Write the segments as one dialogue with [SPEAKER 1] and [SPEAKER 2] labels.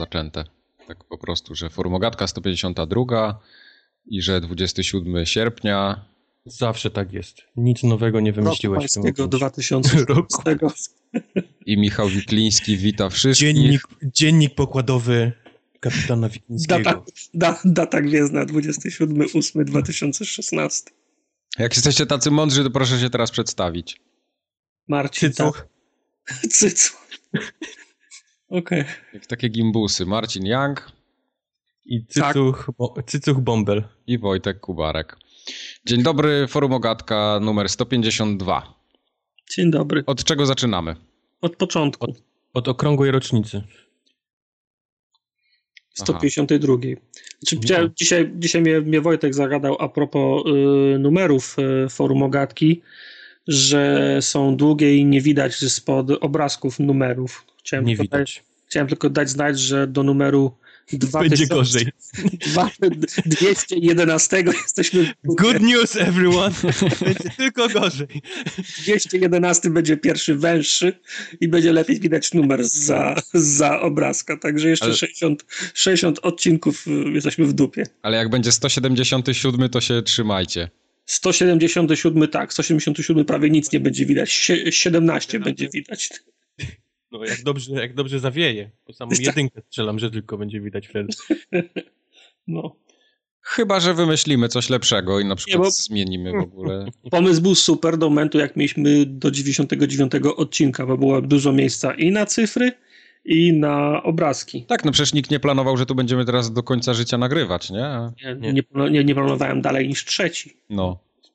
[SPEAKER 1] zaczęte. Tak po prostu, że Forumogatka 152 i że 27 sierpnia.
[SPEAKER 2] Zawsze tak jest. Nic nowego nie wymyśliłeś w tym
[SPEAKER 3] roku. 2016.
[SPEAKER 1] I Michał Wikliński wita wszystkich.
[SPEAKER 2] Dziennik pokładowy kapitana Wiklińskiego.
[SPEAKER 3] Data gwiezdna 27.8.2016.
[SPEAKER 1] Jak jesteście tacy mądrzy, to proszę się teraz przedstawić.
[SPEAKER 3] Marcin.
[SPEAKER 2] Cycuch.
[SPEAKER 3] Cycuch. Okej.
[SPEAKER 1] Jak takie gimbusy. Marcin Young.
[SPEAKER 2] I Cycuch Bąbel.
[SPEAKER 1] I Wojtek Kubarek. Dzień dobry, Forumogatka numer 152.
[SPEAKER 3] Dzień dobry.
[SPEAKER 1] Od czego zaczynamy?
[SPEAKER 3] Od początku.
[SPEAKER 2] Od okrągłej rocznicy.
[SPEAKER 3] 152. Znaczy, dzisiaj mnie Wojtek zagadał a propos numerów Forumogatki, że są długie i nie widać spod obrazków numerów. Chciałem tylko dać znać, że do numeru 211 jesteśmy...
[SPEAKER 2] Good news, everyone! Będzie tylko gorzej.
[SPEAKER 3] 211 będzie pierwszy węższy i będzie lepiej widać numer za obrazka. Także jeszcze 60 odcinków jesteśmy w dupie.
[SPEAKER 1] Ale jak będzie 177, to się trzymajcie.
[SPEAKER 3] 177 tak, 177 prawie nic nie będzie widać. 17 będzie widać.
[SPEAKER 2] No jak dobrze zawieje. Po samą jedynkę strzelam, że tylko będzie widać wtedy.
[SPEAKER 3] No.
[SPEAKER 1] Chyba że wymyślimy coś lepszego i na przykład zmienimy w ogóle.
[SPEAKER 3] Pomysł był super do momentu, jak mieliśmy do 99 odcinka, bo było dużo miejsca i na cyfry, i na obrazki.
[SPEAKER 1] Tak, no przecież nikt nie planował, że tu będziemy teraz do końca życia nagrywać, nie?
[SPEAKER 3] Nie planowałem dalej niż trzeci.
[SPEAKER 1] No.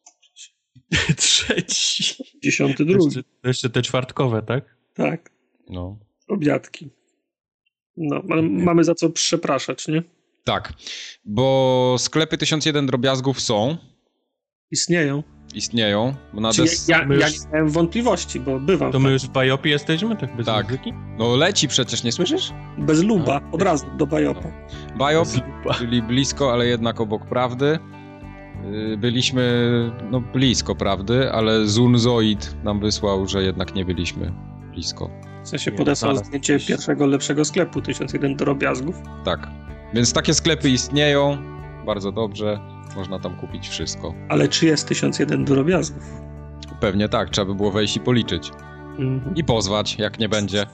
[SPEAKER 2] Trzeci.
[SPEAKER 3] 52.
[SPEAKER 2] Jeszcze te czwartkowe, tak?
[SPEAKER 3] Tak.
[SPEAKER 1] No.
[SPEAKER 3] Obiadki. No, mamy za co przepraszać, nie?
[SPEAKER 1] Tak, bo sklepy 1001 drobiazgów są.
[SPEAKER 3] Istnieją.
[SPEAKER 1] Bo
[SPEAKER 3] ja nie miałem wątpliwości, bo bywam.
[SPEAKER 2] To my już w Bajopie jesteśmy? Tak bez muzyki?
[SPEAKER 1] No leci przecież, nie słyszysz?
[SPEAKER 3] Bez luba, od razu do Bajopa.
[SPEAKER 1] Bajop, czyli blisko, ale jednak obok prawdy. Byliśmy, blisko prawdy, ale Zunzoid nam wysłał, że jednak nie byliśmy blisko.
[SPEAKER 3] W sensie podesłał zdjęcie pierwszego lepszego sklepu 1001 drobiazgów.
[SPEAKER 1] Tak, więc takie sklepy istnieją, bardzo dobrze, można tam kupić wszystko.
[SPEAKER 3] Ale czy jest 1001 drobiazgów?
[SPEAKER 1] Pewnie tak, trzeba by było wejść i policzyć. I pozwać, jak nie będzie.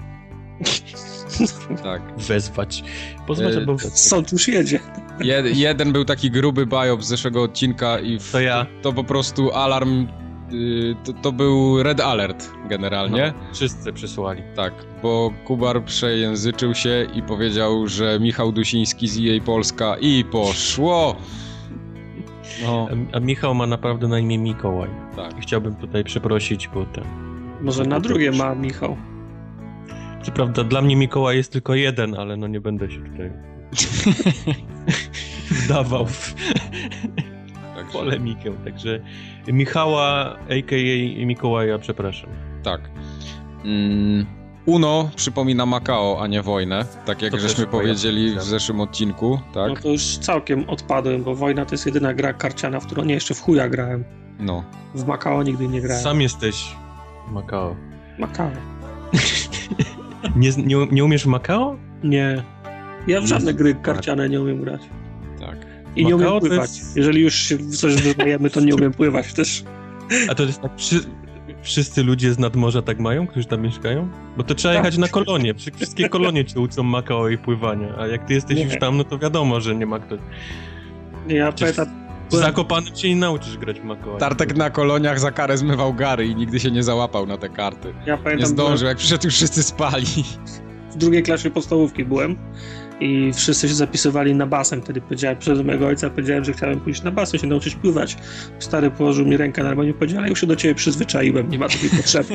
[SPEAKER 1] Tak.
[SPEAKER 2] Wezwać. Pozwać albo wezwać.
[SPEAKER 3] Sąd już jedzie.
[SPEAKER 1] Jeden był taki gruby bajop z zeszłego odcinka i to po prostu alarm. To był red alert generalnie.
[SPEAKER 2] No, wszyscy przysłali.
[SPEAKER 1] Tak, bo Kubar przejęzyczył się i powiedział, że Michał Dusiński z EA Polska i poszło! No.
[SPEAKER 2] A Michał ma naprawdę na imię Mikołaj.
[SPEAKER 1] Tak.
[SPEAKER 2] Chciałbym tutaj przeprosić, bo ten...
[SPEAKER 3] Może na drugie ma Michał.
[SPEAKER 2] Co prawda dla mnie Mikołaj jest tylko jeden, ale nie będę się tutaj wdawał w polemikę. Także Michała, a.k.a. Mikołaja, przepraszam.
[SPEAKER 1] Tak. Uno przypomina Makao, a nie wojnę. Tak jak żeśmy powiedzieli w zeszłym odcinku, tak?
[SPEAKER 3] No to już całkiem odpadłem, bo wojna to jest jedyna gra karciana, w którą jeszcze w chuja grałem.
[SPEAKER 1] No.
[SPEAKER 3] W Makao nigdy nie grałem.
[SPEAKER 2] Sam jesteś Makao.
[SPEAKER 3] Makao.
[SPEAKER 2] Nie umiesz w Makao?
[SPEAKER 3] Nie. Ja w żadne gry karciane nie umiem grać.
[SPEAKER 1] Tak.
[SPEAKER 3] I nie umiem pływać. Jeżeli już się w coś wyznajemy, to nie umiem pływać też.
[SPEAKER 2] A to jest tak, wszyscy ludzie z nadmorza tak mają, którzy tam mieszkają? Bo to trzeba jechać na kolonie. Wszystkie kolonie cię uczą Makao i pływania. A jak ty jesteś już tam, no to wiadomo, że nie ma kto...
[SPEAKER 3] Nie, ja pamiętam...
[SPEAKER 2] Zakopanym się nie nauczysz grać w Makao.
[SPEAKER 1] Tartek na koloniach za karę zmywał gary i nigdy się nie załapał na te karty.
[SPEAKER 3] Ja pamiętam,
[SPEAKER 1] nie zdążył, jak przyszedł już wszyscy spali.
[SPEAKER 3] W drugiej klasie podstawówki byłem i wszyscy się zapisywali na basen. Wtedy powiedziałem, przez mojego ojca powiedziałem, że chciałem pójść na basen, się nauczyć pływać. Stary położył mi rękę na ramieniu i powiedział, ale już się do ciebie przyzwyczaiłem, nie ma takiej potrzeby.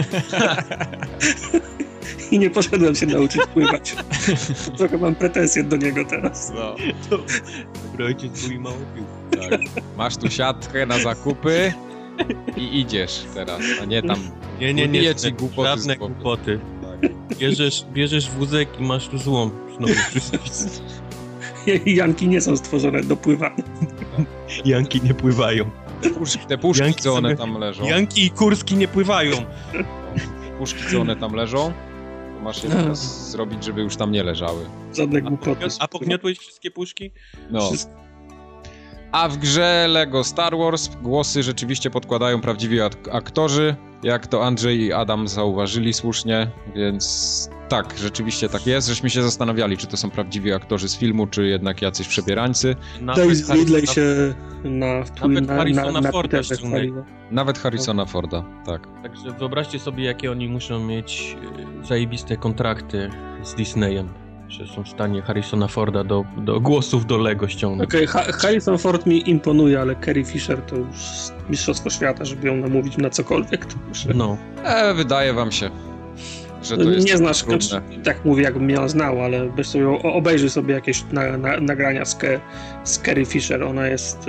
[SPEAKER 3] I nie poszedłem się nauczyć pływać. Trochę mam pretensje do niego teraz.
[SPEAKER 1] No.
[SPEAKER 2] Dobry ojciec był i mało pił.
[SPEAKER 1] Tak. Masz tu siatkę na zakupy i idziesz teraz, a nie tam.
[SPEAKER 2] Nie,
[SPEAKER 1] ci głupoty
[SPEAKER 2] żadne głupoty. Tak. Bierzesz wózek i masz tu złom.
[SPEAKER 3] Janki nie są stworzone do pływania.
[SPEAKER 2] Janki nie pływają.
[SPEAKER 1] Te puszki, co one tam leżą.
[SPEAKER 2] Janki i kurski nie pływają.
[SPEAKER 1] Puszki, co one tam leżą. To masz je teraz zrobić, żeby już tam nie leżały.
[SPEAKER 3] Żadne głupoty.
[SPEAKER 2] A pogniotłeś wszystkie puszki?
[SPEAKER 1] No. A w grze Lego Star Wars głosy rzeczywiście podkładają prawdziwi aktorzy, jak to Andrzej i Adam zauważyli słusznie, więc tak, rzeczywiście tak jest, żeśmy się zastanawiali, czy to są prawdziwi aktorzy z filmu, czy jednak jacyś przebierańcy.
[SPEAKER 3] David Ridley się na
[SPEAKER 2] Harrisona Forda
[SPEAKER 3] Twitterze
[SPEAKER 2] ściągnęli.
[SPEAKER 1] Nawet Harrisona Forda, tak.
[SPEAKER 2] Także wyobraźcie sobie, jakie oni muszą mieć zajebiste kontrakty z Disneyem, że są w stanie Harrisona Forda do głosów do Lego ściągnąć.
[SPEAKER 3] Okej, Harrison Ford mi imponuje, ale Carrie Fisher to już mistrzostwo świata, żeby ją namówić na cokolwiek. To muszę...
[SPEAKER 2] No.
[SPEAKER 1] Wydaje wam się, że to jest
[SPEAKER 3] nie znasz,
[SPEAKER 1] trudne.
[SPEAKER 3] tak mówię, jakbym ją znał, ale weź sobie, obejrzyj sobie jakieś nagrania z Carrie Fisher. Ona jest...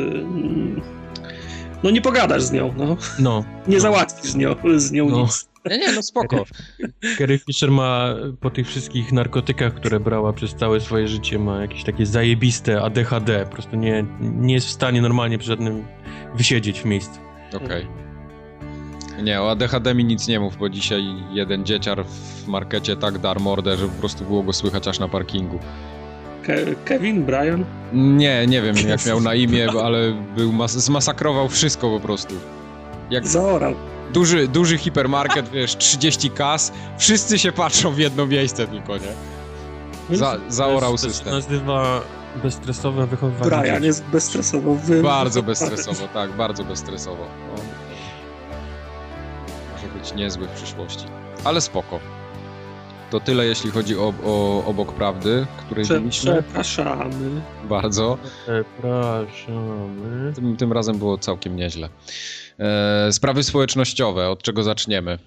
[SPEAKER 3] No nie pogadasz z nią, no. Nie załatwisz z nią nic.
[SPEAKER 1] Nie, no spoko.
[SPEAKER 2] Carrie Fisher ma po tych wszystkich narkotykach, które brała przez całe swoje życie, ma jakieś takie zajebiste ADHD. Po prostu nie jest w stanie normalnie przy żadnym wysiedzieć w miejscu.
[SPEAKER 1] Okej. Nie, o ADHD mi nic nie mów, bo dzisiaj jeden dzieciar w markecie tak darł mordę, że po prostu było go słychać aż na parkingu.
[SPEAKER 3] Kevin? Brian?
[SPEAKER 1] Nie wiem jak miał na imię, ale zmasakrował wszystko po prostu.
[SPEAKER 3] Zaorał.
[SPEAKER 1] Duży hipermarket, wiesz, 30 kas, wszyscy się patrzą w jedno miejsce tylko, nie? Zaorał system.
[SPEAKER 2] To się nazywa bezstresowe wychowywanie.
[SPEAKER 3] Brian jest bezstresowo.
[SPEAKER 1] Bardzo bezstresowo, tak, bardzo bezstresowo. No. Może być niezły w przyszłości, ale spoko. To tyle, jeśli chodzi o Obok Prawdy, której mieliśmy.
[SPEAKER 3] Przepraszamy.
[SPEAKER 1] Bardzo.
[SPEAKER 2] Przepraszamy.
[SPEAKER 1] Tym razem było całkiem nieźle. Sprawy społecznościowe, od czego zaczniemy?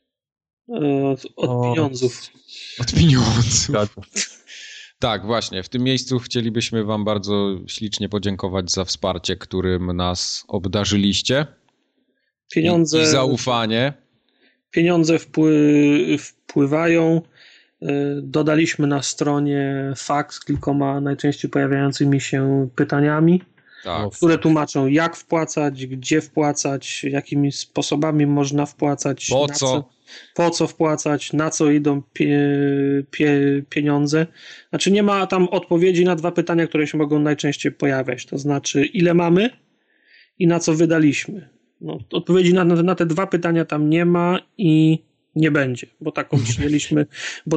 [SPEAKER 3] Od pieniądzów.
[SPEAKER 1] Od pieniądzów. Tak, właśnie. W tym miejscu chcielibyśmy wam bardzo ślicznie podziękować za wsparcie, którym nas obdarzyliście.
[SPEAKER 3] Pieniądze...
[SPEAKER 1] I zaufanie.
[SPEAKER 3] Pieniądze wpływają. Dodaliśmy na stronie fakt z kilkoma najczęściej pojawiającymi się pytaniami,
[SPEAKER 1] tak,
[SPEAKER 3] które tłumaczą, jak wpłacać, gdzie wpłacać, jakimi sposobami można wpłacać, po co wpłacać, na co idą pieniądze. Znaczy nie ma tam odpowiedzi na dwa pytania, które się mogą najczęściej pojawiać, to znaczy ile mamy i na co wydaliśmy. No, odpowiedzi na te dwa pytania tam nie ma i nie będzie, bo taką przyjęliśmy,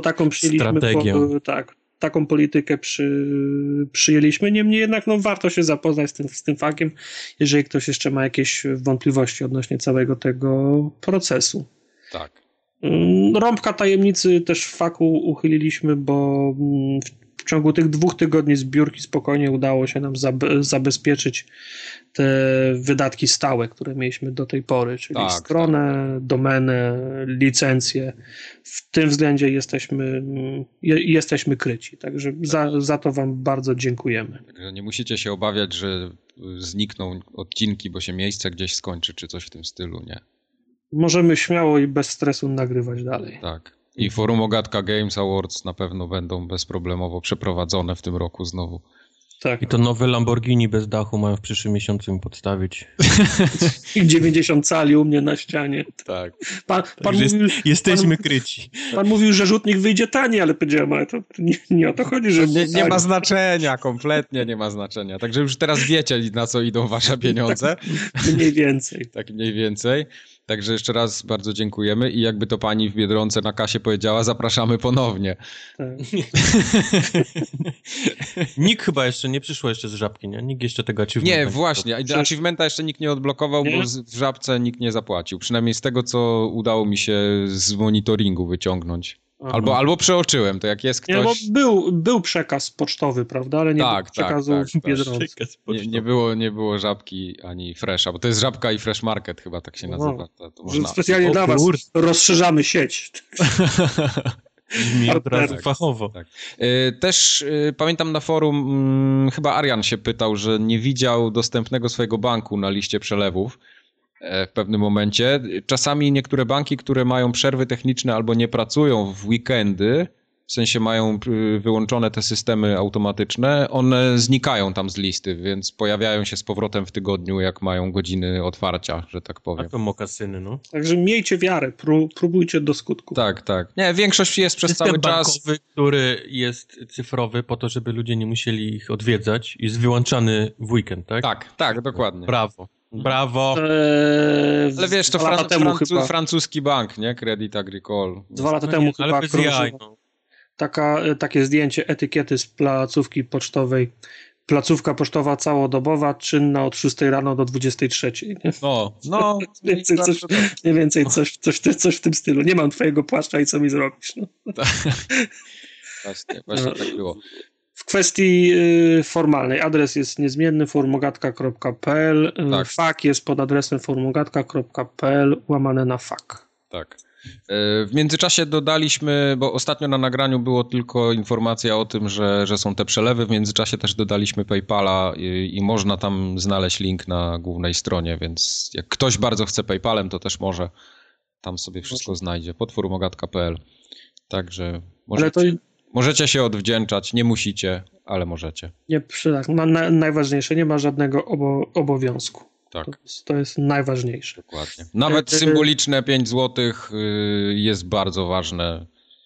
[SPEAKER 3] taką politykę przyjęliśmy. Niemniej jednak warto się zapoznać z tym faktem, jeżeli ktoś jeszcze ma jakieś wątpliwości odnośnie całego tego procesu.
[SPEAKER 1] Tak.
[SPEAKER 3] Rąbka tajemnicy też w faku uchyliliśmy, bo w ciągu tych 2 tygodni zbiórki spokojnie udało się nam zabezpieczyć te wydatki stałe, które mieliśmy do tej pory, czyli stronę, domenę, licencję. W tym względzie jesteśmy kryci, także za to wam bardzo dziękujemy.
[SPEAKER 1] Także nie musicie się obawiać, że znikną odcinki, bo się miejsce gdzieś skończy, czy coś w tym stylu, nie?
[SPEAKER 3] Możemy śmiało i bez stresu nagrywać dalej.
[SPEAKER 1] Tak. I Forum Ogatka Games Awards na pewno będą bezproblemowo przeprowadzone w tym roku znowu.
[SPEAKER 3] Tak.
[SPEAKER 2] I to nowe Lamborghini bez dachu mają w przyszłym miesiącu im podstawić.
[SPEAKER 3] I 90 cali u mnie na ścianie.
[SPEAKER 1] Tak.
[SPEAKER 2] Jesteśmy kryci.
[SPEAKER 3] Pan mówił, że rzutnik wyjdzie taniej, ale powiedziałem, ale to nie o to chodzi, że...
[SPEAKER 1] Nie ma znaczenia, kompletnie nie ma znaczenia. Także już teraz wiecie, na co idą wasze pieniądze.
[SPEAKER 3] Tak, mniej więcej.
[SPEAKER 1] Tak mniej więcej. Także jeszcze raz bardzo dziękujemy i jakby to pani w Biedronce na kasie powiedziała, zapraszamy ponownie.
[SPEAKER 3] Tak.
[SPEAKER 2] Nikt chyba jeszcze nie przyszło z Żabki, nie? Nikt jeszcze tego achievementa.
[SPEAKER 1] Nie, właśnie. Achievementa jeszcze nikt nie odblokował, bo w Żabce nikt nie zapłacił. Przynajmniej z tego, co udało mi się z monitoringu wyciągnąć. Albo przeoczyłem, to jak jest ktoś...
[SPEAKER 3] Nie, bo był przekaz pocztowy, prawda? Ale nie było przekazu w Biedronce.
[SPEAKER 1] Nie było Żabki ani Fresha, bo to jest Żabka i Fresh Market chyba tak się nazywa. To można...
[SPEAKER 3] Specjalnie dla was rozszerzamy sieć.
[SPEAKER 2] Brzmi od razu fachowo.
[SPEAKER 1] Tak. Też pamiętam na forum, chyba Arian się pytał, że nie widział dostępnego swojego banku na liście przelewów w pewnym momencie. Czasami niektóre banki, które mają przerwy techniczne albo nie pracują w weekendy, w sensie mają wyłączone te systemy automatyczne, one znikają tam z listy, więc pojawiają się z powrotem w tygodniu, jak mają godziny otwarcia, że tak powiem.
[SPEAKER 2] A to mokasyny, no.
[SPEAKER 3] Także miejcie wiarę, próbujcie do skutku.
[SPEAKER 1] Tak, tak. Nie, większość jest przez
[SPEAKER 2] System
[SPEAKER 1] cały czas...
[SPEAKER 2] bankowy, który jest cyfrowy po to, żeby ludzie nie musieli ich odwiedzać, jest wyłączany w weekend, tak?
[SPEAKER 1] Tak, tak, dokładnie.
[SPEAKER 2] Brawo. Brawo.
[SPEAKER 1] Ale wiesz, to francuski bank, nie? Credit Agricole.
[SPEAKER 3] 2 lata temu chyba
[SPEAKER 2] ale bez jaj, no.
[SPEAKER 3] takie zdjęcie etykiety z placówki pocztowej. Placówka pocztowa całodobowa, czynna od 6 rano do 23. Nie?
[SPEAKER 1] No.
[SPEAKER 3] Mniej więcej coś w tym stylu. Nie mam twojego płaszcza i co mi zrobisz? No.
[SPEAKER 1] Właśnie tak było.
[SPEAKER 3] W kwestii formalnej adres jest niezmienny forumogatka.pl.
[SPEAKER 1] Tak.
[SPEAKER 3] FAQ jest pod adresem forumogatka.pl /FAQ.
[SPEAKER 1] Tak. W międzyczasie dodaliśmy, bo ostatnio na nagraniu było tylko informacja o tym, że są te przelewy, w międzyczasie też dodaliśmy PayPala i można tam znaleźć link na głównej stronie, więc jak ktoś bardzo chce PayPalem, to też może tam sobie wszystko znajdzie pod forumogatka.pl. Także możecie się odwdzięczać, nie musicie, ale możecie.
[SPEAKER 3] Nie, najważniejsze, nie ma żadnego obowiązku.
[SPEAKER 1] Tak.
[SPEAKER 3] To jest najważniejsze.
[SPEAKER 1] Dokładnie. Nawet symboliczne 5 zł jest bardzo ważne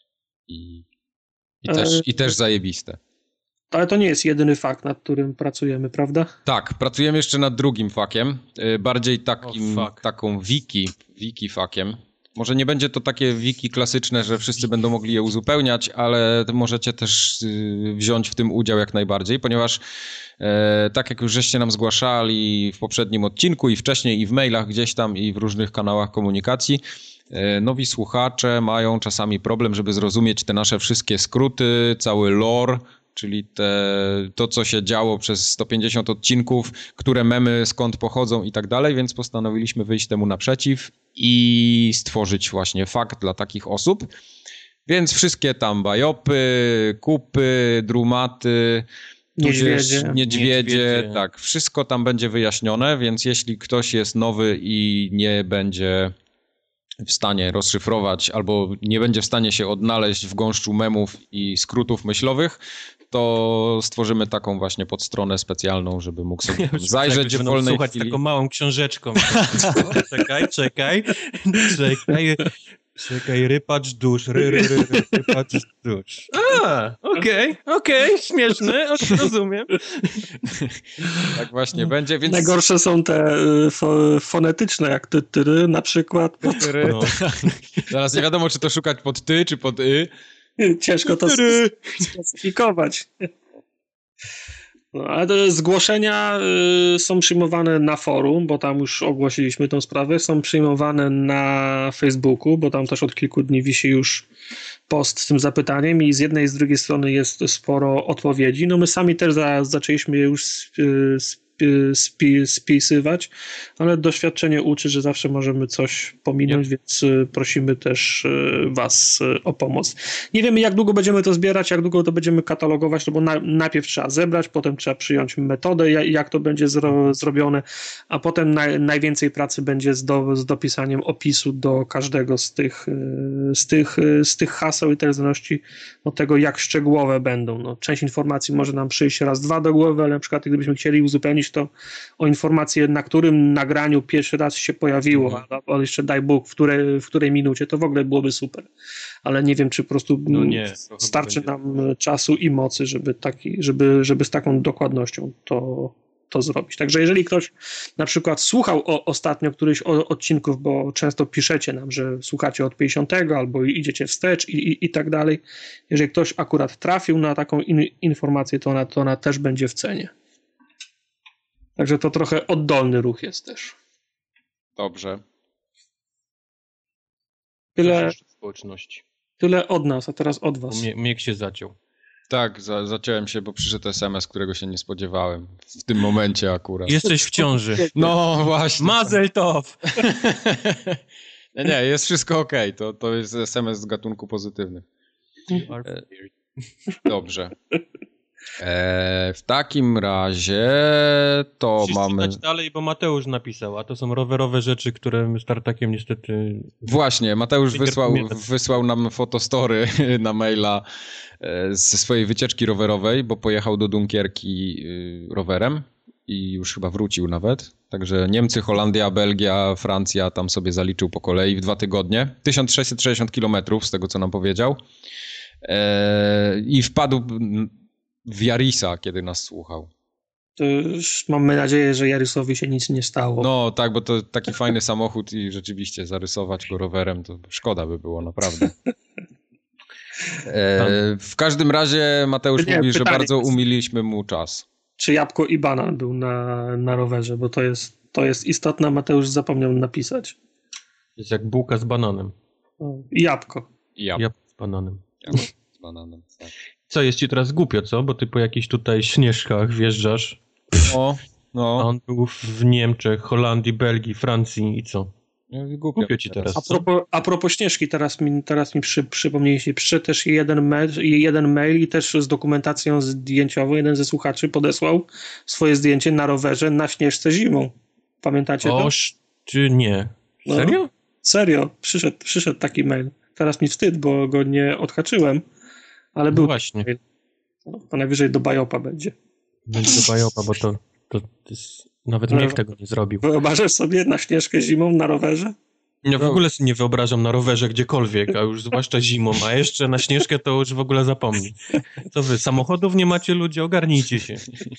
[SPEAKER 1] i też zajebiste.
[SPEAKER 3] Ale to nie jest jedyny fakt, nad którym pracujemy, prawda?
[SPEAKER 1] Tak, pracujemy jeszcze nad drugim fakiem, bardziej taką wiki fakiem. Może nie będzie to takie wiki klasyczne, że wszyscy będą mogli je uzupełniać, ale możecie też wziąć w tym udział jak najbardziej, ponieważ tak jak już żeście nam zgłaszali w poprzednim odcinku i wcześniej i w mailach gdzieś tam i w różnych kanałach komunikacji, nowi słuchacze mają czasami problem, żeby zrozumieć te nasze wszystkie skróty, cały lore, czyli to, co się działo przez 150 odcinków, które memy skąd pochodzą i tak dalej, więc postanowiliśmy wyjść temu naprzeciw i stworzyć właśnie fakt dla takich osób. Więc wszystkie tam bajopy, kupy, drumaty, niedźwiedzie, tak, wszystko tam będzie wyjaśnione, więc jeśli ktoś jest nowy i nie będzie w stanie rozszyfrować albo nie będzie w stanie się odnaleźć w gąszczu memów i skrótów myślowych, to stworzymy taką właśnie podstronę specjalną, żeby mógł sobie zajrzeć w wolnej
[SPEAKER 2] słuchać
[SPEAKER 1] chwili.
[SPEAKER 2] taką małą książeczką. Czekaj, rypacz dusz, rypacz dusz. Okej, śmieszne, rozumiem.
[SPEAKER 1] Tak właśnie będzie, więc...
[SPEAKER 3] Najgorsze są te fonetyczne, jak ty, na przykład.
[SPEAKER 1] No. Zaraz nie wiadomo, czy to szukać pod ty, czy pod
[SPEAKER 3] Ciężko to specyfikować. No, ale te zgłoszenia są przyjmowane na forum, bo tam już ogłosiliśmy tę sprawę, są przyjmowane na Facebooku, bo tam też od kilku dni wisi już post z tym zapytaniem i z jednej i z drugiej strony jest sporo odpowiedzi. No my sami też zaczęliśmy je już spisywać, ale doświadczenie uczy, że zawsze możemy coś pominąć, więc prosimy też was o pomoc. Nie wiemy, jak długo będziemy to zbierać, jak długo to będziemy katalogować, no bo najpierw trzeba zebrać, potem trzeba przyjąć metodę, jak to będzie zrobione, a potem najwięcej pracy będzie z dopisaniem opisu do każdego z tych haseł i też w zależności od tego, jak szczegółowe będą. No, część informacji może nam przyjść raz, dwa do głowy, ale na przykład gdybyśmy chcieli uzupełnić to o informację, na którym nagraniu pierwszy raz się pojawiło, albo jeszcze daj Bóg, w której minucie, to w ogóle byłoby super. Ale nie wiem, czy po prostu starczy nam czasu i mocy, żeby z taką dokładnością to zrobić. Także jeżeli ktoś na przykład słuchał ostatnio któryś odcinków, bo często piszecie nam, że słuchacie od 50 albo idziecie wstecz i tak dalej. Jeżeli ktoś akurat trafił na taką informację, to ona też będzie w cenie. Także to trochę oddolny ruch jest też.
[SPEAKER 1] Dobrze.
[SPEAKER 3] Tyle od nas, a teraz od was.
[SPEAKER 2] Miek się zaciął.
[SPEAKER 1] Tak, zaciąłem się, bo przyszedł SMS, którego się nie spodziewałem. W tym momencie akurat.
[SPEAKER 2] Jesteś w ciąży.
[SPEAKER 1] No właśnie.
[SPEAKER 2] Mazel tov.
[SPEAKER 1] Nie, jest wszystko okej. To jest SMS z gatunku pozytywny. Dobrze. W takim razie to
[SPEAKER 2] Musisz
[SPEAKER 1] mamy...
[SPEAKER 2] czytać dalej, bo Mateusz napisał, a to są rowerowe rzeczy, które z Tartakiem niestety...
[SPEAKER 1] Właśnie, Mateusz
[SPEAKER 2] Nie
[SPEAKER 1] wysłał nam fotostory na maila ze swojej wycieczki rowerowej, bo pojechał do Dunkierki rowerem i już chyba wrócił nawet. Także Niemcy, Holandia, Belgia, Francja tam sobie zaliczył po kolei w 2 tygodnie. 1660 kilometrów z tego, co nam powiedział. I wpadł w Yarisa, kiedy nas słuchał.
[SPEAKER 3] To już mamy nadzieję, że Jarysowi się nic nie stało.
[SPEAKER 1] No tak, bo to taki fajny samochód i rzeczywiście zarysować go rowerem to szkoda by było, naprawdę. W każdym razie Mateusz mówi, że bardzo umililiśmy mu czas.
[SPEAKER 3] Czy jabłko i banan był na rowerze, bo to jest istotne, Mateusz zapomniał napisać.
[SPEAKER 2] Jest jak bułka z bananem.
[SPEAKER 3] I jabłko.
[SPEAKER 2] Jabłko z bananem.
[SPEAKER 1] Jabłko z bananem, tak.
[SPEAKER 2] Co, jest ci teraz głupio, co? Bo ty po jakichś tutaj Śnieżkach wjeżdżasz.
[SPEAKER 1] No.
[SPEAKER 2] A on był w Niemczech, Holandii, Belgii, Francji i co? Głupio ci teraz.
[SPEAKER 3] A propos Śnieżki, teraz mi przypomnieliście, przyszedł też jeden mail i też z dokumentacją zdjęciową. Jeden ze słuchaczy podesłał swoje zdjęcie na rowerze na Śnieżce zimą. Pamiętacie to?
[SPEAKER 2] Czy nie? Serio?
[SPEAKER 3] No, serio, przyszedł taki mail. Teraz mi wstyd, bo go nie odhaczyłem, ale był
[SPEAKER 2] właśnie.
[SPEAKER 3] Mail. To najwyżej do Bajopa będzie.
[SPEAKER 2] Będzie do Bajopa, bo to jest... Nawet Miech tego nie zrobił.
[SPEAKER 3] Wyobrażasz sobie na Śnieżkę zimą na rowerze?
[SPEAKER 2] Ja w ogóle sobie nie wyobrażam na rowerze gdziekolwiek, a już zwłaszcza zimą, a jeszcze na Śnieżkę to już w ogóle zapomnij. Co wy, samochodów nie macie ludzie? Ogarnijcie się.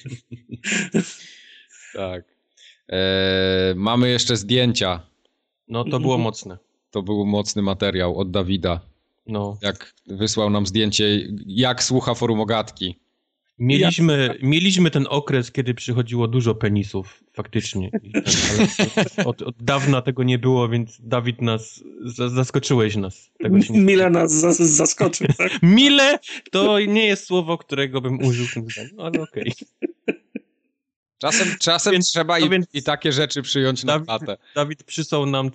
[SPEAKER 1] Tak. Mamy jeszcze zdjęcia.
[SPEAKER 2] No to było mocne.
[SPEAKER 1] To był mocny materiał od Dawida.
[SPEAKER 2] No.
[SPEAKER 1] Jak wysłał nam zdjęcie, jak słucha Forum Ogatki.
[SPEAKER 2] Mieliśmy ten okres, kiedy przychodziło dużo penisów, faktycznie. Ale od dawna tego nie było, więc Dawid zaskoczyłeś nas.
[SPEAKER 3] Mile nas zaskoczył, tak?
[SPEAKER 2] Mile to nie jest słowo, którego bym użył w tym zdaniu, ale okej.
[SPEAKER 1] Czasem trzeba i takie rzeczy przyjąć na klatę.
[SPEAKER 2] Dawid przysłał nam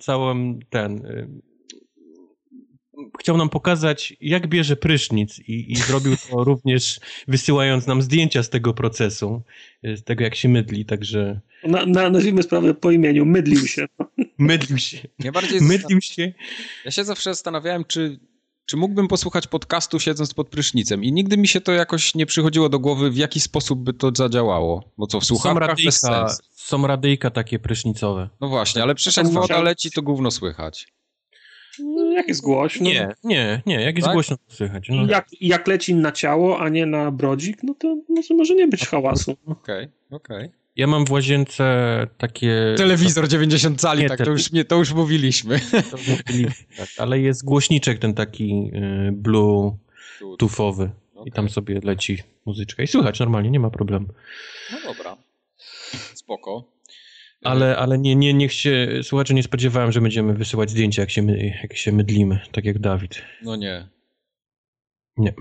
[SPEAKER 2] chciał nam pokazać, jak bierze prysznic i zrobił to również wysyłając nam zdjęcia z tego procesu, z tego, jak się mydli, także...
[SPEAKER 3] Nazwijmy sprawę po imieniu, mydlił się.
[SPEAKER 2] Mydlił się.
[SPEAKER 1] Mydlił się. Ja się zawsze zastanawiałem, czy mógłbym posłuchać podcastu siedząc pod prysznicem i nigdy mi się to jakoś nie przychodziło do głowy, w jaki sposób by to zadziałało. Bo co, w słuchawkach bez sensu.
[SPEAKER 2] Są radyjka takie prysznicowe.
[SPEAKER 1] No właśnie, ale przecież jak woda leci, to gówno słychać.
[SPEAKER 3] Jak jest głośno?
[SPEAKER 2] Nie, jak jest głośno, to słychać. No.
[SPEAKER 3] Jak leci na ciało, a nie na brodzik, no to może nie być hałasu.
[SPEAKER 1] Okej.
[SPEAKER 2] Ja mam w łazience takie...
[SPEAKER 1] Telewizor 90 cali, tak, to już mówiliśmy.
[SPEAKER 2] Tak, ale jest głośniczek ten taki bluetoothowy. I tam sobie leci muzyczka. I słychać normalnie, nie ma problemu.
[SPEAKER 1] No dobra. Spoko.
[SPEAKER 2] Ale niech się, słuchacze, nie spodziewałem, że będziemy wysyłać zdjęcia, jak się mydlimy, tak jak Dawid.
[SPEAKER 1] No nie.
[SPEAKER 2] Nie.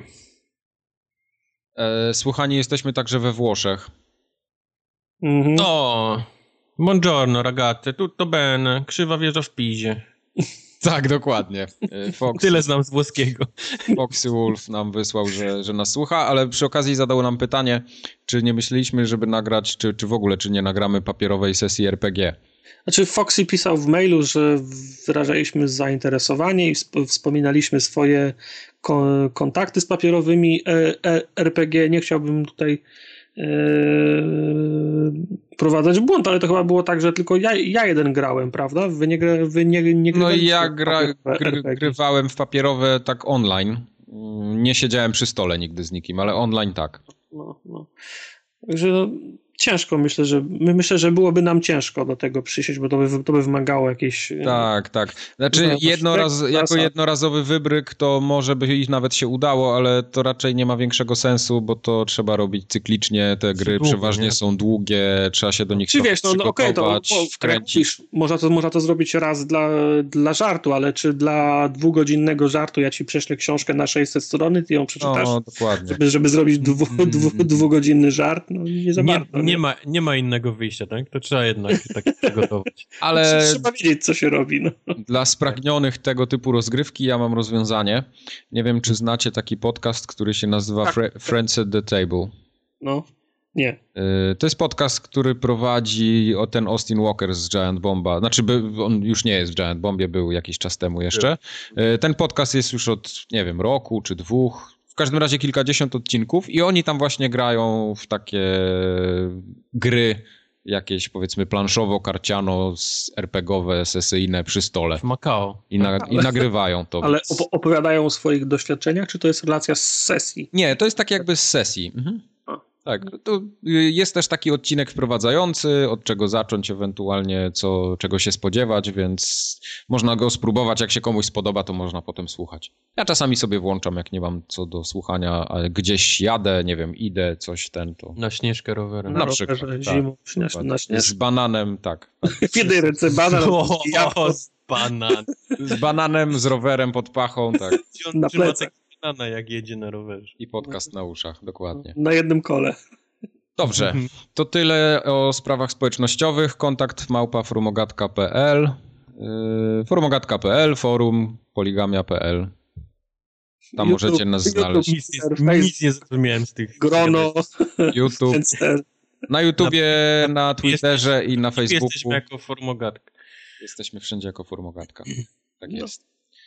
[SPEAKER 1] Słuchani jesteśmy także we Włoszech.
[SPEAKER 3] Mhm.
[SPEAKER 2] No, buongiorno ragazze, tutto bene, krzywa wjeżdża w pizie.
[SPEAKER 1] Tak, dokładnie.
[SPEAKER 2] Tyle znam z włoskiego.
[SPEAKER 1] Foxy Wolf nam wysłał, że nas słucha, ale przy okazji zadał nam pytanie, czy nie myśleliśmy, żeby nagrać, czy w ogóle, czy nie nagramy papierowej sesji RPG.
[SPEAKER 3] Znaczy Foxy pisał w mailu, że wyrażaliśmy zainteresowanie i wspominaliśmy swoje kontakty z papierowymi RPG. Nie chciałbym tutaj prowadzać błąd, ale to chyba było tak, że tylko ja jeden grałem, prawda? Wy nie
[SPEAKER 1] No i ja grywałem w papierowe tak online. Nie siedziałem przy stole nigdy z nikim, ale online tak.
[SPEAKER 3] No. Także ciężko, myślę, że byłoby nam ciężko do tego przysiąść, bo to by wymagało jakieś...
[SPEAKER 1] Tak. Znaczy jednorazowy wybryk to może by ich nawet się udało, ale to raczej nie ma większego sensu, bo to trzeba robić cyklicznie, te gry przeważnie są długie, trzeba się do nich przygotować, wkręcić.
[SPEAKER 3] Można to zrobić raz dla żartu, ale czy dla 2-godzinnego żartu ja ci prześlę książkę na 600 stron, ty ją przeczytasz?
[SPEAKER 1] No, dokładnie.
[SPEAKER 3] Żeby zrobić 2-godzinny żart? No nie za bardzo.
[SPEAKER 2] Nie ma innego wyjścia, tak? To trzeba jednak tak przygotować.
[SPEAKER 1] Ale
[SPEAKER 3] trzeba wiedzieć, co się robi. No.
[SPEAKER 1] Dla spragnionych tego typu rozgrywki ja mam rozwiązanie. Nie wiem, czy znacie taki podcast, który się nazywa Friends at the Table.
[SPEAKER 3] No, nie.
[SPEAKER 1] To jest podcast, który prowadzi ten Austin Walker z Giant Bomba. Znaczy, on już nie jest w Giant Bombie, był jakiś czas temu jeszcze. Ten podcast jest już od, nie wiem, roku czy 2. W każdym razie kilkadziesiąt odcinków i oni tam właśnie grają w takie gry jakieś, powiedzmy, planszowo-karciano, RPG-owe, sesyjne przy stole.
[SPEAKER 2] W Macao.
[SPEAKER 1] I nagrywają to.
[SPEAKER 3] Ale opowiadają o swoich doświadczeniach, czy to jest relacja z sesji?
[SPEAKER 1] Nie, to jest tak jakby z sesji. Tak, to jest też taki odcinek wprowadzający, od czego zacząć ewentualnie, czego się spodziewać, więc można go spróbować, jak się komuś spodoba, to można potem słuchać. Ja czasami sobie włączam, jak nie mam co do słuchania, ale gdzieś jadę, nie wiem, idę, coś to...
[SPEAKER 2] Na Śnieżkę rowerem.
[SPEAKER 1] Na przykład,
[SPEAKER 3] zimą, na śnieżkę.
[SPEAKER 1] Z bananem, tak.
[SPEAKER 3] W jednej ręce banan,
[SPEAKER 2] z banan.
[SPEAKER 1] Z bananem, z rowerem pod pachą, tak.
[SPEAKER 3] Na plecach.
[SPEAKER 2] Banana, jak jedzie na rowerze.
[SPEAKER 1] I podcast na uszach, dokładnie.
[SPEAKER 3] Na jednym kole.
[SPEAKER 1] Dobrze, to tyle o sprawach społecznościowych. Kontakt @forumogatka.pl, forumogatka.pl, forum poligamia.pl. Tam
[SPEAKER 3] YouTube,
[SPEAKER 1] możecie nas znaleźć.
[SPEAKER 2] Nic nie zrozumiałem z tych...
[SPEAKER 3] Grono.
[SPEAKER 1] YouTube. Na YouTubie, na Twitterze i na Facebooku.
[SPEAKER 2] Jesteśmy jako Forumogatka.
[SPEAKER 1] Jesteśmy wszędzie jako Forumogatka. Tak jest.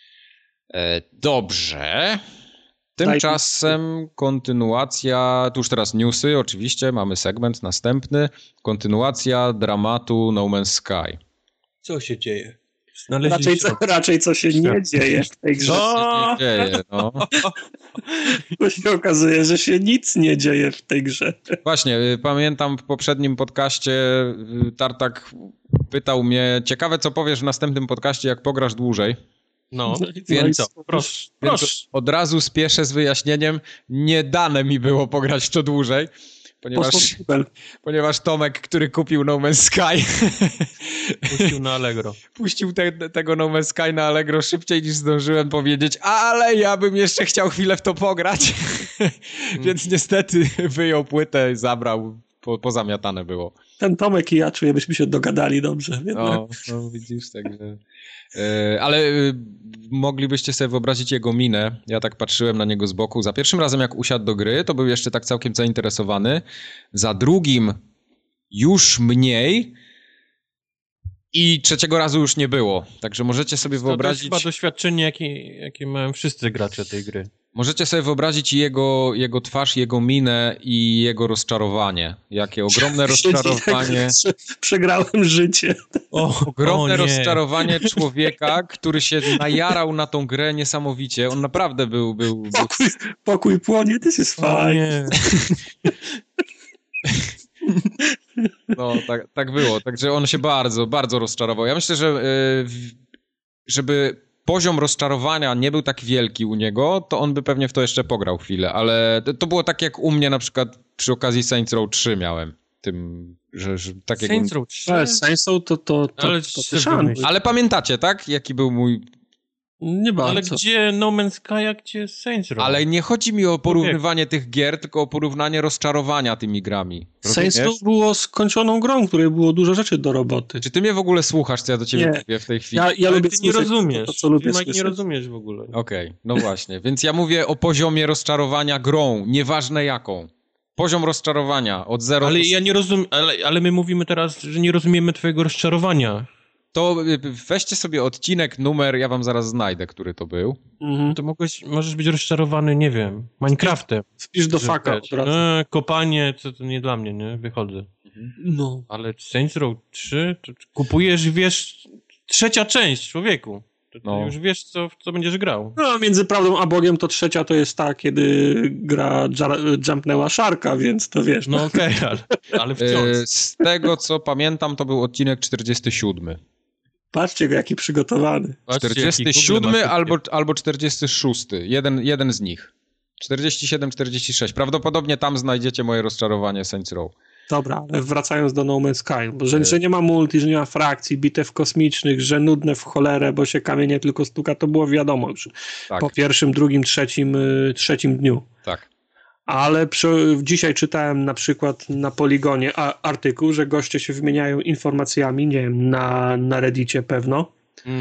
[SPEAKER 1] Dobrze. Tymczasem kontynuacja, tu już teraz newsy oczywiście, mamy segment następny. Kontynuacja dramatu No Man's Sky.
[SPEAKER 2] Co się dzieje?
[SPEAKER 3] Raczej co się nie dzieje w tej grze.
[SPEAKER 1] Nie dzieje, no.
[SPEAKER 3] Bo się okazuje, że się nic nie dzieje w tej grze.
[SPEAKER 1] Właśnie, pamiętam w poprzednim podcaście Tartak pytał mnie, ciekawe co powiesz w następnym podcaście, jak pograsz dłużej.
[SPEAKER 2] No,
[SPEAKER 1] więc
[SPEAKER 2] co? Proszę.
[SPEAKER 1] Od razu spieszę z wyjaśnieniem, nie dane mi było pograć to dłużej, ponieważ Tomek, który kupił No Man's Sky,
[SPEAKER 2] puścił na Allegro.
[SPEAKER 1] Puścił tego No Man's Sky na Allegro szybciej niż zdążyłem powiedzieć, ale ja bym jeszcze chciał chwilę w to pograć, więc niestety wyjął płytę i zabrał, pozamiatane było.
[SPEAKER 3] Ten Tomek i ja czuję, byśmy się dogadali dobrze.
[SPEAKER 1] No widzisz, także... Ale moglibyście sobie wyobrazić jego minę. Ja tak patrzyłem na niego z boku. Za pierwszym razem, jak usiadł do gry, to był jeszcze tak całkiem zainteresowany. Za drugim już mniej. I trzeciego razu już nie było. Także możecie sobie wyobrazić...
[SPEAKER 2] To jest chyba doświadczenie, jakie mają wszyscy gracze tej gry.
[SPEAKER 1] Możecie sobie wyobrazić jego twarz, jego minę i jego rozczarowanie. Jakie ogromne rozczarowanie.
[SPEAKER 3] Przegrałem życie.
[SPEAKER 1] Ogromne rozczarowanie człowieka, który się najarał na tą grę niesamowicie. On naprawdę był...
[SPEAKER 3] Pokój płonie, this is fine.
[SPEAKER 1] No, tak było. Także on się bardzo, bardzo rozczarował. Ja myślę, że żeby poziom rozczarowania nie był tak wielki u niego, to on by pewnie w to jeszcze pograł chwilę, ale to było tak jak u mnie na przykład przy okazji Saints Row 3 miałem. Że tak
[SPEAKER 2] Saints Row 3?
[SPEAKER 3] Saints Row to
[SPEAKER 1] ale pamiętacie, tak? Jaki był mój...
[SPEAKER 3] Nie bardzo.
[SPEAKER 2] Ale gdzie No Man's Sky, a gdzie Saints Row?
[SPEAKER 1] Ale nie chodzi mi o porównywanie tych gier, tylko o porównywanie rozczarowania tymi grami.
[SPEAKER 3] Saints Row było skończoną grą, w której było dużo rzeczy do roboty.
[SPEAKER 1] Czy ty mnie w ogóle słuchasz, co ja do ciebie mówię w tej chwili?
[SPEAKER 3] Ja lubię
[SPEAKER 2] ty nie rozumiesz.
[SPEAKER 3] To, co lubię
[SPEAKER 2] ty nie rozumiesz w ogóle.
[SPEAKER 1] Okej, no właśnie. Więc ja mówię o poziomie rozczarowania grą, nieważne jaką. Poziom rozczarowania od 0
[SPEAKER 2] Ale ja nie rozumiem, ale my mówimy teraz, że nie rozumiemy twojego rozczarowania.
[SPEAKER 1] To weźcie sobie odcinek, numer, ja wam zaraz znajdę, który to był.
[SPEAKER 2] To możesz być rozczarowany, nie wiem, Minecraftem.
[SPEAKER 3] Wpisz do faka od razu.
[SPEAKER 2] Kopanie, to nie dla mnie, nie? Wychodzę.
[SPEAKER 3] No.
[SPEAKER 2] Ale Saints Row 3, to kupujesz, wiesz, trzecia część, człowieku. To już wiesz, co będziesz grał.
[SPEAKER 3] No, między prawdą a Bogiem to trzecia to jest ta, kiedy gra jumpnęła szarka, więc to wiesz.
[SPEAKER 2] No okej, ale wciąż.
[SPEAKER 1] Z tego, co pamiętam, to był odcinek 47.
[SPEAKER 3] Patrzcie go, jaki przygotowany.
[SPEAKER 1] 47 albo 46. Jeden z nich. 47-46. Prawdopodobnie tam znajdziecie moje rozczarowanie Saints Row.
[SPEAKER 3] Dobra, ale wracając do No Man's Sky, bo że nie ma multi, że nie ma frakcji, bitew kosmicznych, że nudne w cholerę, bo się kamienie tylko stuka, to było wiadomo już po pierwszym, drugim, trzecim dniu.
[SPEAKER 1] Tak.
[SPEAKER 3] Ale dzisiaj czytałem na przykład na Poligonie artykuł, że goście się wymieniają informacjami, nie wiem, na Reddicie pewno,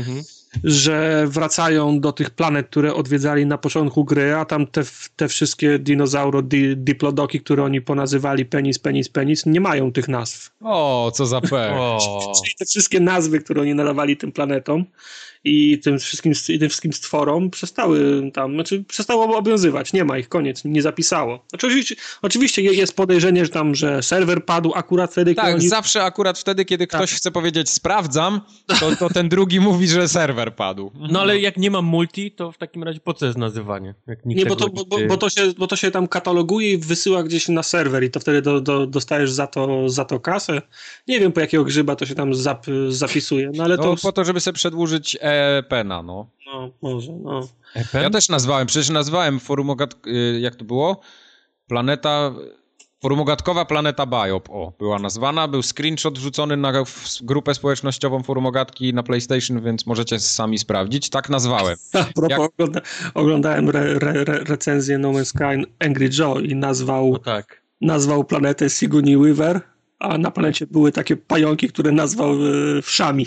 [SPEAKER 3] że wracają do tych planet, które odwiedzali na początku gry, a tam te wszystkie dinozauro-diplodoki, które oni ponazywali penis, nie mają tych nazw.
[SPEAKER 1] O, co za pech.
[SPEAKER 3] Czyli te wszystkie nazwy, które oni nadawali tym planetom i tym wszystkim stworom przestały obowiązywać. Nie ma ich, koniec, nie zapisało. Oczywiście jest podejrzenie, że serwer padł akurat wtedy,
[SPEAKER 1] kiedy zawsze akurat wtedy, kiedy ktoś chce powiedzieć sprawdzam, to ten drugi mówi, że serwer padł.
[SPEAKER 2] No ale jak nie mam multi, to w takim razie po co jest nazywanie?
[SPEAKER 3] Nie, bo to się tam kataloguje i wysyła gdzieś na serwer i to wtedy dostajesz za to kasę. Nie wiem, po jakiego grzyba to się tam zapisuje. No ale to
[SPEAKER 1] po to, żeby sobie przedłużyć pena, no.
[SPEAKER 3] No, może, no.
[SPEAKER 1] Ja też nazwałem jak to było? Forumogatkowa Planeta Biop, była nazwana, był screenshot wrzucony na grupę społecznościową Forumogatki na PlayStation, więc możecie sami sprawdzić, tak nazwałem.
[SPEAKER 3] A propos, oglądałem recenzję No Man's Sky Angry Joe i nazwał planetę Siguni Weaver, a na planecie były takie pająki, które nazwał wszami,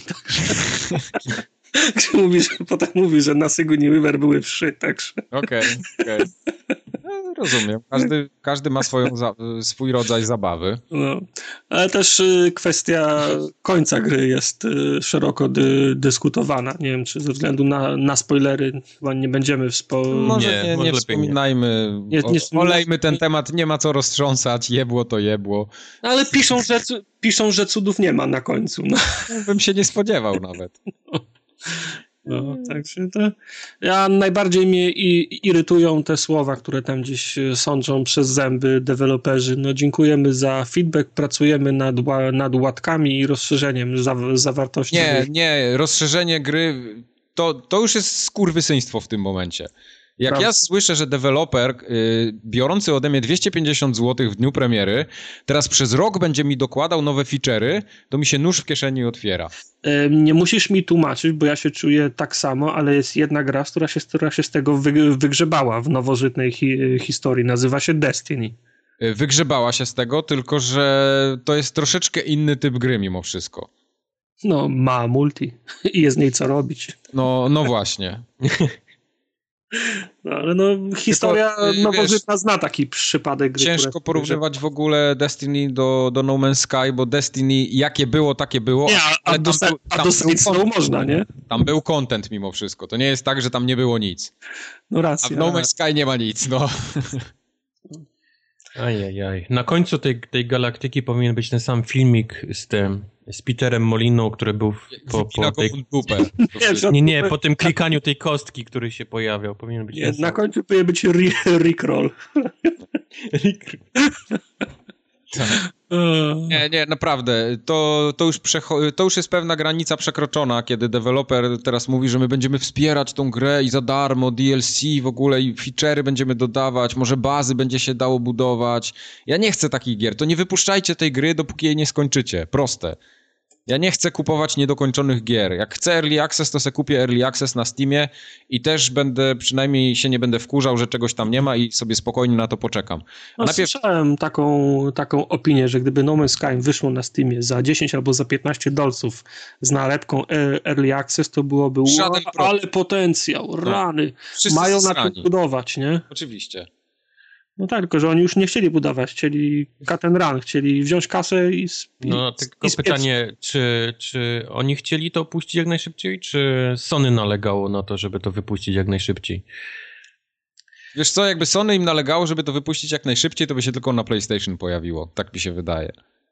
[SPEAKER 3] potem mówi, że na Siguni Weaver były wszy, także...
[SPEAKER 1] Okej. No, rozumiem. Każdy ma swój rodzaj zabawy.
[SPEAKER 3] No. Ale też kwestia końca gry jest szeroko dyskutowana. Nie wiem, czy ze względu na spoilery chyba nie będziemy
[SPEAKER 1] Może nie wspominajmy. Olejmy ten temat, nie ma co roztrząsać. Jebło to jebło.
[SPEAKER 3] Ale piszą, że cudów nie ma na końcu. No.
[SPEAKER 1] Bym się nie spodziewał nawet.
[SPEAKER 3] No, także to... najbardziej mnie irytują te słowa, które tam gdzieś sączą przez zęby deweloperzy. No, dziękujemy za feedback, pracujemy nad łatkami i rozszerzeniem zawartości.
[SPEAKER 1] Nie, rozszerzenie gry to już jest skurwysyństwo w tym momencie. Jak ja słyszę, że deweloper biorący ode mnie 250 zł w dniu premiery teraz przez rok będzie mi dokładał nowe feature'y, to mi się nóż w kieszeni otwiera.
[SPEAKER 3] Nie musisz mi tłumaczyć, bo ja się czuję tak samo, ale jest jedna gra, która się z tego wygrzebała w nowożytnej historii. Nazywa się Destiny.
[SPEAKER 1] Wygrzebała się z tego, tylko że to jest troszeczkę inny typ gry mimo wszystko.
[SPEAKER 3] No, ma multi i jest z niej co robić.
[SPEAKER 1] No właśnie.
[SPEAKER 3] No, ale historia nowożytna zna taki przypadek gry.
[SPEAKER 1] Ciężko porównywać w ogóle Destiny do No Man's Sky, bo Destiny jakie było, takie było.
[SPEAKER 3] Nie, a do Saints Row można, nie?
[SPEAKER 1] Tam był content mimo wszystko. To nie jest tak, że tam nie było nic.
[SPEAKER 3] No racja.
[SPEAKER 1] A w No Man's Sky nie ma nic, no.
[SPEAKER 2] Ajajaj. Na końcu tej galaktyki powinien być ten sam filmik z Peterem Moliną, który był po tej... Nie, po tym klikaniu tej kostki, który się pojawiał. Powinien być
[SPEAKER 3] na końcu powinien być Rickroll.
[SPEAKER 1] Nie, naprawdę. To już jest pewna granica przekroczona, kiedy deweloper teraz mówi, że my będziemy wspierać tą grę i za darmo, DLC w ogóle i feature'y będziemy dodawać, może bazy będzie się dało budować. Ja nie chcę takich gier. To nie wypuszczajcie tej gry, dopóki jej nie skończycie. Proste. Ja nie chcę kupować niedokończonych gier. Jak chcę Early Access, to se kupię Early Access na Steamie i też przynajmniej się nie będę wkurzał, że czegoś tam nie ma i sobie spokojnie na to poczekam.
[SPEAKER 3] Słyszałem taką opinię, że gdyby No Man's Sky wyszło na Steamie za 10 albo za 15 dolców z nalepką Early Access, to byłoby ale potencjał, rany. Mają na tym budować, nie?
[SPEAKER 1] Oczywiście.
[SPEAKER 3] No tak, tylko że oni już nie chcieli budować, chcieli cut and run, chcieli wziąć kasę i
[SPEAKER 2] tylko pytanie, czy oni chcieli to opuścić jak najszybciej, czy Sony nalegało na to, żeby to wypuścić jak najszybciej?
[SPEAKER 1] Wiesz co, jakby Sony im nalegało, żeby to wypuścić jak najszybciej, to by się tylko na PlayStation pojawiło. Tak mi się wydaje.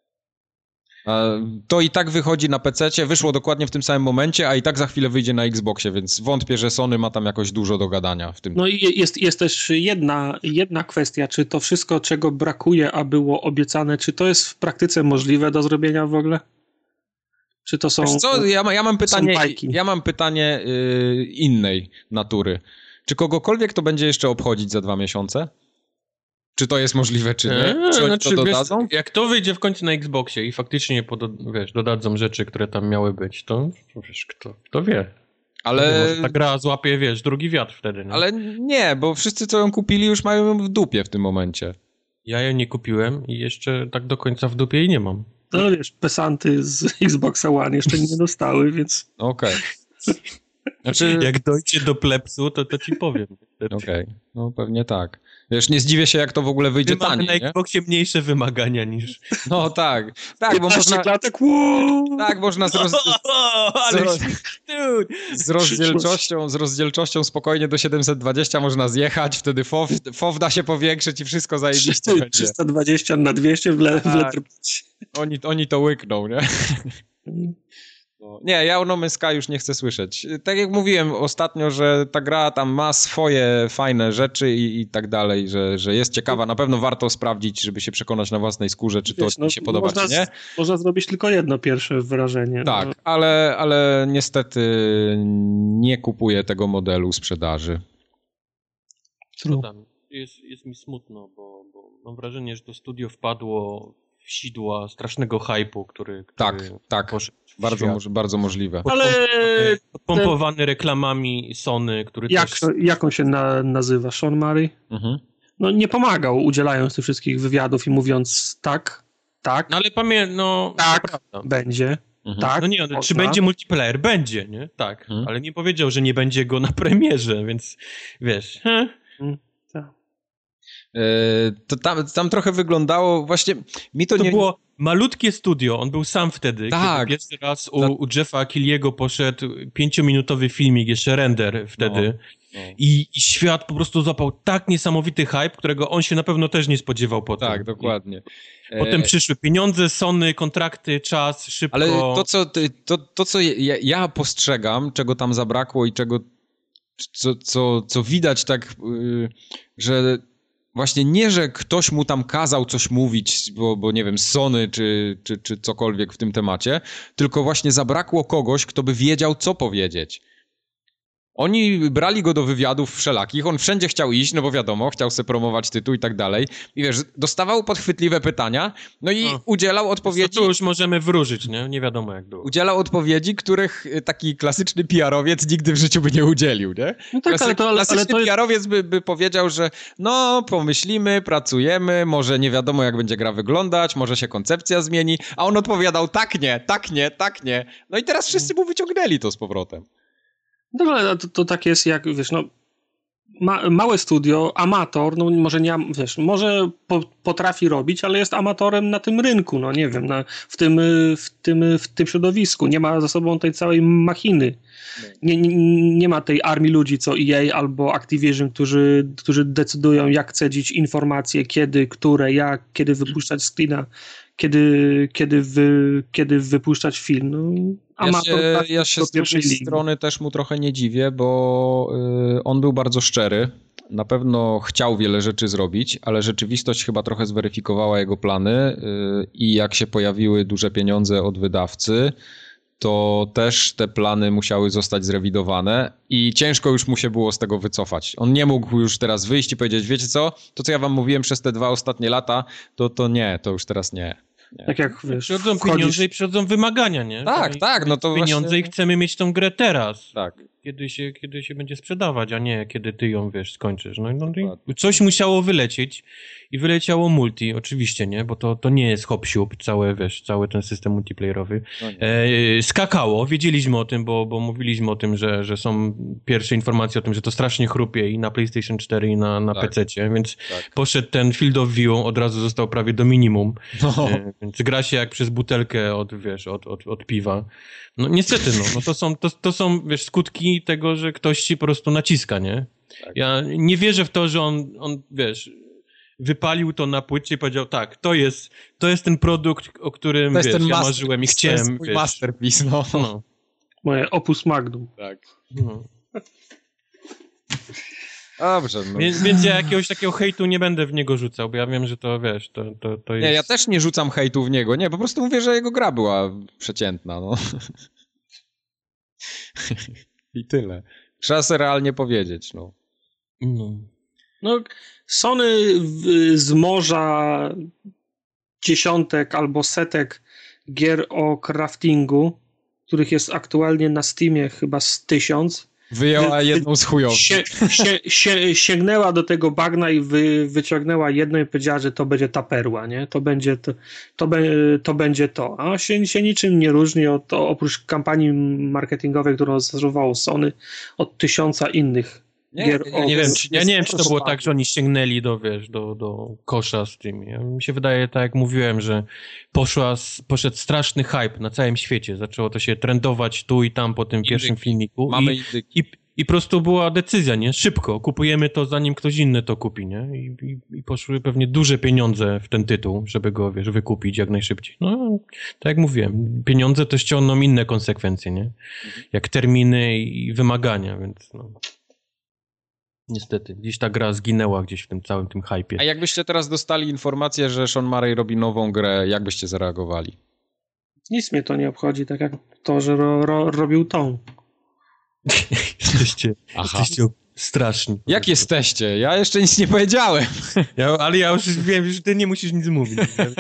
[SPEAKER 1] To i tak wychodzi na PC-cie, wyszło dokładnie w tym samym momencie, a i tak za chwilę wyjdzie na Xboxie, więc wątpię, że Sony ma tam jakoś dużo do gadania w tym.
[SPEAKER 3] No i jest też jedna kwestia, czy to wszystko, czego brakuje, a było obiecane, czy to jest w praktyce możliwe do zrobienia w ogóle? Czy to są...
[SPEAKER 1] Wiesz co, ja mam pytanie innej natury. Czy kogokolwiek to będzie jeszcze obchodzić za 2 miesiące? Czy to jest możliwe, czy nie? Czy oni to dodadzą?
[SPEAKER 2] Wiesz, jak to wyjdzie w końcu na Xboxie i faktycznie dodadzą rzeczy, które tam miały być, to wiesz, kto wie. Ale ta gra złapie, drugi wiatr wtedy. Nie?
[SPEAKER 1] Ale nie, bo wszyscy, co ją kupili, już mają ją w dupie w tym momencie.
[SPEAKER 2] Ja ją nie kupiłem i jeszcze tak do końca w dupie jej nie mam.
[SPEAKER 3] No wiesz, pesanty z Xboxa One jeszcze nie dostały, więc...
[SPEAKER 1] Okej. Znaczy...
[SPEAKER 2] Jak dojdzie do plepsu, to ci powiem.
[SPEAKER 1] Okej, no pewnie tak. Wiesz, nie zdziwię się, jak to w ogóle wyjdzie taniej,
[SPEAKER 2] na Xboxie mniejsze wymagania niż...
[SPEAKER 1] No tak, bo można...
[SPEAKER 3] klatek,
[SPEAKER 1] Tak, można z rozdzielczością spokojnie do 720 można zjechać, wtedy FOV da się powiększyć i wszystko zajebiście będzie.
[SPEAKER 3] 320 na 200 w letr.
[SPEAKER 1] Oni to łykną, nie? Nie, ja o No Man's Sky już nie chcę słyszeć. Tak jak mówiłem ostatnio, że ta gra tam ma swoje fajne rzeczy i tak dalej, że jest ciekawa. Na pewno warto sprawdzić, żeby się przekonać na własnej skórze, czy to mi się podoba, czy nie.
[SPEAKER 3] Można zrobić tylko jedno pierwsze wrażenie.
[SPEAKER 1] Tak, ale niestety nie kupuję tego modelu sprzedaży.
[SPEAKER 2] Jest mi smutno, bo mam wrażenie, że to studio wpadło w sidła strasznego hype'u, który
[SPEAKER 1] tak.
[SPEAKER 2] poszedł.
[SPEAKER 1] Bardzo możliwe.
[SPEAKER 3] Ale
[SPEAKER 2] podpompowany reklamami Sony, który
[SPEAKER 3] jak on się nazywa? Sean Murray?
[SPEAKER 1] Mhm.
[SPEAKER 3] No nie pomagał, udzielając tych wszystkich wywiadów i mówiąc tak.
[SPEAKER 2] No ale
[SPEAKER 3] tak, będzie.
[SPEAKER 1] Mhm.
[SPEAKER 3] Tak,
[SPEAKER 2] no nie, czy będzie multiplayer? Będzie, nie? Tak, ale nie powiedział, że nie będzie go na premierze, więc wiesz...
[SPEAKER 1] To tam trochę wyglądało, właśnie mi to nie...
[SPEAKER 2] było malutkie studio, on był sam wtedy, kiedy pierwszy raz u Jeffa Keighley'ego poszedł 5-minutowy filmik, jeszcze render wtedy I świat po prostu złapał tak niesamowity hype, którego on się na pewno też nie spodziewał potem.
[SPEAKER 1] Tak, dokładnie.
[SPEAKER 2] Potem przyszły pieniądze, Sony, kontrakty, czas, szybko...
[SPEAKER 1] Ale to co ja postrzegam, czego tam zabrakło i czego co widać tak, że właśnie nie, że ktoś mu tam kazał coś mówić, bo nie wiem, Sony czy cokolwiek w tym temacie, tylko właśnie zabrakło kogoś, kto by wiedział, co powiedzieć. Oni brali go do wywiadów wszelakich, on wszędzie chciał iść, no bo wiadomo, chciał sobie promować tytuł i tak dalej. I wiesz, dostawał podchwytliwe pytania, no i udzielał odpowiedzi...
[SPEAKER 2] To już możemy wróżyć, nie? Nie wiadomo jak było.
[SPEAKER 1] Udzielał odpowiedzi, których taki klasyczny PR-owiec nigdy w życiu by nie udzielił, nie?
[SPEAKER 3] No tak,
[SPEAKER 1] klasyczny PR-owiec by powiedział, że no, pomyślimy, pracujemy, może nie wiadomo jak będzie gra wyglądać, może się koncepcja zmieni, a on odpowiadał tak nie. No i teraz wszyscy mu wyciągnęli to z powrotem.
[SPEAKER 3] No ale to tak jest jak, wiesz, no małe studio, amator, no może nie, wiesz, może potrafi robić, ale jest amatorem na tym rynku, no nie wiem, w tym środowisku, nie ma za sobą tej całej machiny. Nie ma tej armii ludzi, co EA albo Activision, którzy decydują, jak cedzić informacje, kiedy, które, jak, kiedy wypuszczać screena, kiedy wypuszczać film. No,
[SPEAKER 1] ja się z drugiej strony też mu trochę nie dziwię, bo on był bardzo szczery. Na pewno chciał wiele rzeczy zrobić, ale rzeczywistość chyba trochę zweryfikowała jego plany i jak się pojawiły duże pieniądze od wydawcy, to też te plany musiały zostać zrewidowane i ciężko już mu się było z tego wycofać. On nie mógł już teraz wyjść i powiedzieć, wiecie co, to co ja wam mówiłem przez te 2 ostatnie lata, to nie, to już teraz nie.
[SPEAKER 3] Tak jak wiesz,
[SPEAKER 2] przychodzą pieniądze i przychodzą wymagania, nie?
[SPEAKER 1] Tak, no to
[SPEAKER 2] pieniądze
[SPEAKER 1] właśnie...
[SPEAKER 2] i chcemy mieć tą grę teraz.
[SPEAKER 1] Tak.
[SPEAKER 2] Kiedy się będzie sprzedawać, a nie kiedy ty ją, wiesz, skończysz. No coś musiało wylecieć i wyleciało multi, oczywiście, nie? Bo to nie jest hop-siup, cały ten system multiplayerowy.
[SPEAKER 1] No
[SPEAKER 2] skakało, wiedzieliśmy o tym, bo mówiliśmy o tym, że są pierwsze informacje o tym, że to strasznie chrupie i na PlayStation 4 i na PC-cie, więc poszedł ten Field of View, od razu został prawie do minimum. No. Więc gra się jak przez butelkę od piwa. No niestety, to są wiesz, skutki tego, że ktoś ci po prostu naciska, nie? Tak. Ja nie wierzę w to, że on wiesz, wypalił to na płycie i powiedział, tak, to jest ten produkt, o którym, wiesz, ja marzyłem i chciałem,
[SPEAKER 1] to jest masterpiece, no.
[SPEAKER 3] Moje opus magnum.
[SPEAKER 1] Tak. No. Dobrze. No.
[SPEAKER 2] Więc ja jakiegoś takiego hejtu nie będę w niego rzucał, bo ja wiem, że to, wiesz, to jest...
[SPEAKER 1] Nie, ja też nie rzucam hejtu w niego, nie, po prostu mówię, że jego gra była przeciętna, no. I tyle. Trzeba sobie realnie powiedzieć, no.
[SPEAKER 3] No, Sony z morza dziesiątek albo setek gier o craftingu, których jest aktualnie na Steamie chyba z 1000,
[SPEAKER 1] Wyjęła jedną z chujowych.
[SPEAKER 3] Sięgnęła do tego bagna i wyciągnęła jedno i powiedziała, że to będzie ta perła, nie? To będzie to. A się niczym nie różni oprócz kampanii marketingowej, którą zastosowało Sony, od 1000 innych gier.
[SPEAKER 2] Ja nie wiem, czy to było tak, że oni sięgnęli do kosza z tym. Mi się wydaje, tak jak mówiłem, że poszedł straszny hype na całym świecie. Zaczęło to się trendować tu i tam po tym pierwszym filmiku. I po prostu była decyzja, nie? Szybko, kupujemy to, zanim ktoś inny to kupi, nie? I poszły pewnie duże pieniądze w ten tytuł, żeby go, wykupić jak najszybciej. No, tak jak mówiłem, pieniądze to ściągną inne konsekwencje, nie? Jak terminy i wymagania, więc no. Niestety, gdzieś ta gra zginęła gdzieś w tym całym tym hypie.
[SPEAKER 1] A jakbyście teraz dostali informację, że Sean Murray robi nową grę, jak byście zareagowali?
[SPEAKER 3] Nic mnie to nie obchodzi, tak jak to, że robił tą.
[SPEAKER 2] Jesteście straszni.
[SPEAKER 1] Jak jesteście? Ja jeszcze nic nie powiedziałem.
[SPEAKER 2] Ale ja już wiem, że ty nie musisz nic mówić.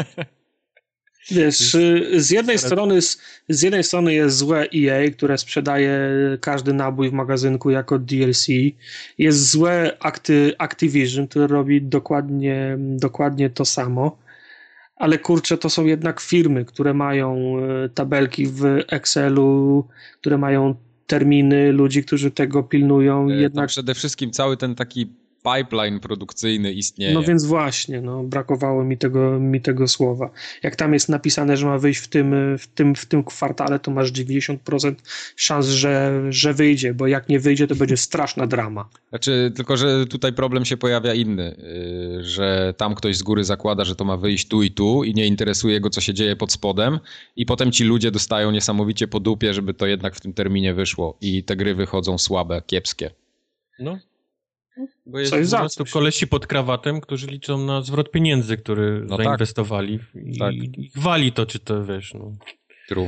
[SPEAKER 3] Wiesz, z jednej strony jest złe EA, które sprzedaje każdy nabój w magazynku jako DLC. Jest złe Activision, które robi dokładnie to samo. Ale kurczę, to są jednak firmy, które mają tabelki w Excelu, które mają terminy ludzi, którzy tego pilnują. Jednak
[SPEAKER 1] przede wszystkim cały ten taki pipeline produkcyjny istnieje.
[SPEAKER 3] No więc właśnie, no, brakowało mi tego słowa. Jak tam jest napisane, że ma wyjść w tym kwartale, to masz 90% szans, że wyjdzie, bo jak nie wyjdzie, to będzie straszna drama.
[SPEAKER 1] Znaczy, tylko że tutaj problem się pojawia inny, że tam ktoś z góry zakłada, że to ma wyjść tu i nie interesuje go, co się dzieje pod spodem i potem ci ludzie dostają niesamowicie po dupie, żeby to jednak w tym terminie wyszło i te gry wychodzą słabe, kiepskie.
[SPEAKER 2] No. Bo jest po prostu kolesi pod krawatem, którzy liczą na zwrot pieniędzy, które zainwestowali i wali to, czy to wiesz, no.
[SPEAKER 1] True.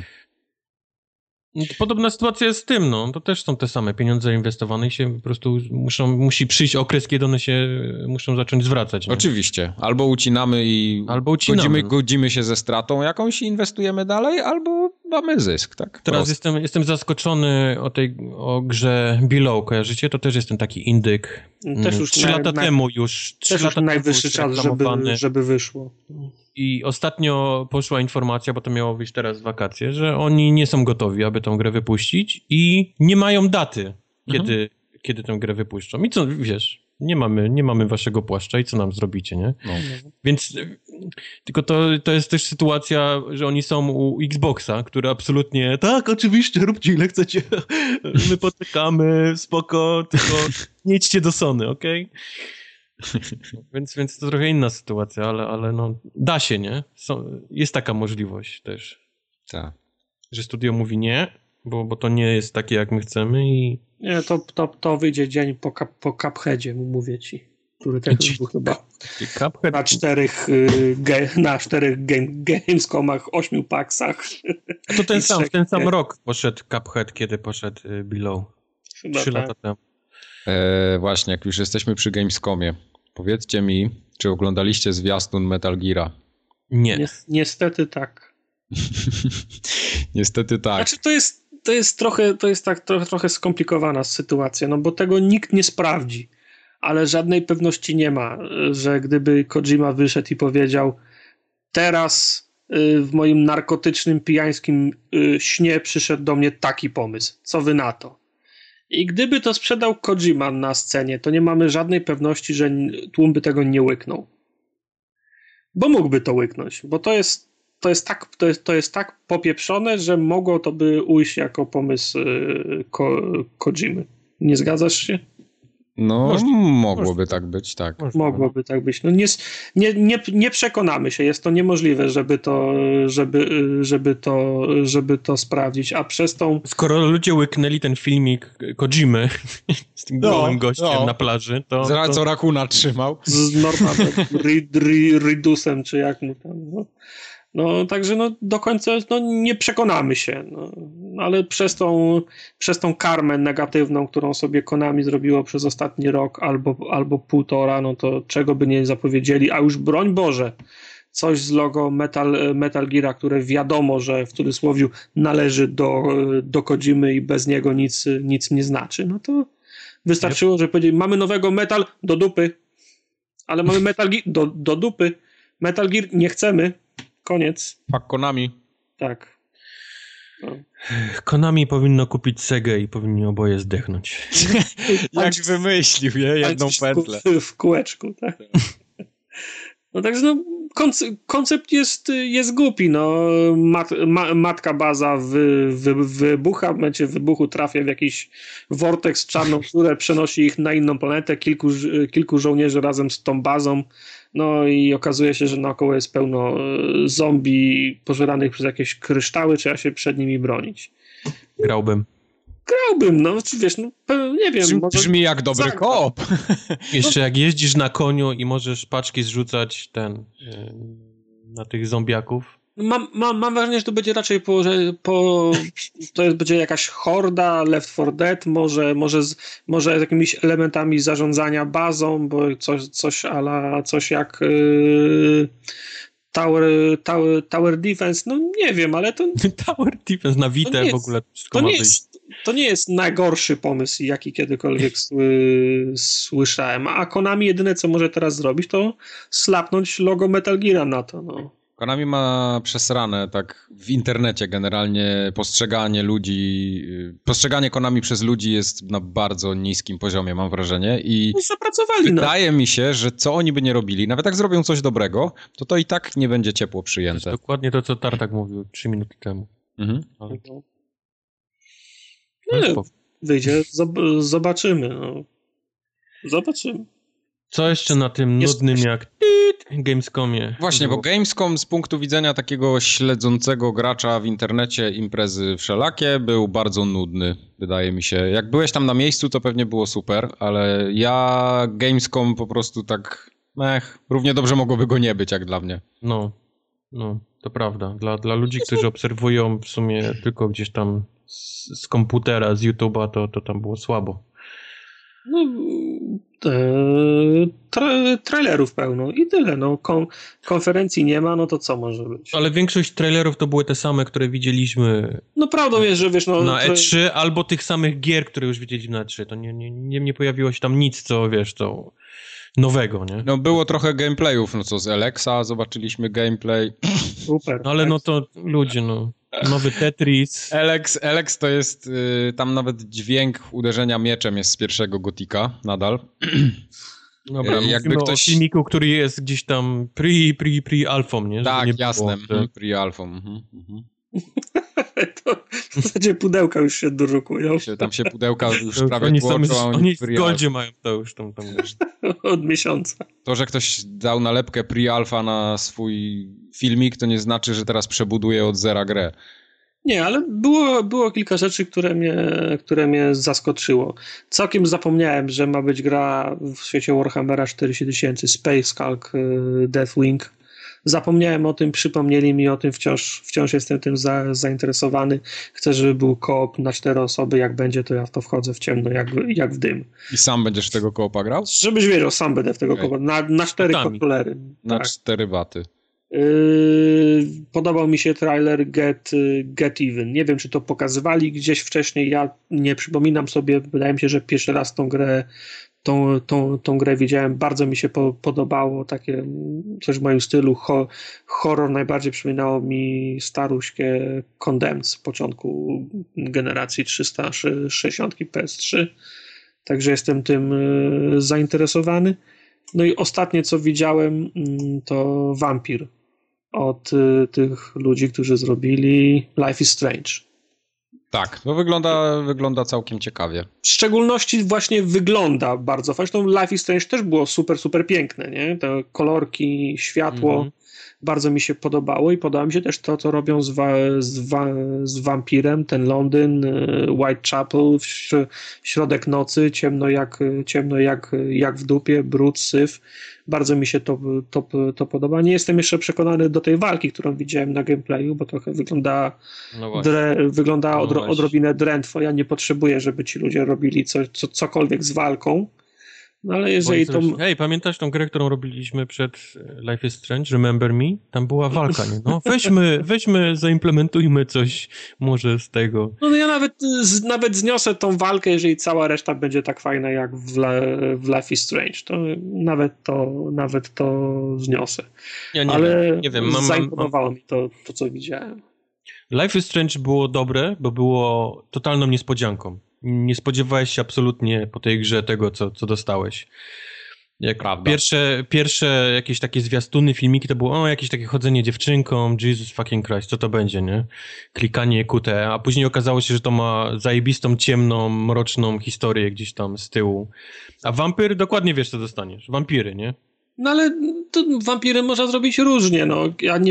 [SPEAKER 2] Podobna sytuacja jest z tym, no. To też są te same pieniądze inwestowane i się po prostu musi przyjść okres, kiedy one się muszą zacząć zwracać. Nie?
[SPEAKER 1] Oczywiście. Albo ucinamy i godzimy się ze stratą jakąś i inwestujemy dalej, albo mamy zysk, tak?
[SPEAKER 2] Teraz jestem zaskoczony o grze Below, kojarzycie? To też jest ten taki indyk.
[SPEAKER 3] Też już
[SPEAKER 2] 3 lata temu już.
[SPEAKER 3] Też już najwyższy czas, żeby wyszło.
[SPEAKER 2] I ostatnio poszła informacja, bo to miało wyjść teraz w wakacje, że oni nie są gotowi, aby tę grę wypuścić i nie mają daty, kiedy tę grę wypuszczą. I co, wiesz, nie mamy waszego płaszcza i co nam zrobicie, nie? No. Więc tylko to jest też sytuacja, że oni są u Xboxa, który absolutnie, tak, oczywiście, róbcie ile chcecie, my poczekamy, spoko, tylko nie idźcie do Sony, okej? Więc to trochę inna sytuacja, ale no, da się, nie? Jest taka możliwość też.
[SPEAKER 1] Tak.
[SPEAKER 2] Że studio mówi nie, bo to nie jest takie, jak my chcemy i...
[SPEAKER 3] Nie, to wyjdzie dzień po Cupheadzie, mówię ci, który też był chyba na 4 Gamescomach, 8 paksach.
[SPEAKER 2] To ten sam rok poszedł Cuphead, kiedy poszedł Below. 3 lata temu.
[SPEAKER 1] Właśnie, jak już jesteśmy przy Gamescomie, powiedzcie mi, czy oglądaliście zwiastun Metal Geara?
[SPEAKER 2] Nie.
[SPEAKER 3] Niestety tak.
[SPEAKER 1] Niestety tak.
[SPEAKER 3] Znaczy to jest trochę skomplikowana sytuacja, no bo tego nikt nie sprawdzi, ale żadnej pewności nie ma, że gdyby Kojima wyszedł i powiedział, teraz w moim narkotycznym, pijańskim śnie przyszedł do mnie taki pomysł, co wy na to? I gdyby to sprzedał Kojima na scenie, to nie mamy żadnej pewności, że tłum by tego nie łyknął. Bo mógłby to łyknąć, bo to jest tak popieprzone, że mogło to by ujść jako pomysł Kojimy. Nie zgadzasz się?
[SPEAKER 1] No, mogłoby tak być, tak.
[SPEAKER 3] Mogłoby tak być. No nie przekonamy się, jest to niemożliwe, żeby to sprawdzić, a przez tą...
[SPEAKER 2] Skoro ludzie łyknęli ten filmik Kojimy z tym gołym gościem na plaży, to...
[SPEAKER 1] Co Rakuna trzymał. Z
[SPEAKER 3] Normanem Ridusem, czy jak mu tam... No, także do końca nie przekonamy się, ale przez tą karmę negatywną, którą sobie Konami zrobiło przez ostatni rok albo półtora, no to czego by nie zapowiedzieli, a już broń Boże, coś z logo Metal Geara, które wiadomo, że w cudzysłowie należy do Kojimy i bez niego nic nie znaczy, no to wystarczyło, że powiedzieli, mamy nowego Metal do dupy, ale mamy Metal Gear do dupy, Metal Gear nie chcemy, koniec.
[SPEAKER 1] Fuck Konami.
[SPEAKER 3] Tak. No.
[SPEAKER 2] Konami powinno kupić Segę i powinni oboje zdechnąć.
[SPEAKER 1] Jak wymyślił, jedną pętlę.
[SPEAKER 3] W kółeczku, tak. No także no, koncept jest głupi, no. Matka baza wybucha, w momencie wybuchu trafia w jakiś vortex czarną, które przenosi ich na inną planetę, kilku żołnierzy razem z tą bazą, no i okazuje się, że naokoło jest pełno zombie pożeranych przez jakieś kryształy, trzeba się przed nimi bronić.
[SPEAKER 2] Grałbym,
[SPEAKER 3] no wiesz, no nie wiem.
[SPEAKER 1] Brzmi jak dobry koop.
[SPEAKER 2] Jeszcze jak jeździsz na koniu i możesz paczki zrzucać na tych zombiaków.
[SPEAKER 3] Mam wrażenie, że to będzie raczej będzie jakaś horda, Left 4 Dead, może z jakimiś elementami zarządzania bazą, bo coś jak Tower Defense, no nie wiem, ale to...
[SPEAKER 2] Tower Defense na Vita w ogóle wszystko ma wyjść.
[SPEAKER 3] To nie jest najgorszy pomysł, jaki kiedykolwiek słyszałem, a Konami jedyne, co może teraz zrobić, to slapnąć logo Metal Geara na to, no.
[SPEAKER 1] Konami ma przesrane tak w internecie generalnie postrzeganie Konami przez ludzi jest na bardzo niskim poziomie, mam wrażenie, i wydaje mi się, że co oni by nie robili, nawet jak zrobią coś dobrego, to i tak nie będzie ciepło przyjęte.
[SPEAKER 2] To jest dokładnie to, co Tartak mówił 3 minuty temu.
[SPEAKER 1] Mhm.
[SPEAKER 2] Ale...
[SPEAKER 3] Wyjdzie, zobaczymy. No. Zobaczymy.
[SPEAKER 2] Co jeszcze na tym nudnym jak Gamescomie?
[SPEAKER 1] Właśnie, bo Gamescom z punktu widzenia takiego śledzącego gracza w internecie imprezy wszelakie był bardzo nudny, wydaje mi się. Jak byłeś tam na miejscu, to pewnie było super, ale ja Gamescom po prostu tak, równie dobrze mogłoby go nie być, jak dla mnie.
[SPEAKER 2] No, to prawda. Dla ludzi, którzy obserwują w sumie tylko gdzieś tam z komputera, z YouTube'a, to tam było słabo.
[SPEAKER 3] No, trailerów pełno i tyle. No, konferencji nie ma, no to co może być?
[SPEAKER 2] Ale większość trailerów to były te same, które widzieliśmy.
[SPEAKER 3] No prawdą jest, że wiesz, no...
[SPEAKER 2] Na E3 albo tych samych gier, które już widzieliśmy na E3. To nie pojawiło się tam nic, co wiesz, to nowego, nie?
[SPEAKER 1] No było trochę gameplayów, no co z Alexa zobaczyliśmy gameplay.
[SPEAKER 3] Super.
[SPEAKER 2] No, ale no to ludzie, no. Nowy Tetris.
[SPEAKER 1] Alex to jest, tam nawet dźwięk uderzenia mieczem jest z pierwszego Gotika, nadal.
[SPEAKER 2] Dobra, jakby ktoś... o filmiku, który jest gdzieś tam pre-alfą, nie? Żeby
[SPEAKER 1] tak,
[SPEAKER 2] nie
[SPEAKER 1] jasne, pre-alfą.
[SPEAKER 3] To w zasadzie pudełka już się dorukują.
[SPEAKER 1] Tam się pudełka już prawie tłoczą.
[SPEAKER 2] Oni w Goldzie mają to już tam.
[SPEAKER 3] Od miesiąca.
[SPEAKER 1] To, że ktoś dał nalepkę pre-alpha na swój filmik, to nie znaczy, że teraz przebuduje od zera grę.
[SPEAKER 3] Nie, ale było kilka rzeczy, które mnie zaskoczyło. Całkiem zapomniałem, że ma być gra w świecie Warhammera 4000 Space Hulk Deathwing. Zapomniałem o tym, przypomnieli mi o tym, wciąż jestem tym zainteresowany. Chcę, żeby był koop na 4 osoby. Jak będzie, to ja w to wchodzę w ciemno, jak w dym.
[SPEAKER 1] I sam będziesz tego koopa grał?
[SPEAKER 3] Żebyś wiedział, sam będę w tego koopa. Na 4 kontrolery.
[SPEAKER 1] Na 4 baty.
[SPEAKER 3] Podobał mi się trailer Get Even. Nie wiem, czy to pokazywali gdzieś wcześniej. Ja nie przypominam sobie. Wydaje mi się, że pierwszy raz tą grę widziałem. Bardzo mi się podobało. Takie coś w moim stylu. Horror najbardziej przypominało mi staruśkę Condemned z początku generacji 360 PS3. Także jestem tym zainteresowany. No i ostatnie, co widziałem, to Vampir od tych ludzi, którzy zrobili Life is Strange.
[SPEAKER 1] Tak, to wygląda całkiem ciekawie.
[SPEAKER 3] W szczególności właśnie wygląda bardzo fajnie. Zresztą Life is Strange też było super, super piękne, nie? Te kolorki, światło, bardzo mi się podobało i podoba mi się też to, co robią z Wampirem, ten Londyn, Whitechapel, środek nocy, ciemno jak w dupie, brud, syf. Bardzo mi się to podoba. Nie jestem jeszcze przekonany do tej walki, którą widziałem na gameplayu, bo trochę wygląda odrobinę drętwo. Ja nie potrzebuję, żeby ci ludzie robili cokolwiek z walką, No ale jeżeli to...
[SPEAKER 2] Hej, pamiętasz tą grę, którą robiliśmy przed Life is Strange, Remember Me? Tam była walka, nie? No weźmy, zaimplementujmy coś może z tego.
[SPEAKER 3] No ja nawet zniosę tą walkę, jeżeli cała reszta będzie tak fajna jak w Life is Strange. To nawet to zniosę.
[SPEAKER 2] Ja nie wiem.
[SPEAKER 3] Zaimponowało mi to, co widziałem.
[SPEAKER 2] Life is Strange było dobre, bo było totalną niespodzianką. Nie spodziewałeś się absolutnie po tej grze tego, co dostałeś. Jak pierwsze jakieś takie zwiastuny, filmiki, to było jakieś takie chodzenie dziewczynką, Jesus fucking Christ, co to będzie, nie? Klikanie QTE, a później okazało się, że to ma zajebistą, ciemną, mroczną historię gdzieś tam z tyłu. A wampir, dokładnie wiesz, co dostaniesz. Wampiry, nie?
[SPEAKER 3] No ale to wampiry można zrobić różnie, no.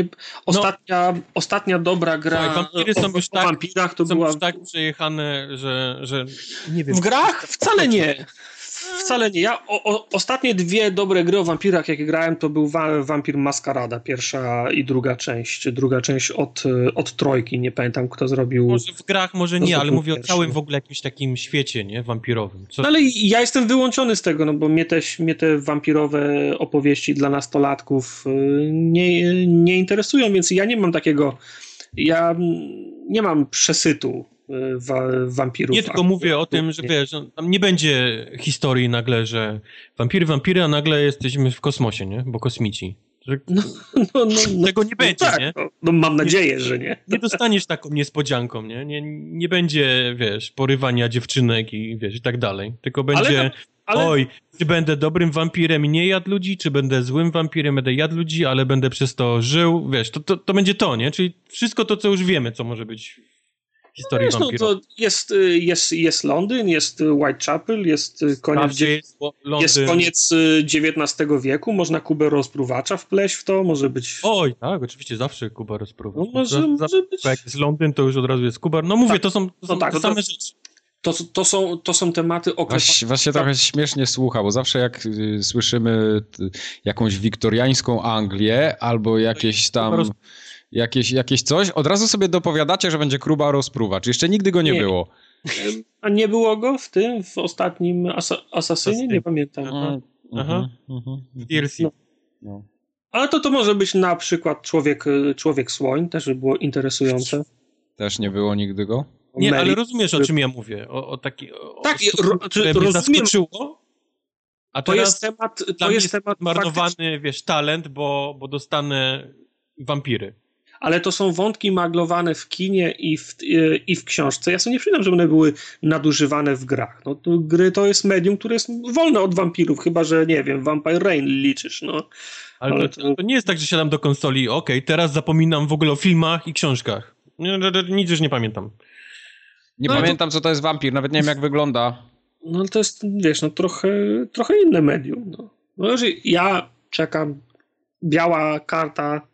[SPEAKER 3] Ostatnia dobra gra
[SPEAKER 2] wampiry są już
[SPEAKER 3] o wampirach to była...
[SPEAKER 2] już tak przejechane, że nie wiem.
[SPEAKER 3] W grach? Wcale nie. Wcale nie. Ja ostatnie 2 dobre gry o wampirach, jakie grałem, to był Wampir Maskarada, pierwsza i druga część. Druga część od Trójki, nie pamiętam kto zrobił.
[SPEAKER 2] Może w grach, może nie, ale mówię o całym w ogóle jakimś takim świecie, nie? Wampirowym.
[SPEAKER 3] No ale ja jestem wyłączony z tego, no bo mnie te wampirowe opowieści dla nastolatków nie interesują, więc ja nie mam takiego, ja nie mam przesytu wampirów.
[SPEAKER 2] Nie, tylko mówię o tym, że wiesz, tam nie będzie historii nagle, że wampiry, a nagle jesteśmy w kosmosie, nie? Bo kosmici. Tego nie będzie,
[SPEAKER 3] tak,
[SPEAKER 2] nie?
[SPEAKER 3] No mam nadzieję, że nie.
[SPEAKER 2] Nie dostaniesz taką niespodzianką, nie? Nie będzie, wiesz, porywania dziewczynek i wiesz, i tak dalej. Tylko będzie, oj, czy będę dobrym wampirem i nie jadł ludzi, czy będę złym wampirem, będę jadł ludzi, ale będę przez to żył, wiesz, to będzie to, nie? Czyli wszystko to, co już wiemy, co może być historii wampirów.
[SPEAKER 3] To jest Londyn, jest Whitechapel, jest koniec XIX wieku, można Kubę Rozpruwacza wpleść w to, może być...
[SPEAKER 2] Oj, tak, oczywiście zawsze Kuba Rozpruwacz.
[SPEAKER 3] No, może być...
[SPEAKER 2] Jak jest Londyn, to już od razu jest Kuba. No mówię, tak, to są te same rzeczy.
[SPEAKER 3] To są tematy określone.
[SPEAKER 1] Właśnie trochę śmiesznie słucha, bo zawsze jak słyszymy jakąś wiktoriańską Anglię albo jakieś tam... Jakieś coś, od razu sobie dopowiadacie, że będzie Kuba Rozpruwacz. Jeszcze nigdy go nie było.
[SPEAKER 3] A nie było go w ostatnim Asasynie? Nie pamiętam.
[SPEAKER 2] W DLC.
[SPEAKER 1] No.
[SPEAKER 3] Ale to może być na przykład Człowiek Słoń, też by było interesujące.
[SPEAKER 1] Też nie było nigdy go?
[SPEAKER 2] Nie, ale rozumiesz, o czym ja mówię.
[SPEAKER 3] Tak,
[SPEAKER 2] rozumiem. A
[SPEAKER 3] to jest temat...
[SPEAKER 2] To jest temat marnowany, wiesz, talent, bo dostanę wampiry.
[SPEAKER 3] Ale to są wątki maglowane w kinie i w książce. Ja sobie nie przyznam, że one były nadużywane w grach. No, gry to jest medium, które jest wolne od wampirów, chyba że, nie wiem, Vampire Rain liczysz, no.
[SPEAKER 2] Ale to nie jest tak, że siadam do konsoli, teraz zapominam w ogóle o filmach i książkach. Nic już nie pamiętam.
[SPEAKER 1] Nie pamiętam, co to jest wampir, nawet nie wiem, jak wygląda.
[SPEAKER 3] No to jest, wiesz, trochę inne medium. No, ja czekam, biała karta,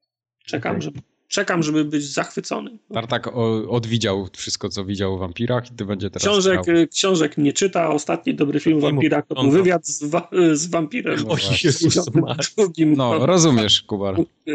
[SPEAKER 3] czekam, żeby być zachwycony.
[SPEAKER 1] Tartak odwidział wszystko, co widział o wampirach i ty będzie teraz
[SPEAKER 3] Książek nie czyta. Ostatni dobry film o wampirach to był wywiad z wampirem.
[SPEAKER 2] O Jezus,
[SPEAKER 1] no, rozumiesz, Kubar.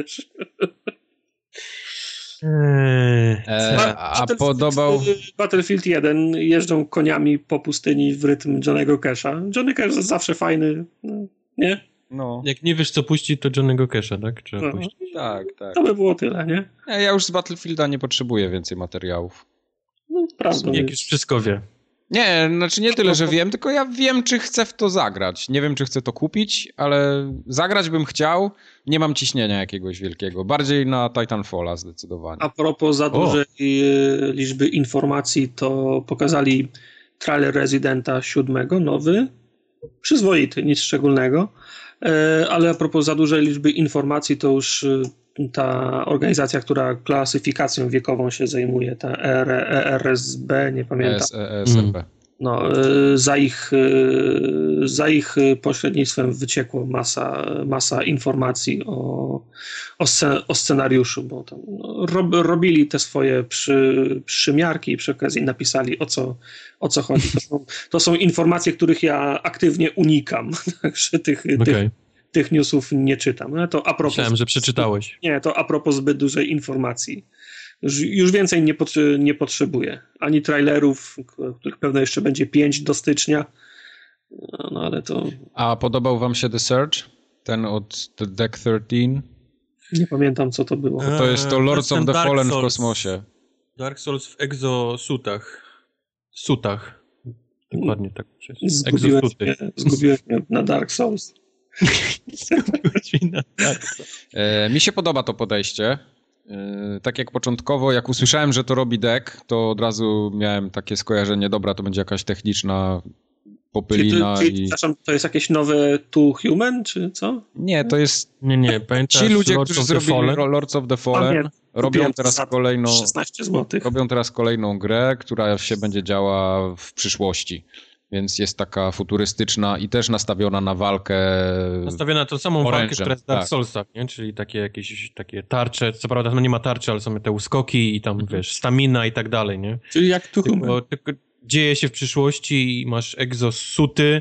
[SPEAKER 3] Battlefield 1 jeżdżą koniami po pustyni w rytm Johnny'ego Cash'a. Johnny Cash jest zawsze fajny, nie?
[SPEAKER 1] No.
[SPEAKER 2] Jak nie wiesz, co puścić, to Johnny'ego Cash'a, tak? Trzeba puścić.
[SPEAKER 1] Tak.
[SPEAKER 3] To by było tyle, nie?
[SPEAKER 1] Ja już z Battlefielda nie potrzebuję więcej materiałów.
[SPEAKER 3] No, prawda.
[SPEAKER 2] Jak już wszystko wie.
[SPEAKER 1] Nie, znaczy nie tyle, że wiem, tylko ja wiem, czy chcę w to zagrać. Nie wiem, czy chcę to kupić, ale zagrać bym chciał. Nie mam ciśnienia jakiegoś wielkiego. Bardziej na Titanfalla zdecydowanie.
[SPEAKER 3] A propos za dużej liczby informacji, to pokazali trailer Residenta 7, nowy. Przyzwoity, nic szczególnego. Ale a propos za dużej liczby informacji, to już ta organizacja, która klasyfikacją wiekową się zajmuje, ta ERSB, nie pamiętam.
[SPEAKER 1] SRB.
[SPEAKER 3] No, za ich pośrednictwem wyciekło masa informacji o scenariuszu, bo tam robili te swoje przymiarki i przy okazji napisali o co chodzi. To są informacje, których ja aktywnie unikam, także tych newsów nie czytam. No, to a propos,
[SPEAKER 2] myślałem, że przeczytałeś.
[SPEAKER 3] Nie, to a propos zbyt dużej informacji. Już więcej nie potrzebuję. Ani trailerów, których pewno jeszcze będzie 5 do stycznia, No ale to...
[SPEAKER 1] A podobał wam się The Surge? Ten od The Deck 13?
[SPEAKER 3] Nie pamiętam, co to było.
[SPEAKER 1] To jest to Lords of the Fallen w kosmosie.
[SPEAKER 2] Dark Souls w exosutach. Sutach. Dokładnie tak.
[SPEAKER 3] Zgubiłem mnie na Dark Souls.
[SPEAKER 1] Mi się podoba to podejście. Tak jak początkowo, jak usłyszałem, że to robi Deck, to od razu miałem takie skojarzenie, dobra, to będzie jakaś techniczna popylina.
[SPEAKER 3] Przepraszam, to jest jakieś nowe Two Human, czy co?
[SPEAKER 1] Nie, to jest...
[SPEAKER 2] Nie, pamiętasz
[SPEAKER 1] Ci ludzie, którzy zrobili Lords of the Fallen, robią teraz kolejną...
[SPEAKER 3] 16 zł.
[SPEAKER 1] Robią teraz kolejną grę, która się będzie działa w przyszłości. Więc jest taka futurystyczna i też nastawiona na walkę.
[SPEAKER 2] Nastawiona na tą samą walkę, która jest w Dark Soulsach, nie? Czyli takie jakieś takie tarcze. Co prawda no nie ma tarczy, ale są te uskoki i tam, wiesz, stamina i tak dalej, nie?
[SPEAKER 3] Czyli jak tu
[SPEAKER 2] tylko dzieje się w przyszłości i masz exosuty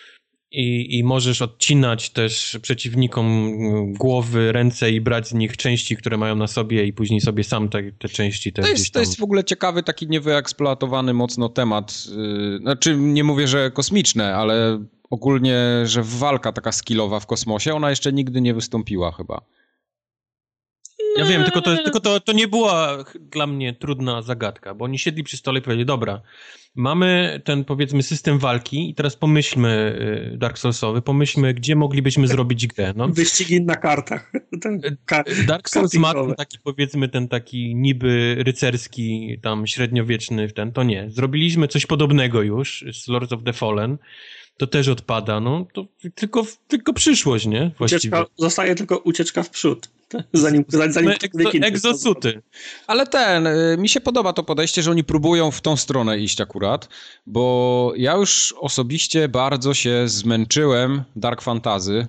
[SPEAKER 2] i możesz odcinać też przeciwnikom głowy, ręce i brać z nich części, które mają na sobie i później sobie sam te części też gdzieś tam...
[SPEAKER 1] To jest w ogóle ciekawy, taki niewyeksploatowany mocno temat. Znaczy, nie mówię, że kosmiczne, ale ogólnie, że walka taka skillowa w kosmosie, ona jeszcze nigdy nie wystąpiła chyba.
[SPEAKER 2] Ja wiem, tylko to nie była dla mnie trudna zagadka, bo oni siedli przy stole i powiedzieli, dobra, mamy ten, powiedzmy, system walki i teraz pomyślmy, Dark Soulsowy, pomyślmy, gdzie moglibyśmy zrobić grę. No.
[SPEAKER 3] Wyścigi na kartach.
[SPEAKER 2] Dark Souls ma taki, powiedzmy, ten taki niby rycerski, tam średniowieczny, to nie. Zrobiliśmy coś podobnego już z Lords of the Fallen. To też odpada, no to tylko przyszłość, nie? Właściwie.
[SPEAKER 3] Zostaje tylko ucieczka w przód. Zanim
[SPEAKER 2] egzosuty.
[SPEAKER 1] Ale mi się podoba to podejście, że oni próbują w tą stronę iść akurat, bo ja już osobiście bardzo się zmęczyłem Dark Fantasy,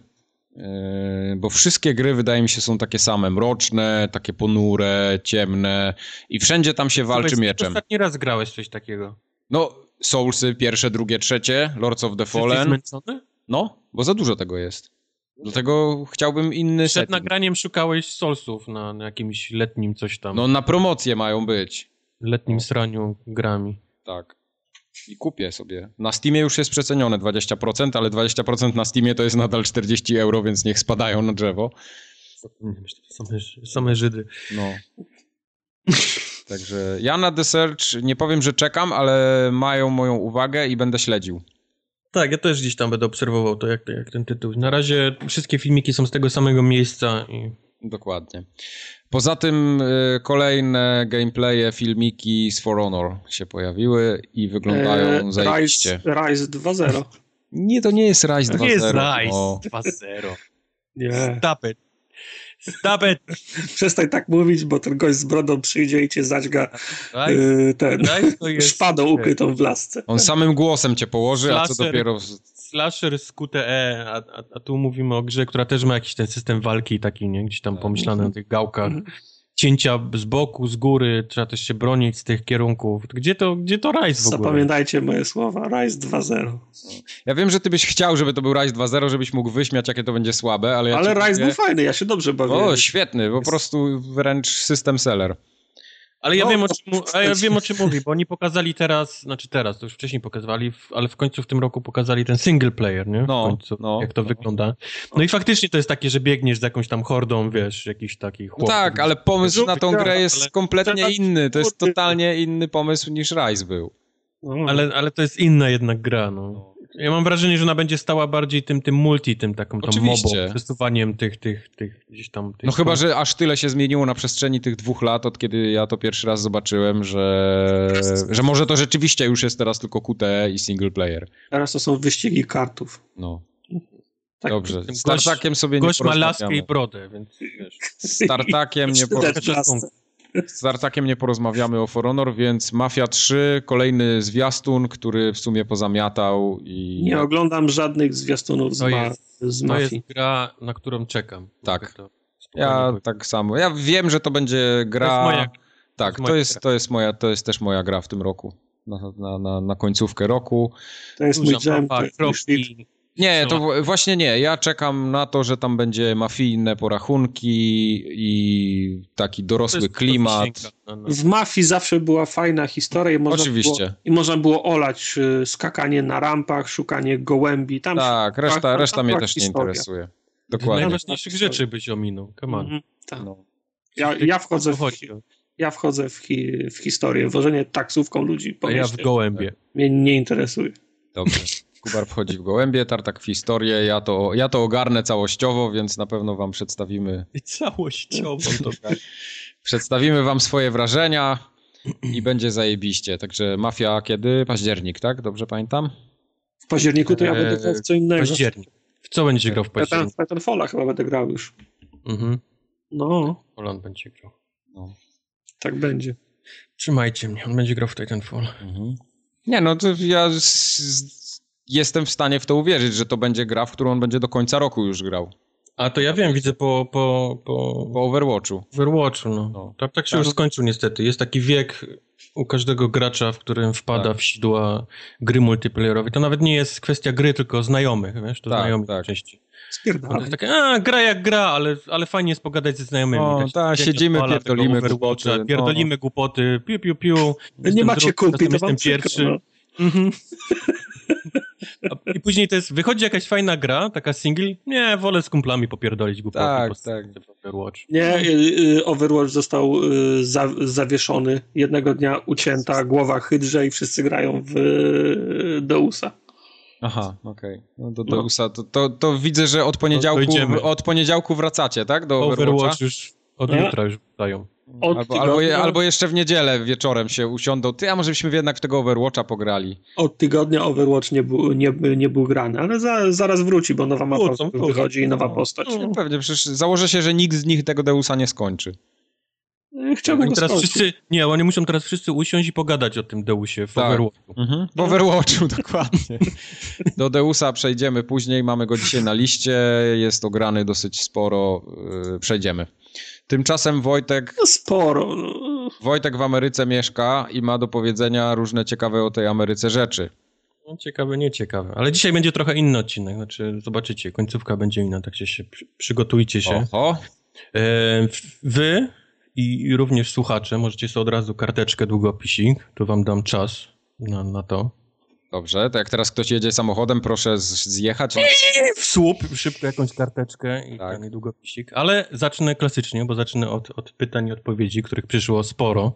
[SPEAKER 1] bo wszystkie gry wydaje mi się są takie same, mroczne, takie ponure, ciemne i wszędzie tam się walczy mieczem.
[SPEAKER 2] Ostatni raz grałeś coś takiego?
[SPEAKER 1] No, Soulsy, pierwsze, drugie, trzecie, Lords of the Fallen.
[SPEAKER 2] Jesteś zmęczony?
[SPEAKER 1] No, bo za dużo tego jest. Do tego chciałbym inny setting.
[SPEAKER 2] Przed nagraniem szukałeś Soulsów na jakimś letnim coś tam.
[SPEAKER 1] No na promocję mają być.
[SPEAKER 2] Letnim sraniu grami.
[SPEAKER 1] Tak. I kupię sobie. Na Steamie już jest przecenione 20%, ale 20% na Steamie to jest nadal 40 €, więc niech spadają na drzewo.
[SPEAKER 2] Same Żydy.
[SPEAKER 1] No. Także ja na The Search nie powiem, że czekam, ale mają moją uwagę i będę śledził.
[SPEAKER 2] Tak, ja też gdzieś tam będę obserwował to, jak ten tytuł. Na razie wszystkie filmiki są z tego samego miejsca.
[SPEAKER 1] Dokładnie. Poza tym kolejne gameplaye, filmiki z For Honor się pojawiły i wyglądają zajebiście.
[SPEAKER 3] Rise 2.0.
[SPEAKER 1] Nie, to nie jest Rise 2.0.
[SPEAKER 2] To nie jest Rise 2.0.
[SPEAKER 3] Nie.
[SPEAKER 2] Stop it!
[SPEAKER 3] Przestań tak mówić, bo ten gość z brodą przyjdzie i cię zaćga szpadą ukrytą w lasce.
[SPEAKER 1] On samym głosem cię położy, a co dopiero...
[SPEAKER 2] Slasher z QTE, a tu mówimy o grze, która też ma jakiś ten system walki taki, nie? Gdzieś tam pomyślany na tych gałkach. Cięcia z boku, z góry, trzeba też się bronić z tych kierunków. Gdzie to Rise w ogóle?
[SPEAKER 3] Zapamiętajcie moje słowa, Rise 2.0.
[SPEAKER 1] Ja wiem, że ty byś chciał, żeby to był Rise 2.0, żebyś mógł wyśmiać, jakie to będzie słabe, ale
[SPEAKER 3] Rise był fajny, ja się dobrze bawię.
[SPEAKER 1] O, świetny, po prostu wręcz system seller.
[SPEAKER 2] Ale ja wiem o czym mówi, bo oni pokazali teraz, to już wcześniej pokazywali, ale w końcu w tym roku pokazali ten single player, nie? Jak to wygląda. No i faktycznie to jest takie, że biegniesz z jakąś tam hordą, wiesz, jakiś taki chłop.
[SPEAKER 1] No tak, ale pomysł na tą grę jest kompletnie inny. To jest totalnie inny pomysł niż Rise był.
[SPEAKER 2] Ale to jest inna jednak gra, no. Ja mam wrażenie, że ona będzie stała bardziej tym multi, tą mobą, przesuwaniem tych gdzieś tam...
[SPEAKER 1] No chyba, że aż tyle się zmieniło na przestrzeni tych 2 lat, od kiedy ja to pierwszy raz zobaczyłem, że może to rzeczywiście już jest teraz tylko QTE i single player.
[SPEAKER 3] Teraz to są wyścigi kartów.
[SPEAKER 1] No.
[SPEAKER 3] Tak,
[SPEAKER 1] dobrze. Z Tartakiem sobie nie
[SPEAKER 2] porozmawiamy. Gość ma laskę i brodę, więc wiesz.
[SPEAKER 1] Z Tartakiem nie porozmawiamy. Z Tartakiem nie porozmawiamy o For Honor, więc Mafia 3, kolejny zwiastun, który w sumie pozamiatał i...
[SPEAKER 3] Nie oglądam żadnych zwiastunów z Mafii.
[SPEAKER 2] To jest gra, na którą czekam.
[SPEAKER 1] Tak. Ja tak samo. Ja wiem, że to będzie gra... To jest też moja gra w tym roku. Na końcówkę roku.
[SPEAKER 3] To jest mój jam.
[SPEAKER 1] Nie, to właśnie nie. Ja czekam na to, że tam będzie mafijne porachunki i taki dorosły klimat.
[SPEAKER 3] W Mafii zawsze była fajna historia.
[SPEAKER 1] Oczywiście.
[SPEAKER 3] I można było olać skakanie na rampach, szukanie gołębi. Tam
[SPEAKER 1] tak, reszta mnie też nie interesuje. Dokładnie.
[SPEAKER 2] Najważniejszych rzeczy byś ominął. Come on.
[SPEAKER 3] Tak. No. Ja wchodzę w historię. Wożenie taksówką ludzi po
[SPEAKER 2] ja w gołębie.
[SPEAKER 3] Mnie nie interesuje.
[SPEAKER 1] Dobrze. Kubar wchodzi w gołębie, Tartak w historię. Ja to ogarnę całościowo, więc na pewno wam przedstawimy...
[SPEAKER 2] Całościowo to tak.
[SPEAKER 1] Przedstawimy wam swoje wrażenia i będzie zajebiście. Także Mafia kiedy? Październik, tak? Dobrze pamiętam?
[SPEAKER 3] W październiku to ja będę grał w co innego.
[SPEAKER 2] Październik. W co będzie grał w październiku?
[SPEAKER 3] W Titanfalla chyba będę grał już. No.
[SPEAKER 2] Holland będzie grał.
[SPEAKER 1] No.
[SPEAKER 3] Tak będzie.
[SPEAKER 2] Trzymajcie mnie, on będzie grał w Titanfall.
[SPEAKER 1] Nie, no to ja jestem w stanie w to uwierzyć, że to będzie gra, w którą on będzie do końca roku już grał.
[SPEAKER 2] A to ja wiem, widzę po
[SPEAKER 1] Overwatchu.
[SPEAKER 2] No. Tak się już skończył niestety. Jest taki wiek u każdego gracza, w którym wpada w sidła gry multiplayerowej. To nawet nie jest kwestia gry, tylko znajomych, wiesz? To znajomych części. To jest takie, gra jak gra, ale fajnie jest pogadać ze znajomymi.
[SPEAKER 1] Siedzimy, pierdolimy
[SPEAKER 2] głupoty. Pierdolimy głupoty, piu.
[SPEAKER 3] Nie macie kulty, to wam
[SPEAKER 2] pierwszy. I później wychodzi jakaś fajna gra, taka single, nie, wolę z kumplami popierdolić głupoty.
[SPEAKER 1] Tak.
[SPEAKER 3] Overwatch. Nie, Overwatch został zawieszony, jednego dnia ucięta głowa Hydrze i wszyscy grają w Deusa.
[SPEAKER 1] Aha, okej. No do Deusa, to widzę, że od poniedziałku wracacie, tak? Do
[SPEAKER 2] Overwatch już od jutra już dają.
[SPEAKER 1] Albo jeszcze w niedzielę wieczorem się usiądą. A może byśmy jednak w tego Overwatcha pograli.
[SPEAKER 3] Od tygodnia Overwatch nie był grany, ale zaraz wróci, bo nowa mapa wychodzi i nowa postać.
[SPEAKER 1] No, pewnie, przecież założę się, że nikt z nich tego Deusa nie skończy.
[SPEAKER 3] Chciałbym go skończyć.
[SPEAKER 2] Oni muszą teraz wszyscy usiąść i pogadać o tym Deusie w Overwatchu.
[SPEAKER 1] W Overwatchu, dokładnie. Do Deusa przejdziemy później, mamy go dzisiaj na liście, jest ograny dosyć sporo, przejdziemy. Tymczasem Wojtek...
[SPEAKER 3] sporo.
[SPEAKER 1] Wojtek w Ameryce mieszka i ma do powiedzenia różne ciekawe o tej Ameryce rzeczy.
[SPEAKER 2] No, ciekawe, nieciekawe. Ale dzisiaj będzie trochę inny odcinek. Znaczy, zobaczycie, końcówka będzie inna, tak się przygotujcie się.
[SPEAKER 1] Oho.
[SPEAKER 2] Wy i również słuchacze możecie sobie od razu karteczkę, długopisik. Tu wam dam czas na to.
[SPEAKER 1] Dobrze, to jak teraz ktoś jedzie samochodem, proszę zjechać.
[SPEAKER 2] W słup, szybko jakąś karteczkę i długopisik. Ale zacznę klasycznie, bo zacznę od pytań i odpowiedzi, których przyszło sporo.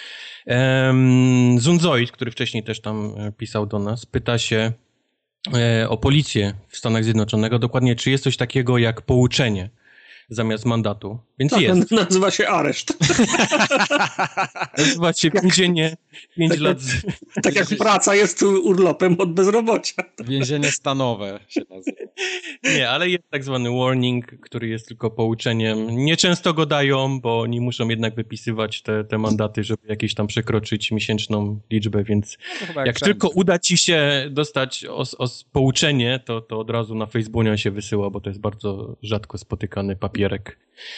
[SPEAKER 2] Zunzoid, który wcześniej też tam pisał do nas, pyta się o policję w Stanach Zjednoczonych. Dokładnie, czy jest coś takiego jak pouczenie zamiast mandatu. Więc jest.
[SPEAKER 3] Nazywa się areszt.
[SPEAKER 2] Nazywa się więzienie 5 lat.
[SPEAKER 3] Tak jak praca jest urlopem od bezrobocia.
[SPEAKER 1] Więzienie stanowe się nazywa.
[SPEAKER 2] Nie, ale jest tak zwany warning, który jest tylko pouczeniem. Nieczęsto go dają, bo oni muszą jednak wypisywać te mandaty, żeby jakieś tam przekroczyć miesięczną liczbę, więc jak tylko uda ci się dostać pouczenie, to od razu na Facebooku się wysyła, bo to jest bardzo rzadko spotykany papierek.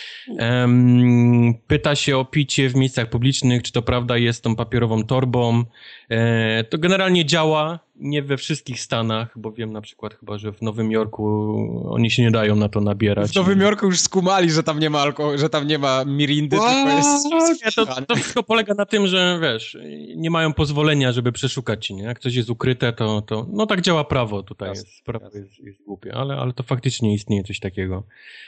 [SPEAKER 2] Pyta się o picie w miejscach publicznych, czy to prawda jest tą papierową torbą. To generalnie działa, nie we wszystkich Stanach, bo wiem na przykład chyba, że w Nowym Jorku oni się nie dają na to nabierać.
[SPEAKER 1] W Nowym Jorku już skumali, że tam nie ma że tam nie ma mirindy, tylko jest...
[SPEAKER 2] To wszystko polega na tym, że wiesz, nie mają pozwolenia, żeby przeszukać ci, nie? Jak coś jest ukryte, to no tak działa prawo tutaj. Prawo jest głupie, ale to faktycznie istnieje coś takiego.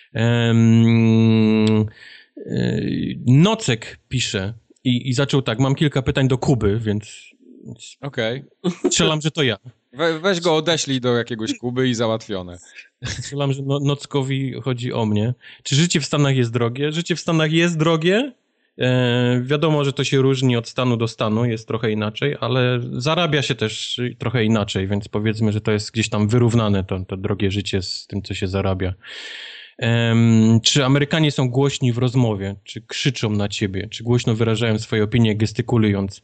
[SPEAKER 2] Nocek pisze i zaczął tak, mam kilka pytań do Kuby, więc strzelam, że to ja.
[SPEAKER 1] Weź go odeślij do jakiegoś Kuby i załatwione.
[SPEAKER 2] Strzelam, że Nockowi chodzi o mnie. Czy życie w Stanach jest drogie? Życie w Stanach jest drogie. Wiadomo, że to się różni od stanu do stanu, jest trochę inaczej, ale zarabia się też trochę inaczej, więc powiedzmy, że to jest gdzieś tam wyrównane to drogie życie z tym, co się zarabia. Czy Amerykanie są głośni w rozmowie? Czy krzyczą na ciebie? Czy głośno wyrażają swoje opinie, gestykulując?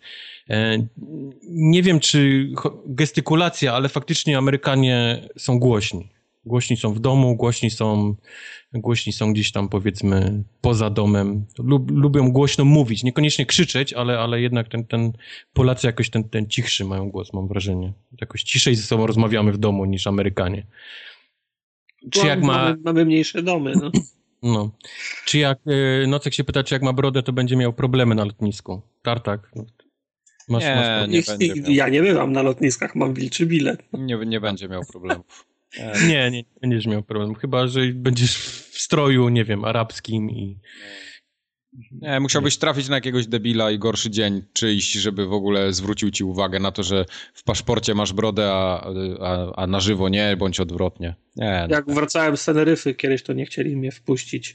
[SPEAKER 2] Nie wiem, czy gestykulacja, ale faktycznie Amerykanie są głośni. Głośni są w domu, głośni są gdzieś tam, powiedzmy, poza domem. Lubią głośno mówić, niekoniecznie krzyczeć, ale jednak ten Polacy jakoś ten cichszy mają głos, mam wrażenie. Jakoś ciszej ze sobą rozmawiamy w domu niż Amerykanie.
[SPEAKER 3] Czy jak mamy mniejsze domy, no.
[SPEAKER 2] No. Czy jak Nocek się pyta, czy jak ma brodę, to będzie miał problemy na lotnisku. Tartak.
[SPEAKER 1] Masz nie będzie miał.
[SPEAKER 3] Ja nie bywam na lotniskach, mam wilczy bilet.
[SPEAKER 1] Nie będzie miał problemów.
[SPEAKER 2] Nie będziesz miał problem. Chyba, że będziesz w stroju, nie wiem, arabskim i...
[SPEAKER 1] Nie, musiałbyś trafić na jakiegoś debila i gorszy dzień czyjś, żeby w ogóle zwrócił ci uwagę na to, że w paszporcie masz brodę, a na żywo nie, bądź odwrotnie. Nie,
[SPEAKER 3] Jak wracałem z Teneryfy kiedyś, to nie chcieli mnie wpuścić.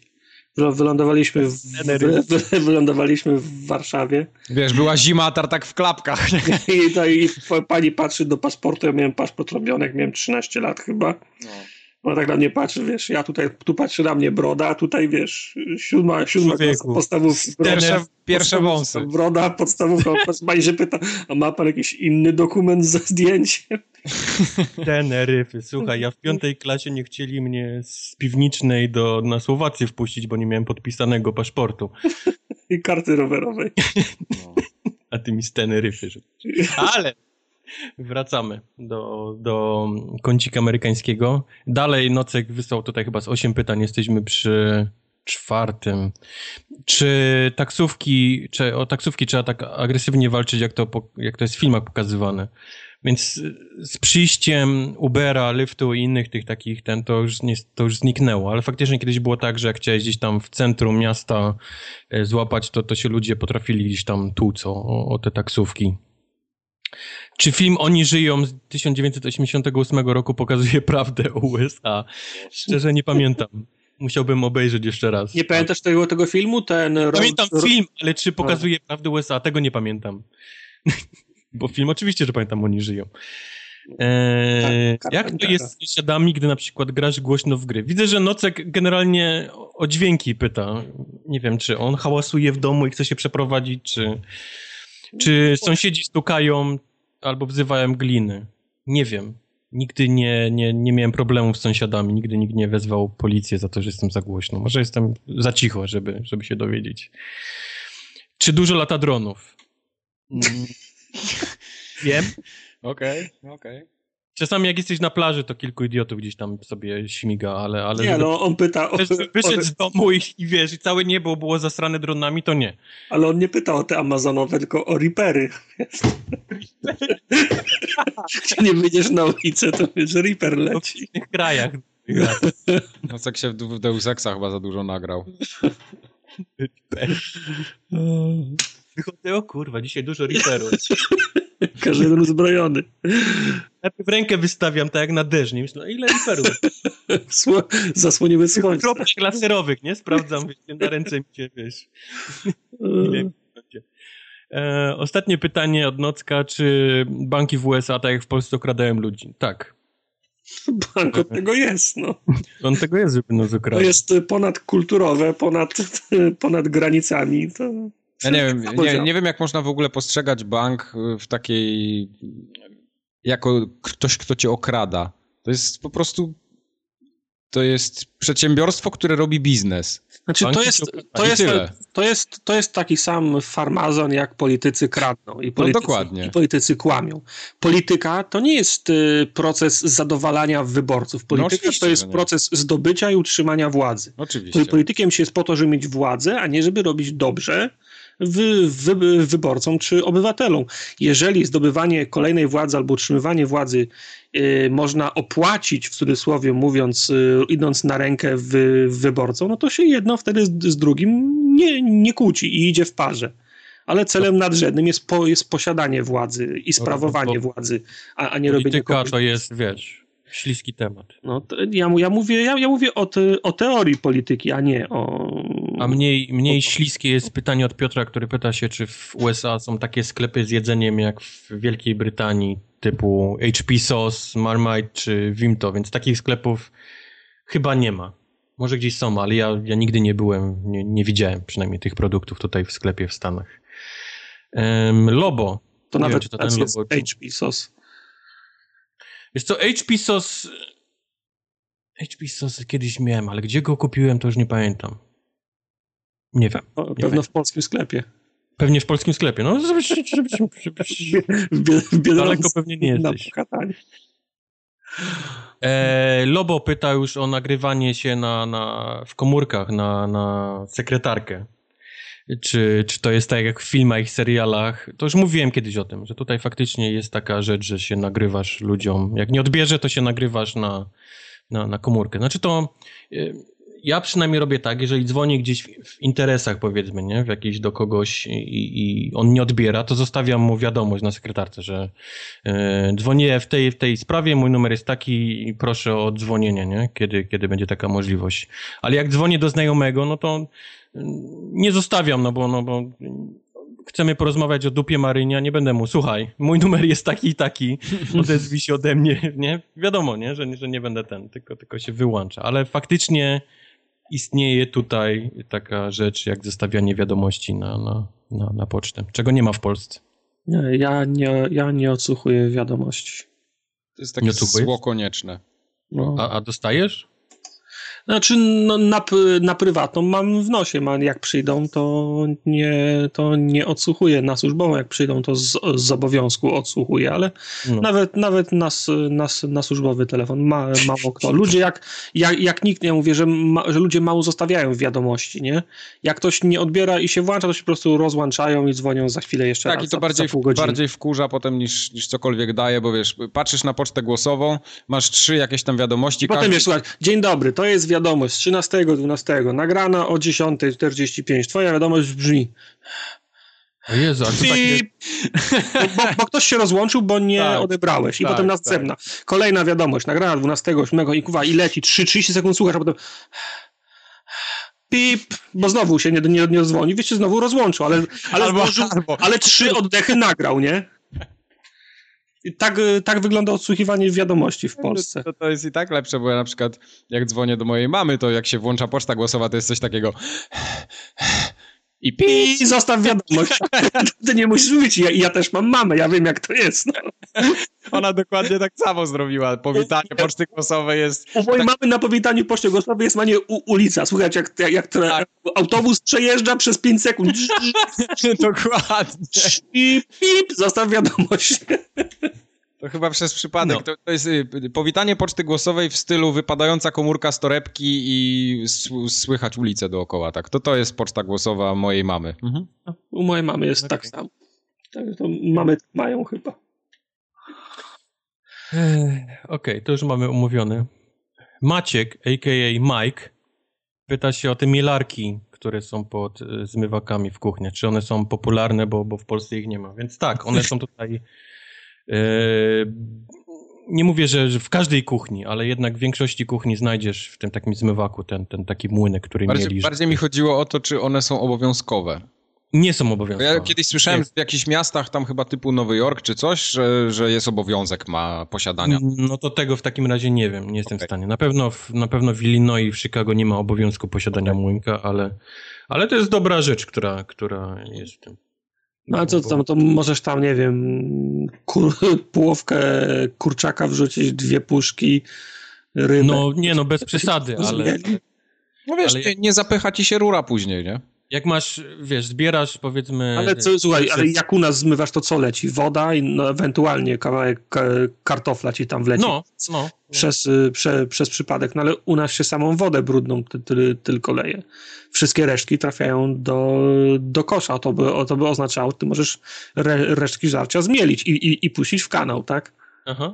[SPEAKER 3] Wylądowaliśmy w Warszawie.
[SPEAKER 1] Wiesz, była zima, a Tartak w klapkach.
[SPEAKER 3] I pani patrzy do paszportu, ja miałem paszport robiony, jak miałem 13 lat chyba. No. Ona tak na mnie patrzy, wiesz, tu patrzy na mnie broda, a tutaj, wiesz, siódma podstawówka.
[SPEAKER 1] Pierwsze wąsy.
[SPEAKER 3] Broda, podstawówka. Pani się pyta, a ma pan jakiś inny dokument ze zdjęciem?
[SPEAKER 2] Teneryfy. Słuchaj, ja w 5. klasie nie chcieli mnie z piwnicznej na Słowację wpuścić, bo nie miałem podpisanego paszportu.
[SPEAKER 3] I karty rowerowej.
[SPEAKER 2] No. A ty mi z Teneryfy. Ale... Wracamy do kącika amerykańskiego. Dalej Nocek wysłał tutaj chyba z 8 pytań, jesteśmy przy 4. Czy o taksówki trzeba tak agresywnie walczyć, jak to jest w filmach pokazywane? Więc z przyjściem Ubera, Lyftu i innych tych takich, to już zniknęło, ale faktycznie kiedyś było tak, że jak chciałeś gdzieś tam w centrum miasta złapać, to się ludzie potrafili gdzieś tam tłuc o te taksówki. Czy film Oni żyją z 1988 roku pokazuje prawdę o USA? Szczerze nie pamiętam. Musiałbym obejrzeć jeszcze raz.
[SPEAKER 3] Nie pamiętasz tego filmu?
[SPEAKER 2] Pamiętam film, ale czy pokazuje prawdę USA? Tego nie pamiętam. Bo film oczywiście, że pamiętam Oni żyją. Jak to jest z sąsiadami, gdy na przykład grasz głośno w gry? Widzę, że Nocek generalnie o dźwięki pyta. Nie wiem, czy on hałasuje w domu i chce się przeprowadzić, czy sąsiedzi stukają albo wzywają gliny. Nie wiem. Nigdy nie miałem problemów z sąsiadami. Nigdy nikt nie wezwał policję za to, że jestem za głośno. Może jestem za cicho, żeby się dowiedzieć. Czy dużo lata dronów? Wiem.
[SPEAKER 1] Okej.
[SPEAKER 2] Czasami jak jesteś na plaży, to kilku idiotów gdzieś tam sobie śmiga, ale
[SPEAKER 3] nie, żeby, on pyta
[SPEAKER 2] wyszedł z domu i wiesz, i całe niebo było zasrane dronami, to nie.
[SPEAKER 3] Ale on nie pyta o te amazonowe, tylko o Reapery. Jak nie wyjdziesz na ulicę, to wiesz, że Reaper leci.
[SPEAKER 2] W innych krajach.
[SPEAKER 1] No tak się w Deus Exa chyba za dużo nagrał.
[SPEAKER 2] Wychodzę, o kurwa, dzisiaj dużo Reaperów.
[SPEAKER 3] Każdy jeden uzbrojony.
[SPEAKER 2] Najpierw rękę wystawiam, tak jak na deszcz, nie myślę, ile Reaperów?
[SPEAKER 3] Zasłoniły słońce.
[SPEAKER 2] Kropek laserowych, nie? Sprawdzam, wiesz, na ręce mi się, wiesz. Ile ostatnie pytanie od Nocka, czy banki w USA, tak jak w Polsce, okradają ludzi? Tak.
[SPEAKER 3] Bank od tego jest, no.
[SPEAKER 2] On tego jest, żeby nas okradać.
[SPEAKER 3] To jest ponadkulturowe, ponad granicami, to...
[SPEAKER 1] Ja nie wiem, jak można w ogóle postrzegać bank w takiej... jako ktoś, kto cię okrada. To jest po prostu... To jest przedsiębiorstwo, które robi biznes.
[SPEAKER 3] Znaczy, to jest taki sam farmazon, jak politycy kradną i politycy kłamią. Polityka to nie jest proces zadowalania wyborców. Polityka to jest proces zdobycia i utrzymania władzy.
[SPEAKER 1] Oczywiście.
[SPEAKER 3] Politykiem się jest po to, żeby mieć władzę, a nie żeby robić dobrze wyborcom czy obywatelom. Jeżeli zdobywanie kolejnej władzy albo utrzymywanie władzy można opłacić, w cudzysłowie mówiąc, idąc na rękę wyborcom, no to się jedno wtedy z drugim nie kłóci i idzie w parze. Ale celem nadrzędnym jest posiadanie władzy i sprawowanie władzy, a nie robienie...
[SPEAKER 2] Polityka to jest, wiesz, śliski temat.
[SPEAKER 3] No, ja mówię o teorii polityki, a nie o...
[SPEAKER 2] A mniej śliskie jest pytanie od Piotra, który pyta się, czy w USA są takie sklepy z jedzeniem jak w Wielkiej Brytanii, typu HP Sauce, Marmite czy Vimto, więc takich sklepów chyba nie ma. Może gdzieś są, ale ja nigdy nie byłem, nie widziałem przynajmniej tych produktów tutaj w sklepie w Stanach. Lobo.
[SPEAKER 3] To nie nawet wiem, czy to ten Lobo, HP Sauce.
[SPEAKER 2] Wiesz co, HP Sauce HP Sauce kiedyś miałem, ale gdzie go kupiłem, to już nie pamiętam. Nie wiem.
[SPEAKER 3] Pewno w polskim sklepie.
[SPEAKER 2] Pewnie w polskim sklepie. No, daleko pewnie nie jesteś. Lobo pyta już o nagrywanie się w komórkach na sekretarkę. Czy to jest tak jak w filmach i serialach? To już mówiłem kiedyś o tym, że tutaj faktycznie jest taka rzecz, że się nagrywasz ludziom. Jak nie odbierze, to się nagrywasz na komórkę. Znaczy to... Ja przynajmniej robię tak, jeżeli dzwonię gdzieś w interesach, powiedzmy, nie? W jakiejś do kogoś i on nie odbiera, to zostawiam mu wiadomość na sekretarce, że dzwonię w tej sprawie, mój numer jest taki i proszę o dzwonienie, nie? Kiedy będzie taka możliwość. Ale jak dzwonię do znajomego, no to nie zostawiam, no bo chcemy porozmawiać o dupie Marynia, nie będę mu, słuchaj, mój numer jest taki i taki, odezwij się ode mnie, nie? Wiadomo, nie? Że nie będę tylko się wyłącza, ale faktycznie istnieje tutaj taka rzecz, jak zostawianie wiadomości na pocztę, czego nie ma w Polsce.
[SPEAKER 3] Nie, ja nie odsłuchuję wiadomości.
[SPEAKER 1] To jest takie zło konieczne.
[SPEAKER 2] No. A dostajesz?
[SPEAKER 3] Znaczy, no, na prywatną mam w nosie, jak przyjdą, to nie odsłuchuję, na służbową jak przyjdą, to z obowiązku odsłuchuję, ale nawet na służbowy telefon mało kto. Ludzie jak nikt, nie mówię, że ludzie mało zostawiają wiadomości, nie? Jak ktoś nie odbiera i się włącza, to się po prostu rozłączają i dzwonią za chwilę jeszcze raz.
[SPEAKER 1] Tak, i to bardziej wkurza potem niż cokolwiek daje, bo wiesz, patrzysz na pocztę głosową, masz 3 jakieś tam wiadomości.
[SPEAKER 3] Potem wiesz, słuchaj, dzień dobry, to jest wiadomość z 13.12, nagrana o 10:45. Twoja wiadomość brzmi...
[SPEAKER 2] O Jezu, a to takie...
[SPEAKER 3] bo ktoś się rozłączył, bo nie odebrałeś. I potem następna. Kolejna wiadomość, nagrana 12.8 i leci 30 sekund słuchasz, a potem... Pip, bo znowu się nie dzwoni, wiecie, znowu rozłączył, ale 3 oddechy nagrał, nie? I tak wygląda odsłuchiwanie wiadomości w Polsce.
[SPEAKER 1] To jest i tak lepsze, bo ja na przykład jak dzwonię do mojej mamy, to jak się włącza poczta głosowa, to jest coś takiego
[SPEAKER 3] i zostaw wiadomość. Ty nie musisz mówić, ja też mam mamę, ja wiem jak to jest. No.
[SPEAKER 1] Ona dokładnie tak samo zrobiła. Powitanie poczty głosowej jest...
[SPEAKER 3] U mojej mamy na powitaniu poczty głosowej jest ulica. Słuchajcie, jak autobus przejeżdża przez 5 sekund.
[SPEAKER 1] Dokładnie.
[SPEAKER 3] Pip, zostaw wiadomość.
[SPEAKER 1] To chyba przez przypadek. No. To jest powitanie poczty głosowej w stylu wypadająca komórka z torebki i słychać ulicę dookoła. Tak. To jest poczta głosowa mojej mamy. Mhm.
[SPEAKER 3] U mojej mamy jest tak samo. To mamy mają chyba.
[SPEAKER 2] Okej, to już mamy omówione. Maciek, a.k.a. Mike, pyta się o te mielarki, które są pod zmywakami w kuchni. Czy one są popularne, bo w Polsce ich nie ma. Więc tak, one są tutaj... nie mówię, że w każdej kuchni, ale jednak w większości kuchni znajdziesz w tym takim zmywaku ten taki młynek, który mieli. Bardziej
[SPEAKER 1] mi chodziło o to, czy one są obowiązkowe.
[SPEAKER 2] Nie są obowiązkowe.
[SPEAKER 1] Ja kiedyś słyszałem w jakichś miastach, tam chyba typu Nowy Jork czy coś, że jest obowiązek posiadania.
[SPEAKER 2] No to tego w takim razie nie wiem, nie jestem w stanie. Na pewno w Illinois i w Chicago nie ma obowiązku posiadania młynka, ale to jest dobra rzecz, która jest w tym.
[SPEAKER 3] No a co tam, to możesz tam, nie wiem, połowkę kurczaka wrzucić, 2 puszki, rybę.
[SPEAKER 2] No bez przesady, ale...
[SPEAKER 1] No wiesz, nie zapycha ci się rura później, nie?
[SPEAKER 2] Jak masz, wiesz, zbierasz, powiedzmy...
[SPEAKER 3] Ale słuchaj, ale jak u nas zmywasz, to co leci? Woda i ewentualnie kawałek kartofla ci tam wleci przez przypadek. No ale u nas się samą wodę brudną tylko leje. Wszystkie resztki trafiają do kosza. To by oznaczało, ty możesz resztki żarcia zmielić i puścić w kanał, tak?
[SPEAKER 2] Aha.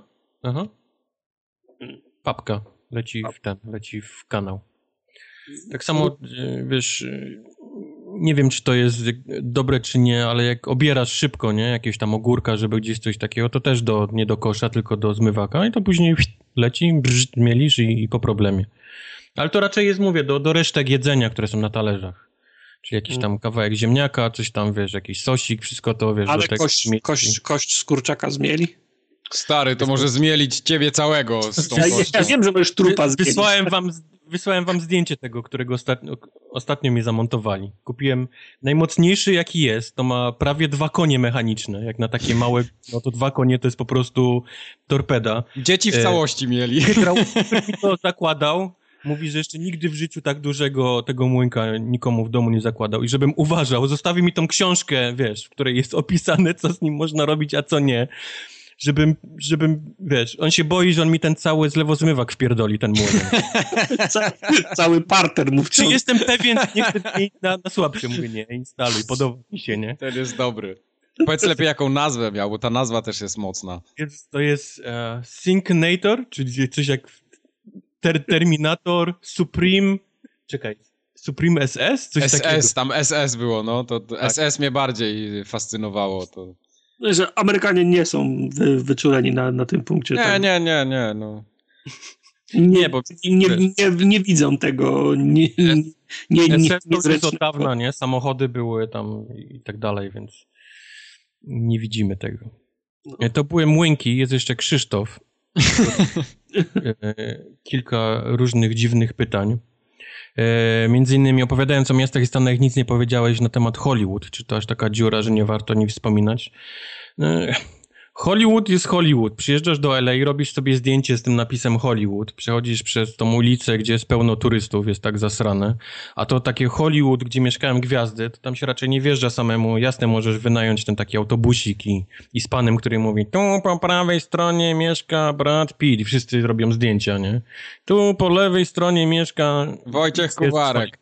[SPEAKER 2] Papka leci w kanał. Tak samo, wiesz... Nie wiem, czy to jest dobre, czy nie, ale jak obierasz szybko, nie, jakiegoś tam ogórka, żeby gdzieś coś takiego, to też nie do kosza, tylko do zmywaka i to później leci, mielisz i po problemie. Ale to raczej jest, mówię, do resztek jedzenia, które są na talerzach. Czyli jakiś tam kawałek ziemniaka, coś tam, wiesz, jakiś sosik, wszystko to, wiesz...
[SPEAKER 3] Ale kość z kurczaka zmieli?
[SPEAKER 1] Stary, to może zmielić ciebie całego z tą kością.
[SPEAKER 3] Ja wiem, że możesz trupa zmielić.
[SPEAKER 2] Wysłałem wam zdjęcie tego, którego ostatnio mi zamontowali. Kupiłem najmocniejszy jaki jest, to ma prawie 2 konie mechaniczne, jak na takie małe, no to 2 konie to jest po prostu torpeda.
[SPEAKER 1] Dzieci w całości mieli.
[SPEAKER 2] Hydraulik, który mi to zakładał, mówi, że jeszcze nigdy w życiu tak dużego tego młynka nikomu w domu nie zakładał i żebym uważał, zostawił mi tą książkę, wiesz, w której jest opisane, co z nim można robić, a co nie. Żebym, wiesz, on się boi, że on mi ten cały zlewozmywak wpierdoli, ten młynek.
[SPEAKER 3] Cały parter mu
[SPEAKER 2] Czy jestem pewien, nie chcę na słabsze, mówię, nie, instaluj, podoba mi się, nie?
[SPEAKER 1] Ten jest dobry. Powiedz lepiej, jaką nazwę miał, bo ta nazwa też jest mocna.
[SPEAKER 2] To jest Syncnator, czyli coś jak Terminator, Supreme, czekaj, Supreme SS? Coś
[SPEAKER 1] SS,
[SPEAKER 2] takiego.
[SPEAKER 1] tam SS było, no, to
[SPEAKER 2] tak.
[SPEAKER 1] SS mnie bardziej fascynowało. To...
[SPEAKER 3] Że Amerykanie nie są wyczuleni na tym punkcie.
[SPEAKER 1] Nie, no.
[SPEAKER 2] Nie, bo
[SPEAKER 3] nie widzą tego.
[SPEAKER 2] To jest od dawna, nie? Samochody były tam i tak dalej, więc nie widzimy tego. No. To były młynki, jest jeszcze Krzysztof. Kilka różnych dziwnych pytań. Między innymi opowiadając o miastach i stanach nic nie powiedziałeś na temat Hollywood. Czy to aż taka dziura, że nie warto o niej wspominać? Hollywood jest Hollywood. Przyjeżdżasz do LA i robisz sobie zdjęcie z tym napisem Hollywood. Przechodzisz przez tą ulicę, gdzie jest pełno turystów, jest tak zasrane. A to takie Hollywood, gdzie mieszkają gwiazdy, to tam się raczej nie wjeżdża samemu. Jasne, możesz wynająć ten taki autobusik i z panem, który mówi, tu po prawej stronie mieszka Brad Pitt i wszyscy robią zdjęcia, nie? Tu po lewej stronie mieszka
[SPEAKER 1] Wojciech Kubarek.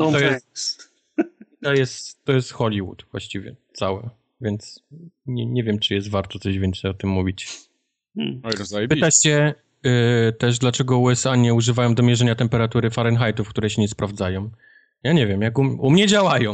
[SPEAKER 2] To jest Hollywood właściwie całe. Więc nie wiem, czy jest warto coś więcej o tym mówić. Pytacie też, dlaczego USA nie używają do mierzenia temperatury Fahrenheitów, które się nie sprawdzają. Ja nie wiem, jak u mnie działają.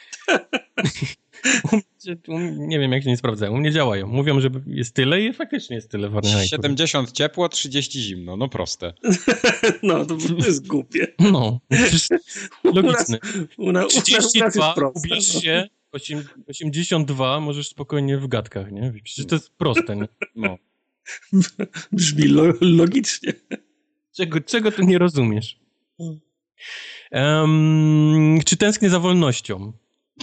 [SPEAKER 2] Nie wiem, jak się nie sprawdzają. U mnie działają. Mówią, że jest tyle i faktycznie jest tyle Fahrenheitów.
[SPEAKER 1] 70 ciepło, 30 zimno. No proste.
[SPEAKER 3] No, to jest głupie.
[SPEAKER 2] No, logiczne.
[SPEAKER 3] 32,
[SPEAKER 2] ubierz się, 82 możesz spokojnie w gadkach, nie? Przecież to jest proste, nie? No.
[SPEAKER 3] Brzmi logicznie.
[SPEAKER 2] Czego ty nie rozumiesz? Czy tęsknię za wolnością?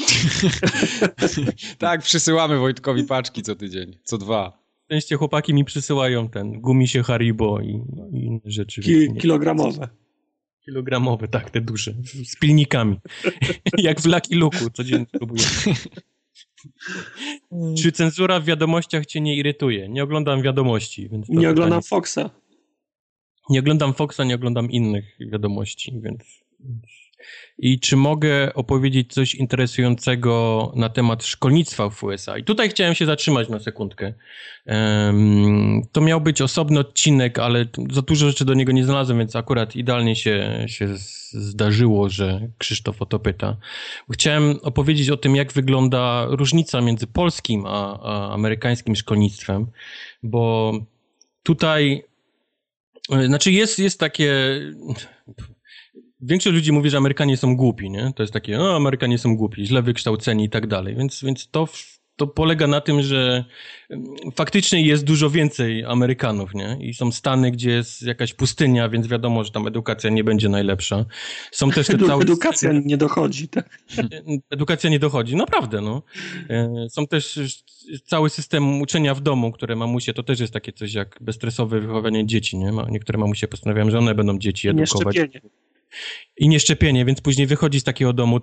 [SPEAKER 1] Tak, przysyłamy Wojtkowi paczki co tydzień, co 2.
[SPEAKER 2] Szczęście chłopaki mi przysyłają gumisie Haribo i inne rzeczy.
[SPEAKER 3] Kilogramowe.
[SPEAKER 2] Kilogramowe, tak, te duże. Z pilnikami. Jak w Lucky Luke'u, codziennie próbuję. Czy cenzura w wiadomościach cię nie irytuje? Nie oglądam wiadomości. Więc
[SPEAKER 3] nie oglądam Foxa.
[SPEAKER 2] Nie oglądam Foxa, nie oglądam innych wiadomości, więc... I czy mogę opowiedzieć coś interesującego na temat szkolnictwa w USA? I tutaj chciałem się zatrzymać na sekundkę. To miał być osobny odcinek, ale za dużo rzeczy do niego nie znalazłem, więc akurat idealnie się zdarzyło, że Krzysztof o to pyta. Chciałem opowiedzieć o tym, jak wygląda różnica między polskim a amerykańskim szkolnictwem, bo tutaj, znaczy jest takie... Większość ludzi mówi, że Amerykanie są głupi, nie? To jest takie, Amerykanie są głupi, źle wykształceni i tak dalej. Więc to polega na tym, że faktycznie jest dużo więcej Amerykanów, nie? I są stany, gdzie jest jakaś pustynia, więc wiadomo, że tam edukacja nie będzie najlepsza. Są też te
[SPEAKER 3] Edukacja nie dochodzi, tak?
[SPEAKER 2] Edukacja nie dochodzi, naprawdę, no. Są też cały system uczenia w domu, które mamusie, to też jest takie coś jak bezstresowe wychowanie dzieci, nie? Niektóre mamusie postanawiają, że one będą dzieci edukować.
[SPEAKER 3] Nieszczepienie.
[SPEAKER 2] I nieszczepienie, więc później wychodzi z takiego domu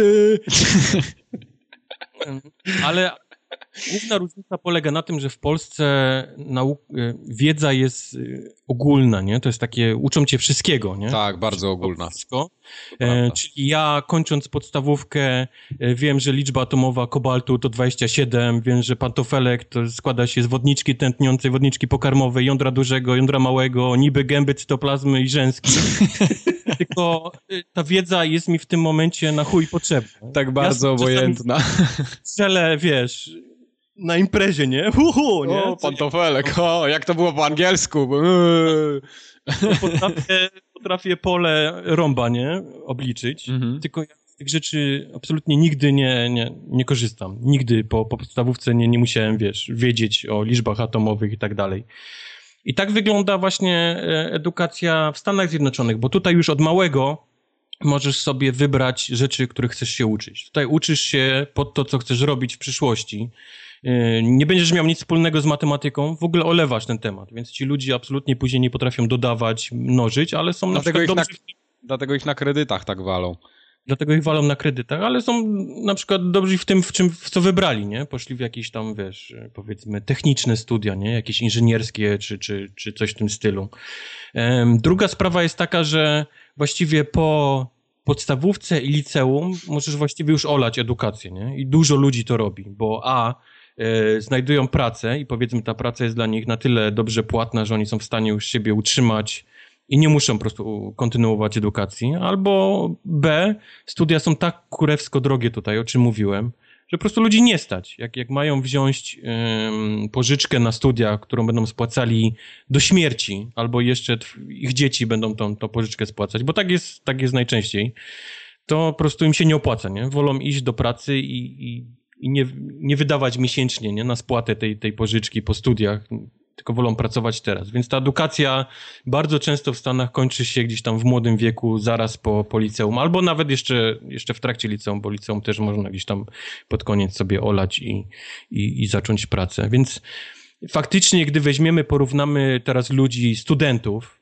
[SPEAKER 2] Ale główna różnica polega na tym, że w Polsce wiedza jest ogólna, nie? To jest takie, uczą cię wszystkiego, nie?
[SPEAKER 1] Tak, bardzo ogólna.
[SPEAKER 2] Czyli ja kończąc podstawówkę wiem, że liczba atomowa kobaltu to 27, wiem, że pantofelek to składa się z wodniczki tętniącej, wodniczki pokarmowej, jądra dużego, jądra małego, niby gęby, cytoplazmy i rzęski. Tylko ta wiedza jest mi w tym momencie na chuj potrzebna.
[SPEAKER 1] Tak bardzo obojętna.
[SPEAKER 2] Strzelę, wiesz, na imprezie, nie? Nie?
[SPEAKER 1] O, pantofelek, jak to było po angielsku?
[SPEAKER 2] Potrafię pole rąba, nie? Obliczyć. Tylko ja z tych rzeczy absolutnie nigdy nie korzystam. Nigdy po podstawówce nie musiałem, wiedzieć o liczbach atomowych i tak dalej. I tak wygląda właśnie edukacja w Stanach Zjednoczonych, bo tutaj już od małego możesz sobie wybrać rzeczy, których chcesz się uczyć. Tutaj uczysz się pod to, co chcesz robić w przyszłości. Nie będziesz miał nic wspólnego z matematyką, w ogóle olewasz ten temat, więc ci ludzie absolutnie później nie potrafią dodawać, mnożyć, ale są
[SPEAKER 1] Dlatego ich na kredytach tak walą.
[SPEAKER 2] Dlatego ich walą na kredytach, ale są na przykład dobrzy w tym, w co wybrali, nie? Poszli w jakieś tam, powiedzmy, techniczne studia, nie? Jakieś inżynierskie, czy coś w tym stylu. Druga sprawa jest taka, że właściwie po podstawówce i liceum możesz właściwie już olać edukację, nie? I dużo ludzi to robi, bo znajdują pracę i powiedzmy ta praca jest dla nich na tyle dobrze płatna, że oni są w stanie już siebie utrzymać i nie muszą po prostu kontynuować edukacji, albo B, studia są tak kurewsko drogie tutaj, o czym mówiłem, że po prostu ludzi nie stać. Jak mają wziąć pożyczkę na studia, którą będą spłacali do śmierci, albo jeszcze ich dzieci będą tą pożyczkę spłacać, bo tak jest najczęściej, to po prostu im się nie opłaca, nie? Wolą iść do pracy i nie wydawać miesięcznie, nie? Na spłatę tej pożyczki po studiach, tylko wolą pracować teraz. Więc ta edukacja bardzo często w Stanach kończy się gdzieś tam w młodym wieku, zaraz po liceum, albo nawet jeszcze w trakcie liceum, bo liceum też można gdzieś tam pod koniec sobie olać i zacząć pracę. Więc faktycznie, gdy porównamy teraz studentów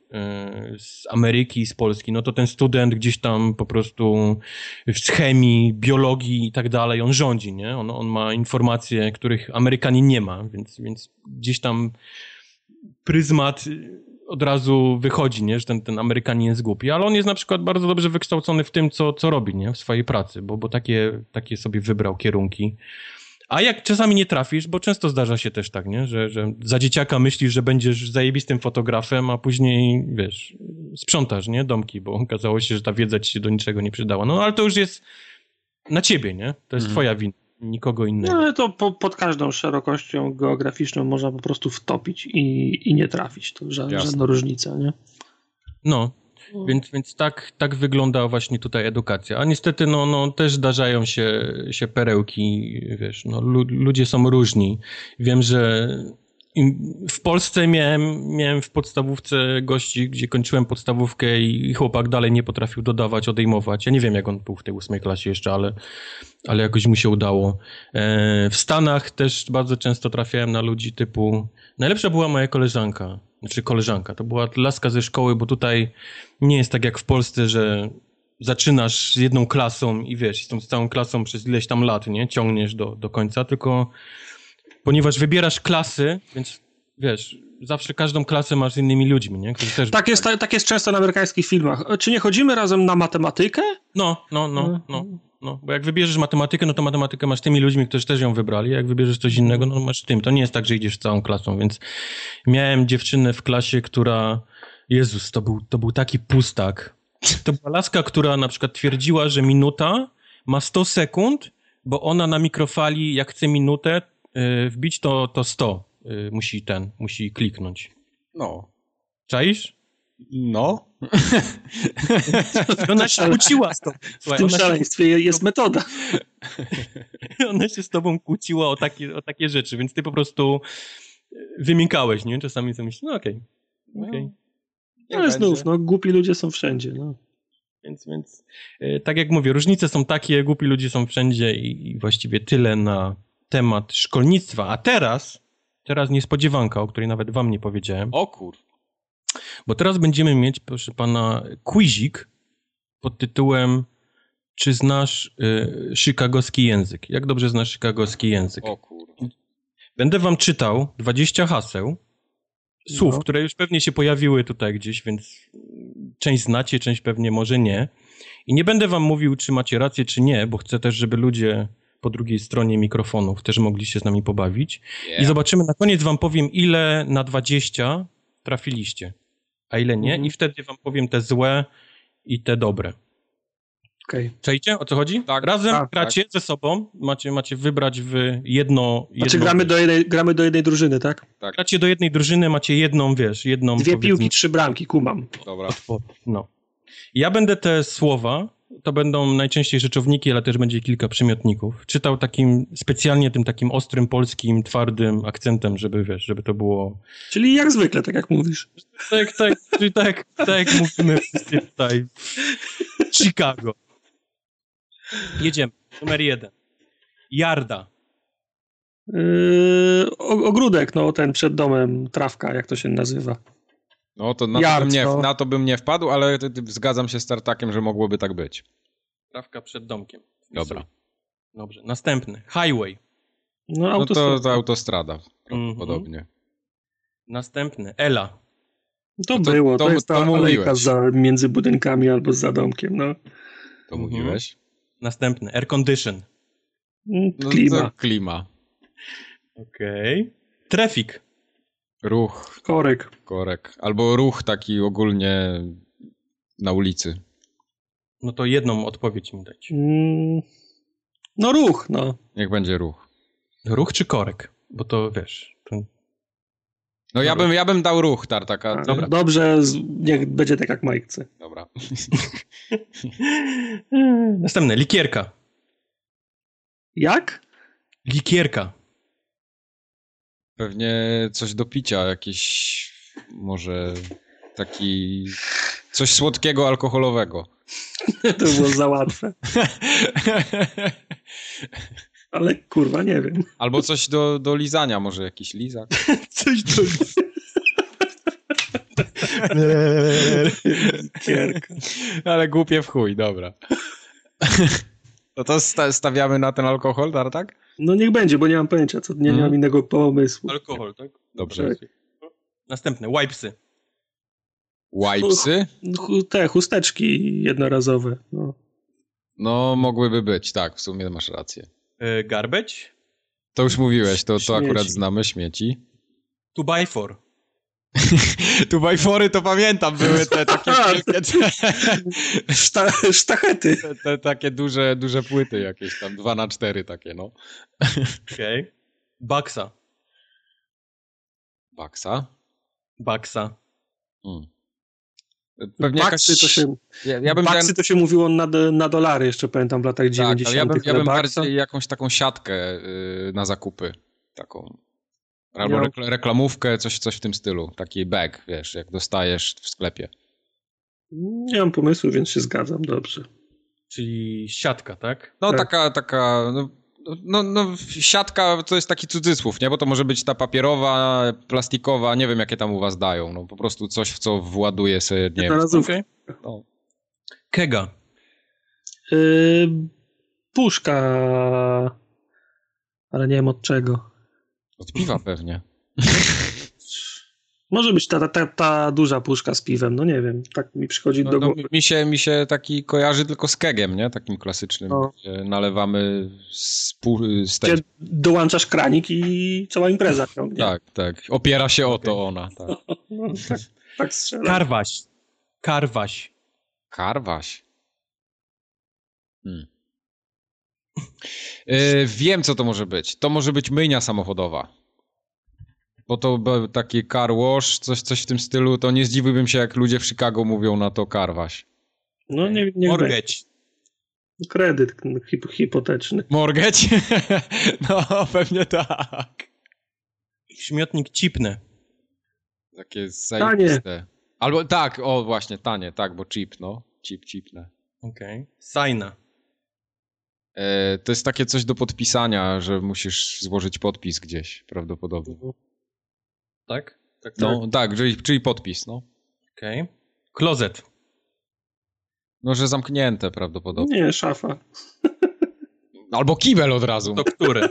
[SPEAKER 2] z Ameryki i z Polski, no to ten student gdzieś tam po prostu z chemii, biologii i tak dalej, on rządzi, nie? On ma informacje, których Amerykanin nie ma, więc gdzieś tam pryzmat od razu wychodzi, nie? Że ten Amerykanin jest głupi, ale on jest na przykład bardzo dobrze wykształcony w tym, co robi, nie? W swojej pracy, bo takie sobie wybrał kierunki. A jak czasami nie trafisz, bo często zdarza się też tak, nie? Że za dzieciaka myślisz, że będziesz zajebistym fotografem, a później, sprzątasz, nie? Domki, bo okazało się, że ta wiedza ci się do niczego nie przydała. No ale to już jest na ciebie, nie? To jest twoja wina, nikogo innego.
[SPEAKER 3] No ale to pod każdą szerokością geograficzną można po prostu wtopić i nie trafić. To żadna różnica, nie?
[SPEAKER 2] No. Więc tak wygląda właśnie tutaj edukacja. A niestety, też zdarzają się perełki, ludzie są różni. Wiem, że w Polsce miałem w podstawówce gości, gdzie kończyłem podstawówkę i chłopak dalej nie potrafił dodawać, odejmować. Ja nie wiem, jak on był w tej 8 klasie jeszcze, ale jakoś mu się udało. W Stanach też bardzo często trafiałem na ludzi typu... Najlepsza była moja koleżanka. To była laska ze szkoły, bo tutaj nie jest tak jak w Polsce, że zaczynasz z jedną klasą i z tą całą klasą przez ileś tam lat, nie? Ciągniesz do końca, tylko ponieważ wybierasz klasy, więc zawsze każdą klasę masz z innymi ludźmi, nie? Którzy też...
[SPEAKER 3] Tak jest często na amerykańskich filmach. Czy nie chodzimy razem na matematykę?
[SPEAKER 2] No, bo jak wybierzesz matematykę, no to matematykę masz tymi ludźmi, którzy też ją wybrali, a jak wybierzesz coś innego, no masz tym. To nie jest tak, że idziesz całą klasą, więc miałem dziewczynę w klasie, która... Jezus, to był taki pustak. To była laska, która na przykład twierdziła, że minuta ma 100 sekund, bo ona na mikrofali, jak chce minutę wbić, to 100 musi kliknąć.
[SPEAKER 1] No.
[SPEAKER 2] Czaisz?
[SPEAKER 1] No.
[SPEAKER 2] Ona się kłóciła z tobą.
[SPEAKER 3] W tym szaleństwie jest metoda.
[SPEAKER 2] Ona się z tobą kłóciła o takie rzeczy, więc ty po prostu wymiękałeś, nie? Czasami sobie myślisz, okej.
[SPEAKER 3] Ale znów, głupi ludzie są wszędzie, no.
[SPEAKER 2] Więc tak jak mówię, różnice są takie, głupi ludzie są wszędzie i właściwie tyle na temat szkolnictwa. A teraz niespodziewanka, o której nawet wam nie powiedziałem.
[SPEAKER 1] O kur...
[SPEAKER 2] Bo teraz będziemy mieć, proszę pana, quizik pod tytułem czy znasz chicagowski język? Jak dobrze znasz chicagowski język?
[SPEAKER 1] O kur...
[SPEAKER 2] Będę wam czytał 20 haseł, słów, które już pewnie się pojawiły tutaj gdzieś, więc część znacie, część pewnie może nie. I nie będę wam mówił, czy macie rację, czy nie, bo chcę też, żeby ludzie po drugiej stronie mikrofonów też mogli się z nami pobawić. I zobaczymy, na koniec wam powiem, ile na 20 trafiliście, a ile nie. I wtedy wam powiem te złe i te dobre.
[SPEAKER 3] Okay.
[SPEAKER 2] Czajcie, o co chodzi?
[SPEAKER 1] Tak.
[SPEAKER 2] Razem gracie ze sobą, macie wybrać w jedno...
[SPEAKER 3] Znaczy gramy do jednej drużyny, tak?
[SPEAKER 1] Tak.
[SPEAKER 2] Gracie do jednej drużyny, macie jedną...
[SPEAKER 3] Dwie piłki, 3 bramki, kumam.
[SPEAKER 1] Dobra.
[SPEAKER 2] No. Ja będę te słowa to będą najczęściej rzeczowniki, ale też będzie kilka przymiotników. Czytał specjalnie tym takim ostrym, polskim, twardym akcentem, żeby, wiesz, żeby to było...
[SPEAKER 3] Czyli jak zwykle, tak jak mówisz.
[SPEAKER 2] Tak jak mówimy wszyscy tutaj w Chicago. Jedziemy. Numer 1. Jarda.
[SPEAKER 3] Ogródek, no ten przed domem, trawka, jak to się nazywa.
[SPEAKER 1] No to na to bym nie wpadł, ale zgadzam się z Tartakiem, że mogłoby tak być.
[SPEAKER 2] Trawka przed domkiem.
[SPEAKER 1] Dobra.
[SPEAKER 2] Dobrze. Następny. Highway.
[SPEAKER 1] No to autostrada. Prawdopodobnie.
[SPEAKER 2] Następny. Ela.
[SPEAKER 3] To jest ta alejka między budynkami albo za domkiem, no.
[SPEAKER 1] To mówiłeś?
[SPEAKER 2] Następny. Air condition.
[SPEAKER 3] Klima.
[SPEAKER 2] Okej. Traffic.
[SPEAKER 1] Ruch.
[SPEAKER 3] Korek.
[SPEAKER 1] Albo ruch taki ogólnie na ulicy.
[SPEAKER 2] No to jedną odpowiedź mi dać.
[SPEAKER 3] No ruch, no.
[SPEAKER 1] Niech będzie ruch.
[SPEAKER 2] Ruch czy korek? Bo to wiesz...
[SPEAKER 1] No ja bym dał ruch, Tartaka.
[SPEAKER 3] Dobra. Dobrze, niech będzie tak jak Mike chce.
[SPEAKER 1] Dobra.
[SPEAKER 2] Następne. Likierka.
[SPEAKER 3] Jak?
[SPEAKER 2] Likierka.
[SPEAKER 1] Pewnie coś do picia, jakieś może taki coś słodkiego, alkoholowego.
[SPEAKER 3] To było za łatwe. Ale kurwa, nie wiem.
[SPEAKER 1] Albo coś do lizania, może jakiś lizak.
[SPEAKER 2] Coś do
[SPEAKER 3] Likierka.
[SPEAKER 1] Ale głupie w chuj, dobra. No to stawiamy na ten alkohol, Tartak?
[SPEAKER 3] No niech będzie, bo nie mam pojęcia, nie mam innego pomysłu.
[SPEAKER 2] Alkohol, tak?
[SPEAKER 1] Dobrze.
[SPEAKER 2] Następne, wipesy.
[SPEAKER 1] Wipesy?
[SPEAKER 3] Te chusteczki jednorazowe.
[SPEAKER 1] No mogłyby być, tak, w sumie masz rację.
[SPEAKER 2] Garbage?
[SPEAKER 1] To już mówiłeś, to akurat znamy, śmieci.
[SPEAKER 2] 2x4.
[SPEAKER 1] 2x4 to pamiętam, były te takie
[SPEAKER 3] sztachety.
[SPEAKER 1] Te takie duże płyty jakieś tam, 2x4 takie, no.
[SPEAKER 2] Okej. Baksa.
[SPEAKER 1] Baksa?
[SPEAKER 3] Pewnie baksy baksy to się mówiło na dolary, jeszcze pamiętam w latach 90.
[SPEAKER 1] Ja bym bardziej jakąś taką siatkę na zakupy. Taką. Albo reklamówkę, coś w tym stylu. Taki bag, wiesz, jak dostajesz w sklepie.
[SPEAKER 3] Nie mam pomysłu, więc się zgadzam, dobrze.
[SPEAKER 2] Czyli siatka, tak?
[SPEAKER 1] No tak. taka no siatka to jest taki cudzysłów, nie? Bo to może być ta papierowa, plastikowa, nie wiem jakie tam u was dają. No po prostu coś, w co właduje sobie, nie wiem.
[SPEAKER 3] Okay.
[SPEAKER 1] No.
[SPEAKER 2] Kega.
[SPEAKER 3] Puszka. Ale nie wiem od czego.
[SPEAKER 1] Od piwa pewnie.
[SPEAKER 3] Może być ta duża puszka z piwem, no nie wiem, tak mi przychodzi do głowy.
[SPEAKER 1] Mi się taki kojarzy tylko z kegiem, nie? Takim klasycznym, gdzie nalewamy z tej...
[SPEAKER 3] Gdzie dołączasz kranik i cała impreza ciągnie.
[SPEAKER 1] Tak. Opiera się o to ona. Tak,
[SPEAKER 3] tak strzela.
[SPEAKER 2] Karwaś.
[SPEAKER 1] Wiem, co to może być. To może być myjnia samochodowa. Bo to taki car wash, coś w tym stylu, to nie zdziwiłbym się, jak ludzie w Chicago mówią na to karwaś.
[SPEAKER 3] No nie
[SPEAKER 2] Mortgage.
[SPEAKER 3] Kredyt hipoteczny.
[SPEAKER 1] Mortgage? No, pewnie tak.
[SPEAKER 2] Śmiotnik cipne.
[SPEAKER 1] Takie zajebiste. Albo tak, właśnie, tanie, tak, bo chip, no. Chipne.
[SPEAKER 2] Okej. Signa.
[SPEAKER 1] To jest takie coś do podpisania, że musisz złożyć podpis gdzieś, prawdopodobnie.
[SPEAKER 2] Tak?
[SPEAKER 1] No, tak, czyli podpis, no.
[SPEAKER 2] Okej. Klozet.
[SPEAKER 1] No, że zamknięte prawdopodobnie.
[SPEAKER 3] Nie, szafa.
[SPEAKER 1] Albo kibel od razu.
[SPEAKER 2] To które?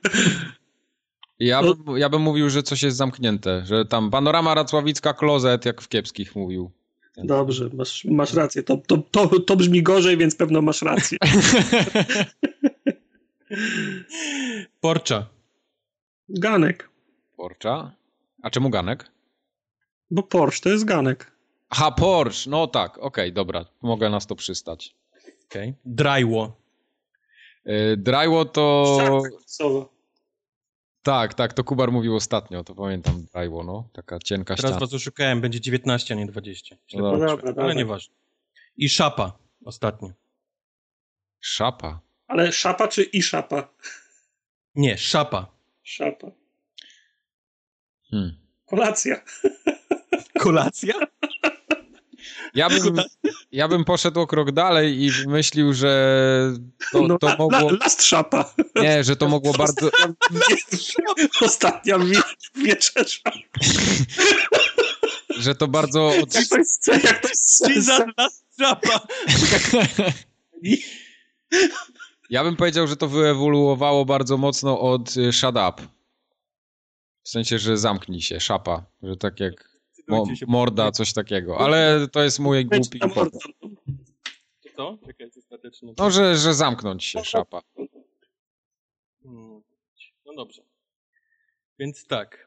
[SPEAKER 1] Ja bym mówił, że coś jest zamknięte, że tam panorama racławicka, klozet, jak w kiepskich mówił.
[SPEAKER 3] Dobrze, masz rację. To brzmi gorzej, więc pewno masz rację.
[SPEAKER 2] Porcza.
[SPEAKER 3] Ganek.
[SPEAKER 1] Porcza? A czemu ganek?
[SPEAKER 3] Bo Porsche to jest ganek.
[SPEAKER 1] Aha, Porsche, no tak, okej, dobra, mogę nas to przystać.
[SPEAKER 2] Okej. Drywo.
[SPEAKER 1] Drywo to...
[SPEAKER 3] Ścianka.
[SPEAKER 1] Tak, to Kubar mówił ostatnio, to pamiętam Drywo, no, taka cienka ściana.
[SPEAKER 2] Teraz was oszukałem, będzie 19, a nie 20.
[SPEAKER 1] No
[SPEAKER 3] dobra.
[SPEAKER 2] Ale nieważne. I szapa ostatnio.
[SPEAKER 1] Szapa.
[SPEAKER 3] Ale szapa czy i szapa?
[SPEAKER 2] Nie, szapa.
[SPEAKER 3] Szapa. Kolacja.
[SPEAKER 2] Kolacja?
[SPEAKER 1] Ja bym poszedł o krok dalej i myślił, że to mogło...
[SPEAKER 3] Last szapa.
[SPEAKER 1] Nie, że to mogło bardzo...
[SPEAKER 3] Ostatnia wieczerza.
[SPEAKER 1] Że to bardzo...
[SPEAKER 3] Jak to jest
[SPEAKER 2] last szapa.
[SPEAKER 1] Ja bym powiedział, że to wyewoluowało bardzo mocno od shut up. W sensie, że zamknij się, szapa. Że tak jak morda, coś takiego. Ale to jest mój głupi pomysł.
[SPEAKER 2] Co? Czekaj, ostatecznie.
[SPEAKER 1] No, że zamknąć się, szapa.
[SPEAKER 2] No dobrze. Więc tak.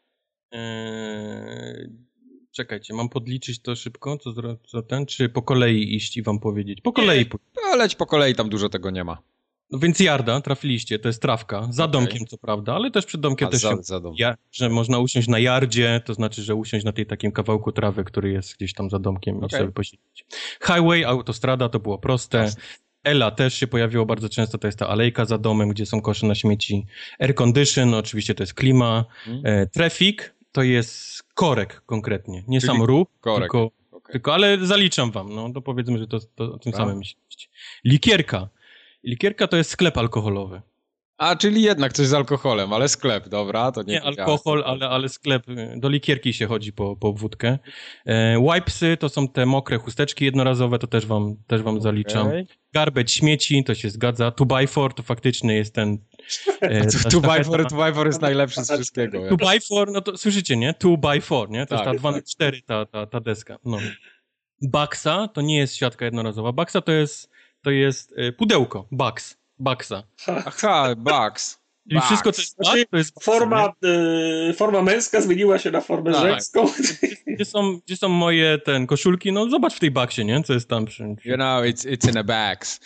[SPEAKER 2] Czekajcie, mam podliczyć to szybko, czy po kolei iść i wam powiedzieć? Po kolei.
[SPEAKER 1] Leć po kolei, tam dużo tego nie ma.
[SPEAKER 2] No więc Jarda, trafiliście, to jest trawka. Za domkiem co prawda, ale też przed domkiem też że można usiąść na Jardzie, to znaczy, że usiąść na tej takim kawałku trawy, który jest gdzieś tam za domkiem i sobie posiedzieć. Highway, autostrada, to było proste. Ela też się pojawiło bardzo często, to jest ta alejka za domem, gdzie są kosze na śmieci. Air condition, oczywiście to jest klima. Traffic to jest korek konkretnie, nie sam ruch, tylko, ale zaliczam wam, no to powiedzmy, że to o tym samym myślicie. Likierka to jest sklep alkoholowy.
[SPEAKER 1] A, czyli jednak coś z alkoholem, ale sklep, dobra, to nie
[SPEAKER 2] alkohol, ale sklep, do likierki się chodzi po wódkę. Wipesy to są te mokre chusteczki jednorazowe, to też wam zaliczam. Garbage, śmieci, to się zgadza. 2x4 to faktycznie jest ten...
[SPEAKER 1] 2x4 jest najlepszy z wszystkiego.
[SPEAKER 2] 2x4, no to słyszycie, nie? 2x4, nie? To jest ta 2x4 ta deska. No. Baksa to nie jest siatka jednorazowa. Baksa to jest pudełko. Baksa.
[SPEAKER 1] Aha, Bugs.
[SPEAKER 2] I wszystko, co jest to jest
[SPEAKER 3] forma męska zmieniła się na formę żeńską.
[SPEAKER 2] Gdzie są moje koszulki? No zobacz w tej baksie, nie? Co jest tam przy...
[SPEAKER 1] You know, it's in a bags.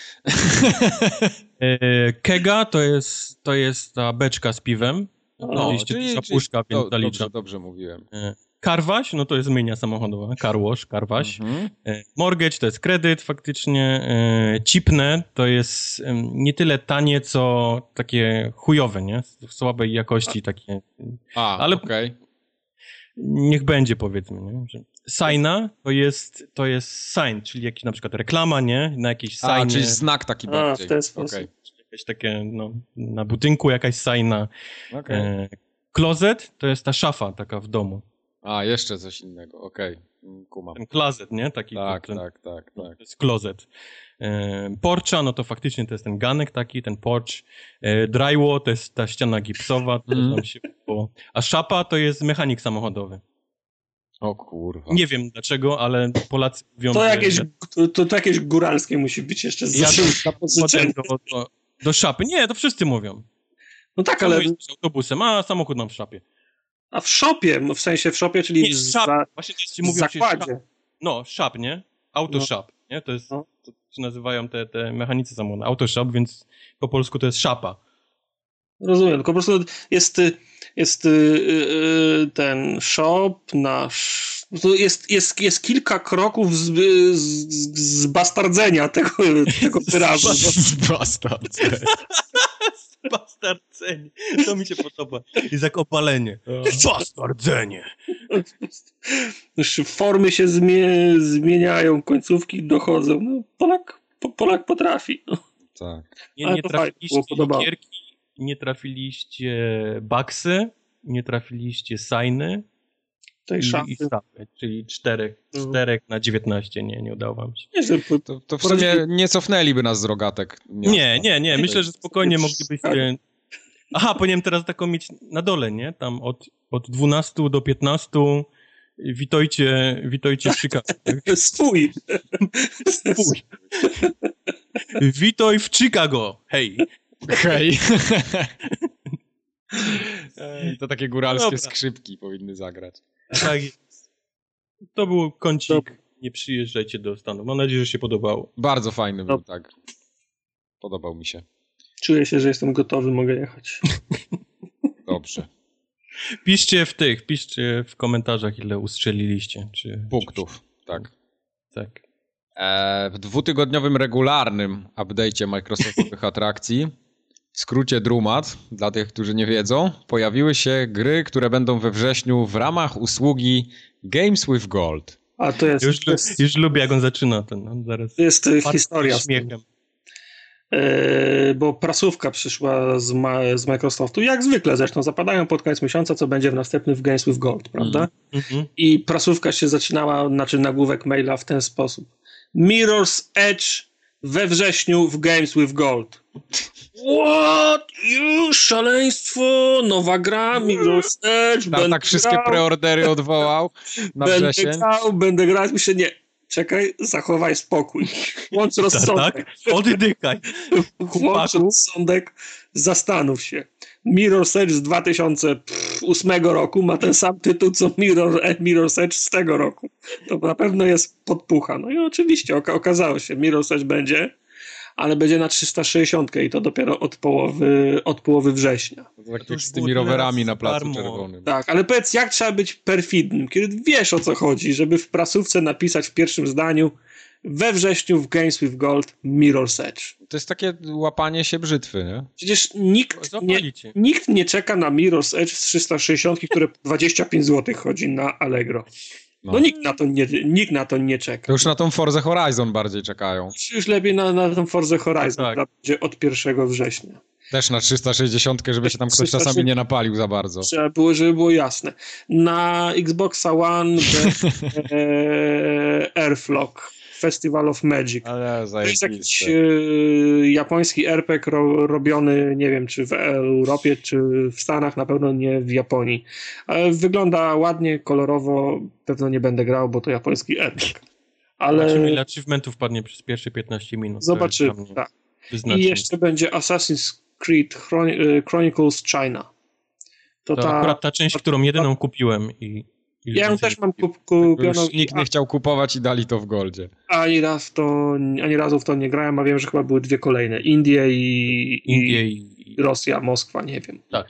[SPEAKER 2] Kega to jest ta beczka z piwem. Czyli puszka, więc zaliczam.
[SPEAKER 1] Dobrze mówiłem.
[SPEAKER 2] Carwash, no to jest myjnia samochodowa. Carwash. Mortgage to jest kredyt faktycznie. Cipne to jest nie tyle tanie, co takie chujowe, nie? Słabej jakości takie. Ale niech będzie, powiedzmy, nie? Signa to jest sign, czyli jakiś na przykład reklama, nie? Na jakiejś signie.
[SPEAKER 1] Czyli znak taki bardziej.
[SPEAKER 3] W ten sposób.
[SPEAKER 2] Jakieś takie, na budynku jakaś signa. Closet to jest ta szafa taka w domu.
[SPEAKER 1] Jeszcze coś innego, kumam.
[SPEAKER 2] Ten closet, nie? Taki.
[SPEAKER 1] Tak.
[SPEAKER 2] To jest closet. Porcha, no to faktycznie to jest ten ganek taki, ten porch. Drywall to jest ta ściana gipsowa. A szapa to jest mechanik samochodowy.
[SPEAKER 1] O kurwa.
[SPEAKER 2] Nie wiem dlaczego, ale Polacy mówią,
[SPEAKER 3] to jakieś góralskie musi być jeszcze
[SPEAKER 2] do szapy. Nie, to wszyscy mówią.
[SPEAKER 3] No tak, ale...
[SPEAKER 2] autobusem, a samochód mam w szapie.
[SPEAKER 3] A w szopie, w sensie w szopie, czyli
[SPEAKER 2] nie, właśnie to jest,
[SPEAKER 3] w zakładzie.
[SPEAKER 2] Shop, nie? Autoshop, nie? To jest, to się nazywają te mechanicy samochodowe. Autoshop, więc po polsku to jest szapa.
[SPEAKER 3] Rozumiem, tylko po prostu jest ten shop, jest kilka kroków z bastardzenia tego wyrazu.
[SPEAKER 2] Bastardzenie. Bastardzenie. To mi się podoba. Jest jak opalenie. Bastardzenie.
[SPEAKER 3] Już formy się zmieniają, końcówki dochodzą. No, Polak potrafi. No.
[SPEAKER 1] Tak.
[SPEAKER 2] Nie trafiliście likierki, nie trafiliście baksy, nie trafiliście signy i szafy, czyli 4 na 19. Nie udało wam się.
[SPEAKER 1] To w sumie nie cofnęliby nas z rogatek.
[SPEAKER 2] Nie. Myślę, że spokojnie moglibyście... Aha, powinienem teraz taką mieć na dole, nie? Tam od 12 do 15 witajcie w Chicago.
[SPEAKER 3] Swój.
[SPEAKER 2] Witaj w Chicago. Hej.
[SPEAKER 1] To takie góralskie skrzypki powinny zagrać.
[SPEAKER 2] Tak jest. To był kącik. Nie przyjeżdżajcie do Stanów. Mam nadzieję, że się podobało.
[SPEAKER 1] Bardzo fajny był, tak. Podobał mi się.
[SPEAKER 3] Czuję się, że jestem gotowy, mogę jechać.
[SPEAKER 1] Dobrze.
[SPEAKER 2] Piszcie w komentarzach, ile ustrzeliliście.
[SPEAKER 1] Punktów, tak.
[SPEAKER 2] Tak.
[SPEAKER 1] W 2-tygodniowym regularnym update'cie Microsoftowych atrakcji, w skrócie DRUMAT, dla tych, którzy nie wiedzą, pojawiły się gry, które będą we wrześniu w ramach usługi Games with Gold.
[SPEAKER 3] A to jest...
[SPEAKER 2] Już lubię, jak on zaczyna ten. On zaraz
[SPEAKER 3] to jest historia.
[SPEAKER 2] Śmiechem.
[SPEAKER 3] Bo prasówka przyszła z Microsoftu, jak zwykle zresztą, zapadają pod koniec miesiąca, co będzie w następnym w Games with Gold, prawda? I prasówka się zaczynała, znaczy nagłówek maila w ten sposób. Mirror's Edge we wrześniu w Games with Gold. What? Już szaleństwo, nowa gra, Mirror's Edge.
[SPEAKER 1] Tak wszystkie preordery odwołał na wrzesień.
[SPEAKER 3] Będę grać, myślę, nie. Czekaj, zachowaj spokój. Łącz rozsądek.
[SPEAKER 2] Tak? Oddychaj.
[SPEAKER 3] Łącz rozsądek, zastanów się. Mirror's Edge z 2008 roku ma ten sam tytuł, co Mirror's Edge z tego roku. To na pewno jest podpucha. No i oczywiście okazało się, Mirror's Edge będzie, ale będzie na 360 i to dopiero od połowy września.
[SPEAKER 1] Tak z tymi rowerami na Placu Czerwonym.
[SPEAKER 3] Tak, ale powiedz, jak trzeba być perfidnym, kiedy wiesz, o co chodzi, żeby w prasówce napisać w pierwszym zdaniu we wrześniu w Games with Gold Mirror's Edge.
[SPEAKER 1] To jest takie łapanie się brzytwy, nie?
[SPEAKER 3] Przecież nikt nie czeka na Mirror's Edge z 360, które 25 zł chodzi na Allegro. No nikt na to nie czeka.
[SPEAKER 1] To już na tą Forza Horizon bardziej czekają.
[SPEAKER 3] Już lepiej na tą Forza Horizon, która będzie od 1 września.
[SPEAKER 1] Też na 360, żeby się tam ktoś czasami nie napalił za bardzo.
[SPEAKER 3] Trzeba było, żeby było jasne. Na Xboxa One Airflock, Festival of Magic.
[SPEAKER 1] Ale
[SPEAKER 3] to jest jakiś japoński RPG robiony, nie wiem, czy w Europie, czy w Stanach, na pewno nie w Japonii. Ale wygląda ładnie, kolorowo, pewno nie będę grał, bo to japoński RPG. Ale...
[SPEAKER 2] Zobaczymy, ile achievementów padnie przez pierwsze 15 minut.
[SPEAKER 3] Zobaczymy, tak. I jeszcze będzie Assassin's Creed Chronicles China.
[SPEAKER 2] To akurat ta część, którą jedyną kupiłem i
[SPEAKER 3] ja ją też mam kupioną.
[SPEAKER 1] Nikt nie chciał kupować i dali to w Goldzie.
[SPEAKER 3] Ani razu w to nie grałem, a wiem, że chyba były dwie kolejne. Indie i Rosja, Moskwa, nie wiem.
[SPEAKER 2] Tak.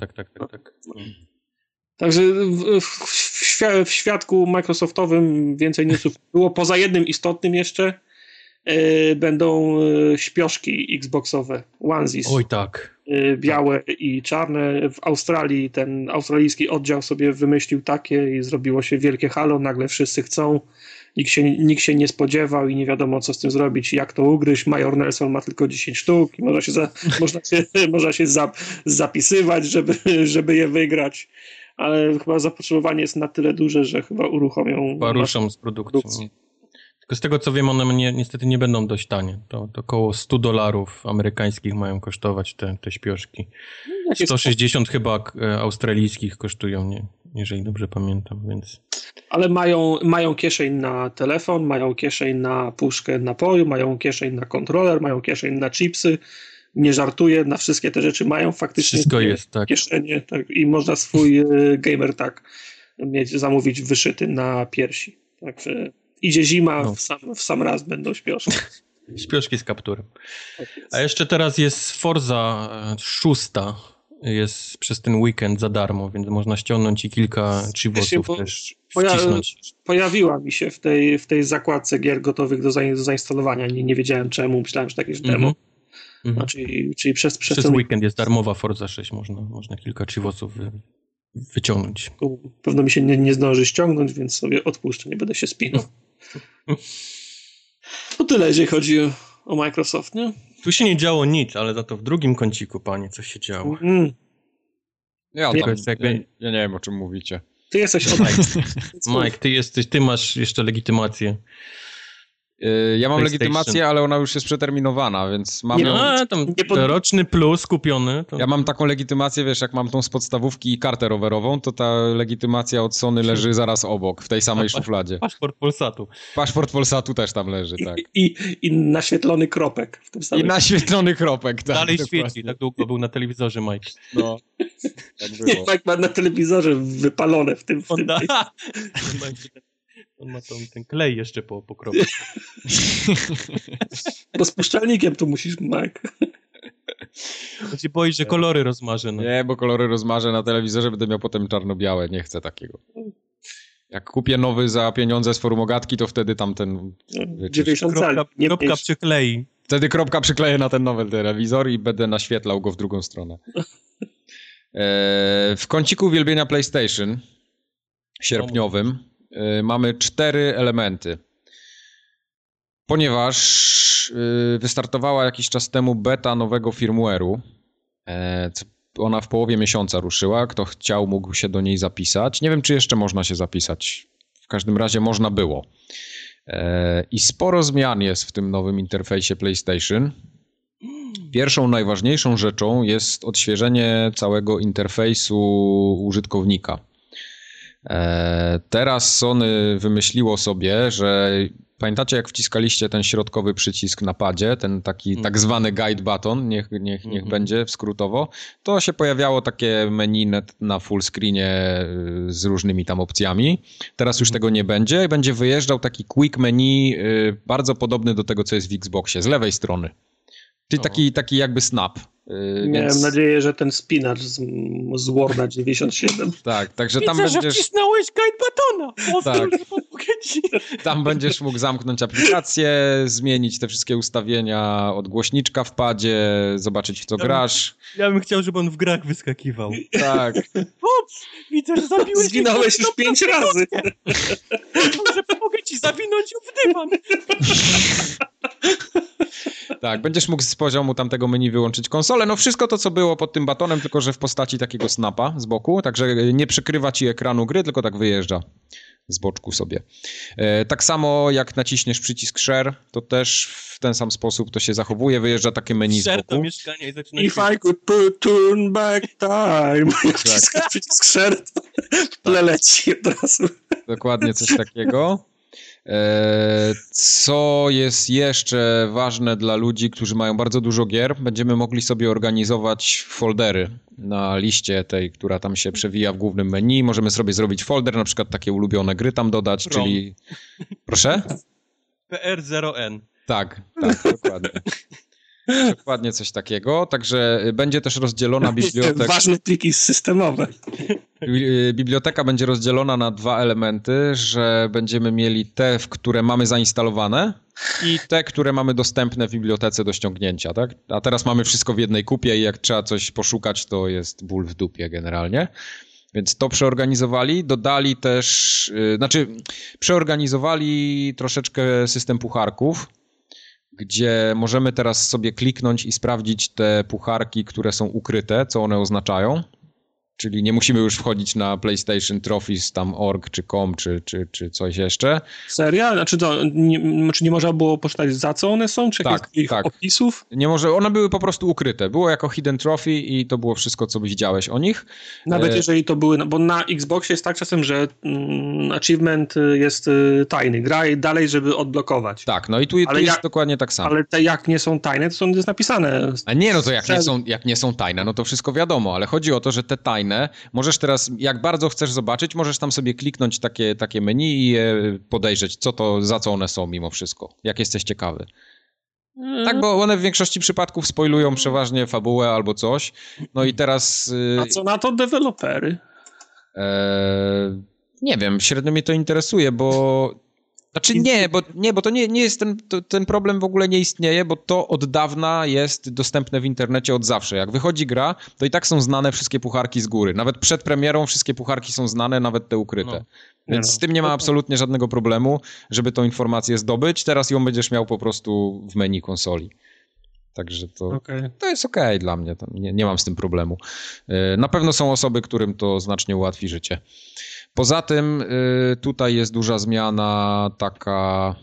[SPEAKER 3] Także w świadku Microsoftowym więcej newsów było. Poza jednym istotnym jeszcze będą śpioszki Xboxowe, onesies.
[SPEAKER 2] Oj tak.
[SPEAKER 3] Białe i czarne. W Australii ten australijski oddział sobie wymyślił takie i zrobiło się wielkie halo, nagle wszyscy chcą. Nikt się nie spodziewał i nie wiadomo, co z tym zrobić, jak to ugryźć. Major Nelson ma tylko 10 sztuk i można się zapisywać, żeby je wygrać. Ale chyba zapotrzebowanie jest na tyle duże, że chyba uruchomią...
[SPEAKER 2] Ruszą z produkcją. Tylko z tego, co wiem, one niestety nie będą dość tanie. To około $100 amerykańskich mają kosztować te śpioszki. 160 chyba australijskich kosztują, jeżeli dobrze pamiętam, więc...
[SPEAKER 3] Ale mają kieszeń na telefon, mają kieszeń na puszkę napoju, mają kieszeń na kontroler, mają kieszeń na chipsy. Nie żartuję, na wszystkie te rzeczy mają faktycznie
[SPEAKER 2] wszystko jest, tak.
[SPEAKER 3] Kieszenie, tak, i można swój gamer tag zamówić wyszyty na piersi. Także idzie zima, w sam raz będą śpioszki.
[SPEAKER 2] Śpioszki z kapturem. A jeszcze teraz jest Forza 6. Jest przez ten weekend za darmo, więc można ściągnąć i kilka chipsów też wcisnąć.
[SPEAKER 3] Pojawiła mi się w tej zakładce gier gotowych do zainstalowania. Nie wiedziałem czemu, myślałem, że takie demo. Czyli przez
[SPEAKER 2] ten weekend jest darmowa Forza 6, można kilka chipsów wyciągnąć.
[SPEAKER 3] Pewno mi się nie zdąży ściągnąć, więc sobie odpuszczę, nie będę się spinał. To tyle, jeżeli chodzi o Microsoft, nie?
[SPEAKER 2] Tu się nie działo nic, ale za to w drugim kąciku, panie, coś się działo.
[SPEAKER 1] Ja nie wiem, o czym mówicie.
[SPEAKER 3] Ty jesteś
[SPEAKER 2] Mike, ty masz jeszcze legitymację.
[SPEAKER 1] Ja mam legitymację, ale ona już jest przeterminowana, więc mam...
[SPEAKER 2] roczny plus kupiony. To...
[SPEAKER 1] Ja mam taką legitymację, wiesz, jak mam tą z podstawówki i kartę rowerową, to ta legitymacja od Sony leży zaraz obok, w tej samej szufladzie.
[SPEAKER 2] Paszport Polsatu.
[SPEAKER 1] Paszport Polsatu też tam leży, tak.
[SPEAKER 3] I naświetlony kropek w tym samym.
[SPEAKER 1] I naświetlony kropek, tak.
[SPEAKER 2] Dalej świeci, tak długo był na telewizorze Mike.
[SPEAKER 1] No, tak było.
[SPEAKER 3] Nie, Mike ma na telewizorze wypalone w tym.
[SPEAKER 2] On ma ten klej jeszcze po kropie.
[SPEAKER 3] Rozpuszczalnikiem tu musisz, Mike.
[SPEAKER 2] On się boi, że kolory rozmarzę. No.
[SPEAKER 1] Nie, bo kolory rozmarzę na telewizorze, będę miał potem czarno-białe. Nie chcę takiego. Jak kupię nowy za pieniądze z forum Ogatki, to wtedy tamten...
[SPEAKER 3] 90 cali.
[SPEAKER 2] Kropka przyklei.
[SPEAKER 1] Wtedy kropka przykleję na ten nowy telewizor i będę naświetlał go w drugą stronę. W kąciku uwielbienia PlayStation sierpniowym mamy 4 elementy. Ponieważ wystartowała jakiś czas temu beta nowego firmware'u, ona w połowie miesiąca ruszyła, kto chciał mógł się do niej zapisać. Nie wiem, czy jeszcze można się zapisać. W każdym razie można było. I sporo zmian jest w tym nowym interfejsie PlayStation. Pierwszą, najważniejszą rzeczą jest odświeżenie całego interfejsu użytkownika. Teraz Sony wymyśliło sobie, że pamiętacie, jak wciskaliście ten środkowy przycisk na padzie, ten taki tak zwany guide button, niech będzie skrótowo, to się pojawiało takie menu na full screenie z różnymi tam opcjami. Teraz już tego nie będzie. Będzie wyjeżdżał taki quick menu bardzo podobny do tego, co jest w Xboxie, z lewej strony. Czyli taki jakby snap.
[SPEAKER 3] Miałem nadzieję, że ten spinacz z Worda 97.
[SPEAKER 1] Tak, także tam będziesz...
[SPEAKER 2] że wcisnąłeś guide batona!
[SPEAKER 1] Tak. Tam będziesz mógł zamknąć aplikację, zmienić te wszystkie ustawienia od głośniczka w padzie, zobaczyć w co grasz.
[SPEAKER 2] Ja bym chciał, żeby on w grach wyskakiwał.
[SPEAKER 1] Tak.
[SPEAKER 2] Ups, widzę, że zabiłeś...
[SPEAKER 3] Zwinąłeś już 5 razy.
[SPEAKER 2] Może pomogę ci zawinąć ją w dywan.
[SPEAKER 1] Tak, będziesz mógł z poziomu tamtego menu wyłączyć konsolę. No wszystko to, co było pod tym batonem, tylko że w postaci takiego snapa z boku. Także nie przykrywa ci ekranu gry, tylko tak wyjeżdża z boczku sobie. Tak samo jak naciśniesz przycisk share, to też w ten sam sposób to się zachowuje. Wyjeżdża takie menu z boku.
[SPEAKER 2] Do mieszkania i zaczyna
[SPEAKER 3] If I could turn back time. Jak wciskasz przycisk share, to w tle leci od razu.
[SPEAKER 1] Dokładnie coś takiego. Co jest jeszcze ważne dla ludzi, którzy mają bardzo dużo gier, będziemy mogli sobie organizować foldery na liście tej, która tam się przewija w głównym menu. Możemy sobie zrobić folder, na przykład takie ulubione gry tam dodać, czyli... Proszę?
[SPEAKER 2] PR0N.
[SPEAKER 1] Tak, dokładnie. Dokładnie coś takiego, także będzie też rozdzielona biblioteka.
[SPEAKER 3] Ważne pliki systemowe.
[SPEAKER 1] Biblioteka będzie rozdzielona na 2 elementy, że będziemy mieli te, które mamy zainstalowane i te, które mamy dostępne w bibliotece do ściągnięcia, tak? A teraz mamy wszystko w jednej kupie i jak trzeba coś poszukać, to jest ból w dupie generalnie. Więc to przeorganizowali, dodali też, przeorganizowali troszeczkę system pucharków, gdzie możemy teraz sobie kliknąć i sprawdzić te pucharki, które są ukryte, co one oznaczają. Czyli nie musimy już wchodzić na PlayStation Trophies, tam org, czy com, czy coś jeszcze.
[SPEAKER 3] Serio? Znaczy nie można było poczytać, za co one są? Czy jakichś opisów?
[SPEAKER 1] Nie może, one były po prostu ukryte. Było jako hidden trophy i to było wszystko, co widziałeś o nich.
[SPEAKER 3] Nawet jeżeli to były, bo na Xboxie jest tak czasem, że achievement jest tajny. Graj dalej, żeby odblokować.
[SPEAKER 1] Tak, no i tu jest dokładnie tak samo.
[SPEAKER 3] Ale te jak nie są tajne, to jest napisane.
[SPEAKER 1] A nie, no to jak nie są tajne, no to wszystko wiadomo, ale chodzi o to, że te tajne możesz teraz, jak bardzo chcesz zobaczyć, możesz tam sobie kliknąć takie menu i je podejrzeć, za co one są mimo wszystko, jak jesteś ciekawy. Tak, bo one w większości przypadków spoilują przeważnie fabułę albo coś. No i teraz...
[SPEAKER 3] A co na to dewelopery?
[SPEAKER 1] Nie wiem, średnio mnie to interesuje, bo... Znaczy bo to nie jest ten problem w ogóle nie istnieje, bo to od dawna jest dostępne w internecie od zawsze. Jak wychodzi gra, to i tak są znane wszystkie pucharki z góry. Nawet przed premierą wszystkie pucharki są znane, nawet te ukryte. No. Więc z tym nie ma absolutnie żadnego problemu, żeby tą informację zdobyć. Teraz ją będziesz miał po prostu w menu konsoli. Także to jest okej dla mnie. Nie mam z tym problemu. Na pewno są osoby, którym to znacznie ułatwi życie. Poza tym tutaj jest duża zmiana taka,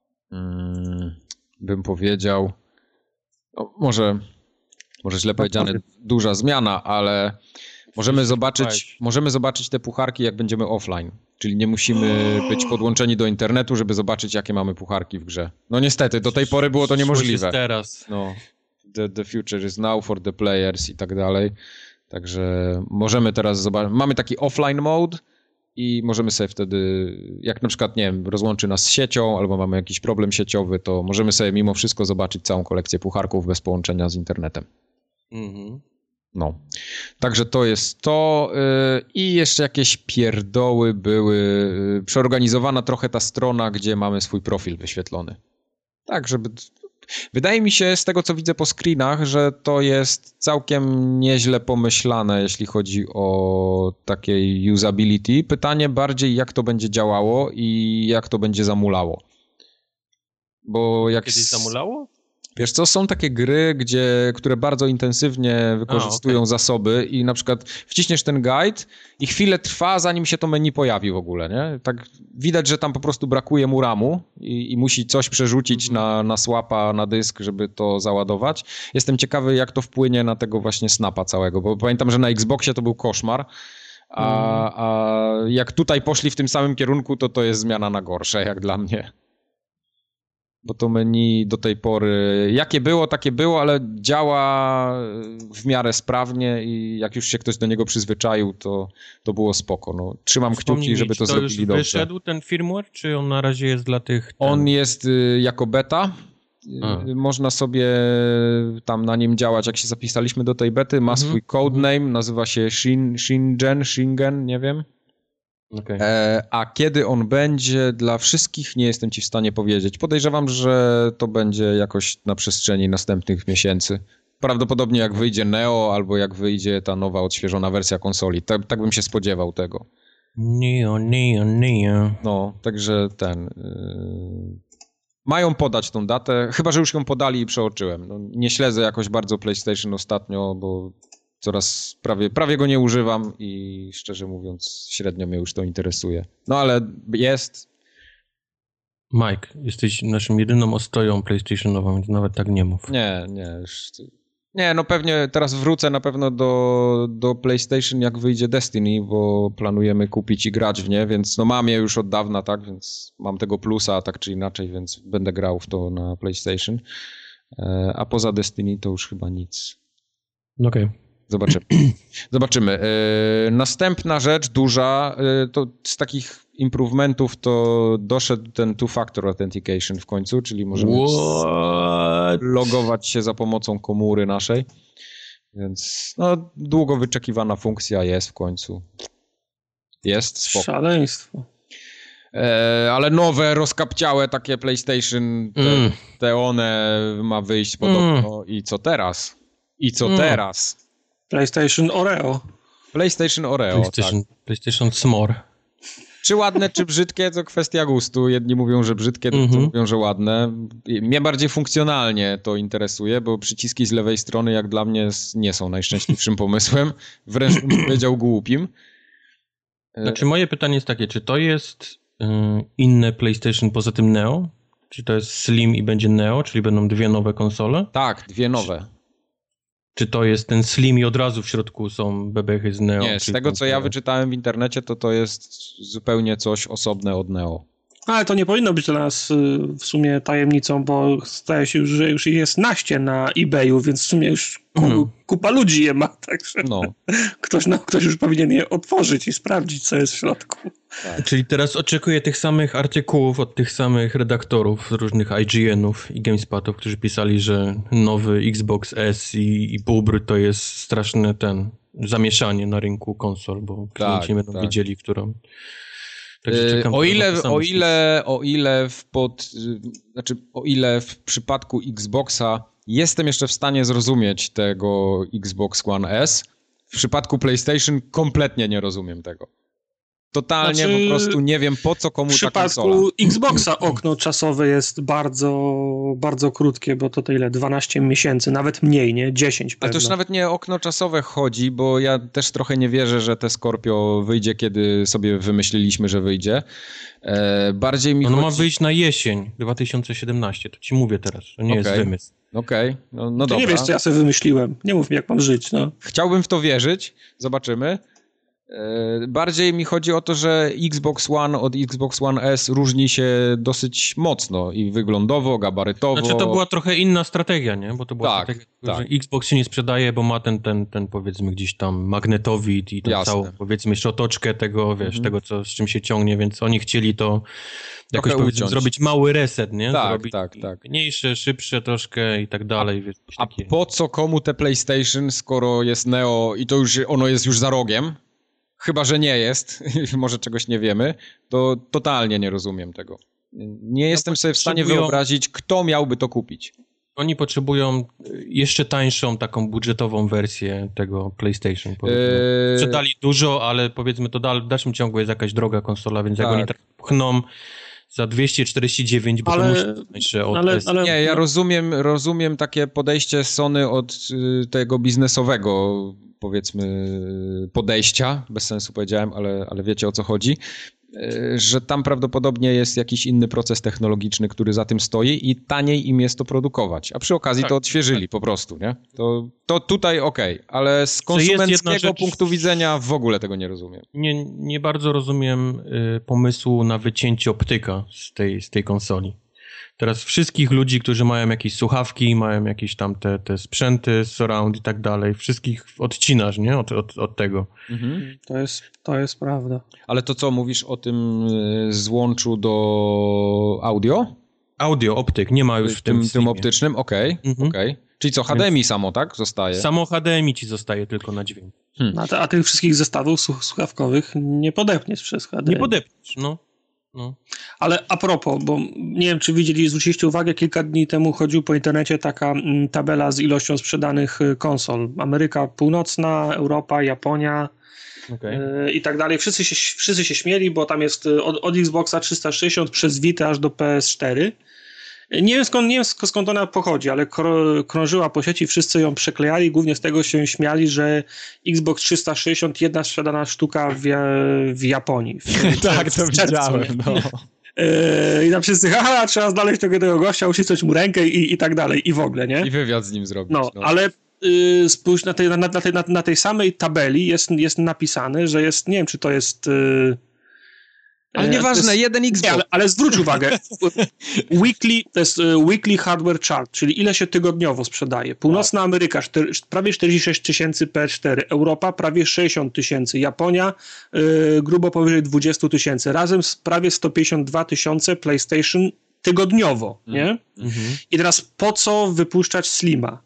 [SPEAKER 1] bym powiedział, no może źle powiedziane, duża zmiana, ale możemy zobaczyć te pucharki, jak będziemy offline. Czyli nie musimy być podłączeni do internetu, żeby zobaczyć, jakie mamy pucharki w grze. No niestety, do tej pory było to niemożliwe.
[SPEAKER 2] Teraz.
[SPEAKER 1] No, the future is now for the players i tak dalej. Także możemy teraz zobaczyć. Mamy taki offline mode i możemy sobie wtedy, jak na przykład, nie wiem, rozłączy nas z siecią albo mamy jakiś problem sieciowy, to możemy sobie mimo wszystko zobaczyć całą kolekcję pucharków bez połączenia z internetem.
[SPEAKER 2] Mhm.
[SPEAKER 1] No, także to jest to i jeszcze jakieś pierdoły były, przeorganizowana trochę ta strona, gdzie mamy swój profil wyświetlony. Tak, żeby... Wydaje mi się z tego, co widzę po screenach, że to jest całkiem nieźle pomyślane, jeśli chodzi o takie usability. Pytanie bardziej, jak to będzie działało i jak to będzie zamulało. Bo jak...
[SPEAKER 2] Kiedyś zamulało?
[SPEAKER 1] Wiesz co, są takie gry, które bardzo intensywnie wykorzystują zasoby i na przykład wciśniesz ten guide i chwilę trwa, zanim się to menu pojawi w ogóle, nie? Tak widać, że tam po prostu brakuje mu ramu i musi coś przerzucić na swapa, na dysk, żeby to załadować. Jestem ciekawy, jak to wpłynie na tego właśnie snapa całego, bo pamiętam, że na Xboxie to był koszmar, a jak tutaj poszli w tym samym kierunku, to jest zmiana na gorsze, jak dla mnie. Bo to menu do tej pory, jakie było, takie było, ale działa w miarę sprawnie i jak już się ktoś do niego przyzwyczaił, to było spoko. No, trzymam kciuki, żeby to zrobili dobrze.
[SPEAKER 2] To już wyszedł ten firmware, czy on na razie jest dla tych...
[SPEAKER 1] On jest jako beta. Można sobie tam na nim działać, jak się zapisaliśmy do tej bety. Ma swój codename, nazywa się Shingen, nie wiem.
[SPEAKER 2] Okay.
[SPEAKER 1] A kiedy on będzie dla wszystkich, nie jestem ci w stanie powiedzieć. Podejrzewam, że to będzie jakoś na przestrzeni następnych miesięcy. Prawdopodobnie jak wyjdzie Neo, albo jak wyjdzie ta nowa, odświeżona wersja konsoli. Tak bym się spodziewał tego.
[SPEAKER 2] Neo.
[SPEAKER 1] No, także mają podać tą datę, chyba że już ją podali i przeoczyłem. No, nie śledzę jakoś bardzo PlayStation ostatnio, bo coraz prawie go nie używam i szczerze mówiąc średnio mnie już to interesuje. No ale jest.
[SPEAKER 2] Mike, jesteś naszą jedyną ostoją PlayStationową, więc nawet tak nie mów.
[SPEAKER 1] Nie, no pewnie teraz wrócę na pewno do PlayStation, jak wyjdzie Destiny, bo planujemy kupić i grać w nie, więc no mam je już od dawna, tak, więc mam tego plusa, tak czy inaczej, więc będę grał w to na PlayStation. A poza Destiny to już chyba nic.
[SPEAKER 2] Okej.
[SPEAKER 1] Zobaczymy. Następna rzecz duża, to z takich improvementów to doszedł ten two-factor authentication w końcu, czyli możemy logować się za pomocą komóry naszej. Więc no, długo wyczekiwana funkcja jest w końcu. Jest, spoko.
[SPEAKER 3] Szaleństwo.
[SPEAKER 1] Ale nowe, rozkapciałe takie PlayStation, te one ma wyjść podobno. I co teraz? Teraz?
[SPEAKER 3] PlayStation Oreo.
[SPEAKER 2] PlayStation S'more.
[SPEAKER 1] Czy ładne, czy brzydkie, to kwestia gustu. Jedni mówią, że brzydkie, drudzy mówią, że ładne. Mnie bardziej funkcjonalnie to interesuje, bo przyciski z lewej strony jak dla mnie nie są najszczęśliwszym pomysłem. Wręcz bym powiedział głupim.
[SPEAKER 2] Znaczy moje pytanie jest takie, czy to jest inne PlayStation poza tym Neo? Czy to jest Slim i będzie Neo, czyli będą dwie nowe konsole?
[SPEAKER 1] Tak, dwie nowe.
[SPEAKER 2] Czy to jest ten Slim i od razu w środku są bebechy z Neo?
[SPEAKER 1] Nie, z tego co ja wyczytałem w internecie, to jest zupełnie coś osobne od Neo.
[SPEAKER 3] Ale to nie powinno być dla nas w sumie tajemnicą, bo zdaje się, że już jest naście na eBayu, więc w sumie już kupa ludzi je ma, także ktoś już powinien je otworzyć i sprawdzić, co jest w środku.
[SPEAKER 2] Tak. Czyli teraz oczekuję tych samych artykułów od tych samych redaktorów z różnych IGN-ów i GameSpotów, którzy pisali, że nowy Xbox S i bubr to jest straszne zamieszanie na rynku konsol, bo klienci nie będą wiedzieli, którą...
[SPEAKER 1] O ile w przypadku Xboxa jestem jeszcze w stanie zrozumieć tego Xbox One S, w przypadku PlayStation kompletnie nie rozumiem tego. Totalnie po prostu nie wiem, po co komu ta konsola.
[SPEAKER 3] W przypadku Xboxa okno czasowe jest bardzo, bardzo krótkie, bo to ile? 12 miesięcy, nawet mniej, nie? 10 pewno.
[SPEAKER 1] Ale to już nawet nie okno czasowe chodzi, bo ja też trochę nie wierzę, że te Scorpio wyjdzie, kiedy sobie wymyśliliśmy, że wyjdzie. Bardziej mi
[SPEAKER 2] ma wyjść na jesień 2017, to ci mówię teraz, to nie jest wymysł.
[SPEAKER 1] Okej, no dobra.
[SPEAKER 3] Nie wiesz, co ja sobie wymyśliłem. Nie mów mi, jak mam żyć, no.
[SPEAKER 1] Chciałbym w to wierzyć, zobaczymy. Bardziej mi chodzi o to, że Xbox One od Xbox One S różni się dosyć mocno i wyglądowo, gabarytowo.
[SPEAKER 2] Znaczy to była trochę inna strategia, nie? Bo to była strategia, że Xbox się nie sprzedaje, bo ma ten powiedzmy gdzieś tam magnetowid i tą całą, powiedzmy, jeszcze otoczkę tego, wiesz, tego, z czym się ciągnie, więc oni chcieli to jakoś, powiedzmy, zrobić mały reset, nie?
[SPEAKER 1] Tak.
[SPEAKER 2] Mniejsze, szybsze troszkę i tak dalej.
[SPEAKER 1] A po co komu te PlayStation, skoro jest Neo i to już ono jest już za rogiem? Chyba że nie jest, może czegoś nie wiemy, to totalnie nie rozumiem tego. Nie jestem sobie w stanie wyobrazić, kto miałby to kupić.
[SPEAKER 2] Oni potrzebują jeszcze tańszą, taką budżetową wersję tego PlayStation. Sprzedali dużo, ale powiedzmy to w dalszym ciągu jest jakaś droga konsola, więc jak oni tak pchną za 249, bo to musi być tańsze od
[SPEAKER 1] Nie, ja rozumiem takie podejście Sony od tego biznesowego, powiedzmy, podejścia, bez sensu powiedziałem, ale wiecie o co chodzi, że tam prawdopodobnie jest jakiś inny proces technologiczny, który za tym stoi i taniej im jest to produkować, a przy okazji to odświeżyli po prostu, nie? To tutaj okej, ale z konsumenckiego punktu widzenia w ogóle tego nie rozumiem.
[SPEAKER 2] Nie bardzo rozumiem pomysłu na wycięcie optyka z tej konsoli. Teraz wszystkich ludzi, którzy mają jakieś słuchawki, mają jakieś tam te sprzęty, surround i tak dalej, wszystkich odcinasz, nie? Od tego.
[SPEAKER 3] Mhm. To jest prawda.
[SPEAKER 1] Ale to co, mówisz o tym złączu do audio?
[SPEAKER 2] Audio, optyk, nie ma już w tym
[SPEAKER 1] optycznym? Okej. Czyli co, HDMI samo, tak? Zostaje?
[SPEAKER 2] Samo HDMI ci zostaje tylko na dźwięk.
[SPEAKER 3] A tych wszystkich zestawów słuchawkowych nie podepniesz przez HDMI.
[SPEAKER 2] Nie podepniesz, no.
[SPEAKER 3] Ale a propos, bo nie wiem, czy zwróciliście uwagę, kilka dni temu chodził po internecie taka tabela z ilością sprzedanych konsol. Ameryka Północna, Europa, Japonia i tak dalej. Wszyscy się śmieli, bo tam jest od Xboxa 360 przez Vita aż do PS4. Nie wiem skąd ona pochodzi, ale krążyła po sieci, wszyscy ją przeklejali, głównie z tego się śmiali, że Xbox 360 jedna sprzedana sztuka w Japonii.
[SPEAKER 1] Tak, to widziałem.
[SPEAKER 3] I tam wszyscy, trzeba znaleźć tego gościa, uścisnąć mu rękę i tak dalej, i w ogóle, nie?
[SPEAKER 1] I wywiad z nim zrobić.
[SPEAKER 3] Ale spójrz, na tej samej tabeli jest napisane, że jest, nie wiem, czy to jest...
[SPEAKER 1] Ale nieważne, jeden Xbox.
[SPEAKER 3] Nie, ale zwróć uwagę, to jest weekly hardware chart, czyli ile się tygodniowo sprzedaje. Północna Ameryka prawie 46 tysięcy PS4, Europa prawie 60 tysięcy, Japonia grubo powyżej 20 tysięcy, razem prawie 152 tysiące PlayStation tygodniowo, nie? I teraz po co wypuszczać Slima?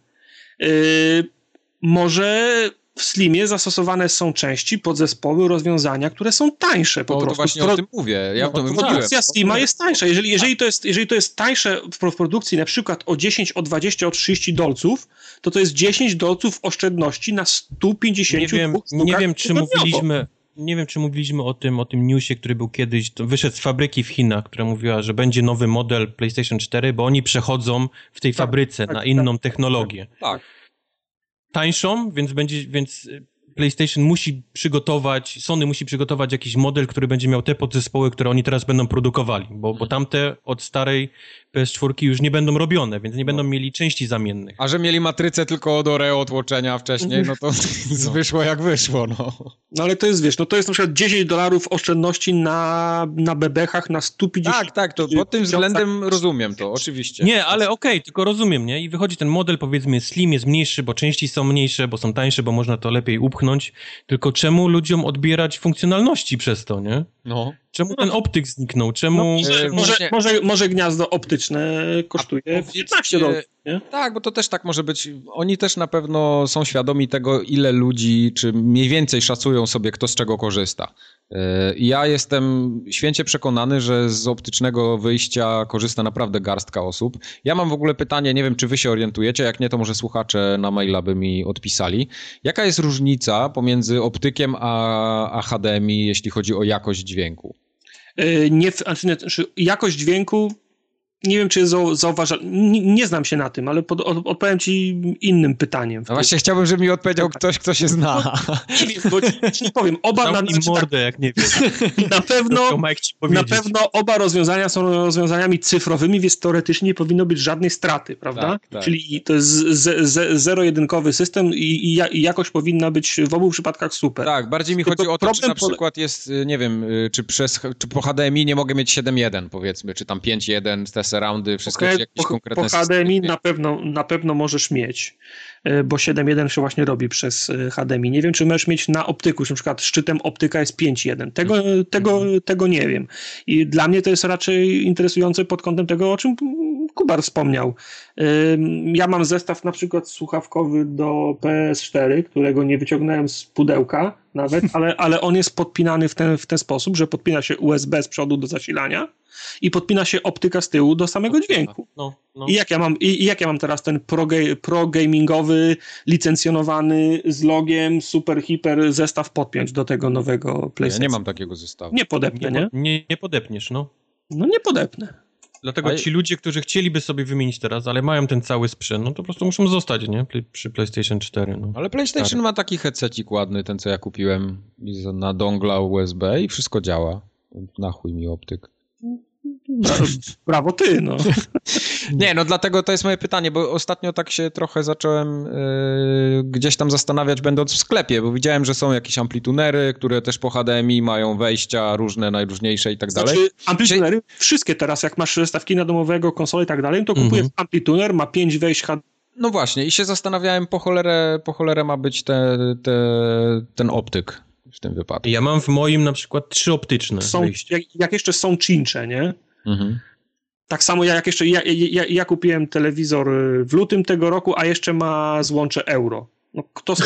[SPEAKER 3] Może w Slimie zastosowane są części, podzespoły, rozwiązania, które są tańsze po prostu.
[SPEAKER 1] To właśnie o tym mówię.
[SPEAKER 3] Produkcja Slima jest tańsza. Jeżeli to jest tańsze w produkcji na przykład o 10, o 20, o 30 dolców, to jest 10 dolców oszczędności na 150
[SPEAKER 2] Nie wiem, czy mówiliśmy o tym newsie, który był kiedyś, to wyszedł z fabryki w Chinach, która mówiła, że będzie nowy model PlayStation 4, bo oni przechodzą w tej fabryce na inną technologię.
[SPEAKER 1] Tak.
[SPEAKER 2] Tańszą, więc PlayStation musi przygotować, Sony musi przygotować jakiś model, który będzie miał te podzespoły, które oni teraz będą produkowali, bo tamte od starej PS4 już nie będą robione, więc nie będą mieli części zamiennych.
[SPEAKER 1] A że mieli matrycę tylko od Oreo tłoczenia wcześniej, no to wyszło jak wyszło,
[SPEAKER 3] No ale to jest, wiesz, to jest na przykład $10 oszczędności na bebechach, na 150...
[SPEAKER 1] Tak, to pod tym względem rozumiem to, oczywiście.
[SPEAKER 2] Nie, ale okej, tylko rozumiem, nie? I wychodzi ten model, powiedzmy, Slim jest mniejszy, bo części są mniejsze, bo są tańsze, bo można to lepiej upchnąć, tylko czemu ludziom odbierać funkcjonalności przez to, nie? Czemu ten optyk zniknął? Czemu...
[SPEAKER 3] Może gniazdo optyczne kosztuje 15 dolarów, nie?
[SPEAKER 1] Tak, bo to też tak może być. Oni też na pewno są świadomi tego, ile ludzi, czy mniej więcej szacują sobie, kto z czego korzysta. Ja jestem święcie przekonany, że z optycznego wyjścia korzysta naprawdę garstka osób. Ja mam w ogóle pytanie, nie wiem, czy wy się orientujecie, jak nie, to może słuchacze na maila by mi odpisali. Jaka jest różnica pomiędzy optykiem a HDMI, jeśli chodzi o jakość dźwięku?
[SPEAKER 3] Jakość dźwięku Nie wiem, czy zauważa. Nie znam się na tym, ale odpowiem ci innym pytaniem.
[SPEAKER 1] No właśnie chciałbym, żeby mi odpowiedział ktoś, kto się zna.
[SPEAKER 3] Nie wiem, bo ci powiem.
[SPEAKER 2] Mordę, jak nie wiem.
[SPEAKER 3] Na pewno oba rozwiązania są rozwiązaniami cyfrowymi, więc teoretycznie nie powinno być żadnej straty, prawda?
[SPEAKER 1] Tak.
[SPEAKER 3] Czyli to jest zero-jedynkowy system i jakość powinna być w obu przypadkach super.
[SPEAKER 1] Tak, bardziej mi chodzi o to, czy na przykład jest, nie wiem, czy po HDMI nie mogę mieć 7.1, powiedzmy, czy tam 5.1, te surroundy, wszystko jakieś konkretne
[SPEAKER 3] po HDMI na pewno możesz mieć, bo 7.1 się właśnie robi przez HDMI. Nie wiem, czy możesz mieć na optyku, na przykład szczytem optyka jest 5.1. Tego nie wiem. I dla mnie to jest raczej interesujące pod kątem tego, o czym Kubar wspomniał. Ja mam zestaw na przykład słuchawkowy do PS4, którego nie wyciągnąłem z pudełka nawet, ale on jest podpinany w ten sposób, że podpina się USB z przodu do zasilania i podpina się optyka z tyłu do samego dźwięku. No. I jak ja mam teraz ten pro gamingowy, licencjonowany z logiem, super, hiper zestaw podpiąć do tego nowego PlayStation?
[SPEAKER 1] Ja nie mam takiego zestawu.
[SPEAKER 3] Nie podepnę, nie?
[SPEAKER 2] Nie podepniesz, no.
[SPEAKER 3] No nie podepnę.
[SPEAKER 2] Dlatego ci ludzie, którzy chcieliby sobie wymienić teraz, ale mają ten cały sprzęt, no to po prostu muszą zostać, nie? Przy PlayStation 4, no.
[SPEAKER 1] Ale PlayStation ma taki headsetik ładny, ten co ja kupiłem na dongla USB i wszystko działa. Na chuj mi optyk.
[SPEAKER 3] Brawo ty, no.
[SPEAKER 1] Nie, no dlatego to jest moje pytanie, bo ostatnio tak się trochę zacząłem gdzieś tam zastanawiać, będąc w sklepie, bo widziałem, że są jakieś amplitunery, które też po HDMI mają wejścia różne, najróżniejsze i tak dalej.
[SPEAKER 3] Znaczy amplitunery, wszystkie teraz, jak masz zestaw kina domowego, konsolę i tak dalej, to kupujesz amplituner, ma 5 wejść HDMI.
[SPEAKER 1] No właśnie i się zastanawiałem, po cholerę ma być ten optyk w tym wypadku.
[SPEAKER 2] Ja mam w moim na przykład 3 optyczne wejścia.
[SPEAKER 3] Jak jeszcze są czyncze, nie? Tak samo ja kupiłem telewizor w lutym tego roku, a jeszcze ma złącze euro. No, kto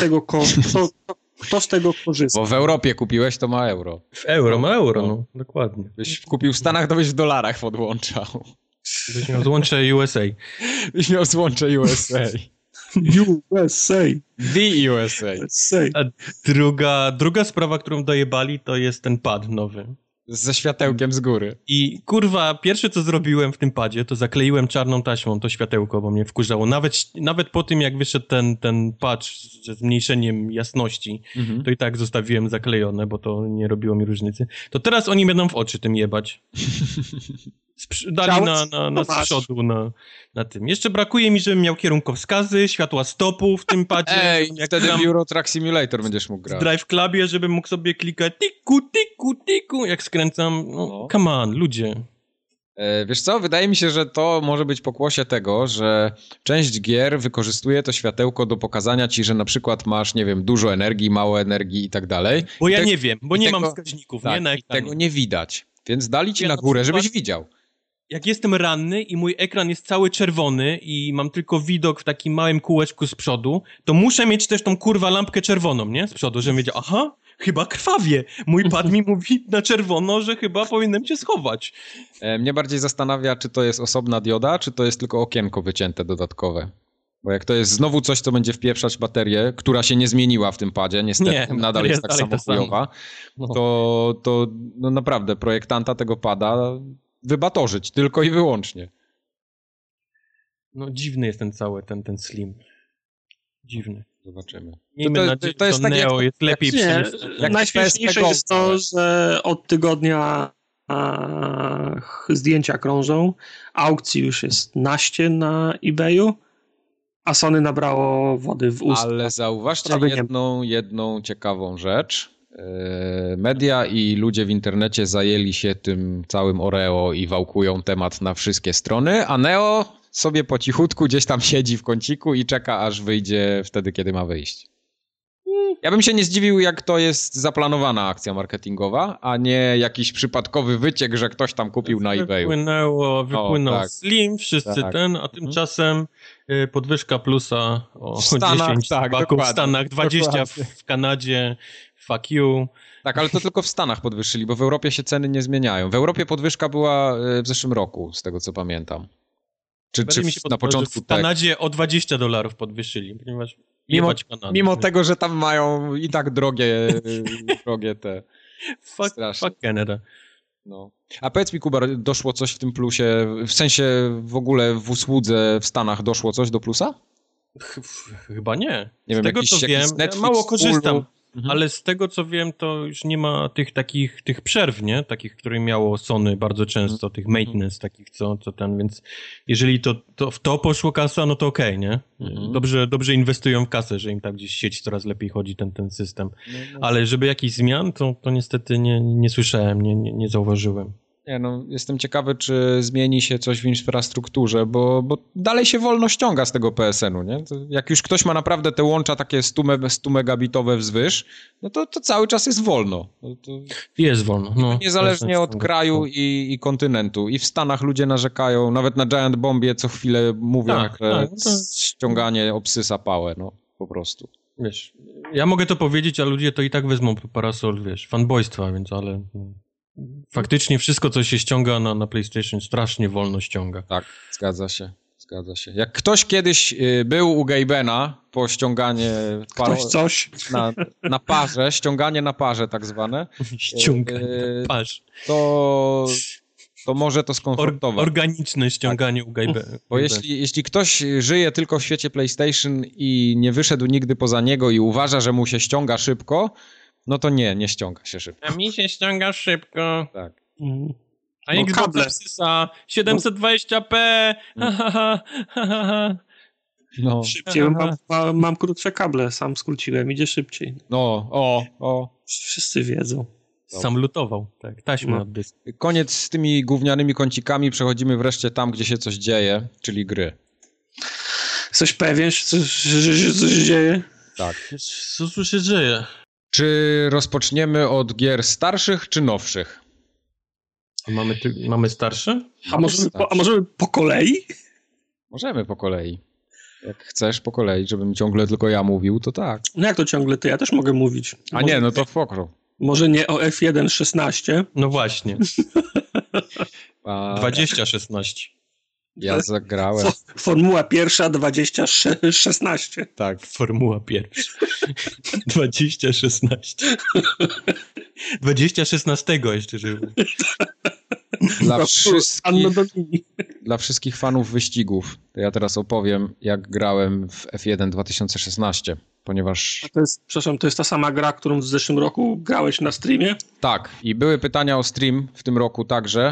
[SPEAKER 3] z tego korzysta?
[SPEAKER 1] Bo w Europie kupiłeś, to ma euro.
[SPEAKER 2] W euro ma euro, no dokładnie.
[SPEAKER 1] Byś kupił w Stanach, to byś w dolarach podłączał.
[SPEAKER 2] Byś miał złącze USA.
[SPEAKER 1] Byś miał złącze USA.
[SPEAKER 3] USA.
[SPEAKER 1] The USA.
[SPEAKER 2] A druga sprawa, którą dojebali, to jest ten pad nowy.
[SPEAKER 1] Ze światełkiem z góry.
[SPEAKER 2] I kurwa, pierwsze co zrobiłem w tym padzie, to zakleiłem czarną taśmą to światełko, bo mnie wkurzało. Nawet po tym, jak wyszedł ten patch ze zmniejszeniem jasności, to i tak zostawiłem zaklejone, bo to nie robiło mi różnicy. To teraz oni będą w oczy tym jebać. Dali z przodu na tym. Jeszcze brakuje mi, żebym miał kierunkowskazy, światła stopu w tym padzie.
[SPEAKER 1] Ej, wtedy w Euro Truck Simulator będziesz mógł grać.
[SPEAKER 2] W Drive Clubie, żebym mógł sobie klikać tiku, jak skręcam. No, come on, ludzie.
[SPEAKER 1] Wiesz co, wydaje mi się, że to może być pokłosie tego, że część gier wykorzystuje to światełko do pokazania ci, że na przykład masz, nie wiem, dużo energii, mało energii i tak dalej.
[SPEAKER 2] Bo ja nie wiem, bo nie mam wskaźników,
[SPEAKER 1] tak,
[SPEAKER 2] nie na ekranie.
[SPEAKER 1] Tego nie widać, więc dali ci na górę, żebyś widział.
[SPEAKER 2] Jak jestem ranny i mój ekran jest cały czerwony i mam tylko widok w takim małym kółeczku z przodu, to muszę mieć też tą kurwa lampkę czerwoną, nie? Z przodu, żebym wiedział, aha, chyba krwawie. Mój pad mi mówi na czerwono, że chyba powinienem się schować.
[SPEAKER 1] Mnie bardziej zastanawia, czy to jest osobna dioda, czy to jest tylko okienko wycięte dodatkowe. Bo jak to jest znowu coś, co będzie wpieprzać baterię, która się nie zmieniła w tym padzie, niestety nadal jest tak samo chujowa, to no naprawdę projektanta tego pada wybatorzyć tylko i wyłącznie.
[SPEAKER 2] No dziwny jest ten cały, ten slim. Dziwny.
[SPEAKER 1] Zobaczymy.
[SPEAKER 2] To jest tak Neo, jest lepiej
[SPEAKER 3] najśmieszniejsze jest to, że od tygodnia zdjęcia krążą, aukcji już jest naście na eBayu, a Sony nabrało wody w usta.
[SPEAKER 1] Ale zauważcie jedną ciekawą rzecz. Media i ludzie w internecie zajęli się tym całym Oreo i wałkują temat na wszystkie strony, a Neo sobie po cichutku gdzieś tam siedzi w kąciku i czeka, aż wyjdzie wtedy, kiedy ma wyjść. Ja bym się nie zdziwił, jak to jest zaplanowana akcja marketingowa, a nie jakiś przypadkowy wyciek, że ktoś tam kupił na eBayu.
[SPEAKER 2] Wypłynął Slim, wszyscy a tymczasem podwyżka plusa o Stanach, 10 baków w Stanach, 20 w Kanadzie, fuck you.
[SPEAKER 1] Tak, ale to tylko w Stanach podwyższyli, bo w Europie się ceny nie zmieniają. W Europie podwyżka była w zeszłym roku, z tego co pamiętam. Czy na początku
[SPEAKER 2] w Kanadzie o $20 podwyższyli, ponieważ
[SPEAKER 1] mimo tego, że tam mają i tak drogie te...
[SPEAKER 2] Fuck Canada.
[SPEAKER 1] No. A powiedz mi, Kuba, doszło coś w tym plusie, w sensie w ogóle w usłudze w Stanach doszło coś do plusa?
[SPEAKER 2] Chyba nie.
[SPEAKER 1] Nie wiem,
[SPEAKER 2] tego co wiem,
[SPEAKER 1] Netflix,
[SPEAKER 2] mało korzystam,
[SPEAKER 1] Mhm.
[SPEAKER 2] ale z tego co wiem, to już nie ma tych przerw, nie? Takich, które miało Sony bardzo często, tych maintenance takich, co ten, więc jeżeli to w to poszło kasa, no to okej, nie? Dobrze inwestują w kasę, że im tak gdzieś sieć coraz lepiej chodzi ten system. Ale żeby jakichś zmian, to niestety nie słyszałem, nie zauważyłem.
[SPEAKER 1] Nie, no, jestem ciekawy, czy zmieni się coś w infrastrukturze, bo dalej się wolno ściąga z tego PSN-u, nie? To jak już ktoś ma naprawdę te łącza takie 100 megabitowe wzwyż, no to cały czas jest wolno.
[SPEAKER 2] Jest wolno. No,
[SPEAKER 1] niezależnie od kraju i kontynentu. I w Stanach ludzie narzekają, nawet na Giant Bombie co chwilę mówią, że ściąganie obsysa pałę, no po prostu.
[SPEAKER 2] Wiesz, ja mogę to powiedzieć, a ludzie to i tak wezmą parasol, wiesz, fanboystwa, więc ale... Faktycznie wszystko, co się ściąga na PlayStation, strasznie wolno ściąga.
[SPEAKER 1] Tak, zgadza się. Jak ktoś kiedyś był u Gabena po ściąganie...
[SPEAKER 3] coś.
[SPEAKER 1] Na parze, ściąganie na parze tak zwane.
[SPEAKER 2] Ściąganie na parze.
[SPEAKER 1] To może to skonfrontować.
[SPEAKER 2] Organiczne ściąganie u Gabena.
[SPEAKER 1] Bo jeśli ktoś żyje tylko w świecie PlayStation i nie wyszedł nigdy poza niego i uważa, że mu się ściąga szybko, no to nie ściąga się szybko.
[SPEAKER 2] A mi się ściąga szybko.
[SPEAKER 1] Tak.
[SPEAKER 2] A Xbox wsysa 720p.
[SPEAKER 3] No. Szybciej, mam krótsze kable, sam skróciłem, idzie szybciej. Wszyscy wiedzą.
[SPEAKER 2] Sam lutował, tak, taśmy od dysku.
[SPEAKER 1] Koniec z tymi gównianymi kącikami, przechodzimy wreszcie tam, gdzie się coś dzieje, czyli gry.
[SPEAKER 3] Jesteś pewien, że się coś dzieje?
[SPEAKER 1] Tak.
[SPEAKER 2] Co tu się dzieje?
[SPEAKER 1] Czy rozpoczniemy od gier starszych, czy nowszych?
[SPEAKER 2] Mamy starsze?
[SPEAKER 3] A możemy po kolei?
[SPEAKER 1] Możemy po kolei. Jak chcesz po kolei, żebym ciągle tylko ja mówił, to tak.
[SPEAKER 3] No jak to ciągle ty? Ja też mogę mówić.
[SPEAKER 1] A nie, no to w pokro.
[SPEAKER 3] Może nie o F1 16?
[SPEAKER 2] No właśnie. 2016.
[SPEAKER 1] Ja zagrałem.
[SPEAKER 3] Formuła pierwsza 2016.
[SPEAKER 2] Tak, Formuła pierwsza. 2016. 2016 jeszcze żył.
[SPEAKER 1] Dla wszystkich fanów wyścigów, to ja teraz opowiem, jak grałem w F1 2016, ponieważ...
[SPEAKER 3] To jest ta sama gra, którą w zeszłym roku grałeś na streamie?
[SPEAKER 1] Tak, i były pytania o stream w tym roku także,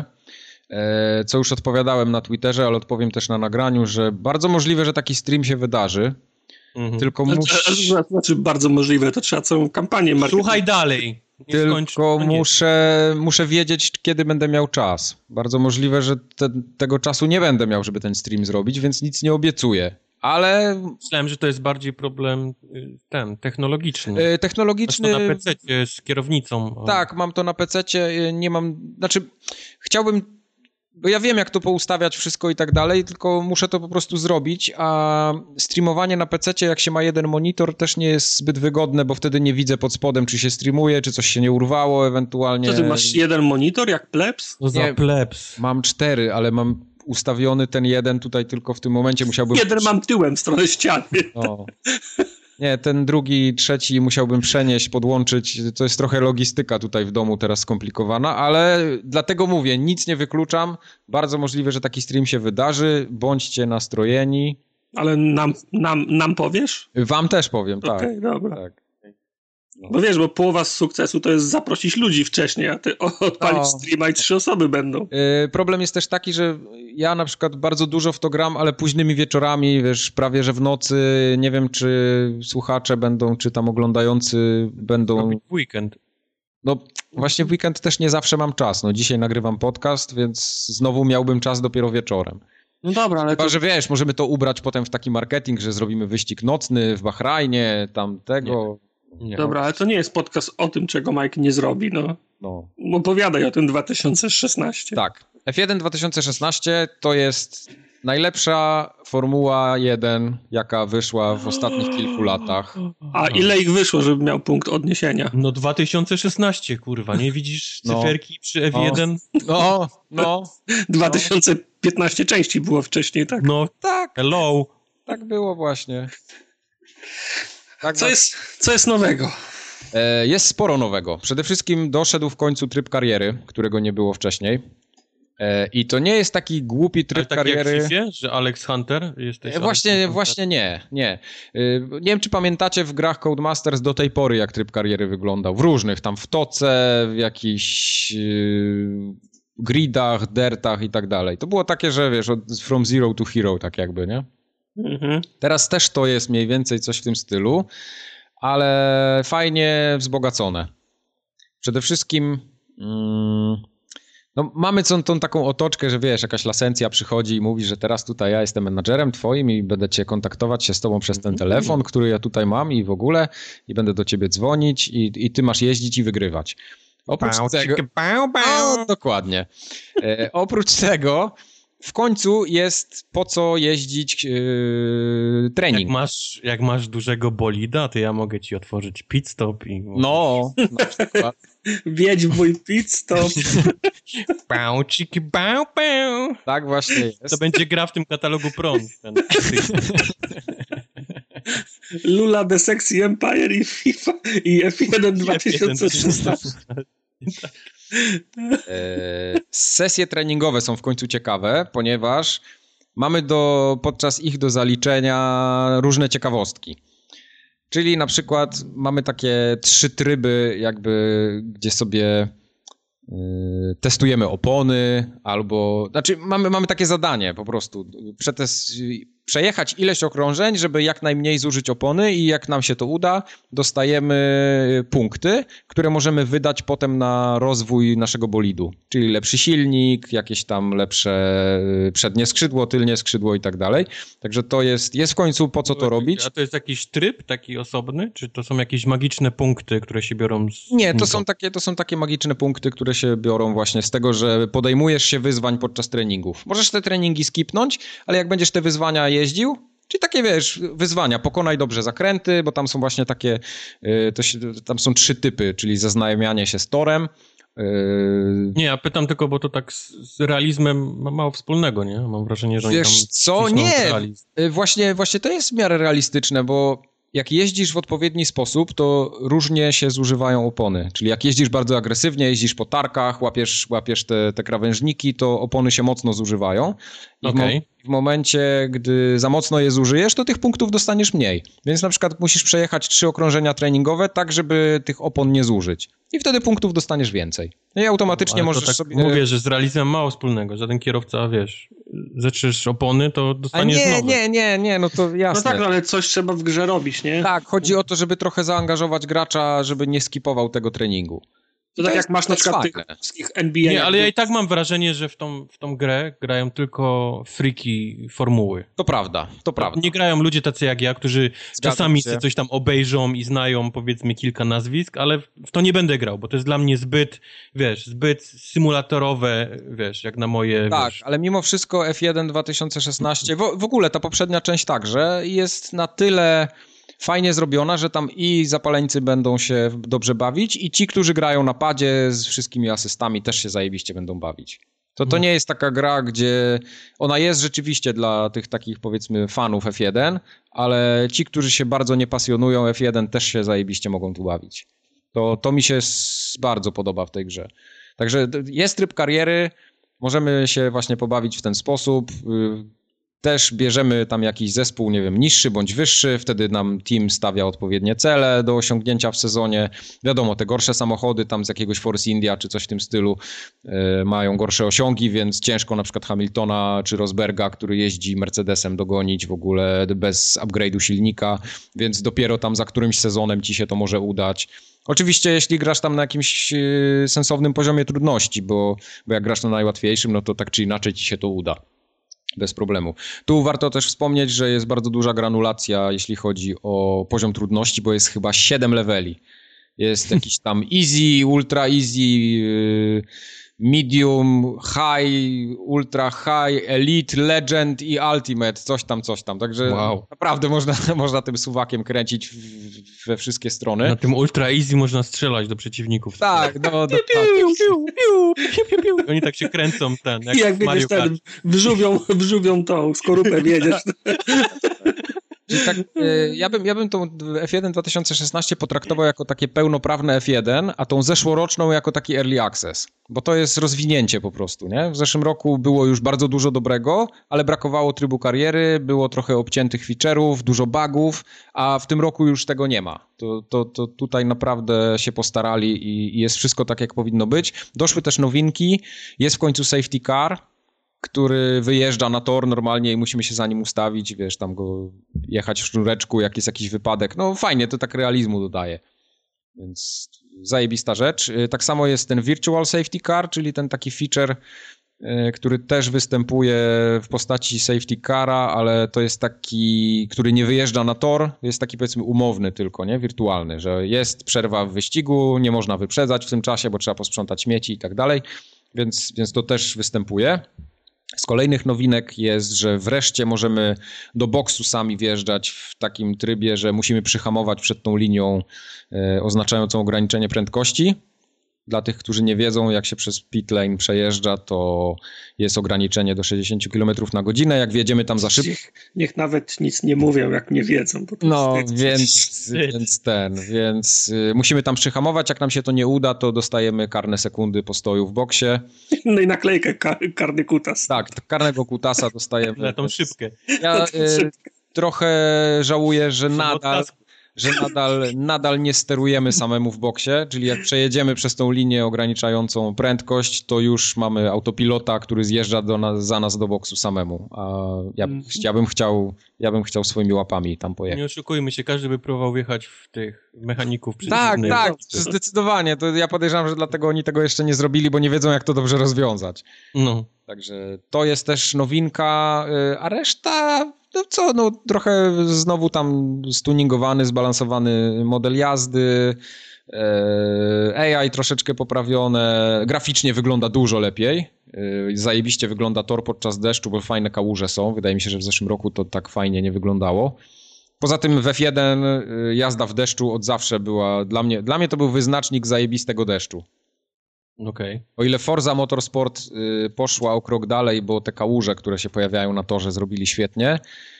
[SPEAKER 1] co już odpowiadałem na Twitterze, ale odpowiem też na nagraniu, że bardzo możliwe, że taki stream się wydarzy, tylko
[SPEAKER 3] Znaczy bardzo możliwe, to trzeba całą kampanię marketingową.
[SPEAKER 2] Słuchaj dalej.
[SPEAKER 1] Tylko muszę wiedzieć, kiedy będę miał czas. Bardzo możliwe, że tego czasu nie będę miał, żeby ten stream zrobić, więc nic nie obiecuję. Ale...
[SPEAKER 2] Myślałem, że to jest bardziej problem technologiczny.
[SPEAKER 1] Technologiczny...
[SPEAKER 2] Masz to na PC-cie z kierownicą.
[SPEAKER 1] Tak, mam to na PC-cie, nie mam... Znaczy, chciałbym... Bo ja wiem, jak to poustawiać wszystko i tak dalej, tylko muszę to po prostu zrobić, a streamowanie na PC-cie, jak się ma jeden monitor, też nie jest zbyt wygodne, bo wtedy nie widzę pod spodem, czy się streamuje, czy coś się nie urwało ewentualnie.
[SPEAKER 3] Co, ty masz jeden monitor, jak plebs?
[SPEAKER 2] No za plebs.
[SPEAKER 1] Mam 4, ale mam ustawiony ten jeden tutaj tylko w tym momencie. Musiałbym...
[SPEAKER 3] Jeden mam tyłem w stronę ściany.
[SPEAKER 1] No. Nie, ten drugi, trzeci musiałbym przenieść, podłączyć. To jest trochę logistyka tutaj w domu teraz skomplikowana, ale dlatego mówię, nic nie wykluczam. Bardzo możliwe, że taki stream się wydarzy. Bądźcie nastrojeni.
[SPEAKER 3] Ale nam powiesz?
[SPEAKER 1] Wam też powiem, tak.
[SPEAKER 3] Okej, dobra.
[SPEAKER 1] Tak.
[SPEAKER 3] No. Bo wiesz, bo połowa z sukcesu to jest zaprosić ludzi wcześniej, a ty odpalić streama i 3 osoby będą.
[SPEAKER 1] Problem jest też taki, że ja na przykład bardzo dużo w to gram, ale późnymi wieczorami, wiesz, prawie że w nocy, nie wiem, czy słuchacze będą, czy tam oglądający będą...
[SPEAKER 2] W weekend.
[SPEAKER 1] No właśnie w weekend też nie zawsze mam czas. No dzisiaj nagrywam podcast, więc znowu miałbym czas dopiero wieczorem.
[SPEAKER 3] No dobra, ale
[SPEAKER 1] chyba, że wiesz, możemy to ubrać potem w taki marketing, że zrobimy wyścig nocny w Bahrajnie, tamtego...
[SPEAKER 3] Nie. Dobra, ale to nie jest podcast o tym, czego Mike nie zrobi, no. Opowiadaj o tym 2016.
[SPEAKER 1] Tak. F1 2016 to jest najlepsza Formuła 1, jaka wyszła w ostatnich kilku latach.
[SPEAKER 3] A ile ich wyszło, żeby miał punkt odniesienia?
[SPEAKER 2] No 2016, kurwa, nie widzisz cyferki przy F1?
[SPEAKER 1] No.
[SPEAKER 3] 2015 części było wcześniej, tak?
[SPEAKER 2] No tak. Hello.
[SPEAKER 1] Tak było właśnie. Tak
[SPEAKER 3] Co jest nowego?
[SPEAKER 1] Jest sporo nowego. Przede wszystkim doszedł w końcu tryb kariery, którego nie było wcześniej. I to nie jest taki głupi tryb kariery.
[SPEAKER 2] Jak w FIFA, że Alex Hunter jesteś?
[SPEAKER 1] Właśnie nie. Nie wiem, czy pamiętacie w grach Codemasters do tej pory, jak tryb kariery wyglądał. W różnych, tam w toce, w jakichś gridach, dertach i tak dalej. To było takie, że wiesz, from zero to hero, tak jakby, nie? Mhm. Teraz też to jest mniej więcej coś w tym stylu, ale fajnie wzbogacone. Przede wszystkim no, mamy tą taką otoczkę, że wiesz, jakaś lasencja przychodzi i mówi, że teraz tutaj ja jestem menadżerem twoim i będę cię kontaktować się z tobą przez ten telefon, który ja tutaj mam i w ogóle i będę do ciebie dzwonić i ty masz jeździć i wygrywać. Oprócz tego... dokładnie. Oprócz tego w końcu jest po co jeździć trening.
[SPEAKER 2] Jak masz dużego bolida, to ja mogę ci otworzyć pit stop i...
[SPEAKER 1] No, na przykład.
[SPEAKER 3] Wiedź w mój pit stop.
[SPEAKER 1] Tak właśnie jest.
[SPEAKER 2] To będzie gra w tym katalogu PRON.
[SPEAKER 3] Lula The Sexy Empire i FIFA i F1 2016.
[SPEAKER 1] Sesje treningowe są w końcu ciekawe, ponieważ mamy podczas ich do zaliczenia różne ciekawostki. Czyli na przykład mamy takie 3 tryby jakby, gdzie sobie testujemy opony albo... Znaczy mamy takie zadanie po prostu. Przejechać ileś okrążeń, żeby jak najmniej zużyć opony i jak nam się to uda, dostajemy punkty, które możemy wydać potem na rozwój naszego bolidu. Czyli lepszy silnik, jakieś tam lepsze przednie skrzydło, tylnie skrzydło i tak dalej. Także to jest w końcu po co to robić.
[SPEAKER 2] A to jest jakiś tryb taki osobny? Czy to są jakieś magiczne punkty, które się biorą z...
[SPEAKER 1] Nie, to są takie magiczne punkty, które się biorą właśnie z tego, że podejmujesz się wyzwań podczas treningów. Możesz te treningi skipnąć, ale jak będziesz te wyzwania jeździł, czyli takie, wiesz, wyzwania, pokonaj dobrze zakręty, bo tam są właśnie takie, tam są 3 typy, czyli zaznajamianie się z torem.
[SPEAKER 2] Nie, ja pytam tylko, bo to tak z realizmem ma mało wspólnego, nie? Mam wrażenie, że
[SPEAKER 1] wiesz
[SPEAKER 2] oni tam
[SPEAKER 1] co, nie, właśnie to jest w miarę realistyczne, bo jak jeździsz w odpowiedni sposób, to różnie się zużywają opony. Czyli jak jeździsz bardzo agresywnie, jeździsz po tarkach, łapiesz te krawężniki, to opony się mocno zużywają. I w momencie, gdy za mocno je zużyjesz, to tych punktów dostaniesz mniej. Więc na przykład musisz przejechać 3 okrążenia treningowe tak, żeby tych opon nie zużyć. I wtedy punktów dostaniesz więcej. No i automatycznie możesz
[SPEAKER 2] tak
[SPEAKER 1] sobie...
[SPEAKER 2] Mówię, że z realizmem mało wspólnego. Żaden kierowca, wiesz, zetrzesz opony, to dostaniesz nowe.
[SPEAKER 1] Nie, no to jasne.
[SPEAKER 3] No tak, ale coś trzeba w grze robić, nie?
[SPEAKER 1] Tak, chodzi o to, żeby trochę zaangażować gracza, żeby nie skipował tego treningu.
[SPEAKER 3] To tak jak masz na przykład tych wszystkich NBA.
[SPEAKER 2] Nie, ale ja i tak mam wrażenie, że w tą grę grają tylko freaki formuły.
[SPEAKER 1] To prawda.
[SPEAKER 2] Nie grają ludzie tacy jak ja, którzy czasami coś tam obejrzą i znają powiedzmy kilka nazwisk, ale w to nie będę grał, bo to jest dla mnie zbyt symulatorowe, wiesz, jak na moje...
[SPEAKER 1] Tak, ale mimo wszystko F1 2016, w ogóle ta poprzednia część także jest na tyle... fajnie zrobiona, że tam i zapaleńcy będą się dobrze bawić i ci, którzy grają na padzie z wszystkimi asystami też się zajebiście będą bawić. To nie jest taka gra, gdzie ona jest rzeczywiście dla tych takich powiedzmy fanów F1, ale ci, którzy się bardzo nie pasjonują F1 też się zajebiście mogą tu bawić. To mi się bardzo podoba w tej grze. Także jest tryb kariery, możemy się właśnie pobawić w ten sposób. Też bierzemy tam jakiś zespół, nie wiem, niższy bądź wyższy, wtedy nam team stawia odpowiednie cele do osiągnięcia w sezonie. Wiadomo, te gorsze samochody tam z jakiegoś Force India czy coś w tym stylu mają gorsze osiągi, więc ciężko na przykład Hamiltona czy Rosberga, który jeździ Mercedesem, dogonić w ogóle bez upgrade'u silnika, więc dopiero tam za którymś sezonem ci się to może udać. Oczywiście jeśli grasz tam na jakimś sensownym poziomie trudności, bo jak grasz na najłatwiejszym, no to tak czy inaczej ci się to uda. Bez problemu. Tu warto też wspomnieć, że jest bardzo duża granulacja, jeśli chodzi o poziom trudności, bo jest chyba 7 leveli. Jest jakiś tam easy, ultra easy, medium, high, ultra high, elite, legend i ultimate, coś tam. Także naprawdę można tym suwakiem kręcić we wszystkie strony.
[SPEAKER 2] Na tym ultra easy można strzelać do przeciwników.
[SPEAKER 1] Tak, no.
[SPEAKER 2] Oni tak się kręcą,
[SPEAKER 3] jak Mario Kart. Wrzubią tą skorupę, wiedziesz.
[SPEAKER 1] Czyli tak, ja bym tą F1 2016 potraktował jako takie pełnoprawne F1, a tą zeszłoroczną jako taki early access, bo to jest rozwinięcie po prostu, nie? W zeszłym roku było już bardzo dużo dobrego, ale brakowało trybu kariery, było trochę obciętych feature'ów, dużo bugów, a w tym roku już tego nie ma. To tutaj naprawdę się postarali i jest wszystko tak, jak powinno być. Doszły też nowinki, jest w końcu safety car, który wyjeżdża na tor normalnie i musimy się za nim ustawić, wiesz, tam go jechać w sznureczku, jak jest jakiś wypadek. No fajnie, to tak realizmu dodaje. Więc zajebista rzecz. Tak samo jest ten Virtual Safety Car, czyli ten taki feature, który też występuje w postaci safety cara, ale to jest taki, który nie wyjeżdża na tor, jest taki powiedzmy umowny tylko, nie? Wirtualny, że jest przerwa w wyścigu, nie można wyprzedzać w tym czasie, bo trzeba posprzątać śmieci i tak dalej, więc to też występuje. Z kolejnych nowinek jest, że wreszcie możemy do boksu sami wjeżdżać w takim trybie, że musimy przyhamować przed tą linią oznaczającą ograniczenie prędkości. Dla tych, którzy nie wiedzą, jak się przez pit lane przejeżdża, to jest ograniczenie do 60 km na godzinę. Jak wjedziemy tam za szybko...
[SPEAKER 3] Niech nawet nic nie mówią, jak nie wiedzą.
[SPEAKER 1] No, więc musimy tam przyhamować. Jak nam się to nie uda, to dostajemy karne sekundy postoju w boksie.
[SPEAKER 3] No i naklejkę karny kutas.
[SPEAKER 1] Tak, karnego kutasa dostajemy.
[SPEAKER 2] Na tą szybkę.
[SPEAKER 1] Ja trochę żałuję, że nadal nie sterujemy samemu w boksie, czyli jak przejedziemy przez tą linię ograniczającą prędkość, to już mamy autopilota, który zjeżdża za nas do boksu samemu, a ja bym chciał swoimi łapami tam pojechać.
[SPEAKER 2] Nie oszukujmy się, każdy by próbował wjechać w tych mechaników
[SPEAKER 1] przeciwnych. Tak, zdecydowanie. To ja podejrzewam, że dlatego oni tego jeszcze nie zrobili, bo nie wiedzą, jak to dobrze rozwiązać.
[SPEAKER 2] No.
[SPEAKER 1] Także to jest też nowinka, a reszta... trochę znowu tam stuningowany, zbalansowany model jazdy, AI troszeczkę poprawione, graficznie wygląda dużo lepiej, zajebiście wygląda tor podczas deszczu, bo fajne kałuże są, wydaje mi się, że w zeszłym roku to tak fajnie nie wyglądało. Poza tym w F1 jazda w deszczu od zawsze była, dla mnie to był wyznacznik zajebistego deszczu.
[SPEAKER 2] Okay.
[SPEAKER 1] O ile Forza Motorsport poszła o krok dalej, bo te kałuże, które się pojawiają na torze, zrobili świetnie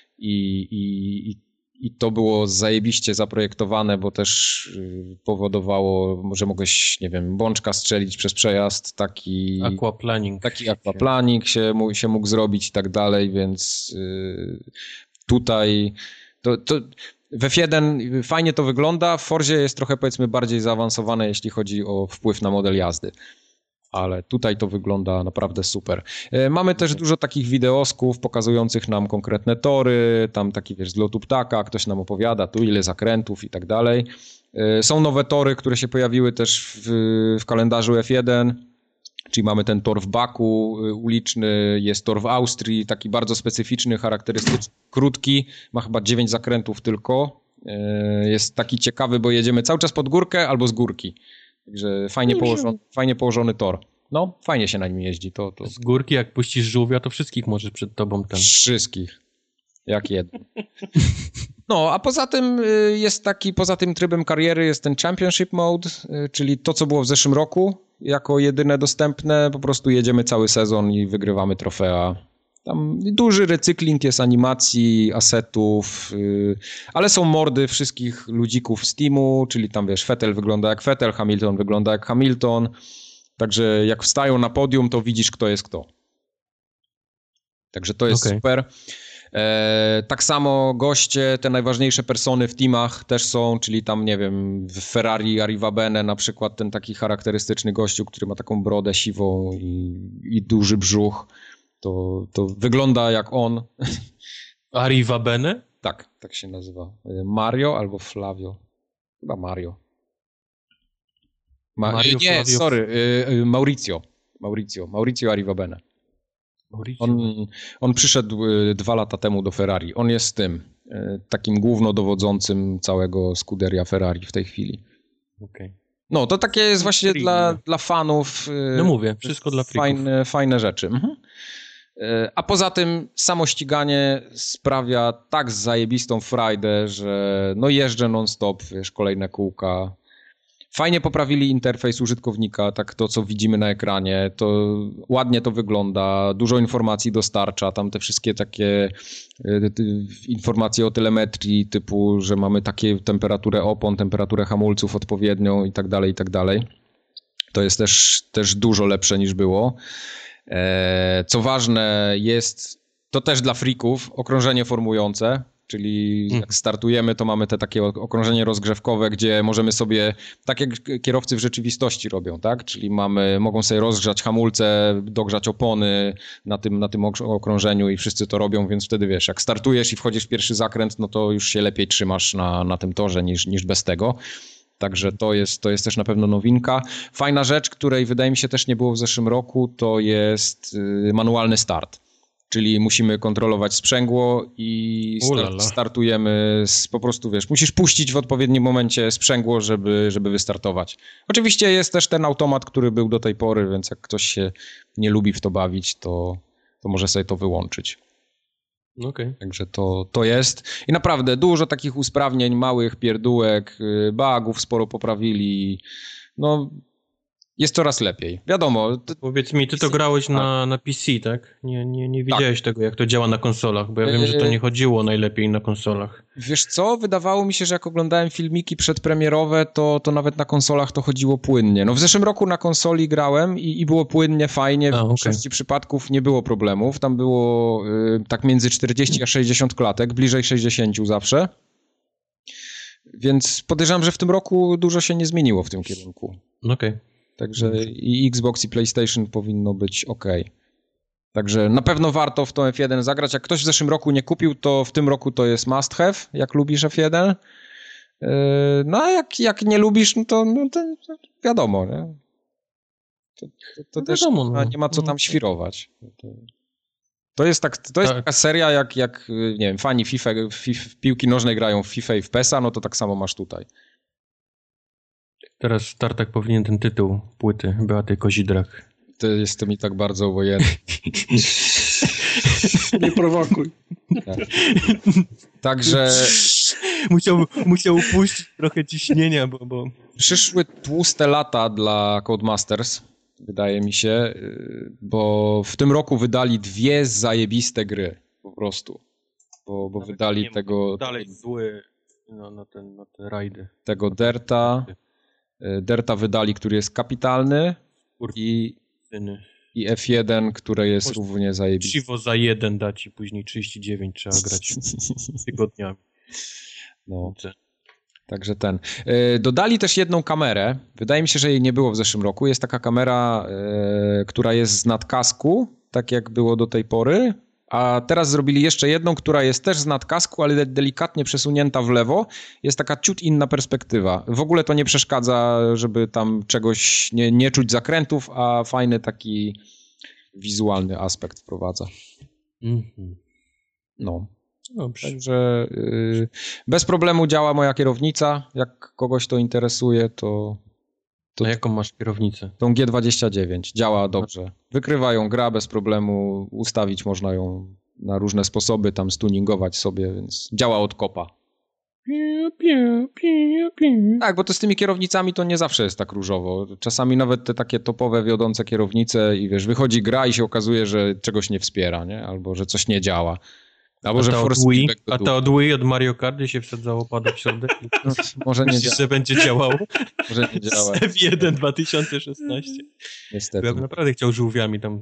[SPEAKER 1] i to było zajebiście zaprojektowane, bo też powodowało, że mogłeś, nie wiem, bączka strzelić przez przejazd, taki aquaplaning się mógł zrobić i tak dalej, więc tutaj w F1 fajnie to wygląda, w Forzie jest trochę powiedzmy bardziej zaawansowane, jeśli chodzi o wpływ na model jazdy. Ale tutaj to wygląda naprawdę super. Mamy też dużo takich wideosków pokazujących nam konkretne tory, tam taki wiesz z lotu ptaka, ktoś nam opowiada tu ile zakrętów i tak dalej. Są nowe tory, które się pojawiły też w kalendarzu F1, czyli mamy ten tor w Baku uliczny, jest tor w Austrii, taki bardzo specyficzny, charakterystyczny, krótki, ma chyba 9 zakrętów tylko. Jest taki ciekawy, bo jedziemy cały czas pod górkę albo z górki. Także fajnie położony tor. No, fajnie się na nim jeździ. To.
[SPEAKER 2] Z górki, jak puścisz żółwia, to wszystkich możesz przed tobą ten...
[SPEAKER 1] Wszystkich. Jak jeden. No, a poza tym poza tym trybem kariery jest ten Championship Mode, czyli to, co było w zeszłym roku, jako jedyne dostępne. Po prostu jedziemy cały sezon i wygrywamy trofea. Tam duży recykling jest animacji, asetów, ale są mordy wszystkich ludzików z teamu, czyli tam wiesz, Vettel wygląda jak Vettel, Hamilton wygląda jak Hamilton, także jak wstają na podium, to widzisz, kto jest kto. Także to jest super. Tak samo goście, te najważniejsze persony w teamach też są, czyli tam, nie wiem, w Ferrari Arrivabene na przykład ten taki charakterystyczny gościu, który ma taką brodę siwą i duży brzuch. To wygląda jak on.
[SPEAKER 2] Arrivabene?
[SPEAKER 1] Tak się nazywa. Mario albo Flavio. Chyba Mario.
[SPEAKER 2] Mario
[SPEAKER 1] nie,
[SPEAKER 2] Flavio.
[SPEAKER 1] Sorry, Maurizio Arrivabene. On przyszedł 2 lata temu do Ferrari. On jest takim głównodowodzącym całego Scuderia Ferrari w tej chwili.
[SPEAKER 2] Okay.
[SPEAKER 1] No, to takie jest właśnie dla fanów.
[SPEAKER 2] No mówię, wszystko dla freaków.
[SPEAKER 1] Fajne rzeczy. Mhm. A poza tym samo ściganie sprawia tak zajebistą frajdę, że no jeżdżę non-stop, wiesz, kolejne kółka. Fajnie poprawili interfejs użytkownika, tak to, co widzimy na ekranie, to ładnie to wygląda, dużo informacji dostarcza, tam te wszystkie takie informacje o telemetrii, typu, że mamy takie temperaturę opon, temperaturę hamulców odpowiednią i tak dalej, i tak dalej. To jest też dużo lepsze niż było. Co ważne jest, to też dla freaków, okrążenie formujące, czyli jak startujemy, to mamy te takie okrążenie rozgrzewkowe, gdzie możemy sobie, tak jak kierowcy w rzeczywistości robią, tak? Czyli mogą sobie rozgrzać hamulce, dogrzać opony na tym okrążeniu i wszyscy to robią, więc wtedy wiesz, jak startujesz i wchodzisz w pierwszy zakręt, no to już się lepiej trzymasz na tym torze niż bez tego. Także to jest też na pewno nowinka. Fajna rzecz, której wydaje mi się też nie było w zeszłym roku, to jest manualny start. Czyli musimy kontrolować sprzęgło i startujemy po prostu, wiesz, musisz puścić w odpowiednim momencie sprzęgło, żeby wystartować. Oczywiście jest też ten automat, który był do tej pory, więc jak ktoś się nie lubi w to bawić, to może sobie to wyłączyć.
[SPEAKER 2] Okay.
[SPEAKER 1] Także to jest. I naprawdę dużo takich usprawnień, małych pierdółek, bugów sporo poprawili. No, jest coraz lepiej. Wiadomo.
[SPEAKER 2] Powiedz mi, ty to grałeś na PC, tak? Nie widziałeś tego, jak to działa na konsolach, bo ja wiem, że to nie chodziło najlepiej na konsolach.
[SPEAKER 1] Wiesz co? Wydawało mi się, że jak oglądałem filmiki przedpremierowe, to nawet na konsolach to chodziło płynnie. No w zeszłym roku na konsoli grałem i było płynnie, fajnie. W większości przypadków nie było problemów. Tam było tak między 40 a 60 klatek, bliżej 60 zawsze. Więc podejrzewam, że w tym roku dużo się nie zmieniło w tym kierunku.
[SPEAKER 2] Okej.
[SPEAKER 1] Także i Xbox i PlayStation powinno być ok. Także na pewno warto w to F1 zagrać. Jak ktoś w zeszłym roku nie kupił, to w tym roku to jest must have, jak lubisz F1. No a jak nie lubisz, no to wiadomo, nie? To też wiadomo, nie ma co tam świrować. To jest taka seria, jak nie wiem, fani w piłki nożnej grają w FIFA i w PESa, no to tak samo masz tutaj.
[SPEAKER 2] Teraz Tartak powinien ten tytuł płyty Beaty Kozidrak.
[SPEAKER 1] To jest mi tak bardzo obojętny.
[SPEAKER 3] Nie prowokuj.
[SPEAKER 1] Tak. Także...
[SPEAKER 2] Musiał upuścić trochę ciśnienia, bo...
[SPEAKER 1] Przyszły tłuste lata dla Codemasters, wydaje mi się, bo w tym roku wydali 2 zajebiste gry, po prostu. Bo wydali tego...
[SPEAKER 2] Dalej zły na te rajdy.
[SPEAKER 1] Tego Dirta wydali, który jest kapitalny i F1, które jest równie zajebiste.
[SPEAKER 2] Siwo za 1 dać i później 39 trzeba grać tygodniami.
[SPEAKER 1] No. Także dodali też jedną kamerę. Wydaje mi się, że jej nie było w zeszłym roku. Jest taka kamera, która jest z nadkasku, tak jak było do tej pory. A teraz zrobili jeszcze jedną, która jest też z nadkasku, ale delikatnie przesunięta w lewo. Jest taka ciut inna perspektywa. W ogóle to nie przeszkadza, żeby tam czegoś nie czuć zakrętów, a fajny taki wizualny aspekt wprowadza. No. Dobrze. Także bez problemu działa moja kierownica. Jak kogoś to interesuje, to
[SPEAKER 2] a jaką masz kierownicę?
[SPEAKER 1] Tą G29. Działa dobrze. Wykrywa ją gra bez problemu. Ustawić można ją na różne sposoby, tam stuningować sobie, więc działa od kopa. Tak, bo to z tymi kierownicami to nie zawsze jest tak różowo. Czasami nawet te takie topowe, wiodące kierownice i wiesz, wychodzi gra i się okazuje, że czegoś nie wspiera, nie? Albo że coś nie działa. Albo że
[SPEAKER 2] a ta od Wii, od Mario Kart, gdzie się wsadzało pada w środek?
[SPEAKER 1] No, może nie działa.
[SPEAKER 2] Że będzie działało?
[SPEAKER 1] Może nie działa.
[SPEAKER 2] F1 2016.
[SPEAKER 1] Niestety.
[SPEAKER 2] Ja bym naprawdę chciał żółwiami tam.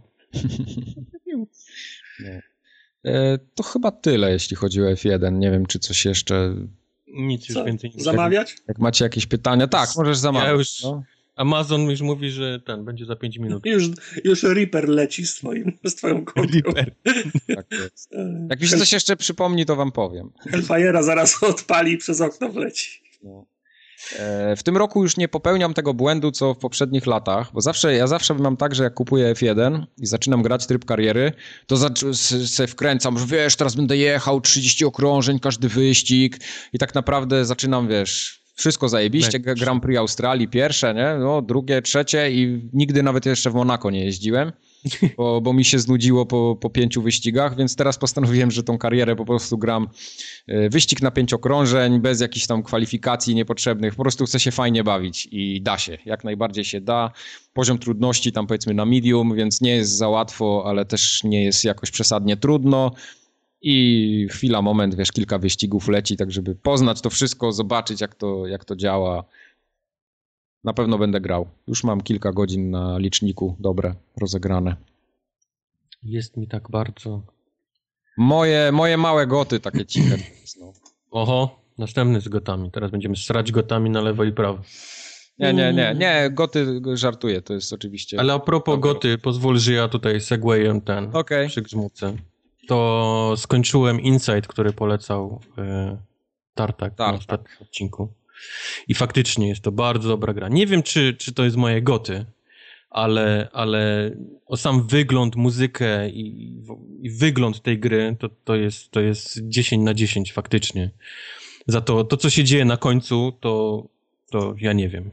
[SPEAKER 1] Nie. To chyba tyle, jeśli chodzi o F1. Nie wiem, czy coś jeszcze...
[SPEAKER 2] Nic już więcej nie.
[SPEAKER 3] Zamawiać?
[SPEAKER 1] Jak macie jakieś pytania, tak, możesz zamawiać.
[SPEAKER 2] Ja już... No. Amazon już mówi, że będzie za 5 minut.
[SPEAKER 3] Już Reaper leci z twoją kopią.
[SPEAKER 2] Reaper.
[SPEAKER 1] Tak jest. Jak mi się coś jeszcze przypomni, to wam powiem.
[SPEAKER 3] Hellfire'a zaraz odpali i przez okno wleci.
[SPEAKER 1] No. W tym roku już nie popełniam tego błędu, co w poprzednich latach, bo ja zawsze mam tak, że jak kupuję F1 i zaczynam grać tryb kariery, to se wkręcam, że wiesz, teraz będę jechał 30 okrążeń, każdy wyścig i tak naprawdę zaczynam, wiesz... Wszystko zajebiście, Grand Prix Australii pierwsze, nie? No, drugie, trzecie i nigdy nawet jeszcze w Monako nie jeździłem. bo mi się znudziło po 5 wyścigach, więc teraz postanowiłem, że tą karierę po prostu gram wyścig na 5 okrążeń, bez jakichś tam kwalifikacji niepotrzebnych, po prostu chcę się fajnie bawić i da się, jak najbardziej się da. Poziom trudności tam powiedzmy na medium, więc nie jest za łatwo, ale też nie jest jakoś przesadnie trudno. I chwila, moment, wiesz, kilka wyścigów leci, tak żeby poznać to wszystko, zobaczyć jak to działa. Na pewno będę grał. Już mam kilka godzin na liczniku, dobre, rozegrane.
[SPEAKER 2] Jest mi tak bardzo...
[SPEAKER 1] Moje małe goty takie ciche. No.
[SPEAKER 2] Oho, następny z gotami. Teraz będziemy srać gotami na lewo i prawo.
[SPEAKER 1] Nie, goty żartuję, to jest oczywiście...
[SPEAKER 2] Ale a propos goty, pozwól, że ja tutaj segwayem przygrzmucę. To skończyłem Inside, który polecał Tartak na ostatnim odcinku. I faktycznie jest to bardzo dobra gra. Nie wiem, czy to jest moje goty, ale o sam wygląd, muzykę i wygląd tej gry to jest 10 na 10 faktycznie. Za to, co się dzieje na końcu, to ja nie wiem.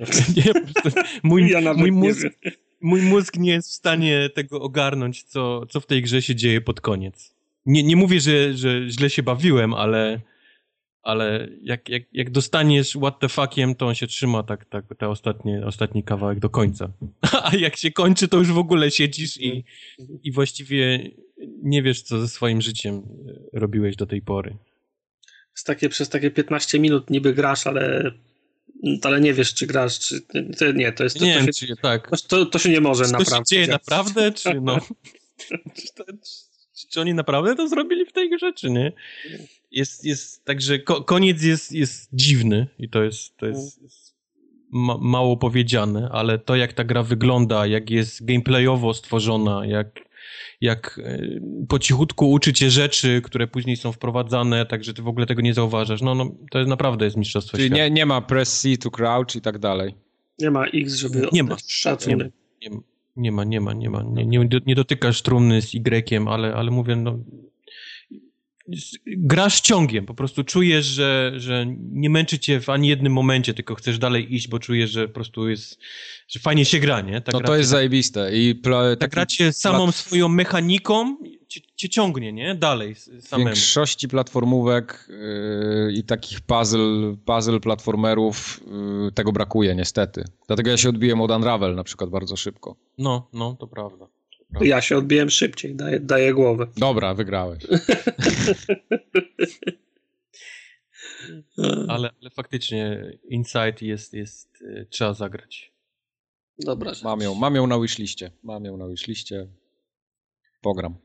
[SPEAKER 2] Mój mózg nie jest w stanie tego ogarnąć, co w tej grze się dzieje pod koniec. Nie mówię, że źle się bawiłem, ale jak dostaniesz what the fuckiem, to on się trzyma tak ostatni kawałek do końca. A jak się kończy, to już w ogóle siedzisz i właściwie nie wiesz, co ze swoim życiem robiłeś do tej pory.
[SPEAKER 3] Przez takie 15 minut niby grasz, ale nie wiesz, czy grasz, czy nie, to jest...
[SPEAKER 2] Nie wiem, czy tak.
[SPEAKER 3] To się nie może naprawdę.
[SPEAKER 2] To się dzieje naprawdę, czy no... czy oni naprawdę to zrobili w tej grze, czy nie? Jest także koniec jest dziwny i to jest mało powiedziane, ale to, jak ta gra wygląda, jak jest gameplayowo stworzona, jak po cichutku uczy cię rzeczy, które później są wprowadzane, tak że ty w ogóle tego nie zauważasz. No to jest naprawdę mistrzostwo świata.
[SPEAKER 1] Czyli nie ma press C to crouch i tak dalej.
[SPEAKER 3] Nie ma X, żeby oddać szacunek.
[SPEAKER 2] Nie ma. Nie dotykasz trumny z Y-iem, ale mówię, no... Grasz ciągiem, po prostu czujesz, że nie męczy cię w ani jednym momencie, tylko chcesz dalej iść, bo czujesz, że po prostu że fajnie się gra, nie?
[SPEAKER 1] To jest zajebiste.
[SPEAKER 2] Ta gra cię samą swoją mechaniką cię ciągnie, nie? Dalej samemu.
[SPEAKER 1] W większości platformówek i takich puzzle platformerów tego brakuje niestety. Dlatego ja się odbiłem od Unravel na przykład bardzo szybko.
[SPEAKER 2] No, to prawda.
[SPEAKER 3] Ja się odbiłem szybciej, daję głowę.
[SPEAKER 1] Dobra, wygrałeś.
[SPEAKER 2] ale faktycznie Inside jest trzeba zagrać.
[SPEAKER 3] Dobra.
[SPEAKER 1] Mam ją na wishliście. Pogram.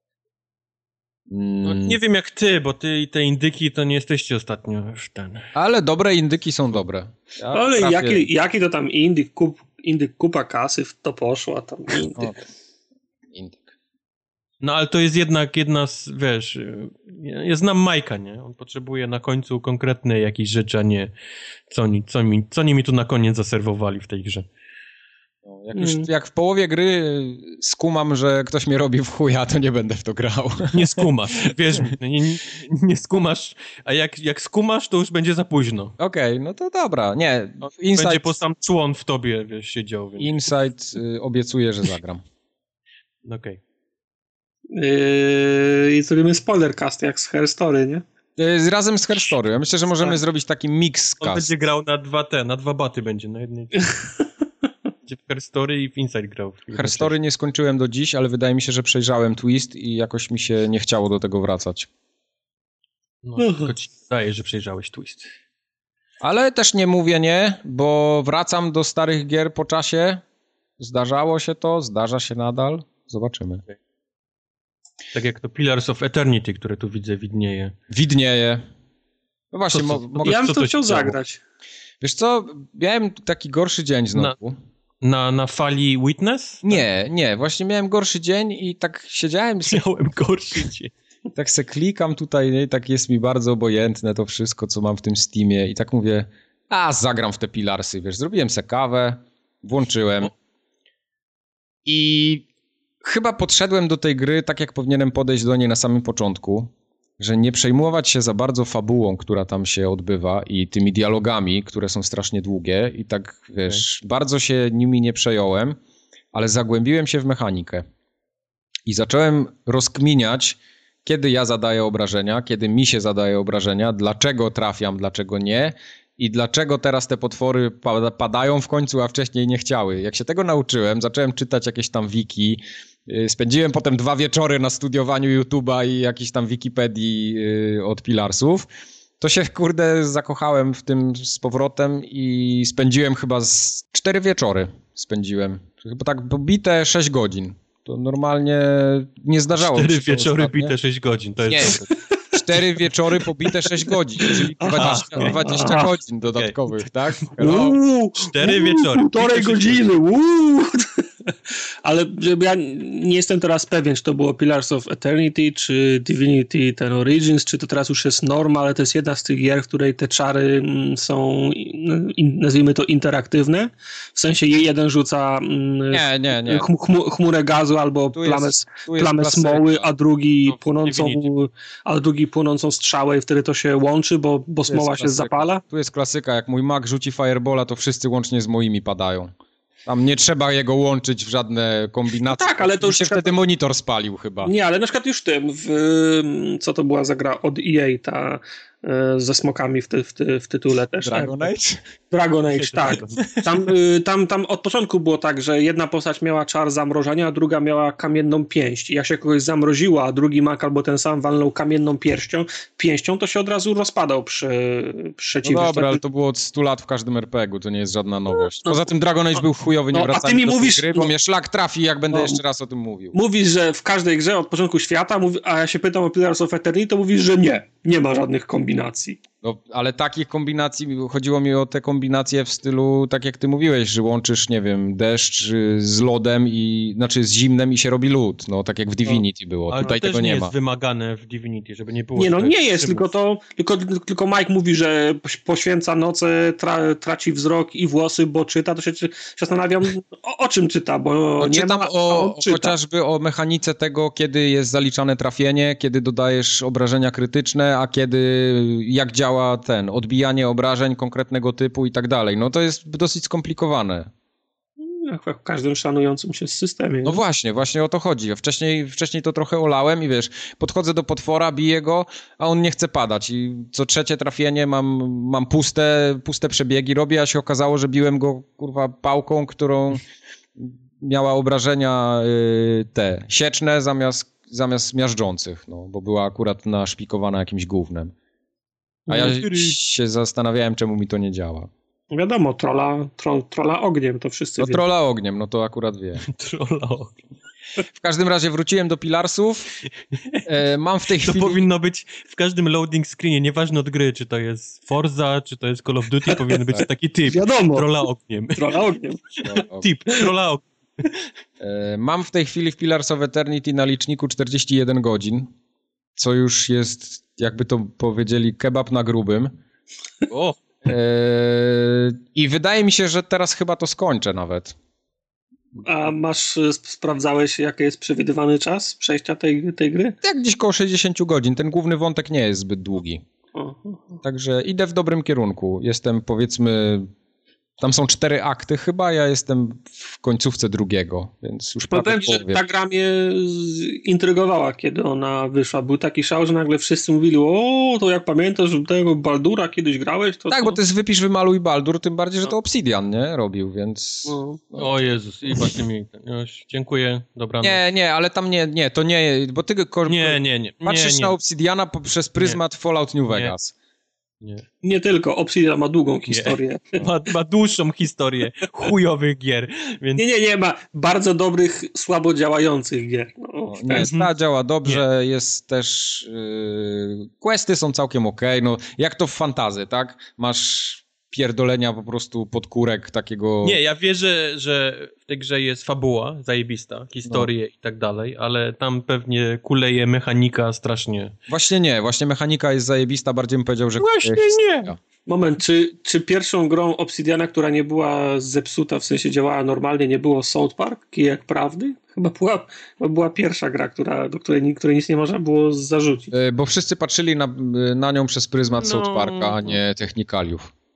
[SPEAKER 2] No, nie wiem jak ty, bo ty i te indyki to nie jesteście ostatnio już
[SPEAKER 1] Ale dobre indyki są dobre.
[SPEAKER 3] Ale jaki to tam indyk kupa kasy w to poszła tam
[SPEAKER 1] indyk.
[SPEAKER 2] No ale to jest jednak jedna z, wiesz, ja znam Majka, nie? On potrzebuje na końcu konkretnej jakiejś rzeczy, a nie co oni mi tu na koniec zaserwowali w tej grze.
[SPEAKER 1] No, jak w połowie gry skumam, że ktoś mnie robi w chuja, to nie będę w to grał.
[SPEAKER 2] Nie skumasz, wierz mi, nie skumasz, a jak skumasz, to już będzie za późno.
[SPEAKER 1] Okej, no to dobra, nie.
[SPEAKER 2] Będzie po sam człon w tobie, wiesz, siedział. Więc...
[SPEAKER 1] Inside obiecuję, że zagram.
[SPEAKER 2] Okej.
[SPEAKER 3] I zrobimy spoilercast jak z Her Story, nie?
[SPEAKER 1] Razem z Her Story. Ja myślę, że możemy zrobić taki mix cast.
[SPEAKER 2] On będzie grał na dwa baty będzie, na jednej. Będzie w Her Story i w Inside grał.
[SPEAKER 1] Her Story nie skończyłem do dziś, ale wydaje mi się, że przejrzałem Twist i jakoś mi się nie chciało do tego wracać.
[SPEAKER 2] No, tylko ci zdaje, że przejrzałeś Twist.
[SPEAKER 1] Ale też nie mówię nie, bo wracam do starych gier po czasie. Zdarzało się to, zdarza się nadal. Zobaczymy.
[SPEAKER 2] Okay. Tak jak to Pillars of Eternity, które tu widzę,
[SPEAKER 1] widnieje. No właśnie,
[SPEAKER 3] ja bym to chciał zagrać.
[SPEAKER 1] Wiesz co, miałem taki gorszy dzień znowu.
[SPEAKER 2] Na fali Witness?
[SPEAKER 1] Nie, właśnie miałem gorszy dzień i tak siedziałem...
[SPEAKER 2] Miałem gorszy dzień.
[SPEAKER 1] Tak se klikam tutaj, nie? Tak jest mi bardzo obojętne to wszystko, co mam w tym Steamie i tak mówię, zagram w te Pillarsy, wiesz, zrobiłem se kawę, włączyłem i chyba podszedłem do tej gry tak, jak powinienem podejść do niej na samym początku, że nie przejmować się za bardzo fabułą, która tam się odbywa i tymi dialogami, które są strasznie długie i tak, wiesz, bardzo się nimi nie przejąłem, ale zagłębiłem się w mechanikę i zacząłem rozkminiać, kiedy ja zadaję obrażenia, kiedy mi się zadaje obrażenia, dlaczego trafiam, dlaczego nie i dlaczego teraz te potwory padają w końcu, a wcześniej nie chciały. Jak się tego nauczyłem, zacząłem czytać jakieś tam wiki, spędziłem potem 2 wieczory na studiowaniu YouTube'a i jakiejś tam Wikipedii od Pillarsów, to się, kurde, zakochałem w tym z powrotem i spędziłem chyba 4 wieczory spędziłem. Chyba tak bite 6 godzin. To normalnie nie zdarzało się.
[SPEAKER 2] 4 wieczory bite 6 godzin, to jest...
[SPEAKER 1] Nie, 4 wieczory pobite 6 godzin, czyli 20 godzin dodatkowych, tak?
[SPEAKER 2] 4 wieczory.
[SPEAKER 3] 1,5 godziny, Ale ja nie jestem teraz pewien, czy to było Pillars of Eternity, czy Divinity ten Origins, czy to teraz już jest norma, ale to jest jedna z tych gier, w której te czary są, nazwijmy to, interaktywne. W sensie jeden rzuca
[SPEAKER 1] nie.
[SPEAKER 3] chmurę gazu albo plamę smoły, a drugi płonącą strzałę i wtedy to się łączy, bo smoła się zapala.
[SPEAKER 1] Tu jest klasyka, jak mój mag rzuci Firebola, to wszyscy łącznie z moimi padają. Tam nie trzeba jego łączyć w żadne kombinacje.
[SPEAKER 3] No tak, ale to już
[SPEAKER 1] się wtedy monitor spalił chyba.
[SPEAKER 3] Nie, ale na przykład już co to była za gra od EA, ta ze smokami w tytule też.
[SPEAKER 1] Dragon Age?
[SPEAKER 3] Dragon Age, tak. Tam od początku było tak, że jedna postać miała czar zamrożenia, a druga miała kamienną pięść. I jak się kogoś zamroziło, a drugi mak albo ten sam walnął kamienną pięścią, to się od razu rozpadał przeciwnik.
[SPEAKER 1] No dobra, ale to było od 100 lat w każdym RPG-u, to nie jest żadna nowość. Poza tym Dragon Age był chujowy, nie wracając do tej gry, bo mnie szlak trafi, jak będę jeszcze raz o tym mówił.
[SPEAKER 3] Mówisz, że w każdej grze od początku świata, a ja się pytam o Pillars of Eternity, to mówisz, że nie ma żadnych kombinacji.
[SPEAKER 1] No, ale takich kombinacji, chodziło mi o te kombinacje w stylu, tak jak ty mówiłeś, że łączysz, nie wiem, deszcz z lodem znaczy z zimnem i się robi lód, no tak jak w Divinity było.
[SPEAKER 2] Ale
[SPEAKER 1] tutaj
[SPEAKER 2] to
[SPEAKER 1] tego
[SPEAKER 2] też
[SPEAKER 1] nie ma.
[SPEAKER 2] jest wymagane w Divinity, żeby nie było...
[SPEAKER 3] Nie jest, tylko Mike mówi, że poświęca noce, traci wzrok i włosy, bo czyta, to się zastanawiam, o czym czyta, bo nie
[SPEAKER 1] czytam
[SPEAKER 3] ma,
[SPEAKER 1] chociażby o mechanice tego, kiedy jest zaliczane trafienie, kiedy dodajesz obrażenia krytyczne, a jak działa odbijanie obrażeń konkretnego typu i tak dalej. No to jest dosyć skomplikowane.
[SPEAKER 3] Jak w każdym szanującym się systemie.
[SPEAKER 1] No właśnie o to chodzi. Wcześniej to trochę olałem i wiesz, podchodzę do potwora, biję go, a on nie chce padać i co trzecie trafienie mam puste przebiegi robię, a się okazało, że biłem go, kurwa, pałką, którą miała obrażenia sieczne zamiast miażdżących, no, bo była akurat naszpikowana jakimś gównem. A ja się zastanawiałem, czemu mi to nie działa.
[SPEAKER 3] Wiadomo, trolla ogniem, to wszyscy wiedzą.
[SPEAKER 1] Trolla ogniem, no to akurat wie.
[SPEAKER 2] Trolla ogniem.
[SPEAKER 1] W każdym razie wróciłem do Pillarsów. Mam w tej chwili...
[SPEAKER 2] To powinno być w każdym loading screenie, nieważne od gry, czy to jest Forza, czy to jest Call of Duty, powinien być taki typ.
[SPEAKER 3] Wiadomo.
[SPEAKER 2] Trolla ogniem.
[SPEAKER 3] Trolla ogniem.
[SPEAKER 2] Tip, trolla ogniem.
[SPEAKER 1] Mam w tej chwili w Pillars of Eternity na liczniku 41 godzin, co już jest, jakby to powiedzieli, kebab na grubym.
[SPEAKER 2] O!
[SPEAKER 1] I wydaje mi się, że teraz chyba to skończę nawet.
[SPEAKER 3] A sprawdzałeś, jaki jest przewidywany czas przejścia tej gry?
[SPEAKER 1] Jak gdzieś koło 60 godzin. Ten główny wątek nie jest zbyt długi. Także idę w dobrym kierunku. Jestem, powiedzmy... Tam są 4 akty chyba, ja jestem w końcówce drugiego, więc już
[SPEAKER 3] powiem ci, że ta gra mnie intrygowała, kiedy ona wyszła. Był taki szał, że nagle wszyscy mówili, to jak pamiętasz, że tego Baldura kiedyś grałeś?
[SPEAKER 1] Tak, bo to jest wypisz, wymaluj Baldur, tym bardziej, że to Obsidian, nie? Robił, więc...
[SPEAKER 2] O Jezus, i właśnie mi... Dziękuję, dobranoc.
[SPEAKER 1] Nie, ale tam nie, to nie, bo ty...
[SPEAKER 2] Nie.
[SPEAKER 1] Patrzysz na Obsidiana przez pryzmat Fallout New Vegas.
[SPEAKER 3] Nie tylko, Obsidian ma długą historię.
[SPEAKER 2] Ma dłuższą historię chujowych gier. Więc...
[SPEAKER 3] Nie, ma bardzo dobrych, słabo działających gier.
[SPEAKER 1] Ta działa dobrze, jest też... questy są całkiem okej, no jak to w fantasy, tak? Masz pierdolenia po prostu podkórek takiego...
[SPEAKER 2] Nie, ja wierzę, że w tej grze jest fabuła zajebista, historie i tak dalej, ale tam pewnie kuleje mechanika strasznie.
[SPEAKER 1] Właśnie mechanika jest zajebista, bardziej bym powiedział, że...
[SPEAKER 2] Właśnie nie!
[SPEAKER 3] Moment, czy pierwszą grą Obsidiana, która nie była zepsuta, w sensie działała normalnie, nie było South Park, Kijek Prawdy? Chyba była pierwsza gra, do której nic nie można było zarzucić.
[SPEAKER 1] Bo wszyscy patrzyli na nią przez pryzmat South Parka, a nie technikaliów.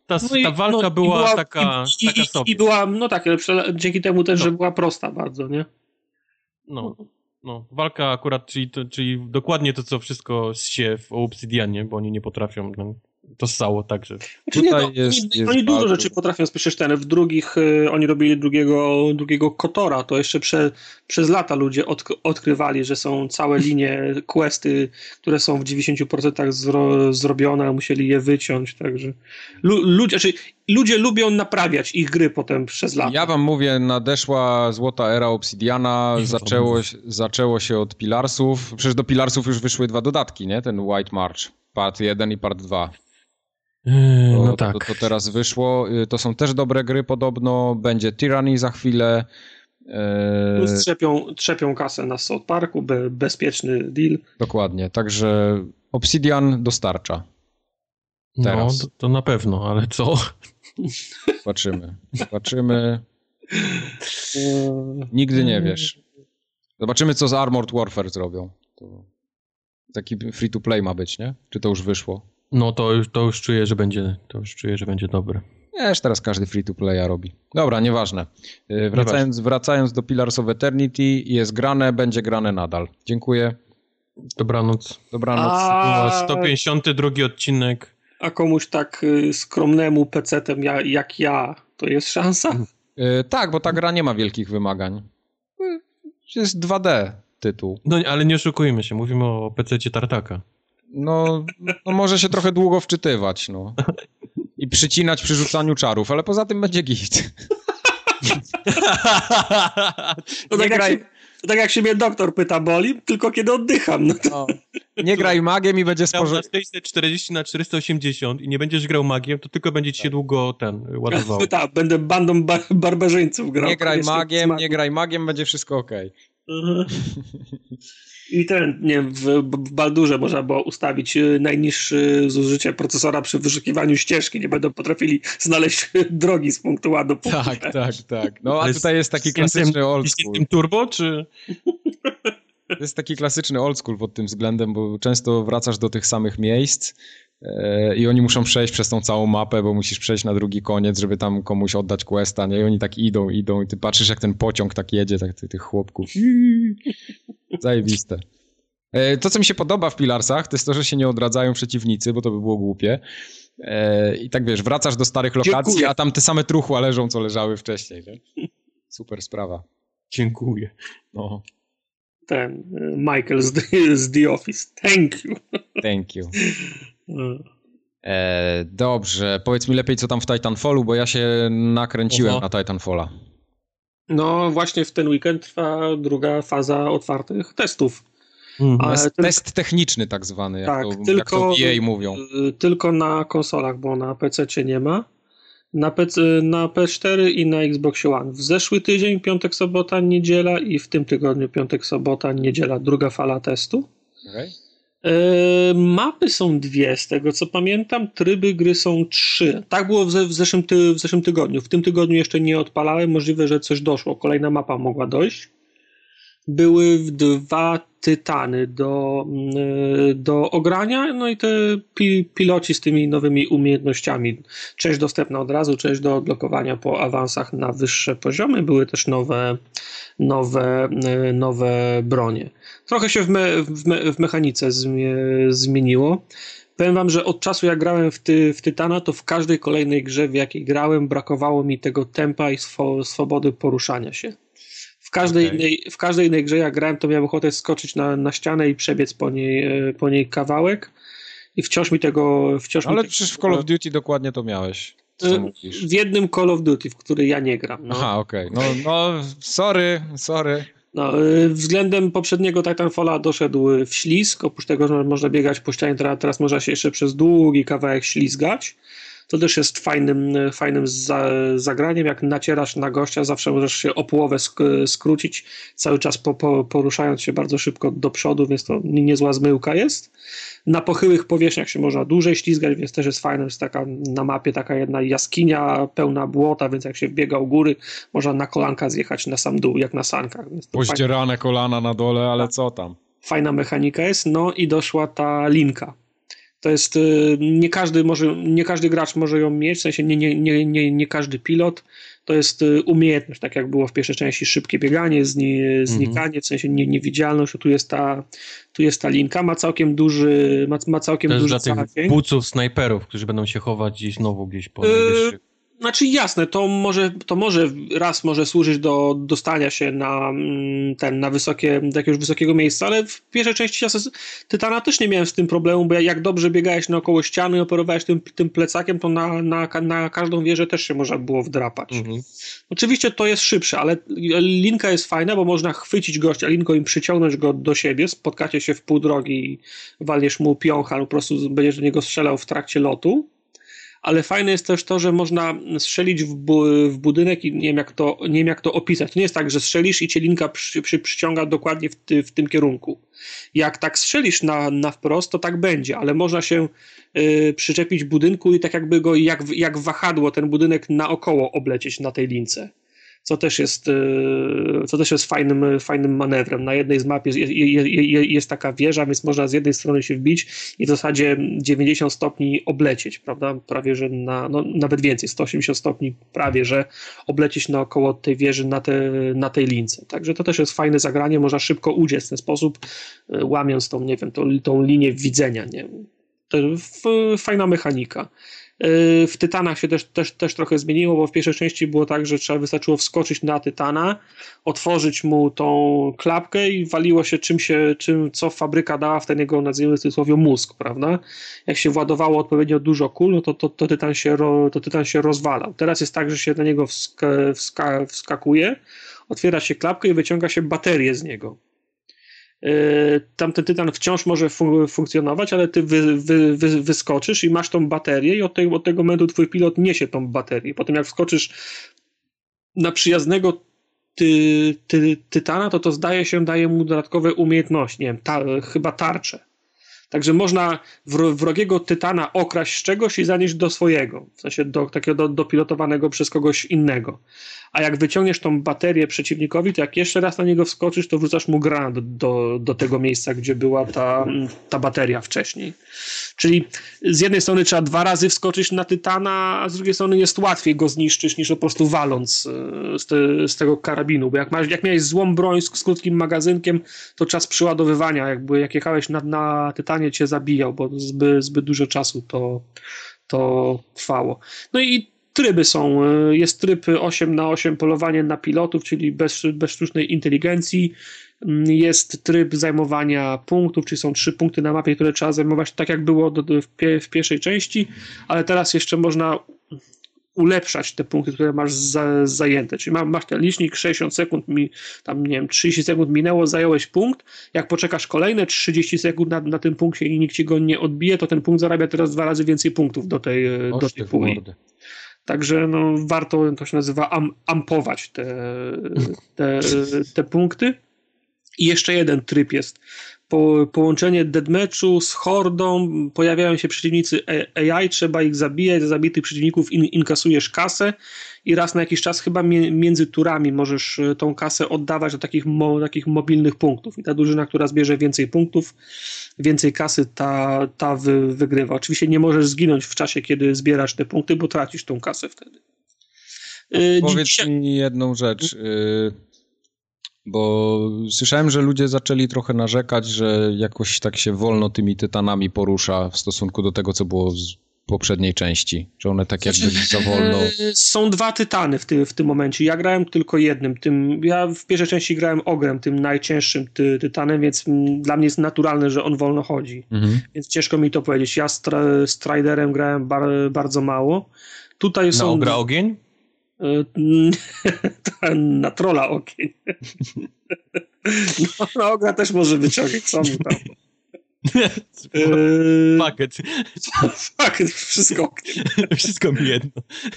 [SPEAKER 2] ta walka była taka sobie.
[SPEAKER 3] I była, no tak, ale dzięki temu też, że była prosta bardzo, nie?
[SPEAKER 2] No, walka akurat, czyli dokładnie to, co wszystko się w Obsidianie, bo oni nie potrafią to ssało także.
[SPEAKER 3] Oni dużo rzeczy potrafią, przecież w drugich, oni robili drugiego Kotora, to jeszcze przez lata ludzie odkrywali, że są całe linie, questy, które są w 90% zrobione, a musieli je wyciąć, także ludzie lubią naprawiać ich gry potem przez lata.
[SPEAKER 1] Ja wam mówię, nadeszła złota era Obsidiana, zaczęło się od Pillarsów, przecież do Pillarsów już wyszły 2 dodatki, nie? Ten White March, part 1 i part 2.
[SPEAKER 2] Tak.
[SPEAKER 1] To teraz wyszło. To są też dobre gry podobno. Będzie Tyranny za chwilę.
[SPEAKER 3] Plus trzepią kasę na South Parku, bezpieczny deal.
[SPEAKER 1] Dokładnie, także Obsidian dostarcza. Teraz.
[SPEAKER 2] No, to na pewno, ale co?
[SPEAKER 1] Zobaczymy. Nigdy nie wiesz. Zobaczymy, co z Armored Warfare zrobią. To taki free to play ma być, nie? Czy to już wyszło?
[SPEAKER 2] No to już czuję, że będzie dobre.
[SPEAKER 1] Wiesz, teraz każdy free to playa robi. Dobra, nieważne. Wracając do Pillars of Eternity, jest grane, będzie grane nadal. Dziękuję.
[SPEAKER 2] Dobranoc. 152 odcinek.
[SPEAKER 3] A komuś tak skromnemu pecetem jak ja, to jest szansa?
[SPEAKER 1] Tak, bo ta gra nie ma wielkich wymagań. Jest 2D tytuł.
[SPEAKER 2] No, ale nie oszukujmy się, mówimy o pececie Tartaka.
[SPEAKER 1] No może się trochę długo wczytywać, no. I przycinać przy rzucaniu czarów, ale poza tym będzie git.
[SPEAKER 3] To tak jak się mnie doktor pyta, boli, tylko kiedy oddycham. No.
[SPEAKER 1] Nie graj magiem i będzie
[SPEAKER 2] sporządzony. Na 440 na 480 i nie będziesz grał magiem, to tylko będzie ci się długo ładował.
[SPEAKER 3] Tak, będę bandą barbarzyńców grał.
[SPEAKER 1] Nie graj magiem, będzie wszystko okej.
[SPEAKER 3] I w Baldurze można było ustawić najniższe zużycie procesora przy wyszukiwaniu ścieżki. Nie będą potrafili znaleźć drogi z punktu A do punktu B.
[SPEAKER 1] Tak. No a tutaj jest taki klasyczny old school.
[SPEAKER 2] Z tym turbo, czy...
[SPEAKER 1] To jest taki klasyczny old school pod tym względem, bo często wracasz do tych samych miejsc i oni muszą przejść przez tą całą mapę, bo musisz przejść na drugi koniec, żeby tam komuś oddać questa, nie? I oni tak idą i ty patrzysz, jak ten pociąg tak jedzie, tak tych chłopków. Zajebiste. To, co mi się podoba w Pillarsach, to jest to, że się nie odradzają przeciwnicy, bo to by było głupie. I tak wiesz, wracasz do starych lokacji, a tam te same truchła leżą, co leżały wcześniej. Nie? Super sprawa.
[SPEAKER 2] Dziękuję.
[SPEAKER 1] No.
[SPEAKER 3] Michael z The Office. Thank you.
[SPEAKER 1] Dobrze, powiedz mi lepiej, co tam w Titanfallu, bo ja się nakręciłem na Titanfalla.
[SPEAKER 3] No właśnie w ten weekend trwa druga faza otwartych testów.
[SPEAKER 1] Test techniczny tak zwany, jak to EA mówią.
[SPEAKER 3] Tylko na konsolach, bo na PC nie ma. Na PS4 i na Xbox One. W zeszły tydzień, piątek, sobota, niedziela i w tym tygodniu piątek, sobota, niedziela, druga fala testu.
[SPEAKER 1] Okay.
[SPEAKER 3] Mapy są 2, z tego co pamiętam, tryby gry są 3. Tak było w zeszłym tygodniu. W tym tygodniu jeszcze nie odpalałem, możliwe, że coś doszło. Kolejna mapa mogła dojść. Były 2 tytany do ogrania, no i te piloci z tymi nowymi umiejętnościami. Część dostępna od razu, część do odblokowania po awansach na wyższe poziomy. Były też nowe bronie. Trochę się w mechanice zmieniło. Powiem wam, że od czasu jak grałem w Tytana, to w każdej kolejnej grze, w jakiej grałem, brakowało mi tego tempa i swobody poruszania się. W każdej innej grze jak grałem, to miałem ochotę skoczyć na ścianę i przebiec po niej kawałek i wciąż mi tego...
[SPEAKER 1] Ale przecież w Call of Duty dokładnie to miałeś. Co mówisz?
[SPEAKER 3] W jednym Call of Duty, w który ja nie gram. No.
[SPEAKER 1] Aha, okej. No, sorry.
[SPEAKER 3] No, względem poprzedniego Titanfalla doszedł w ślizg. Oprócz tego, że można biegać po ścianie, teraz można się jeszcze przez długi kawałek ślizgać. To też jest fajnym zagraniem. Jak nacierasz na gościa, zawsze możesz się o połowę skrócić, cały czas poruszając się bardzo szybko do przodu, więc to niezła zmyłka jest. Na pochyłych powierzchniach się można dłużej ślizgać, więc też jest fajne. Jest na mapie taka jedna jaskinia pełna błota, więc jak się wbiega u góry, można na kolanka zjechać na sam dół, jak na sankach.
[SPEAKER 1] Poździerane kolana na dole, ale co tam?
[SPEAKER 3] Fajna mechanika jest. No i doszła ta linka. To jest, nie każdy gracz może ją mieć, w sensie nie każdy pilot. To jest umiejętność, tak jak było w pierwszej części, szybkie bieganie, znikanie, w sensie niewidzialność, tu jest ta linka, ma całkiem duży
[SPEAKER 2] to jest dla tych buców, snajperów, którzy będą się chować gdzieś znowu gdzieś po najwyższych.
[SPEAKER 3] Znaczy jasne, to może służyć do dostania się na wysokie, do jakiegoś wysokiego miejsca, ale w pierwszej części Tytana też nie miałem z tym problemu, bo jak dobrze biegałeś naokoło ściany i operowałeś tym plecakiem, to na każdą wieżę też się można było wdrapać. Oczywiście to jest szybsze, ale linka jest fajna, bo można chwycić gościa linką i przyciągnąć go do siebie, spotkacie się w pół drogi i walniesz mu piocha, po prostu będziesz do niego strzelał w trakcie lotu. Ale fajne jest też to, że można strzelić w budynek i nie wiem jak to opisać. To nie jest tak, że strzelisz i cię linka przyciąga dokładnie w tym kierunku. Jak tak strzelisz na wprost, to tak będzie, ale można się przyczepić budynku i tak jakby go jak wahadło ten budynek naokoło oblecieć na tej lince. Co też jest fajnym manewrem. Na jednej z map jest taka wieża, więc można z jednej strony się wbić i w zasadzie 90 stopni oblecieć, prawda? Prawie, że nawet więcej, 180 stopni prawie, że oblecieć naokoło tej wieży na tej lince. Także to też jest fajne zagranie, można szybko uciec w ten sposób, łamiąc tą linię widzenia. Nie? To fajna mechanika. W Tytanach się też trochę zmieniło, bo w pierwszej części było tak, że wystarczyło wskoczyć na Tytana, otworzyć mu tą klapkę i waliło się co fabryka dała w ten jego, nazwijmy w cudzysłowie, mózg, prawda? Jak się władowało odpowiednio dużo kul, no to Tytan się rozwalał. Teraz jest tak, że się na niego wskakuje, otwiera się klapkę i wyciąga się baterię z niego. Tamten Tytan wciąż może funkcjonować, ale ty wyskoczysz i masz tą baterię i od tego momentu twój pilot niesie tą baterię. Potem jak wskoczysz na przyjaznego Tytana, to zdaje się, daje mu dodatkowe umiejętności, nie wiem, chyba tarczę. Także można wrogiego Tytana okraść z czegoś i zanieść do swojego, w sensie takiego dopilotowanego przez kogoś innego. A jak wyciągniesz tą baterię przeciwnikowi, to jak jeszcze raz na niego wskoczysz, to wrzucasz mu granat do tego miejsca, gdzie była ta bateria wcześniej. Czyli z jednej strony trzeba 2 razy wskoczyć na Tytana, a z drugiej strony jest łatwiej go zniszczyć niż po prostu waląc z tego karabinu, bo jak miałeś złą broń z krótkim magazynkiem, to czas przeładowywania, jak jechałeś na Tytanie, cię zabijał, bo zbyt dużo czasu to trwało. No i tryby są. Jest tryb 8x8 polowanie na pilotów, czyli bez sztucznej inteligencji. Jest tryb zajmowania punktów, czyli są 3 punkty na mapie, które trzeba zajmować tak jak było w pierwszej części, ale teraz jeszcze można ulepszać te punkty, które masz zajęte. Czyli masz ten licznik, 60 sekund, tam nie wiem, 30 sekund minęło, zająłeś punkt. Jak poczekasz kolejne 30 sekund na tym punkcie i nikt ci go nie odbije, to ten punkt zarabia teraz 2 razy więcej punktów do tej puli. Także warto, to się nazywa ampować te punkty. I jeszcze jeden tryb jest. Połączenie deathmatchu z hordą, pojawiają się przeciwnicy AI, trzeba ich zabijać, za zabitych przeciwników inkasujesz kasę i raz na jakiś czas chyba między turami możesz tą kasę oddawać do takich mobilnych punktów i ta drużyna, która zbierze więcej punktów, więcej kasy, ta wygrywa. Oczywiście nie możesz zginąć w czasie, kiedy zbierasz te punkty, bo tracisz tą kasę wtedy.
[SPEAKER 1] Powiedz mi jedną rzecz, bo słyszałem, że ludzie zaczęli trochę narzekać, że jakoś tak się wolno tymi Tytanami porusza w stosunku do tego, co było z poprzedniej części, że one tak jakby za wolno...
[SPEAKER 3] Są 2 Tytany w tym momencie. Ja grałem tylko jednym. Ja w pierwszej części grałem Ogrem, tym najcięższym Tytanem, więc dla mnie jest naturalne, że on wolno chodzi. Więc ciężko mi to powiedzieć. Ja z Striderem grałem bardzo mało. Tutaj są...
[SPEAKER 2] Na Ogra ogień?
[SPEAKER 3] Na trolla ogień. Na Ogra też może wyciągać, co mu tam.
[SPEAKER 2] Pakiet.
[SPEAKER 3] Pakiet, wszystko ogniem.
[SPEAKER 2] Wszystko mi jedno.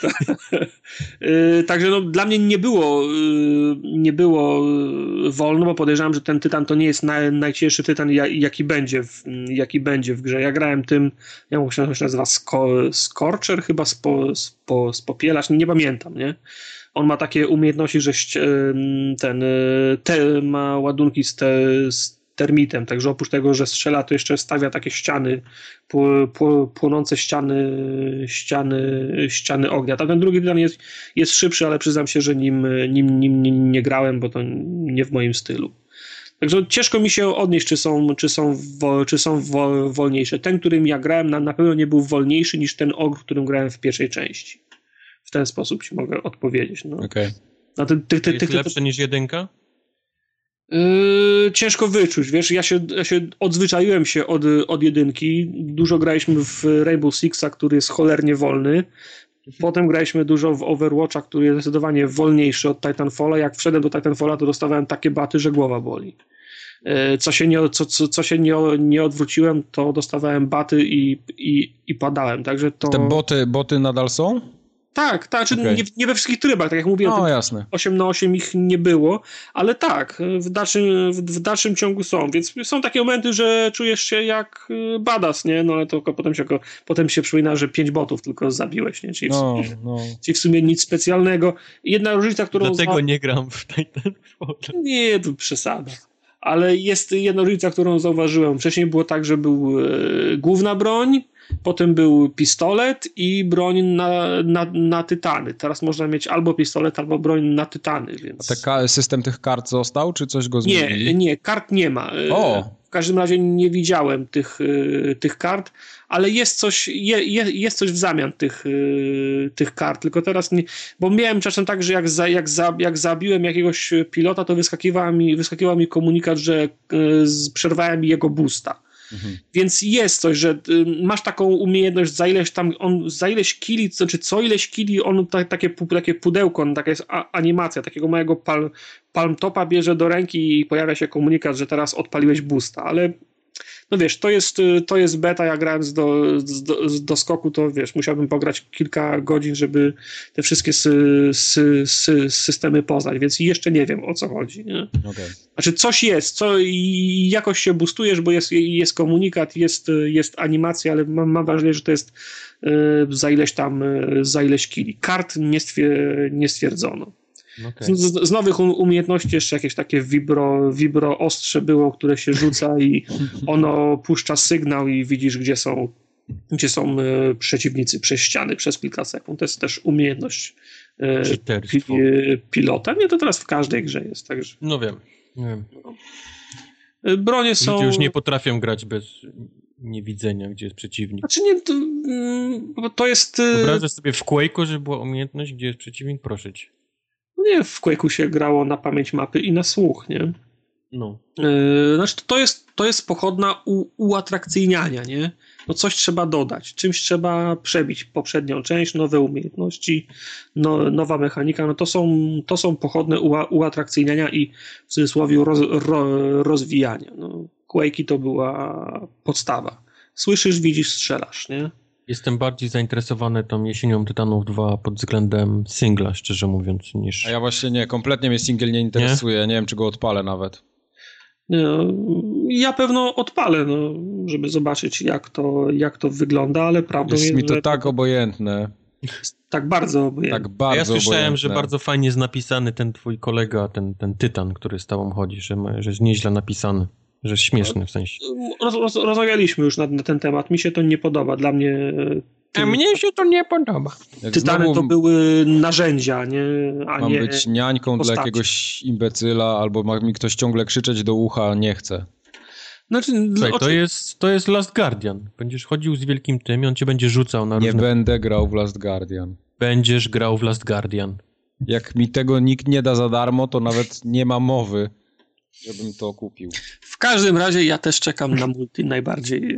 [SPEAKER 3] Także dla mnie nie było wolno, bo podejrzewam, że ten Tytan to nie jest najcięższy Tytan, jaki będzie w grze. Ja grałem tym, jak się nazywa, Scorcher, chyba spopielacz, nie pamiętam, nie? On ma takie umiejętności, że ma ładunki z termitem, także oprócz tego, że strzela, to jeszcze stawia takie ściany, płonące ściany ognia. Ten drugi tytan jest szybszy, ale przyznam się, że nim nie grałem, bo to nie w moim stylu. Także ciężko mi się odnieść, czy są wolniejsze. Ten, którym ja grałem, na pewno nie był wolniejszy niż ten ogr, którym grałem w pierwszej części. W ten sposób ci mogę odpowiedzieć. No.
[SPEAKER 2] Okay. Jest lepszy niż 1?
[SPEAKER 3] Ciężko wyczuć, wiesz, ja się odzwyczaiłem się od 1. Dużo graliśmy w Rainbow Sixa, który jest cholernie wolny. Potem graliśmy dużo w Overwatcha, który jest zdecydowanie wolniejszy od Titanfalla. Jak wszedłem do Titanfalla, to dostawałem takie baty, że głowa boli. Co się nie odwróciłem, to dostawałem baty i padałem. Także to...
[SPEAKER 1] Te boty nadal są?
[SPEAKER 3] Tak, okay. nie we wszystkich trybach, tak jak mówiłem,
[SPEAKER 1] jasne.
[SPEAKER 3] 8/8 ich nie było, ale tak, w dalszym ciągu są, więc są takie momenty, że czujesz się jak badass, nie? No ale to potem się przypomina, że 5 botów tylko zabiłeś, nie? Czyli w sumie nic specjalnego. Jedna różnica, którą...
[SPEAKER 2] Dlatego nie gram w Titanfall.
[SPEAKER 3] Nie, to przesada. Ale jest jedna różnica, którą zauważyłem. Wcześniej było tak, że był główna broń, potem był pistolet i broń na tytany. Teraz można mieć albo pistolet, albo broń na tytany. Więc...
[SPEAKER 1] A system tych kart został, czy coś go zmienili?
[SPEAKER 3] Nie, kart nie ma. W każdym razie nie widziałem tych kart, ale jest coś w zamian tych kart, tylko teraz nie, bo miałem czasem tak, że jak zabiłem jakiegoś pilota, to wyskakiwał mi komunikat, że przerwałem jego boosta. Więc jest coś, że masz taką umiejętność, za ileś kili, znaczy co ileś kili on takie pudełko, taka jest animacja, takiego małego palm topa bierze do ręki i pojawia się komunikat, że teraz odpaliłeś boosta, ale no wiesz, to jest beta, ja grałem do skoku, to wiesz, musiałbym pograć kilka godzin, żeby te wszystkie systemy poznać, więc jeszcze nie wiem, o co chodzi. Nie?
[SPEAKER 1] Okay.
[SPEAKER 3] Znaczy coś jest, jakoś się boostujesz, bo jest komunikat, jest animacja, ale mam wrażenie, że to jest za ileś kili. Kart nie stwierdzono. Okay. Z nowych umiejętności jeszcze jakieś takie vibro ostrze było, które się rzuca i ono puszcza sygnał i widzisz, gdzie są przeciwnicy przez ściany przez kilka sekund. To jest też umiejętność pilota. Nie, to teraz w każdej grze jest. Także...
[SPEAKER 2] No wiem.
[SPEAKER 3] Bronie są...
[SPEAKER 2] Ludzie już nie potrafią grać bez niewidzenia, gdzie jest przeciwnik.
[SPEAKER 3] Znaczy nie, to jest...
[SPEAKER 2] Wyobrażasz sobie w Quake'u, że była umiejętność, gdzie jest przeciwnik? Proszę cię.
[SPEAKER 3] Nie, w Quake'u się grało na pamięć mapy i na słuch, nie?
[SPEAKER 2] No.
[SPEAKER 3] Znaczy to jest pochodna uatrakcyjniania, nie? No coś trzeba dodać, czymś trzeba przebić poprzednią część, nowe umiejętności, nowa mechanika, no to są pochodne uatrakcyjniania i w cudzysłowie rozwijania. No, Quake'i to była podstawa. Słyszysz, widzisz, strzelasz, nie?
[SPEAKER 2] Jestem bardziej zainteresowany tą Jesienią Tytanów 2 pod względem singla, szczerze mówiąc, niż...
[SPEAKER 1] A ja właśnie nie, kompletnie mnie singiel nie interesuje, nie wiem, czy go odpalę nawet.
[SPEAKER 3] No, ja pewno odpalę, no, żeby zobaczyć, jak to wygląda, ale prawdą
[SPEAKER 1] jest mi to tak obojętne.
[SPEAKER 3] Tak bardzo obojętne.
[SPEAKER 1] Tak bardzo
[SPEAKER 2] ja słyszałem,
[SPEAKER 1] obojętne.
[SPEAKER 2] że bardzo fajnie jest napisany ten twój kolega, ten Tytan, który z tobą chodzi, że jest nieźle napisany. Że jest śmieszny w sensie.
[SPEAKER 3] Rozmawialiśmy już na ten temat. Mi się to nie podoba. Dla mnie...
[SPEAKER 2] A mnie się to nie podoba.
[SPEAKER 3] Tytany to były narzędzia, nie?
[SPEAKER 1] Mam być niańką postaci. Dla jakiegoś imbecyla, albo ma mi ktoś ciągle krzyczeć do ucha, nie chcę.
[SPEAKER 3] Znaczy,
[SPEAKER 2] to jest Last Guardian. Będziesz chodził z wielkim tym i on cię będzie rzucał na różne...
[SPEAKER 1] Nie będę grał w Last Guardian.
[SPEAKER 2] Będziesz grał w Last Guardian.
[SPEAKER 1] Jak mi tego nikt nie da za darmo, to nawet nie ma mowy, żebym to kupił.
[SPEAKER 3] W każdym razie ja też czekam na multi najbardziej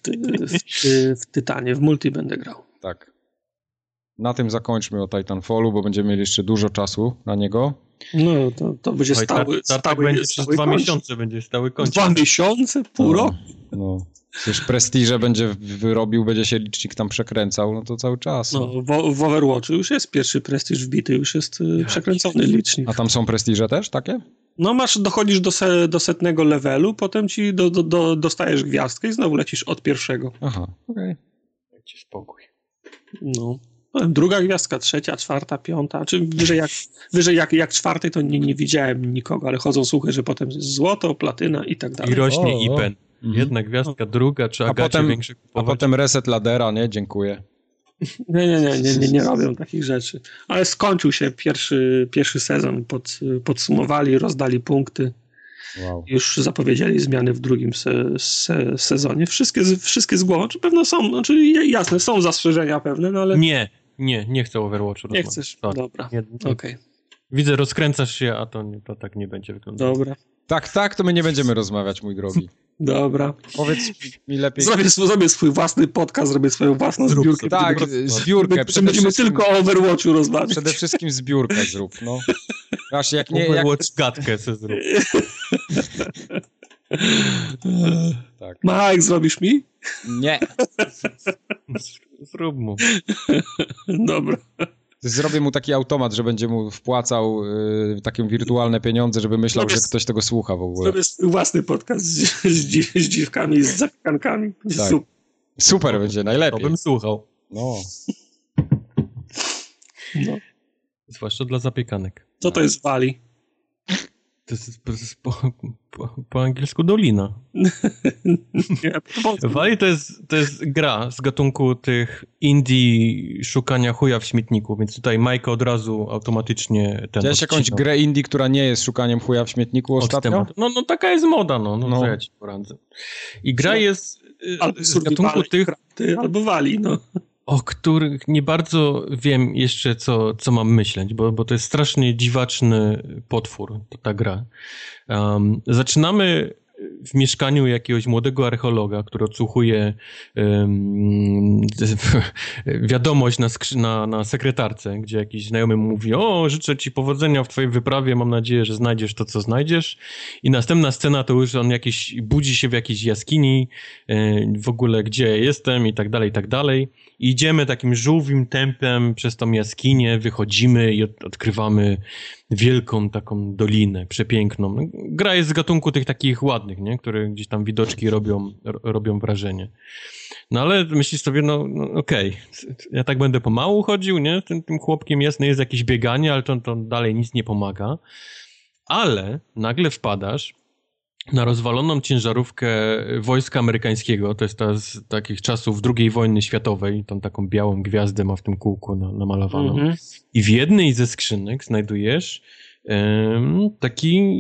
[SPEAKER 3] w Tytanie. W multi będę grał.
[SPEAKER 1] Tak. Na tym zakończmy o Titanfallu, bo będziemy mieli jeszcze dużo czasu na niego.
[SPEAKER 3] No, to będzie stały
[SPEAKER 2] będzie przez 2 miesiące będzie stały kończyć.
[SPEAKER 3] 2 miesiące? Pół roku?
[SPEAKER 1] No. Przecież Prestige będzie wyrobił, będzie się licznik tam przekręcał, no to cały czas.
[SPEAKER 3] No, w Overwatchu już jest pierwszy Prestige wbity, już jest przekręcony licznik.
[SPEAKER 1] A tam są Prestige też takie?
[SPEAKER 3] No dochodzisz do 100 levelu, potem ci dostajesz gwiazdkę i znowu lecisz od pierwszego.
[SPEAKER 1] Aha, okej.
[SPEAKER 2] Dajcie spokój.
[SPEAKER 3] No. Druga gwiazdka, trzecia, czwarta, piąta. Czy wyżej jak czwartej to nie widziałem nikogo, ale chodzą słuchy, że potem jest złoto, platyna i tak dalej.
[SPEAKER 2] I rośnie IPEN. Jedna gwiazdka, druga, czy Agacie większe kupować.
[SPEAKER 1] A potem reset ladera, nie? Dziękuję.
[SPEAKER 3] Nie robią takich rzeczy. Ale skończył się pierwszy sezon. Podsumowali, rozdali punkty.
[SPEAKER 1] Wow.
[SPEAKER 3] Już zapowiedzieli zmiany w drugim sezonie. Wszystkie z głową. Czy pewno są, czyli jasne, są zastrzeżenia pewne, no ale...
[SPEAKER 2] Nie chcę Overwatchu.
[SPEAKER 3] Nie chcesz? Dobra, okej.
[SPEAKER 2] Widzę, rozkręcasz się, a to tak nie będzie wyglądać.
[SPEAKER 3] Dobra.
[SPEAKER 1] Tak, to my nie będziemy rozmawiać, mój drogi.
[SPEAKER 3] Dobra.
[SPEAKER 1] Powiedz mi lepiej...
[SPEAKER 3] Zrobię swój własny podcast, zrobię swoją własną zbiórkę.
[SPEAKER 1] Tak, zbiórkę.
[SPEAKER 3] Będziemy tylko o Overwatchu rozmawiać.
[SPEAKER 1] Przede wszystkim zbiórkę zrób, no. Właśnie,
[SPEAKER 2] Overwatch gadkę se zrób.
[SPEAKER 3] Tak. Mike, zrobisz mi?
[SPEAKER 1] Nie.
[SPEAKER 2] Zrób mu.
[SPEAKER 3] Dobra.
[SPEAKER 1] Zrobię mu taki automat, że będzie mu wpłacał takie wirtualne pieniądze, żeby myślał, że ktoś tego słucha w ogóle.
[SPEAKER 3] Zrobię swój własny podcast z dziwkami, z zapiekankami.
[SPEAKER 1] Tak. Super będzie, najlepiej.
[SPEAKER 2] To bym słuchał.
[SPEAKER 1] No.
[SPEAKER 2] Zwłaszcza dla zapiekanek.
[SPEAKER 3] Co to jest Wali?
[SPEAKER 2] To jest po angielsku dolina. Wali to jest gra z gatunku tych indie szukania chuja w śmietniku, więc tutaj Majka od razu automatycznie
[SPEAKER 1] Widziałeś jakąś grę indie, która nie jest szukaniem chuja w śmietniku ostatnio?
[SPEAKER 2] No taka jest moda, no. Co ja ci poradzę. I gra jest z gatunku tych...
[SPEAKER 3] Albo Wali, no.
[SPEAKER 2] O których nie bardzo wiem jeszcze, co mam myśleć, bo to jest strasznie dziwaczny potwór, ta gra. Zaczynamy w mieszkaniu jakiegoś młodego archeologa, który odsłuchuje wiadomość na sekretarce, gdzie jakiś znajomy mówi: o, życzę ci powodzenia w twojej wyprawie, mam nadzieję, że znajdziesz to, co znajdziesz. I następna scena to już on budzi się w jakiejś jaskini, w ogóle gdzie jestem i tak dalej, i tak dalej. I idziemy takim żółwim tempem przez tą jaskinię, wychodzimy i odkrywamy wielką taką dolinę, przepiękną. Gra jest z gatunku tych takich ładnych, nie? Które gdzieś tam widoczki robią wrażenie. No ale myślisz sobie, no okej, ja tak będę pomału chodził, nie? Tym chłopkiem jest jakieś bieganie, ale to dalej nic nie pomaga. Ale nagle wpadasz na rozwaloną ciężarówkę wojska amerykańskiego, to jest ta z takich czasów II wojny światowej, tą taką białą gwiazdę ma w tym kółku namalowaną. I w jednej ze skrzynek znajdujesz taki...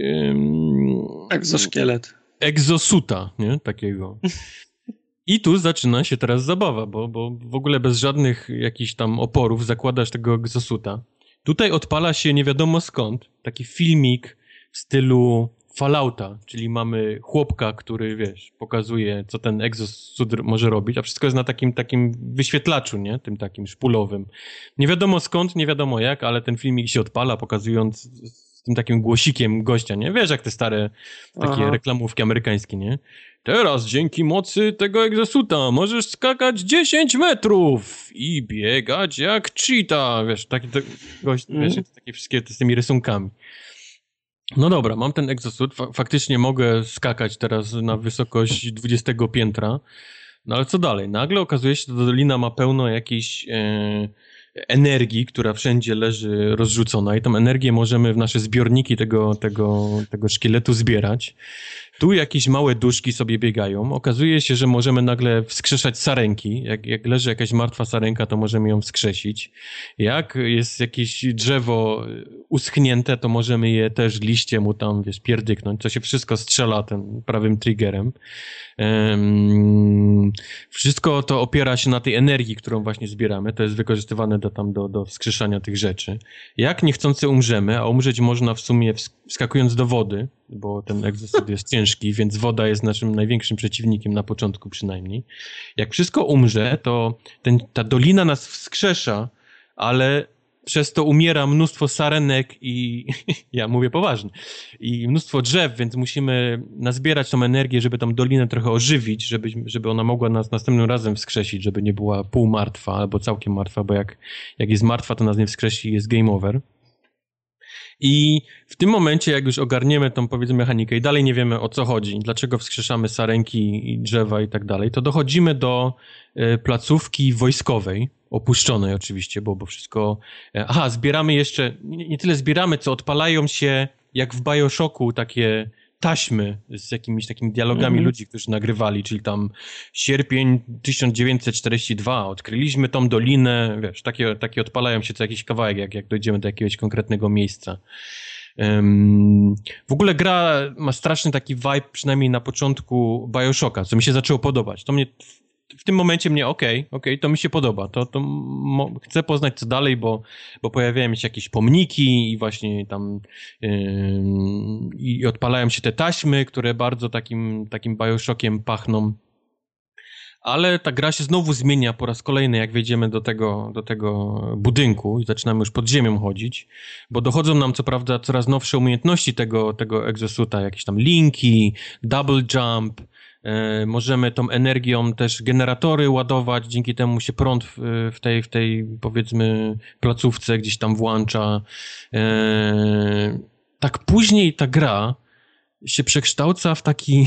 [SPEAKER 3] egzoszkielet.
[SPEAKER 2] Egzosuta, nie? Takiego. I tu zaczyna się teraz zabawa, bo w ogóle bez żadnych jakichś tam oporów zakładasz tego egzosuta. Tutaj odpala się nie wiadomo skąd taki filmik w stylu Fallouta, czyli mamy chłopka, który, pokazuje, co ten egzosud może robić, a wszystko jest na takim wyświetlaczu, nie? Tym takim szpulowym. Nie wiadomo skąd, nie wiadomo jak, ale ten filmik się odpala, pokazując z tym takim głosikiem gościa, nie? Wiesz, jak te stare takie reklamówki amerykańskie, nie? Teraz dzięki mocy tego egzosuta możesz skakać 10 metrów i biegać jak cheetah. Wiesz, taki gość, takie wszystkie z tymi rysunkami. No dobra, mam ten egzosut, faktycznie mogę skakać teraz na wysokość 20 piętra, no ale co dalej? Nagle okazuje się, że ta dolina ma pełno jakiejś energii, która wszędzie leży rozrzucona i tą energię możemy w nasze zbiorniki tego szkieletu zbierać. Tu jakieś małe duszki sobie biegają. Okazuje się, że możemy nagle wskrzeszać sarenki. Jak leży jakaś martwa sarenka, to możemy ją wskrzesić. Jak jest jakieś drzewo uschnięte, to możemy je też liście mu tam, pierdyknąć. To się wszystko strzela tym prawym triggerem. Wszystko to opiera się na tej energii, którą właśnie zbieramy. To jest wykorzystywane do wskrzeszania tych rzeczy. Jak niechcący umrzemy, a umrzeć można w sumie wskakując do wody, bo ten egzosud jest ciężki, więc woda jest naszym największym przeciwnikiem na początku przynajmniej. Jak wszystko umrze, to ta dolina nas wskrzesza, ale przez to umiera mnóstwo sarenek i ja mówię poważnie, i mnóstwo drzew, więc musimy nazbierać tą energię, żeby tą dolinę trochę ożywić, żeby ona mogła nas następnym razem wskrzesić, żeby nie była półmartwa albo całkiem martwa, bo jak jest martwa, to nas nie wskrzesi i jest game over. I w tym momencie, jak już ogarniemy tą, powiedzmy, mechanikę i dalej nie wiemy, o co chodzi, dlaczego wskrzeszamy sarenki i drzewa i tak dalej, to dochodzimy do placówki wojskowej, opuszczonej oczywiście, bo wszystko... Aha, zbieramy jeszcze, nie tyle zbieramy, co odpalają się, jak w Bioshocku, takie taśmy z jakimiś takimi dialogami ludzi, którzy nagrywali, czyli tam sierpień 1942, odkryliśmy tą dolinę, wiesz, takie odpalają się co jakiś kawałek, jak dojdziemy do jakiegoś konkretnego miejsca. W ogóle gra ma straszny taki vibe, przynajmniej na początku Bioshocka, co mi się zaczęło podobać. To mnie w tym momencie okej, to mi się podoba. Chcę poznać co dalej, bo pojawiają się jakieś pomniki i właśnie tam i odpalają się te taśmy, które bardzo takim Bioshockiem pachną. Ale ta gra się znowu zmienia po raz kolejny, jak wejdziemy do tego budynku i zaczynamy już pod ziemią chodzić, bo dochodzą nam co prawda coraz nowsze umiejętności tego exosuita, jakieś tam linki, double jump, możemy tą energią też generatory ładować, dzięki temu się prąd w tej powiedzmy placówce gdzieś tam włącza. Tak później ta gra się przekształca w taki...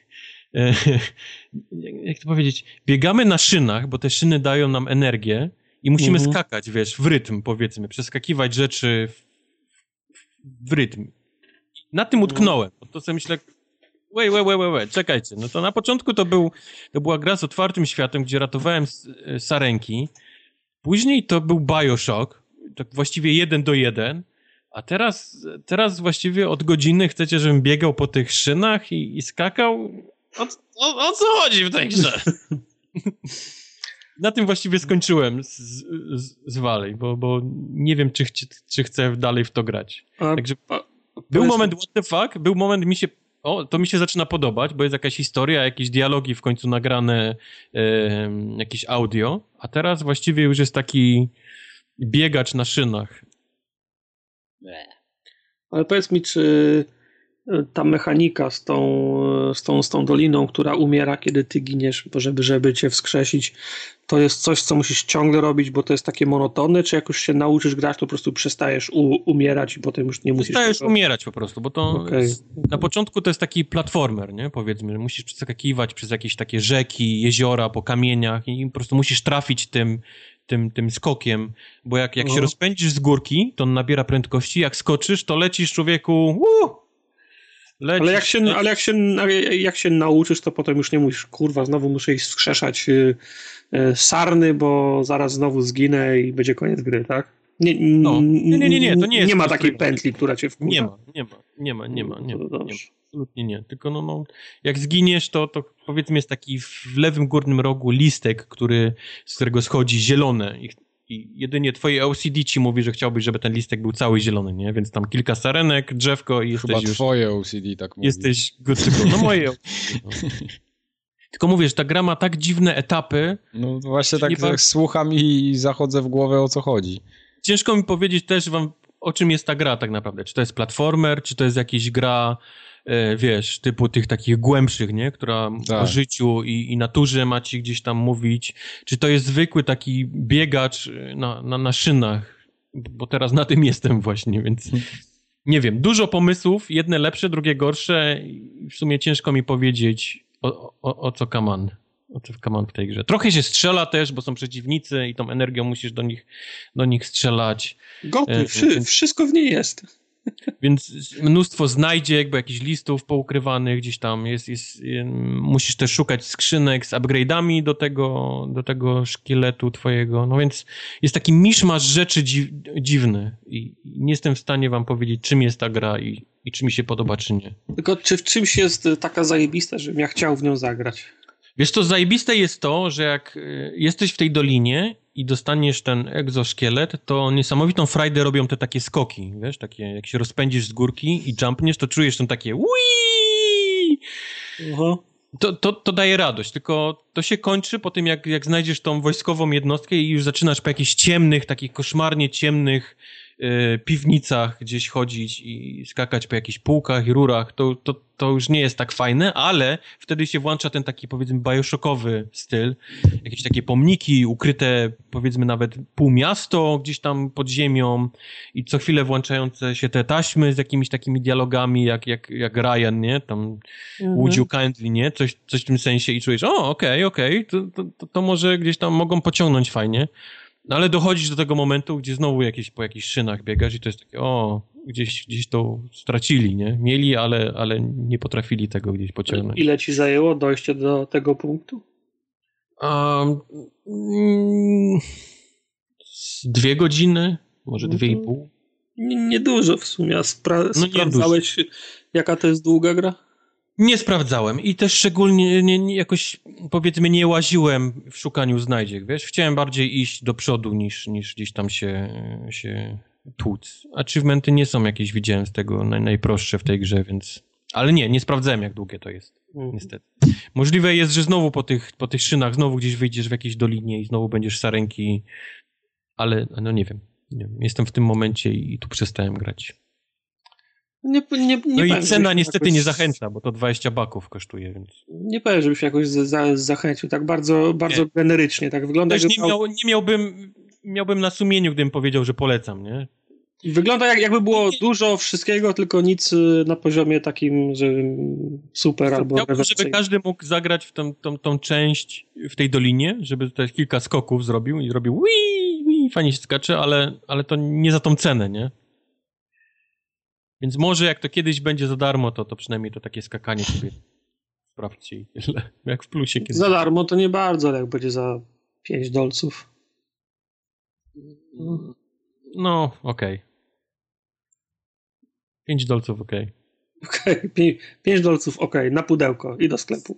[SPEAKER 2] jak to powiedzieć, biegamy na szynach, bo te szyny dają nam energię i musimy skakać, wiesz, w rytm, powiedzmy, przeskakiwać rzeczy w rytm. Na tym utknąłem, to sobie myślę, wait, czekajcie, no to na początku to była gra z otwartym światem, gdzie ratowałem sarenki, później to był Bioshock, tak właściwie 1 do 1, a teraz właściwie od godziny chcecie, żebym biegał po tych szynach i skakał. O co chodzi w tej grze? Na tym właściwie skończyłem z Valley, bo nie wiem, czy chcę dalej w to grać. Także był moment what the fuck, był moment to mi się zaczyna podobać, bo jest jakaś historia, jakieś dialogi w końcu nagrane, jakieś audio, a teraz właściwie już jest taki biegacz na szynach.
[SPEAKER 3] Ale powiedz mi, czy ta mechanika z tą doliną, która umiera, kiedy ty giniesz, bo żeby cię wskrzesić, to jest coś, co musisz ciągle robić, bo to jest takie monotonne, czy jak już się nauczysz grać, to po prostu przestajesz umierać i potem już nie musisz...
[SPEAKER 2] Przestajesz umierać po prostu, bo to na początku to jest taki platformer, nie? Powiedzmy, musisz przeskakiwać przez jakieś takie rzeki, jeziora, po kamieniach i po prostu musisz trafić tym skokiem, bo jak się rozpędzisz z górki, to on nabiera prędkości, jak skoczysz, to lecisz, człowieku, lecisz.
[SPEAKER 3] Ale jak się nauczysz, to potem już nie mówisz, kurwa, znowu muszę iść wskrzeszać sarny, bo zaraz znowu zginę i będzie koniec gry, tak? Nie,
[SPEAKER 2] to nie jest.
[SPEAKER 3] Nie ma takiej pętli, która cię wkurza.
[SPEAKER 2] Nie ma. Absolutnie nie. Tylko jak zginiesz, to powiedzmy jest taki w lewym górnym rogu listek, z którego schodzi zielone i jedynie twoje OCD ci mówi, że chciałbyś, żeby ten listek był cały zielony, nie? Więc tam kilka sarenek, drzewko i jesteś
[SPEAKER 1] Chyba
[SPEAKER 2] już...
[SPEAKER 1] twoje OCD tak mówi.
[SPEAKER 2] Jesteś good to go. No moje OCD. No. Tylko mówię, że ta gra ma tak dziwne etapy.
[SPEAKER 1] No właśnie tak słucham i zachodzę w głowę, o co chodzi.
[SPEAKER 2] Ciężko mi powiedzieć też wam, o czym jest ta gra tak naprawdę. Czy to jest platformer, czy to jest jakaś gra, wiesz, typu tych takich głębszych, nie? Która o życiu i naturze ma ci gdzieś tam mówić. Czy to jest zwykły taki biegacz na szynach, bo teraz na tym jestem właśnie, więc nie wiem. Dużo pomysłów, jedne lepsze, drugie gorsze i w sumie ciężko mi powiedzieć o co kaman w tej grze. Trochę się strzela też, bo są przeciwnicy i tą energią musisz do nich strzelać.
[SPEAKER 3] Wszystko w niej jest.
[SPEAKER 2] Więc mnóstwo znajdziek, bo jakichś listów poukrywanych gdzieś tam musisz też szukać skrzynek z upgrade'ami do tego szkieletu twojego. No więc jest taki miszmasz rzeczy dziwny i nie jestem w stanie wam powiedzieć, czym jest ta gra i czy mi się podoba, czy nie.
[SPEAKER 3] Tylko czy w czymś jest taka zajebista, żebym ja chciał w nią zagrać?
[SPEAKER 2] Wiesz co, zajebiste jest to, że jak jesteś w tej dolinie i dostaniesz ten egzoszkielet, to niesamowitą frajdę robią te takie skoki, wiesz, takie jak się rozpędzisz z górki i jumpniesz, to czujesz tam takie To daje radość, tylko to się kończy po tym, jak znajdziesz tą wojskową jednostkę i już zaczynasz po jakichś ciemnych, takich koszmarnie ciemnych piwnicach gdzieś chodzić i skakać po jakichś półkach i rurach, to już nie jest tak fajne, ale wtedy się włącza ten taki, powiedzmy, bioshockowy styl. Jakieś takie pomniki ukryte, powiedzmy, nawet półmiasto gdzieś tam pod ziemią i co chwilę włączające się te taśmy z jakimiś takimi dialogami, jak Ryan, nie? Tam would you kindly, nie? Coś w tym sensie i czujesz, okej, to może gdzieś tam mogą pociągnąć fajnie. No ale dochodzisz do tego momentu, gdzie znowu po jakichś szynach biegasz i to jest takie, gdzieś to stracili, nie? Mieli, ale nie potrafili tego gdzieś pociągnąć.
[SPEAKER 3] Ile ci zajęło dojście do tego punktu?
[SPEAKER 2] 2 godziny, może 2,5.
[SPEAKER 3] Niedużo w sumie. Sprawdzałeś, jaka to jest długa gra?
[SPEAKER 2] Nie sprawdzałem i też szczególnie jakoś, powiedzmy, nie łaziłem w szukaniu znajdziek, wiesz? Chciałem bardziej iść do przodu niż gdzieś tam się tłuc. Achievementy nie są jakieś, widziałem z tego najprostsze w tej grze, więc... Ale nie sprawdzałem, jak długie to jest, niestety. Możliwe jest, że znowu po tych szynach znowu gdzieś wyjdziesz w jakiejś dolinie i znowu będziesz sarenki, ale no nie wiem. Jestem w tym momencie i tu przestałem grać. No i cena niestety nie zachęca, bo to 20 baków kosztuje, więc...
[SPEAKER 3] Nie powiem, żebyś jakoś zachęcił, tak bardzo generycznie, tak wygląda...
[SPEAKER 2] Też miałbym na sumieniu, gdybym powiedział, że polecam, nie?
[SPEAKER 3] Wygląda jakby było dużo wszystkiego, tylko nic na poziomie takim, że super albo...
[SPEAKER 2] Chciałbym, żeby każdy mógł zagrać w tą część w tej dolinie, żeby tutaj kilka skoków zrobił i zrobił fajnie się skacze, ale to nie za tą cenę, nie? Więc może jak to kiedyś będzie za darmo, to przynajmniej to takie skakanie sobie sprawdźcie i tyle. Jak w plusie kiedyś.
[SPEAKER 3] Za darmo to nie bardzo, ale jak będzie za $5.
[SPEAKER 2] No, okej. $5 okej.
[SPEAKER 3] Okej, $5 okej, na pudełko i do sklepu.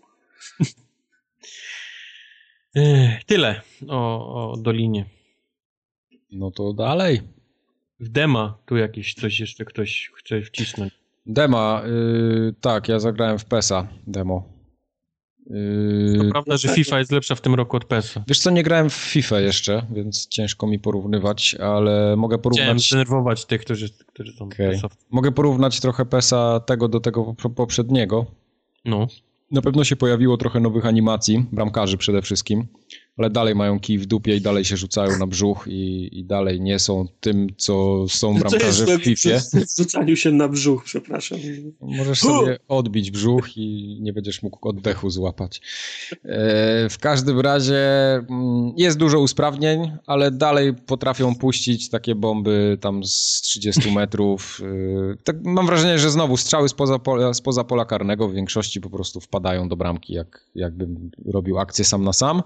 [SPEAKER 2] Tyle o Dolinie.
[SPEAKER 1] No to dalej.
[SPEAKER 2] W dema tu jakieś coś jeszcze ktoś chce wcisnąć.
[SPEAKER 1] Dema, tak, ja zagrałem w PES-a demo.
[SPEAKER 2] To prawda, że FIFA jest lepsza w tym roku od PES-a.
[SPEAKER 1] Wiesz co, nie grałem w FIFA jeszcze, więc ciężko mi porównywać, ale mogę porównać...
[SPEAKER 2] Chciałem zdenerwować tych, którzy są PES-owcy.
[SPEAKER 1] Mogę porównać trochę PES-a tego do tego poprzedniego.
[SPEAKER 2] No.
[SPEAKER 1] Na pewno się pojawiło trochę nowych animacji, bramkarzy przede wszystkim, ale dalej mają kij w dupie i dalej się rzucają na brzuch i dalej nie są tym, co są bramkarze w FIFA.
[SPEAKER 3] W rzucaniu się na brzuch, przepraszam.
[SPEAKER 1] Możesz sobie odbić brzuch i nie będziesz mógł oddechu złapać. W każdym razie jest dużo usprawnień, ale dalej potrafią puścić takie bomby tam z 30 metrów. Tak mam wrażenie, że znowu strzały spoza pola karnego w większości po prostu wpadają do bramki, jakbym robił akcję sam na sam.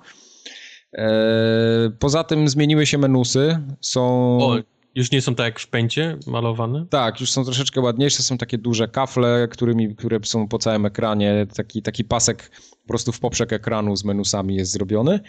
[SPEAKER 1] Poza tym zmieniły się menusy.
[SPEAKER 2] Już nie są tak jak w Paincie malowane?
[SPEAKER 1] Tak, już są troszeczkę ładniejsze, są takie duże kafle, które są po całym ekranie, taki pasek po prostu w poprzek ekranu z menusami jest zrobiony.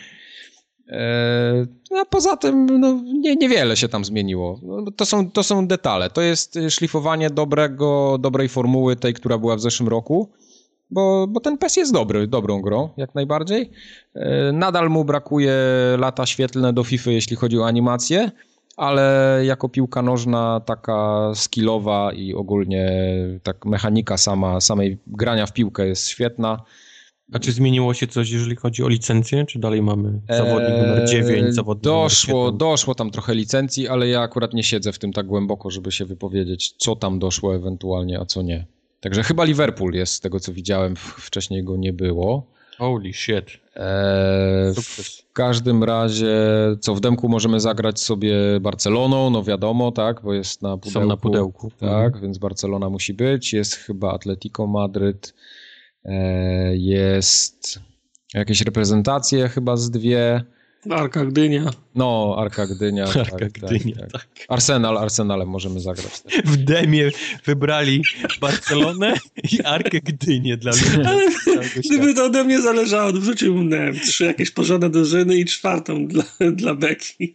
[SPEAKER 1] A poza tym no, niewiele się tam zmieniło. To są detale, to jest szlifowanie dobrej formuły, tej, która była w zeszłym roku. Bo ten PES jest dobrą grą, jak najbardziej. Nadal mu brakuje lata świetlne do FIFA, jeśli chodzi o animację, ale jako piłka nożna taka skillowa i ogólnie tak mechanika samej grania w piłkę jest świetna.
[SPEAKER 2] A czy zmieniło się coś, jeżeli chodzi o licencję? Czy dalej mamy zawodnik numer 9, zawodnik numer 7?
[SPEAKER 1] Doszło tam trochę licencji, ale ja akurat nie siedzę w tym tak głęboko, żeby się wypowiedzieć, co tam doszło ewentualnie, a co nie. Także chyba Liverpool jest, z tego co widziałem, wcześniej go nie było.
[SPEAKER 2] Holy shit.
[SPEAKER 1] W każdym razie, co w demku możemy zagrać sobie Barceloną, no wiadomo, tak, bo jest na pudełku.
[SPEAKER 2] Są na pudełku.
[SPEAKER 1] Tak, więc Barcelona musi być. Jest chyba Atletico Madryt. Jest jakieś reprezentacje chyba z 2.
[SPEAKER 3] Arka Gdynia.
[SPEAKER 1] No, Arka Gdynia.
[SPEAKER 2] Arka Gdynia, tak.
[SPEAKER 1] Arsenalem możemy zagrać. Tak.
[SPEAKER 2] W demie wybrali Barcelonę i Arkę Gdynię dla mnie.
[SPEAKER 3] Gdyby to ode mnie zależało, to wrzuciłbym 3 jakieś porządne drużyny i 4 dla Beki.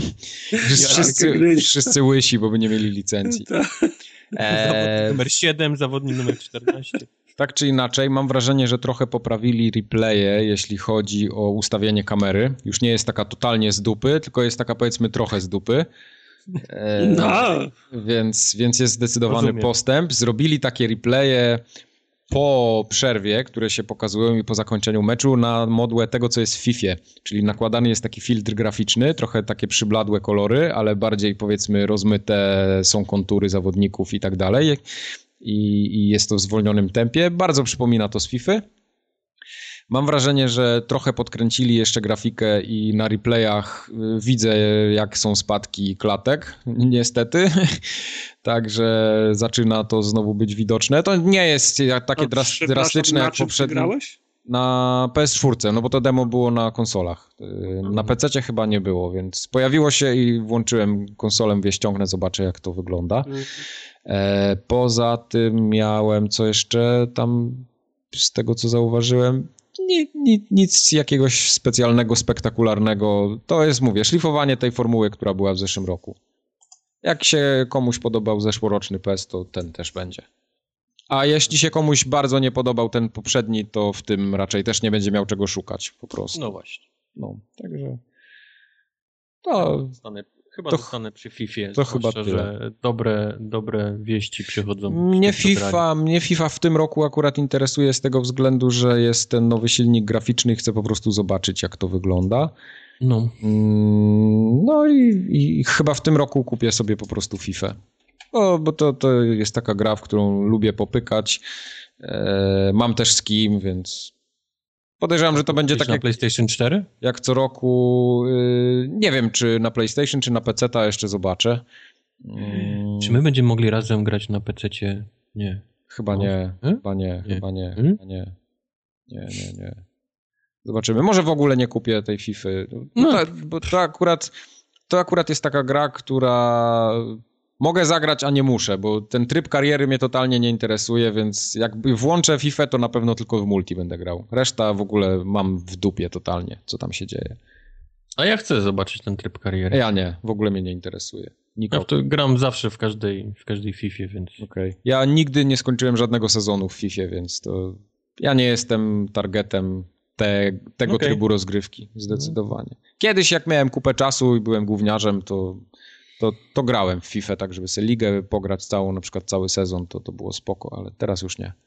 [SPEAKER 1] Wszyscy łysi, bo by nie mieli licencji.
[SPEAKER 2] Zawodnik numer 7, zawodnik numer 14.
[SPEAKER 1] Tak czy inaczej, mam wrażenie, że trochę poprawili replaye, jeśli chodzi o ustawienie kamery. Już nie jest taka totalnie z dupy, tylko jest taka powiedzmy trochę z dupy. Więc jest zdecydowany postęp. Zrobili takie replaye po przerwie, które się pokazują i po zakończeniu meczu na modłę tego, co jest w FIFA. Czyli nakładany jest taki filtr graficzny, trochę takie przybladłe kolory, ale bardziej powiedzmy rozmyte są kontury zawodników i tak dalej. I jest to w zwolnionym tempie. Bardzo przypomina to z FIFA. Mam wrażenie, że trochę podkręcili jeszcze grafikę i na replayach widzę, jak są spadki klatek, niestety. Także zaczyna to znowu być widoczne. To nie jest takie drastyczne jak poprzednie. Na PS4, no bo to demo było na konsolach. Na PC-cie chyba nie było, więc pojawiło się i włączyłem konsolę, ściągnę, zobaczę jak to wygląda. Poza tym miałem co jeszcze tam z tego co zauważyłem, nic jakiegoś specjalnego, spektakularnego. To jest, mówię, szlifowanie tej formuły, która była w zeszłym roku. Jak się komuś podobał zeszłoroczny PS, to ten też będzie. A jeśli się komuś bardzo nie podobał ten poprzedni, to w tym raczej też nie będzie miał czego szukać, po prostu.
[SPEAKER 2] No właśnie.
[SPEAKER 1] No, także... To...
[SPEAKER 2] Zostanę przy FIFA.
[SPEAKER 1] To chyba tyle.
[SPEAKER 2] Że dobre wieści przychodzą.
[SPEAKER 1] Mnie FIFA w tym roku akurat interesuje z tego względu, że jest ten nowy silnik graficzny i chcę po prostu zobaczyć, jak to wygląda.
[SPEAKER 2] No.
[SPEAKER 1] No i chyba w tym roku kupię sobie po prostu FIFA. Bo to jest taka gra, w którą lubię popykać. Mam też z kim, więc podejrzewam, że to będzie tak
[SPEAKER 2] na PlayStation 4?
[SPEAKER 1] Jak co roku. Nie wiem, czy na PlayStation, czy na PC-ta jeszcze zobaczę.
[SPEAKER 2] Czy my będziemy mogli razem grać na PC-cie? Nie.
[SPEAKER 1] Chyba nie. Nie. Zobaczymy. Może w ogóle nie kupię tej FIFA. Bo to akurat jest taka gra, która mogę zagrać, a nie muszę, bo ten tryb kariery mnie totalnie nie interesuje, więc jak włączę FIFA, to na pewno tylko w multi będę grał. Reszta w ogóle mam w dupie totalnie, co tam się dzieje.
[SPEAKER 2] A ja chcę zobaczyć ten tryb kariery.
[SPEAKER 1] Ja nie, w ogóle mnie nie interesuje.
[SPEAKER 2] Ja to gram zawsze w każdej FIFA, więc...
[SPEAKER 1] Okej. Ja nigdy nie skończyłem żadnego sezonu w FIFA, więc to... Ja nie jestem targetem tego trybu rozgrywki, zdecydowanie. Kiedyś jak miałem kupę czasu i byłem gówniarzem, to grałem w FIFA, tak żeby sobie ligę pograć całą, na przykład cały sezon, to było spoko, ale teraz już nie.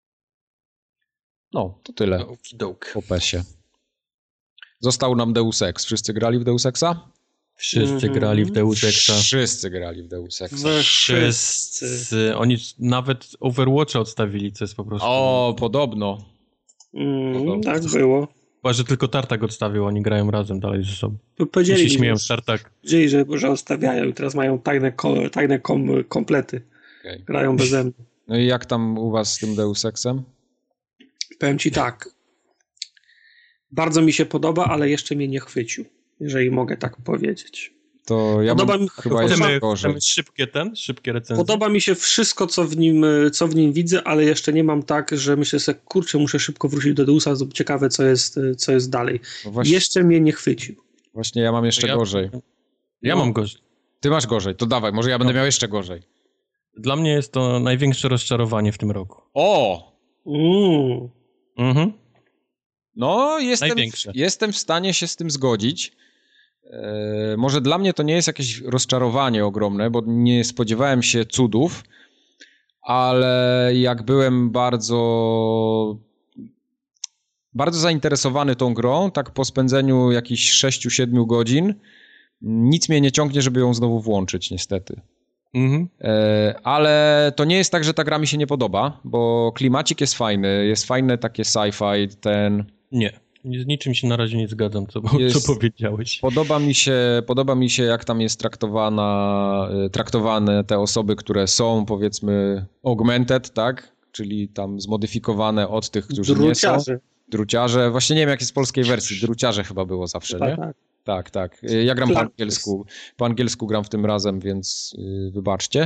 [SPEAKER 1] No, to tyle o PES-ie. Został nam Deus Ex. Wszyscy grali w Deus Exa?
[SPEAKER 2] Wszyscy grali w Deus Exa.
[SPEAKER 1] Wszyscy grali w Deus Exa.
[SPEAKER 2] Wszyscy. Oni nawet Overwatcha odstawili, co jest po prostu...
[SPEAKER 1] O, podobno.
[SPEAKER 3] Tak było.
[SPEAKER 2] Chyba, że tylko Tartak odstawił, oni grają razem dalej ze sobą.
[SPEAKER 3] Powiedzieli
[SPEAKER 2] się śmieją, Tartak.
[SPEAKER 3] Powiedzieli, że odstawiają i teraz mają tajne komplety. Okay. Grają beze mnie.
[SPEAKER 1] No i jak tam u was z tym Deus Exem?
[SPEAKER 3] Powiem ci tak. Bardzo mi się podoba, ale jeszcze mnie nie chwycił, jeżeli mogę tak powiedzieć.
[SPEAKER 1] To ja chyba jeszcze gorzej.
[SPEAKER 2] Szybkie recenzje.
[SPEAKER 3] Podoba mi się wszystko, co w nim widzę, ale jeszcze nie mam tak, że myślę sobie, kurczę, muszę szybko wrócić do Deusa, ciekawe co jest dalej. No właśnie, jeszcze mnie nie chwycił.
[SPEAKER 1] Właśnie ja mam jeszcze gorzej.
[SPEAKER 2] Ja mam gorzej.
[SPEAKER 1] Ty masz gorzej, to dawaj, może ja będę miał jeszcze gorzej.
[SPEAKER 2] Dla mnie jest to największe rozczarowanie w tym roku.
[SPEAKER 1] O! No, jestem w stanie się z tym zgodzić. Może dla mnie to nie jest jakieś rozczarowanie ogromne, bo nie spodziewałem się cudów, ale jak byłem bardzo zainteresowany tą grą, tak po spędzeniu jakichś 6-7 godzin, nic mnie nie ciągnie, żeby ją znowu włączyć, niestety. Ale to nie jest tak, że ta gra mi się nie podoba, bo klimacik jest fajne takie sci-fi,
[SPEAKER 2] Nie. Z niczym się na razie nie zgadzam, co powiedziałeś.
[SPEAKER 1] Podoba mi się, jak tam jest traktowane te osoby, które są, powiedzmy, augmented, tak? Czyli tam zmodyfikowane od tych, którzy nie są. Druciarze. Właśnie nie wiem, jak jest w polskiej wersji. Druciarze chyba było zawsze, nie? Tak. Ja gram po angielsku. Po angielsku gram w tym razem, więc wybaczcie.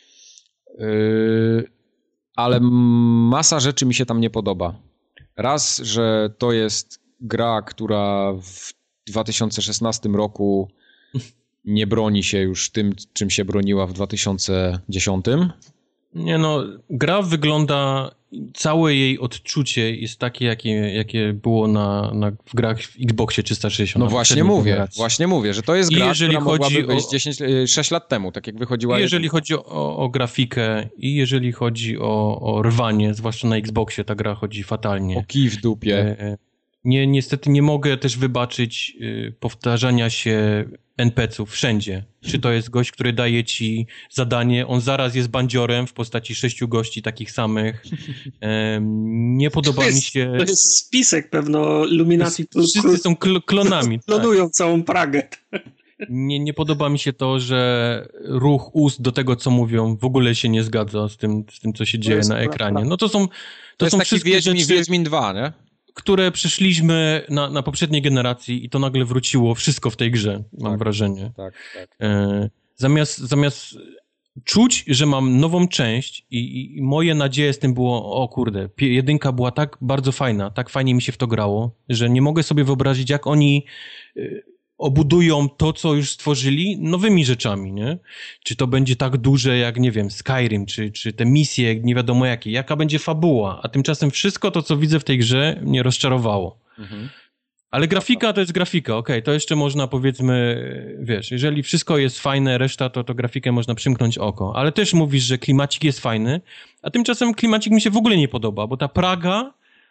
[SPEAKER 1] Ale masa rzeczy mi się tam nie podoba. Raz, że to jest gra, która w 2016 roku nie broni się już tym, czym się broniła w 2010.
[SPEAKER 2] Nie no, gra wygląda, całe jej odczucie jest takie, jakie było w grach w Xboxie 360.
[SPEAKER 1] No właśnie mówię, że to jest gra, która mogłaby wyjść 6 lat temu, tak jak wychodziła.
[SPEAKER 2] Jeżeli chodzi o grafikę i jeżeli chodzi o rwanie, zwłaszcza na Xboxie, ta gra chodzi fatalnie.
[SPEAKER 1] O kij w dupie.
[SPEAKER 2] Niestety nie mogę też wybaczyć powtarzania się NPC-ów wszędzie. Czy to jest gość, który daje ci zadanie, on zaraz jest bandziorem w postaci 6 gości takich samych. Nie podoba mi się...
[SPEAKER 3] To jest spisek pewno Illuminati.
[SPEAKER 2] Wszyscy są klonami.
[SPEAKER 3] Klonują całą Pragę.
[SPEAKER 2] Nie podoba mi się to, że ruch ust do tego, co mówią, w ogóle się nie zgadza z tym co się dzieje na ekranie. No to są
[SPEAKER 1] taki
[SPEAKER 2] wszystkie rzeczy,
[SPEAKER 1] Wiedźmin 2, nie?
[SPEAKER 2] które przeszliśmy na poprzedniej generacji i to nagle wróciło wszystko w tej grze, mam wrażenie.
[SPEAKER 1] Tak.
[SPEAKER 2] Zamiast czuć, że mam nową część i moje nadzieje z tym było, o kurde, jedynka była tak bardzo fajna, tak fajnie mi się w to grało, że nie mogę sobie wyobrazić, jak oni obudują to, co już stworzyli, nowymi rzeczami, nie? Czy to będzie tak duże jak, nie wiem, Skyrim, czy te misje, nie wiadomo jakie, jaka będzie fabuła, a tymczasem wszystko to, co widzę w tej grze, mnie rozczarowało. Ale grafika to jest grafika, okej, to jeszcze można, powiedzmy, wiesz, jeżeli wszystko jest fajne, reszta, to grafikę można przymknąć oko, ale też mówisz, że klimacik jest fajny, a tymczasem klimacik mi się w ogóle nie podoba, bo ta Praga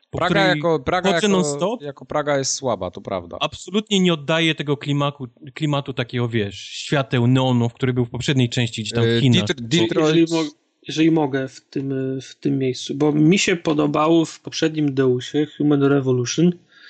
[SPEAKER 1] jako Praga jest słaba, to prawda.
[SPEAKER 2] Absolutnie nie oddaje tego klimatu takiego, wiesz, świateł, neonów, który był w poprzedniej części, gdzie tam w Chinach.
[SPEAKER 3] Jeżeli mogę w tym miejscu, bo mi się podobało w poprzednim Deusie, Human Revolution,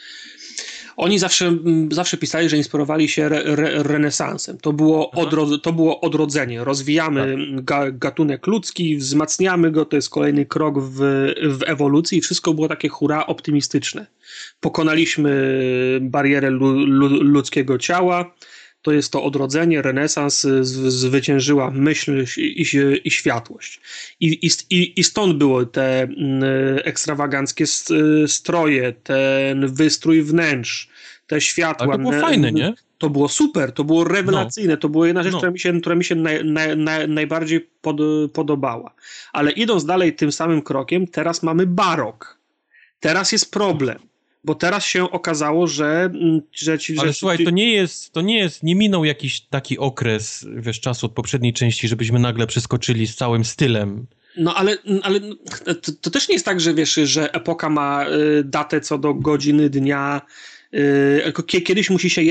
[SPEAKER 3] oni zawsze pisali, że inspirowali się renesansem. To było odrodzenie. Rozwijamy gatunek ludzki, wzmacniamy go, to jest kolejny krok w ewolucji i wszystko było takie hura optymistyczne. Pokonaliśmy barierę ludzkiego ciała, to jest to odrodzenie, renesans, zwyciężyła myśl i światłość. I stąd były te ekstrawaganckie stroje, ten wystrój wnętrz, te światła.
[SPEAKER 2] Ale to było fajne, nie?
[SPEAKER 3] To było super, to było rewelacyjne, to była jedna rzecz, która mi się najbardziej podobała. Ale idąc dalej tym samym krokiem, teraz mamy barok. Teraz jest problem. Bo teraz się okazało, że
[SPEAKER 2] ale słuchaj, nie minął jakiś taki okres, wiesz, czasu od poprzedniej części, żebyśmy nagle przeskoczyli z całym stylem.
[SPEAKER 3] No ale to też nie jest tak, że wiesz, że epoka ma datę co do godziny, dnia. Kiedyś musi się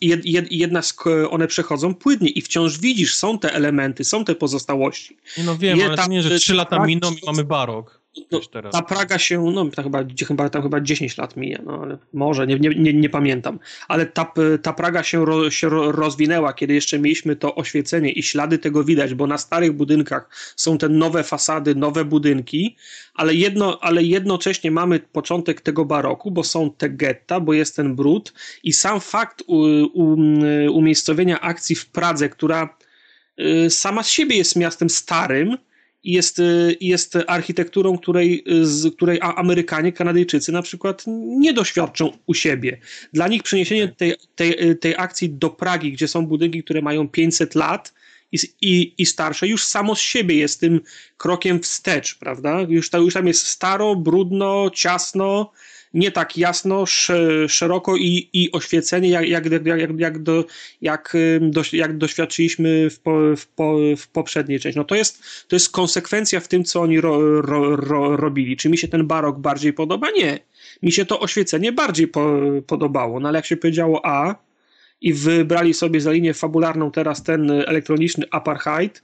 [SPEAKER 3] one przechodzą płynnie i wciąż widzisz, są te elementy, są te pozostałości.
[SPEAKER 2] No wiem, ale to nie, że 3 lata miną i mamy barok.
[SPEAKER 3] No, ta Praga się, no tam chyba 10 lat mija, no ale może, nie pamiętam, ale ta Praga się rozwinęła, kiedy jeszcze mieliśmy to oświecenie i ślady tego widać, bo na starych budynkach są te nowe fasady, nowe budynki, ale jednocześnie mamy początek tego baroku, bo są te getta, bo jest ten brud i sam fakt umiejscowienia akcji w Pradze, która sama z siebie jest miastem starym, jest architekturą, której Amerykanie, Kanadyjczycy na przykład nie doświadczą u siebie. Dla nich przeniesienie tej akcji do Pragi, gdzie są budynki, które mają 500 lat i starsze, już samo z siebie jest tym krokiem wstecz, prawda? Już tam jest staro, brudno, ciasno, nie tak jasno, szeroko i oświecenie, jak doświadczyliśmy w poprzedniej części. No to jest konsekwencja w tym, co oni robili. Czy mi się ten barok bardziej podoba? Nie. Mi się to oświecenie bardziej podobało. No ale jak się powiedziało i wybrali sobie za linię fabularną teraz ten elektroniczny apartheid,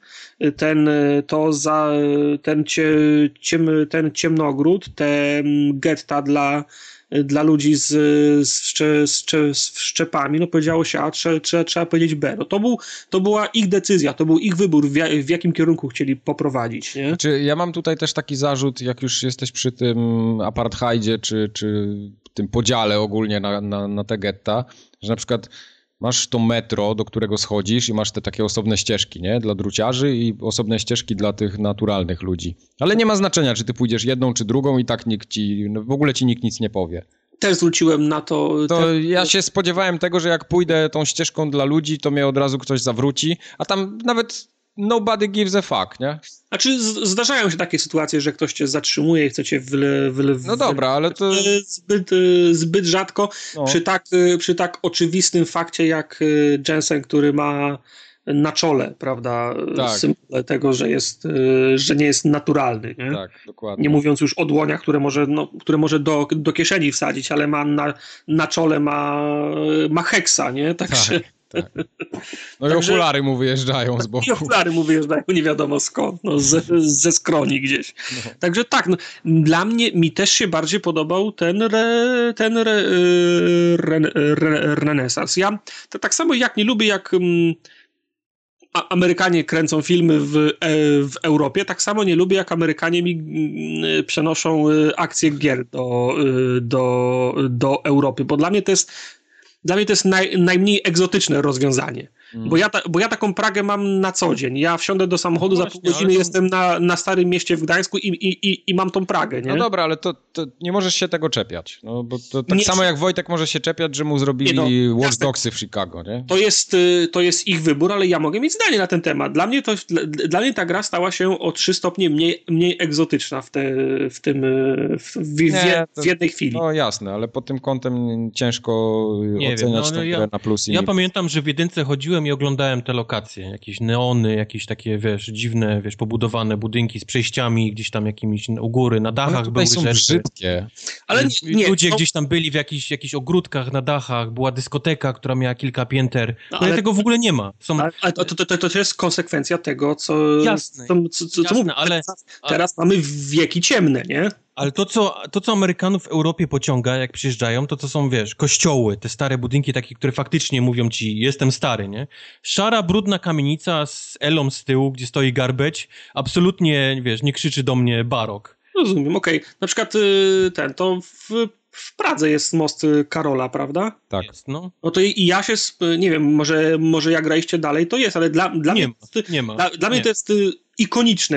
[SPEAKER 3] ten ciemnogród, te getta dla ludzi z szczepami, no powiedziało się A, trzeba powiedzieć B. No to była ich decyzja, to był ich wybór, w jakim kierunku chcieli poprowadzić. Nie?
[SPEAKER 1] Znaczy, ja mam tutaj też taki zarzut, jak już jesteś przy tym apartheidzie, czy tym podziale ogólnie na te getta, że na przykład masz to metro, do którego schodzisz i masz te takie osobne ścieżki, nie? Dla druciarzy i osobne ścieżki dla tych naturalnych ludzi. Ale nie ma znaczenia, czy ty pójdziesz jedną, czy drugą i tak w ogóle ci nikt nic nie powie.
[SPEAKER 3] Też zwróciłem na to...
[SPEAKER 1] Ja się spodziewałem tego, że jak pójdę tą ścieżką dla ludzi, to mnie od razu ktoś zawróci, a tam nawet nobody gives a fuck, nie?
[SPEAKER 3] Znaczy zdarzają się takie sytuacje, że ktoś cię zatrzymuje i chce cię
[SPEAKER 1] No dobra, ale to...
[SPEAKER 3] Zbyt rzadko no. Przy tak oczywistym fakcie jak Jensen, który ma na czole, prawda, tak. Symbol tego, że nie jest naturalny. Nie?
[SPEAKER 1] Tak, dokładnie.
[SPEAKER 3] Nie mówiąc już o dłoniach, które może do kieszeni wsadzić, ale ma na czole ma heksa, nie? Także...
[SPEAKER 1] Tak. No i okulary mu wyjeżdżają z boku.
[SPEAKER 3] I okulary mu wyjeżdżają nie wiadomo skąd, no ze skroni gdzieś. No. Także tak, no, dla mnie, mi też się bardziej podobał ten renesans. Ja tak samo jak nie lubię, jak Amerykanie kręcą filmy w Europie, tak samo nie lubię, jak Amerykanie mi przenoszą akcje gier do Europy, bo dla mnie to jest najmniej egzotyczne rozwiązanie. Bo ja taką Pragę mam na co dzień. Ja wsiądę do samochodu, za pół godziny jestem na Starym Mieście w Gdańsku i mam tą Pragę, nie?
[SPEAKER 1] No dobra, ale to nie możesz się tego czepiać. No, bo to tak nie, samo jak Wojtek może się czepiać, że mu zrobili Watch Dogsy w Chicago, nie?
[SPEAKER 3] To jest ich wybór, ale ja mogę mieć zdanie na ten temat. Dla mnie ta gra stała się o 3 stopnie mniej egzotyczna w jednej chwili.
[SPEAKER 1] No jasne, ale pod tym kątem ciężko oceniać tę grę na plus i
[SPEAKER 2] ja pamiętam, że w jedynce chodziłem i oglądałem te lokacje, jakieś neony, jakieś takie, dziwne, pobudowane budynki z przejściami gdzieś tam jakimiś u góry, na dachach były
[SPEAKER 1] są brzydkie.
[SPEAKER 3] Ale
[SPEAKER 2] ludzie gdzieś tam byli w jakichś ogródkach na dachach, była dyskoteka, która miała kilka pięter. Ale tego w ogóle nie ma.
[SPEAKER 3] Ale to jest konsekwencja tego, co...
[SPEAKER 2] Jasne,
[SPEAKER 3] mówię, ale teraz mamy wieki ciemne, nie?
[SPEAKER 2] Ale to, co Amerykanów w Europie pociąga, jak przyjeżdżają, to są, kościoły, te stare budynki takie, które faktycznie mówią ci, jestem stary, nie? Szara, brudna kamienica z Elą z tyłu, gdzie stoi garbage, absolutnie, nie krzyczy do mnie barok.
[SPEAKER 3] Rozumiem, okej. Na przykład to w Pradze jest most Karola, prawda?
[SPEAKER 1] Tak.
[SPEAKER 2] Jest, no.
[SPEAKER 3] No to i ja się, nie wiem, może jak graliście dalej, to jest, ale dla mnie to jest ikoniczne.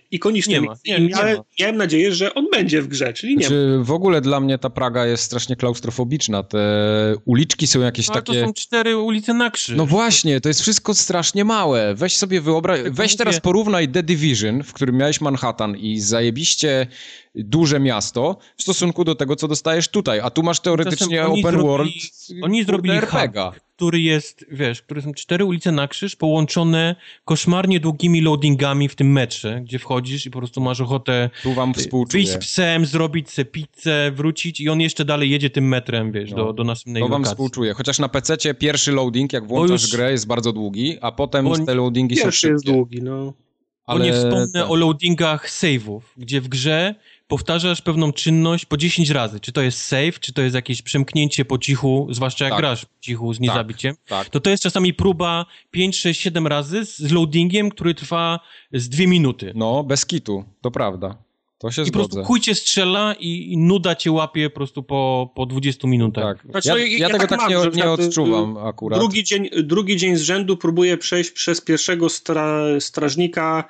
[SPEAKER 3] Miałem nadzieję, że on będzie w grze, czyli nie.
[SPEAKER 1] W ogóle dla mnie ta Praga jest strasznie klaustrofobiczna. Te uliczki są jakieś takie...
[SPEAKER 2] to są 4 ulice na krzyż.
[SPEAKER 1] No właśnie, to jest wszystko strasznie małe. Weź sobie weź teraz porównaj The Division, w którym miałeś Manhattan i zajebiście duże miasto w stosunku do tego, co dostajesz tutaj. A tu masz teoretycznie open world.
[SPEAKER 2] Oni zrobili RPG, który jest, które są 4 ulice na krzyż, połączone koszmarnie długimi loadingami w tym metrze, gdzie wchodzisz i po prostu masz ochotę wyjść z psem, zrobić sobie pizzę, wrócić i on jeszcze dalej jedzie tym metrem, do następnej lokacji.
[SPEAKER 1] To wam współczuję. Chociaż na PC-cie pierwszy loading, jak włączasz grę, jest bardzo długi, a potem te loadingi są szybkie.
[SPEAKER 3] Jest długi, no.
[SPEAKER 2] Ale nie wspomnę o loadingach save'ów, gdzie w grze powtarzasz pewną czynność po 10 razy. Czy to jest save, czy to jest jakieś przemknięcie po cichu, zwłaszcza jak grasz po cichu z niezabiciem.
[SPEAKER 1] Tak.
[SPEAKER 2] To jest czasami próba 5, 6, 7 razy z loadingiem, który trwa z 2 minuty.
[SPEAKER 1] No, bez kitu, to prawda. To się zgodzę.
[SPEAKER 2] Po prostu chuj cię strzela i nuda cię łapie po prostu po 20 minutach.
[SPEAKER 1] Tak. Znaczy, ja tego tak nie odczuwam akurat.
[SPEAKER 3] Drugi dzień z rzędu próbuję przejść przez pierwszego strażnika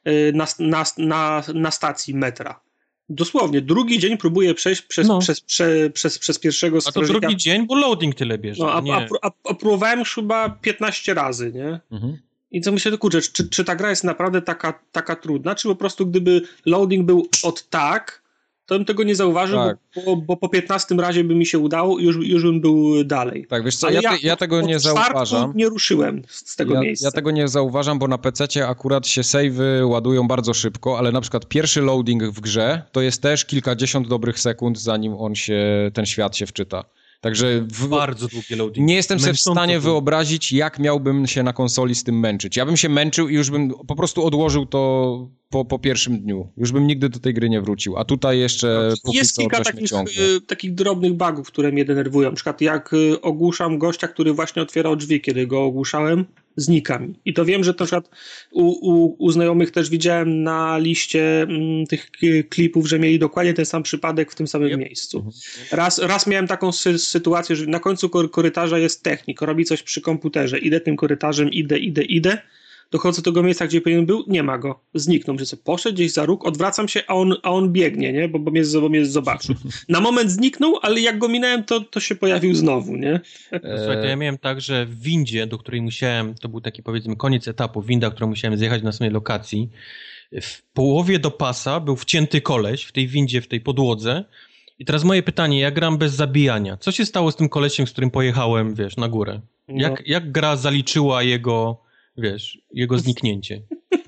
[SPEAKER 3] na stacji metra. Dosłownie, drugi dzień próbuję przejść przez pierwszego strażnika.
[SPEAKER 2] A to drugi dzień, bo loading tyle bierze.
[SPEAKER 3] No, a próbowałem już chyba 15 razy, nie? Mhm. I co myślę, kurczę, czy ta gra jest naprawdę taka trudna, czy po prostu gdyby loading był to bym tego nie zauważył, bo po 15 razie by mi się udało i już bym był dalej.
[SPEAKER 1] Tak, wiesz co, ja tego nie zauważam.
[SPEAKER 3] Nie ruszyłem z tego miejsca.
[SPEAKER 1] Ja tego nie zauważam, bo na PC-cie akurat się save'y ładują bardzo szybko, ale na przykład pierwszy loading w grze to jest też kilkadziesiąt dobrych sekund, zanim ten świat się wczyta. Także
[SPEAKER 2] bardzo długie loading.
[SPEAKER 1] Nie jestem sobie w stanie wyobrazić, jak miałbym się na konsoli z tym męczyć. Ja bym się męczył i już bym po prostu odłożył to po pierwszym dniu. Już bym nigdy do tej gry nie wrócił. A tutaj jeszcze
[SPEAKER 3] jest kilka takich drobnych bugów, które mnie denerwują. Na przykład jak ogłuszam gościa, który właśnie otwierał drzwi, kiedy go ogłuszałem, znika mi. I to wiem, że to na przykład u znajomych też widziałem na liście tych klipów, że mieli dokładnie ten sam przypadek w tym samym miejscu. Raz miałem taką sytuację, że na końcu korytarza jest technik, robi coś przy komputerze. Idę tym korytarzem, idę. Dochodzę do tego miejsca, gdzie powinien był, nie ma go. Zniknął, że sobie poszedł gdzieś za róg, odwracam się, a on biegnie, nie? Bo mnie zobaczył. Na moment zniknął, ale jak go minąłem, to się pojawił znowu, nie?
[SPEAKER 2] Słuchaj, to ja miałem tak, że w windzie, do której musiałem, to był taki powiedzmy koniec etapu, winda, którą musiałem zjechać na samej lokacji, w połowie do pasa był wcięty koleś w tej windzie, w tej podłodze. I teraz moje pytanie, ja gram bez zabijania. Co się stało z tym kolesiem, z którym pojechałem, na górę? Jak gra zaliczyła jego zniknięcie?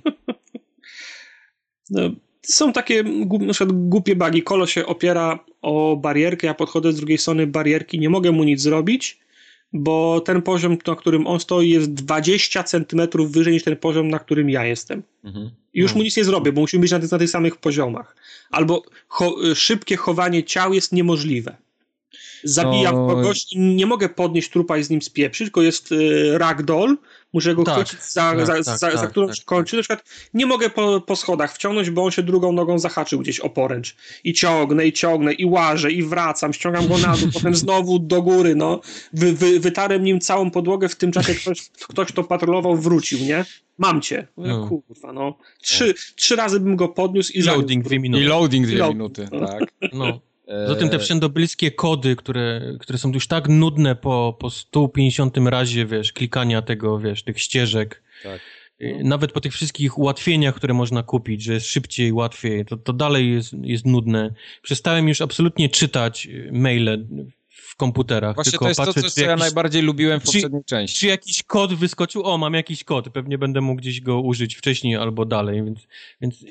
[SPEAKER 3] No, są takie na przykład głupie bugi. Kolo się opiera o barierkę, ja podchodzę z drugiej strony barierki, nie mogę mu nic zrobić, bo ten poziom, na którym on stoi, jest 20 centymetrów wyżej niż ten poziom, na którym ja jestem. I już mu nic nie zrobię, bo musimy być na tych samych poziomach. Albo szybkie chowanie ciał jest niemożliwe. Zabijam kogoś i nie mogę podnieść trupa i z nim spieprzyć, tylko jest ragdoll, muszę go chwycić za którą się kończy. Na przykład nie mogę po schodach wciągnąć, bo on się drugą nogą zahaczył gdzieś o poręcz. I ciągnę, i łażę, i wracam, ściągam go na dół, potem znowu do góry, no. Wytarłem nim całą podłogę, w tym czasie ktoś kto patrolował, wrócił, nie? Mam cię. Kurwa, no. Trzy razy bym go podniósł i
[SPEAKER 2] loading 2 minuty.
[SPEAKER 1] I loading 2 minuty, tak.
[SPEAKER 2] No. Zatem te wszędobylskie kody, które są już tak nudne po 150 razie, wiesz, klikania tego, wiesz, tych ścieżek. Tak. Nawet po tych wszystkich ułatwieniach, które można kupić, że jest szybciej, łatwiej, to dalej jest nudne. Przestałem już absolutnie czytać maile w komputerach.
[SPEAKER 1] Właśnie
[SPEAKER 2] tylko
[SPEAKER 1] to jest to, co ja najbardziej lubiłem w poprzedniej części.
[SPEAKER 2] Czy jakiś kod wyskoczył? O, mam jakiś kod. Pewnie będę mógł gdzieś go użyć wcześniej albo dalej, więc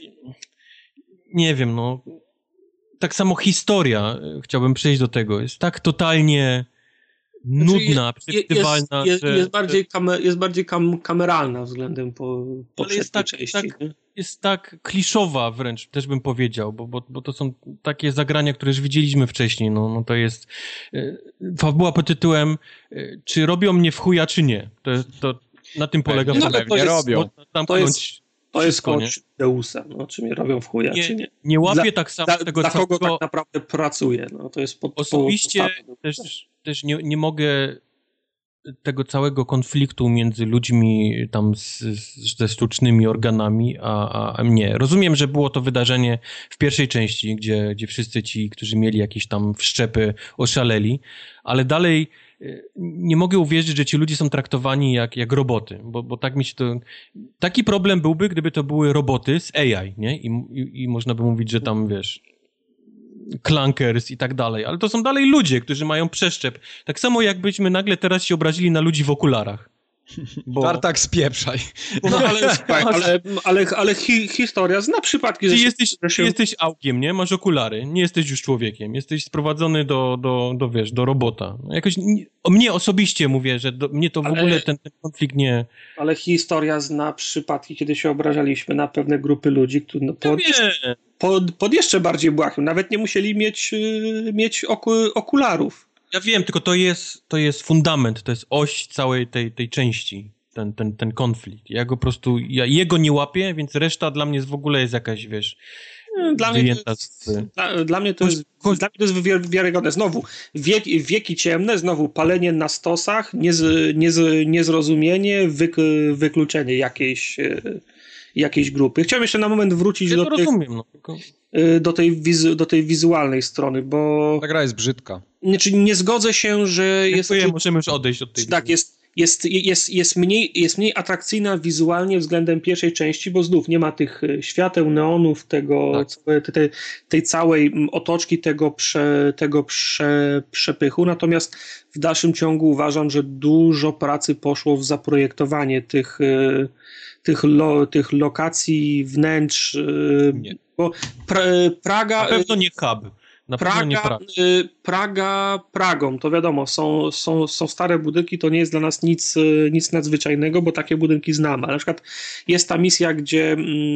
[SPEAKER 2] nie wiem, no. Tak samo historia, chciałbym przejść do tego, jest tak totalnie nudna, przewidywalna,
[SPEAKER 3] jest bardziej kameralna względem poprzedniej części.
[SPEAKER 2] Jest tak kliszowa wręcz, też bym powiedział, bo to są takie zagrania, które już widzieliśmy wcześniej. No to jest fabuła pod tytułem czy robią mnie w chuja, czy nie. To na tym polega.
[SPEAKER 1] Nie robią.
[SPEAKER 3] To jest kość Deusa, no, czy mnie robią w chuja, czy nie.
[SPEAKER 2] Nie łapię tak samo tego
[SPEAKER 3] dla kogo tak naprawdę pracuję, no, to jest
[SPEAKER 2] osobiście też nie mogę tego całego konfliktu między ludźmi tam ze sztucznymi organami, a mnie. Rozumiem, że było to wydarzenie w pierwszej części, gdzie wszyscy ci, którzy mieli jakieś tam wszczepy, oszaleli, ale dalej nie mogę uwierzyć, że ci ludzie są traktowani jak roboty, bo tak mi się to... Taki problem byłby, gdyby to były roboty z AI, nie? I można by mówić, że tam, wiesz, clunkers i tak dalej, ale to są dalej ludzie, którzy mają przeszczep. Tak samo jakbyśmy nagle teraz się obrazili na ludzi w okularach.
[SPEAKER 1] Tartak, spieprzaj.
[SPEAKER 3] No ale historia zna przypadki, że
[SPEAKER 2] jesteś augiem, nie? Masz okulary, nie jesteś już człowiekiem, jesteś sprowadzony do robota. Jakoś mnie osobiście mówię, że mnie to w ogóle ten konflikt nie...
[SPEAKER 3] Ale historia zna przypadki, kiedy się obrażaliśmy na pewne grupy ludzi, które pod jeszcze bardziej błahym. Nawet nie musieli mieć okularów.
[SPEAKER 2] Ja wiem, tylko to jest fundament, to jest oś całej tej części, ten konflikt. Ja go po prostu, jego nie łapię, więc reszta dla mnie w ogóle jest jakaś, wiesz,
[SPEAKER 3] Dla mnie to jest wiarygodne. Znowu, wieki ciemne, znowu palenie na stosach, niezrozumienie, wykluczenie jakiejś grupy. Chciałem jeszcze na moment wrócić do tej wizualnej strony, bo...
[SPEAKER 1] Ta gra jest brzydka.
[SPEAKER 3] Znaczy, nie zgodzę się, że
[SPEAKER 2] możemy już odejść od tej...
[SPEAKER 3] Tak, jest mniej atrakcyjna wizualnie względem pierwszej części, bo znów nie ma tych świateł, neonów, tej całej otoczki, tego przepychu. Natomiast w dalszym ciągu uważam, że dużo pracy poszło w zaprojektowanie tych lokacji, wnętrz.
[SPEAKER 2] Nie.
[SPEAKER 3] Bo Praga...
[SPEAKER 2] Na pewno nie hub.
[SPEAKER 3] Praga Pragą, to wiadomo, są stare budynki, to nie jest dla nas nic nadzwyczajnego, bo takie budynki znamy, ale na przykład jest ta misja, gdzie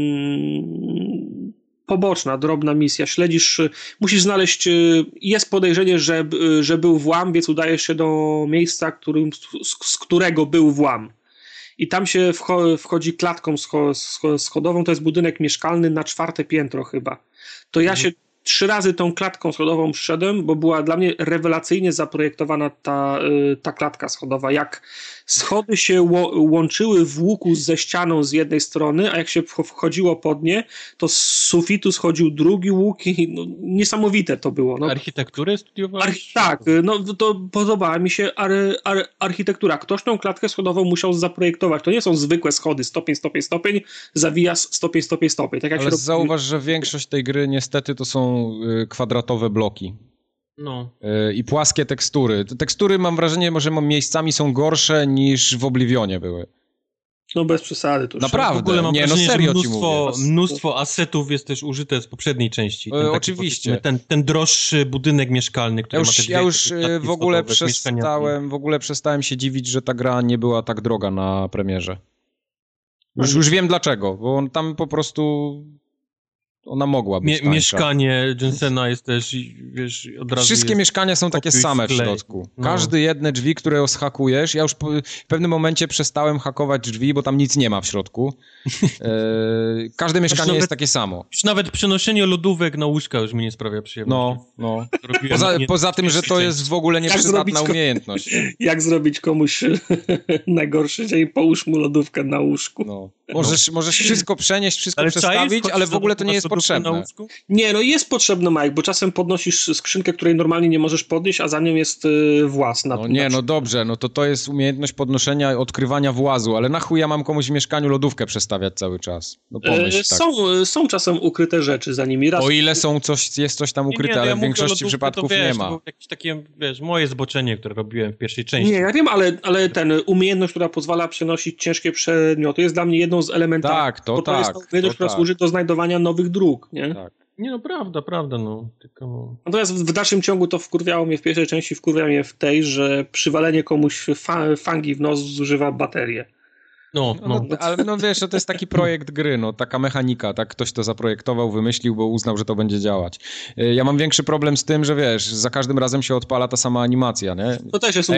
[SPEAKER 3] poboczna, drobna misja, musisz znaleźć, jest podejrzenie, że był włam, więc udajesz się do miejsca, z którego był włam. I tam się wchodzi klatką schodową, to jest budynek mieszkalny na 4. piętro chyba. To ja się 3 razy tą klatką schodową szedłem, bo była dla mnie rewelacyjnie zaprojektowana ta klatka schodowa. Jak schody się łączyły w łuku ze ścianą z jednej strony, a jak się wchodziło pod nie, to z sufitu schodził drugi łuk i niesamowite to było. No.
[SPEAKER 2] Architekturę studiowałeś?
[SPEAKER 3] Tak, to podobała mi się architektura. Ktoś tą klatkę schodową musiał zaprojektować. To nie są zwykłe schody, stopień, zawijas, stopień. Tak jak
[SPEAKER 1] ale zauważ, że większość tej gry niestety to są kwadratowe bloki.
[SPEAKER 2] No.
[SPEAKER 1] I płaskie tekstury. Te tekstury, mam wrażenie, że miejscami są gorsze niż w Oblivionie były.
[SPEAKER 3] No bez przesady. To
[SPEAKER 1] naprawdę,
[SPEAKER 2] w ogóle mam
[SPEAKER 1] nie,
[SPEAKER 2] wrażenie,
[SPEAKER 1] serio
[SPEAKER 2] że
[SPEAKER 1] ci mówię.
[SPEAKER 2] mnóstwo asetów jest też użyte z poprzedniej części.
[SPEAKER 1] Oczywiście.
[SPEAKER 2] Ten droższy budynek mieszkalny, który
[SPEAKER 1] ja już w ogóle przestałem się dziwić, że ta gra nie była tak droga na premierze. Już wiem dlaczego, bo on tam po prostu... Ona mogła być tańsza.
[SPEAKER 2] Mieszkanie Jensena jest też, wiesz, od razu
[SPEAKER 1] wszystkie mieszkania są takie same w środku. Każde jedne drzwi, które schakujesz, ja już w pewnym momencie przestałem hakować drzwi, bo tam nic nie ma w środku. Każde mieszkanie jest takie samo.
[SPEAKER 2] Już nawet przenoszenie lodówek na łóżka już mi nie sprawia przyjemności.
[SPEAKER 1] No. Poza tym, że to jest w ogóle nieprzydatna umiejętność.
[SPEAKER 3] Jak zrobić komuś najgorszy dzień, połóż mu lodówkę na łóżku.
[SPEAKER 1] No. Możesz wszystko przenieść, wszystko przestawić, ale w ogóle to nie jest potrzebne.
[SPEAKER 3] Nie, no jest potrzebne, Mike, bo czasem podnosisz skrzynkę, której normalnie nie możesz podnieść, a za nią jest właz.
[SPEAKER 1] No dobrze, no to jest umiejętność podnoszenia, odkrywania włazu, ale na chuj ja mam komuś w mieszkaniu lodówkę przestawiać cały czas. No pomyśl tak.
[SPEAKER 3] Są czasem ukryte rzeczy za nimi.
[SPEAKER 1] O ile jest coś tam ukryte, ale w większości przypadków nie ma.
[SPEAKER 2] To jakieś takie, moje zboczenie, które robiłem w pierwszej części.
[SPEAKER 3] Nie, ja wiem, ale umiejętność, która pozwala przenosić ciężkie przedmioty, jest dla mnie jedną z elementarnych.
[SPEAKER 1] To jest
[SPEAKER 3] umiejętność, która służy do znajdowania nowych dróg, nie?
[SPEAKER 1] Tak.
[SPEAKER 2] Nie, no prawda, no. Tylko...
[SPEAKER 3] Natomiast w dalszym ciągu to wkurwiało mnie w pierwszej części, wkurwia mnie w tej, że przywalenie komuś fangi w nos zużywa baterię.
[SPEAKER 1] Ale wiesz, to jest taki projekt gry, taka mechanika, tak ktoś to zaprojektował, wymyślił, bo uznał, że to będzie działać. Ja mam większy problem z tym, że wiesz, za każdym razem się odpala ta sama animacja, nie?
[SPEAKER 3] To też jest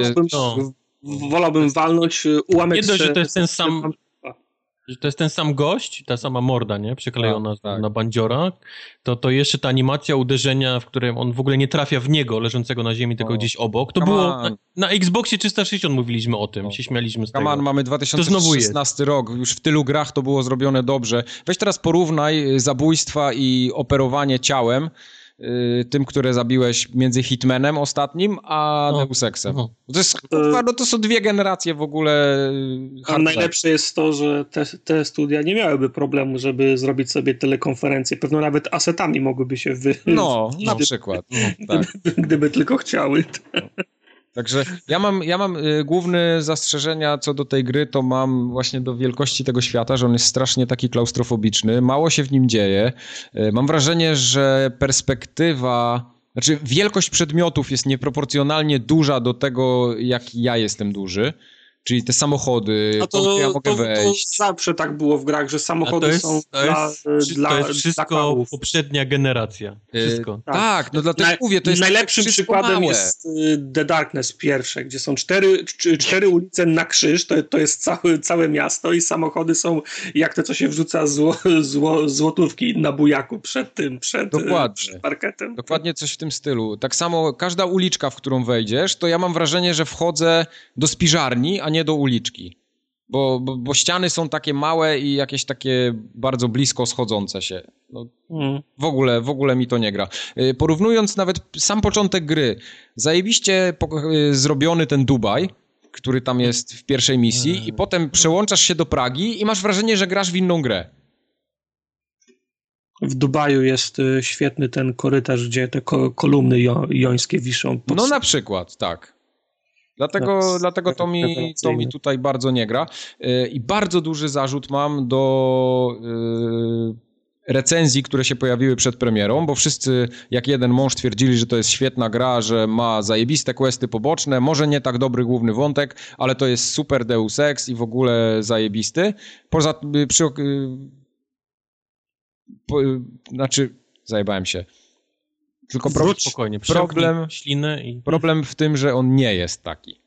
[SPEAKER 3] wolałbym walnąć ułamek...
[SPEAKER 2] Nie dość, że to jest ten sam... Że to jest ten sam gość, ta sama morda, nie? Przyklejona na bandziora, to jeszcze ta animacja uderzenia, w którym on w ogóle nie trafia w niego, leżącego na ziemi, tylko gdzieś obok. To było na Xboxie 360 mówiliśmy o tym, się śmialiśmy z tego.
[SPEAKER 1] Mamy 2016 rok, już w tylu grach to było zrobione dobrze. Weź teraz porównaj zabójstwa i operowanie ciałem, tym, które zabiłeś między Hitmanem ostatnim, a Deus Exem. To są dwie generacje w ogóle.
[SPEAKER 3] A najlepsze jest to, że te studia nie miałyby problemu, żeby zrobić sobie telekonferencję. Pewno nawet asetami mogłyby się
[SPEAKER 1] na przykład. Tak.
[SPEAKER 3] Gdyby tylko chciały.
[SPEAKER 1] Także ja mam główne zastrzeżenia co do tej gry, to mam właśnie do wielkości tego świata, że on jest strasznie taki klaustrofobiczny, mało się w nim dzieje. Mam wrażenie, że wielkość przedmiotów jest nieproporcjonalnie duża do tego, jak ja jestem duży. Czyli te samochody,
[SPEAKER 3] to
[SPEAKER 1] ja mogę wejść.
[SPEAKER 3] To zawsze tak było w grach, że samochody są
[SPEAKER 2] to jest wszystko poprzednia generacja. Wszystko.
[SPEAKER 1] Tak, dlatego mówię, to jest
[SPEAKER 3] najlepszym przykładem jest The Darkness pierwsze, gdzie są cztery ulice na krzyż, to jest całe miasto i samochody są jak te, co się wrzuca złotówki na bujaku przed parketem.
[SPEAKER 1] Dokładnie coś w tym stylu. Tak samo każda uliczka, w którą wejdziesz, to ja mam wrażenie, że wchodzę do spiżarni, a nie do uliczki. Bo ściany są takie małe i jakieś takie bardzo blisko schodzące się. W ogóle mi to nie gra. Porównując nawet sam początek gry, zajebiście zrobiony ten Dubaj, który tam jest w pierwszej misji i potem przełączasz się do Pragi i masz wrażenie, że grasz w inną grę.
[SPEAKER 3] W Dubaju jest świetny ten korytarz, gdzie te kolumny jońskie wiszą.
[SPEAKER 1] Na przykład, tak. Dlatego to mi tutaj bardzo nie gra. I bardzo duży zarzut mam do recenzji, które się pojawiły przed premierą, bo wszyscy jak jeden mąż twierdzili, że to jest świetna gra, że ma zajebiste questy poboczne, może nie tak dobry główny wątek, ale to jest super Deus Ex i w ogóle zajebisty. Zajebałem się. Tylko problem w tym, że on nie jest taki.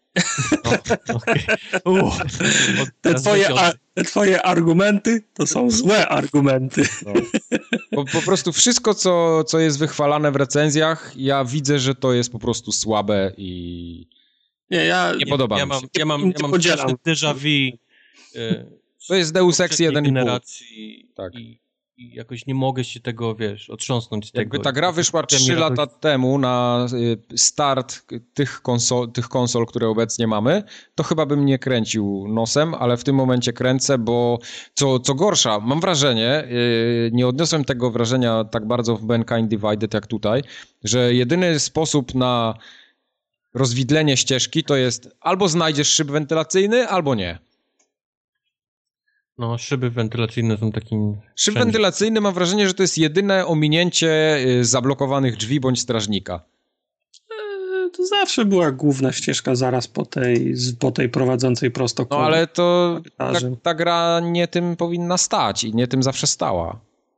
[SPEAKER 3] Te twoje argumenty to są złe argumenty.
[SPEAKER 1] Po prostu wszystko, co jest wychwalane w recenzjach, ja widzę, że to jest po prostu słabe i nie podoba mi się.
[SPEAKER 2] Ja mam déjà vu.
[SPEAKER 1] To jest Deus Ex 1,5.
[SPEAKER 2] Tak. I jakoś nie mogę się tego, otrząsnąć z tego.
[SPEAKER 1] Jakby ta gra wyszła 3 lata temu na start tych konsol, które obecnie mamy, to chyba bym nie kręcił nosem, ale w tym momencie kręcę, bo co gorsza, mam wrażenie, nie odniosłem tego wrażenia tak bardzo w Mankind Divided jak tutaj, że jedyny sposób na rozwidlenie ścieżki to jest albo znajdziesz szyb wentylacyjny, albo nie.
[SPEAKER 2] No, szyby wentylacyjne są takim...
[SPEAKER 1] Szyb wentylacyjny, mam wrażenie, że to jest jedyne ominięcie zablokowanych drzwi bądź strażnika.
[SPEAKER 3] To zawsze była główna ścieżka zaraz po tej prowadzącej prosto.
[SPEAKER 1] No ale to ta gra nie tym powinna stać i nie tym zawsze stała.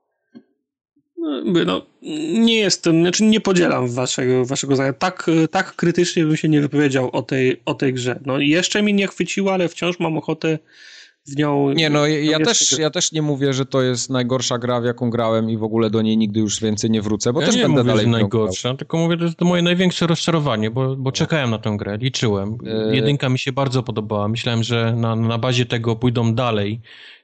[SPEAKER 3] No, nie jestem, znaczy nie podzielam waszego zdania. Tak krytycznie bym się nie wypowiedział o tej grze. No jeszcze mi nie chwyciło, ale wciąż mam ochotę w nią...
[SPEAKER 1] Nie, no ja też nie mówię, że to jest najgorsza gra, w jaką grałem i w ogóle do niej nigdy już więcej nie wrócę, bo też
[SPEAKER 2] nie
[SPEAKER 1] będę
[SPEAKER 2] mówię,
[SPEAKER 1] dalej
[SPEAKER 2] że najgorsza, tylko mówię, że to moje największe rozczarowanie, bo czekałem na tę grę, liczyłem. Jedynka mi się bardzo podobała, myślałem, że na bazie tego pójdą dalej.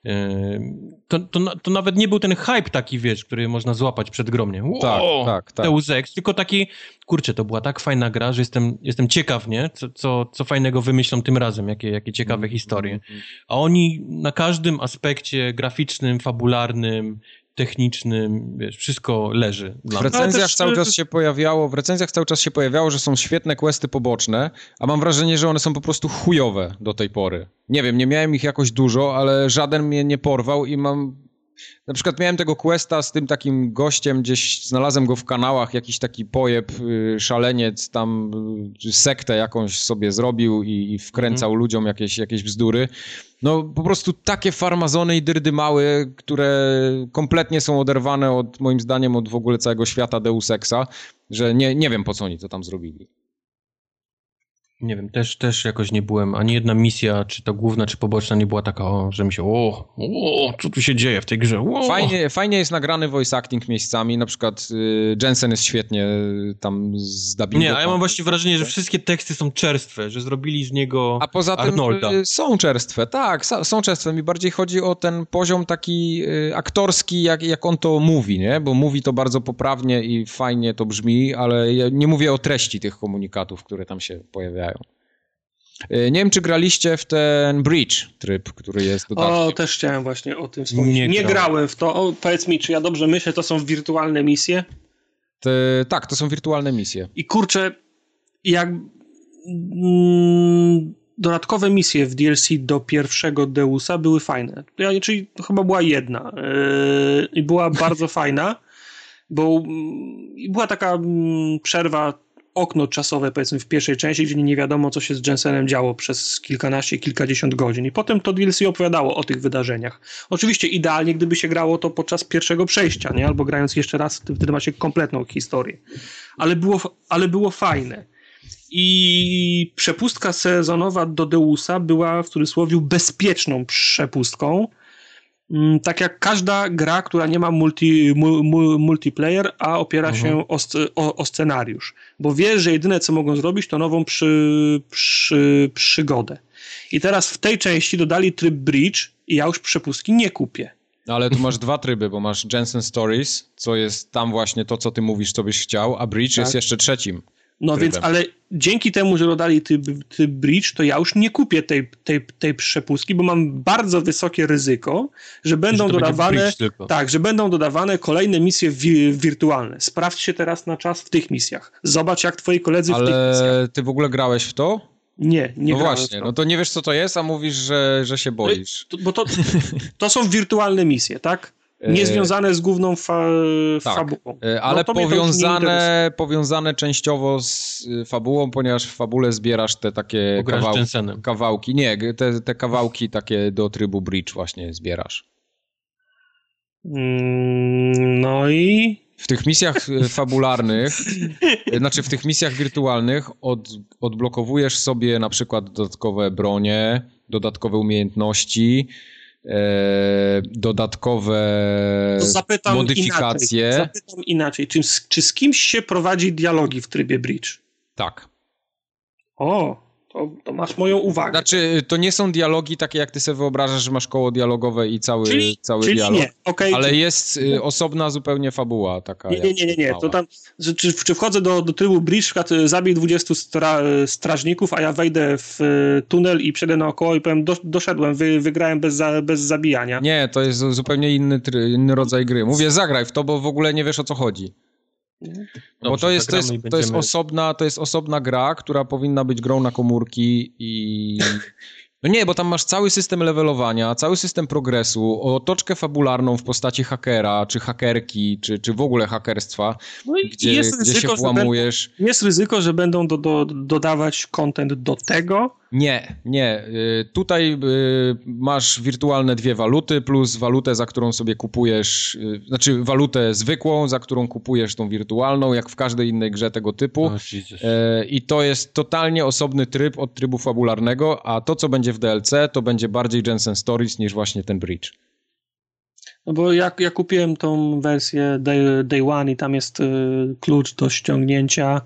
[SPEAKER 2] To nawet nie był ten hype taki, wiesz, który można złapać przed grą, nie? Wow, tak. Deus Ex, tylko taki, kurczę, to była tak fajna gra, że jestem ciekaw, nie? Co fajnego wymyślą tym razem, jakie ciekawe historie. A oni na każdym aspekcie graficznym, fabularnym, technicznym, wiesz, wszystko leży.
[SPEAKER 1] W recenzjach cały czas się pojawiało, że są świetne questy poboczne, a mam wrażenie, że one są po prostu chujowe do tej pory. Nie wiem, nie miałem ich jakoś dużo, ale żaden mnie nie porwał i na przykład miałem tego questa z tym takim gościem, gdzieś znalazłem go w kanałach, jakiś taki pojeb, szaleniec tam sektę jakąś sobie zrobił i wkręcał ludziom jakieś bzdury. No po prostu takie farmazony i dyrdymały, które kompletnie są oderwane moim zdaniem od w ogóle całego świata Deus Exa, że nie wiem po co oni to tam zrobili.
[SPEAKER 2] Nie wiem, też jakoś nie byłem, ani jedna misja, czy to główna, czy poboczna nie była taka, że mi się, co tu się dzieje w tej grze,
[SPEAKER 1] Fajnie jest nagrany voice acting miejscami, na przykład Jensen jest świetnie tam zdubbingował.
[SPEAKER 2] Nie, a ja mam właśnie wrażenie, że wszystkie teksty są czerstwe, że zrobili z niego Arnolda.
[SPEAKER 1] A poza tym są czerstwe, tak, są czerstwe. Mi bardziej chodzi o ten poziom taki aktorski, jak on to mówi, nie? Bo mówi to bardzo poprawnie i fajnie to brzmi, ale ja nie mówię o treści tych komunikatów, które tam się pojawiają. Nie wiem, czy graliście w ten Bridge tryb, który jest dodatkiem.
[SPEAKER 3] O, też chciałem właśnie o tym wspomnieć. Nie grałem w to. Powiedz mi, czy ja dobrze myślę, to są wirtualne misje?
[SPEAKER 1] Tak, to są wirtualne misje.
[SPEAKER 3] I kurczę, jak dodatkowe misje w DLC do pierwszego Deusa były fajne. Czyli to chyba była jedna. I była bardzo fajna, bo była taka przerwa, okno czasowe, powiedzmy, w pierwszej części, gdzie nie wiadomo, co się z Jensenem działo przez kilkadziesiąt godzin. I potem to DLC opowiadało o tych wydarzeniach. Oczywiście idealnie, gdyby się grało to podczas pierwszego przejścia, nie? Albo grając jeszcze raz, wtedy ma się kompletną historię. Ale było fajne. I przepustka sezonowa do Deusa była, w cudzysłowie, bezpieczną przepustką. Tak jak każda gra, która nie ma multiplayer, a opiera się o scenariusz. Bo wiesz, że jedyne co mogą zrobić, to nową przygodę. I teraz w tej części dodali tryb Bridge i ja już przepustki nie kupię.
[SPEAKER 1] No ale tu masz dwa tryby, bo masz Jensen Stories, co jest tam właśnie to, co ty mówisz, co byś chciał, a Bridge jest jeszcze trzecim.
[SPEAKER 3] No trybem. Więc, ale dzięki temu, że dodali tryb Bridge, to ja już nie kupię tej przepustki, bo mam bardzo wysokie ryzyko, że będą dodawane kolejne misje wirtualne. Sprawdź się teraz na czas w tych misjach. Zobacz, jak twoi koledzy w tych misjach.
[SPEAKER 1] Ale ty w ogóle grałeś w to?
[SPEAKER 3] Nie
[SPEAKER 1] no właśnie, no to nie wiesz, co to jest, a mówisz, że się boisz.
[SPEAKER 3] Bo to są wirtualne misje, tak? Niezwiązane z główną fabułą.
[SPEAKER 1] Ale powiązane częściowo z fabułą, ponieważ w fabule zbierasz te takie kawałki. Nie, te kawałki takie do trybu Bridge właśnie zbierasz.
[SPEAKER 3] No i...
[SPEAKER 1] W tych misjach fabularnych, znaczy w tych misjach wirtualnych odblokowujesz sobie na przykład dodatkowe bronie, dodatkowe umiejętności, dodatkowe modyfikacje.
[SPEAKER 3] Zapytam inaczej. Czy z kimś się prowadzi dialogi w trybie Bridge?
[SPEAKER 1] Tak.
[SPEAKER 3] O, to masz moją uwagę.
[SPEAKER 1] Znaczy, to nie są dialogi takie, jak ty sobie wyobrażasz, że masz koło dialogowe i cały dialog. Nie. Okay, ale jest osobna zupełnie fabuła taka.
[SPEAKER 3] Nie. To tam, czy wchodzę do trybu Bridge, na przykład zabij 20 strażników, a ja wejdę w tunel i przejdę naokoło i powiem, doszedłem, wygrałem bez zabijania.
[SPEAKER 1] Nie, to jest zupełnie inny rodzaj gry. Mówię, zagraj w to, bo w ogóle nie wiesz, o co chodzi. Bo to jest osobna gra, która powinna być grą na komórki No nie, bo tam masz cały system levelowania, cały system progresu, otoczkę fabularną w postaci hakera, czy hakerki, czy w ogóle hakerstwa,
[SPEAKER 3] no
[SPEAKER 1] gdzie się włamujesz.
[SPEAKER 3] Jest ryzyko, że będą dodawać content do tego?
[SPEAKER 1] Nie. Tutaj masz wirtualne 2 waluty plus walutę, za którą sobie kupujesz, znaczy walutę zwykłą, za którą kupujesz tą wirtualną, jak w każdej innej grze tego typu. I to jest totalnie osobny tryb od trybu fabularnego, a to, co będzie w DLC, to będzie bardziej Jensen Stories niż właśnie ten Bridge.
[SPEAKER 3] No bo ja kupiłem tą wersję Day One i tam jest klucz do ściągnięcia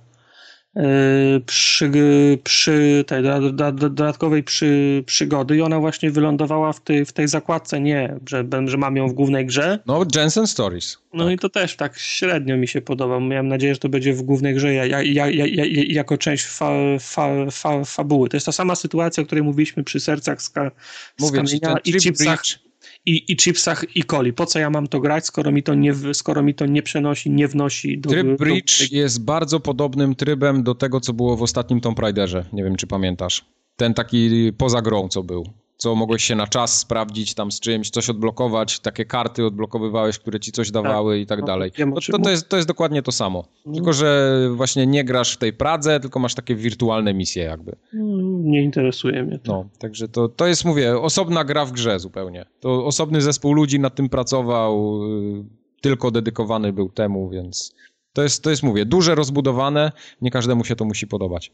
[SPEAKER 3] przy tej dodatkowej przygody i ona właśnie wylądowała w tej zakładce, nie, że mam ją w głównej grze.
[SPEAKER 1] No, Jensen Stories.
[SPEAKER 3] No tak. I to też tak średnio mi się podoba. Miałem nadzieję, że to będzie w głównej grze jako część fabuły. To jest ta sama sytuacja, o której mówiliśmy przy sercach z kamienia i chipsach. I chipsach i coli. Po co ja mam to grać, skoro mi to nie przenosi, nie wnosi do...
[SPEAKER 1] Tryb Bridge jest bardzo podobnym trybem do tego, co było w ostatnim Tomb Raiderze. Nie wiem, czy pamiętasz. Ten taki poza grą, co był. Co mogłeś się na czas sprawdzić tam z czymś, coś odblokować, takie karty odblokowywałeś, które ci coś dawały i tak dalej. To jest dokładnie to samo. Tylko, że właśnie nie grasz w tej Pradze, tylko masz takie wirtualne misje jakby.
[SPEAKER 3] Nie interesuje mnie to.
[SPEAKER 1] No, także to jest, mówię, osobna gra w grze zupełnie. To osobny zespół ludzi nad tym pracował, tylko dedykowany był temu, więc to jest, mówię, duże, rozbudowane, nie każdemu się to musi podobać.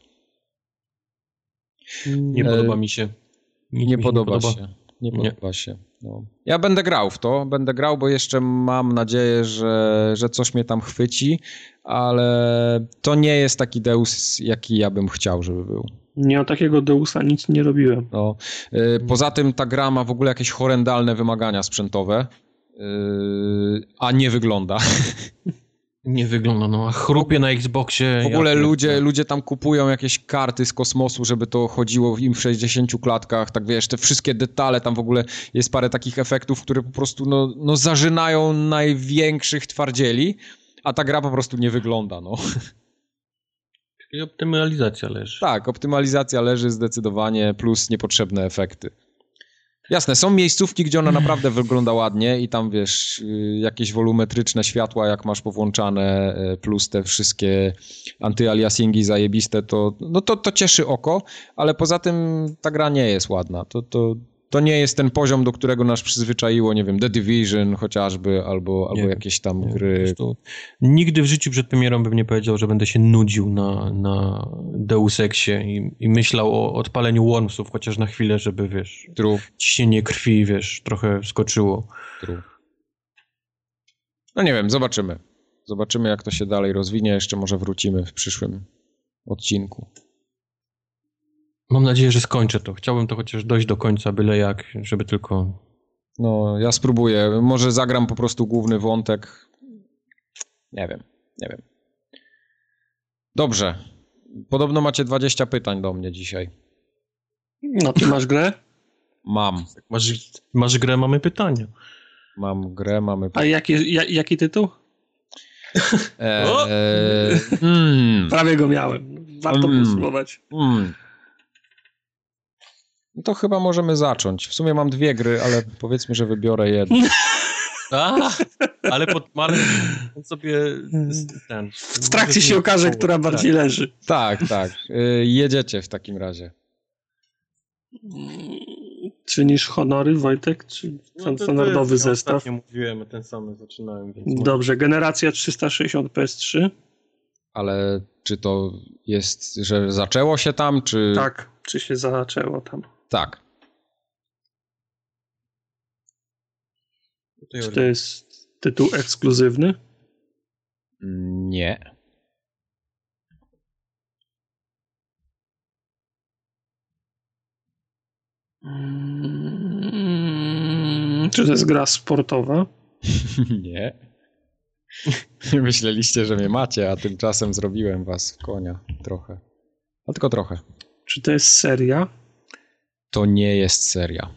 [SPEAKER 2] Nie podoba mi się.
[SPEAKER 1] Nie podoba się. No. Ja będę grał, bo jeszcze mam nadzieję, że coś mnie tam chwyci, ale to nie jest taki Deus, jaki ja bym chciał, żeby był.
[SPEAKER 3] Nie, o takiego Deusa nic nie robiłem.
[SPEAKER 1] No. Poza tym ta gra ma w ogóle jakieś horrendalne wymagania sprzętowe, a nie wygląda.
[SPEAKER 2] Nie wygląda, no, a chrupie na Xboxie.
[SPEAKER 1] W ogóle ludzie tam kupują jakieś karty z kosmosu, żeby to chodziło im w 60 klatkach, tak wiesz, te wszystkie detale, tam w ogóle jest parę takich efektów, które po prostu no zażynają największych twardzieli, a ta gra po prostu nie wygląda, no.
[SPEAKER 2] Czyli optymalizacja leży.
[SPEAKER 1] Tak, optymalizacja leży zdecydowanie, plus niepotrzebne efekty. Jasne, są miejscówki, gdzie ona naprawdę wygląda ładnie i tam, wiesz, jakieś wolumetryczne światła, jak masz powłączane, plus te wszystkie antyaliasingi zajebiste, to cieszy oko, ale poza tym ta gra nie jest ładna. To nie jest ten poziom, do którego nas przyzwyczaiło, nie wiem, The Division chociażby, albo jakieś tam gry.
[SPEAKER 2] Nigdy w życiu przed premierą bym nie powiedział, że będę się nudził na Deus Exie i myślał o odpaleniu Wormsów, chociaż na chwilę, żeby, wiesz, ciśnienie krwi, wiesz, trochę skoczyło.
[SPEAKER 1] No nie wiem, zobaczymy. Zobaczymy, jak to się dalej rozwinie. Jeszcze może wrócimy w przyszłym odcinku.
[SPEAKER 2] Mam nadzieję, że skończę to. Chciałbym to chociaż dojść do końca, byle jak, żeby tylko...
[SPEAKER 1] No, ja spróbuję. Może zagram po prostu główny wątek. Nie wiem. Dobrze. Podobno macie 20 pytań do mnie dzisiaj.
[SPEAKER 3] No, ty masz grę?
[SPEAKER 1] Mam.
[SPEAKER 2] Masz grę, mamy pytania.
[SPEAKER 1] Mam grę, mamy pytania.
[SPEAKER 3] A jaki tytuł? Prawie go miałem. Warto spróbować.
[SPEAKER 1] No to chyba możemy zacząć. W sumie mam 2 gry, ale powiedzmy, że wybiorę jedną.
[SPEAKER 2] Ale sobie ten...
[SPEAKER 3] W trakcie się okaże, która bardziej leży.
[SPEAKER 1] Tak. Jedziecie w takim razie.
[SPEAKER 3] Czynisz honory, Wojtek? Czy standardowy zestaw?
[SPEAKER 2] Ostatnio mówiłem, ten sam zaczynałem. Więc
[SPEAKER 3] dobrze, generacja 360 PS3.
[SPEAKER 1] Ale czy to jest, że zaczęło się tam, czy...
[SPEAKER 3] Tak, czy się zaczęło tam.
[SPEAKER 1] Tak.
[SPEAKER 3] Czy to jest tytuł ekskluzywny?
[SPEAKER 1] Nie.
[SPEAKER 3] Czy to jest gra sportowa?
[SPEAKER 1] Nie. Myśleliście, że mnie macie, a tymczasem zrobiłem was w konia trochę. No tylko trochę.
[SPEAKER 3] Czy to jest seria?
[SPEAKER 1] To nie jest seria.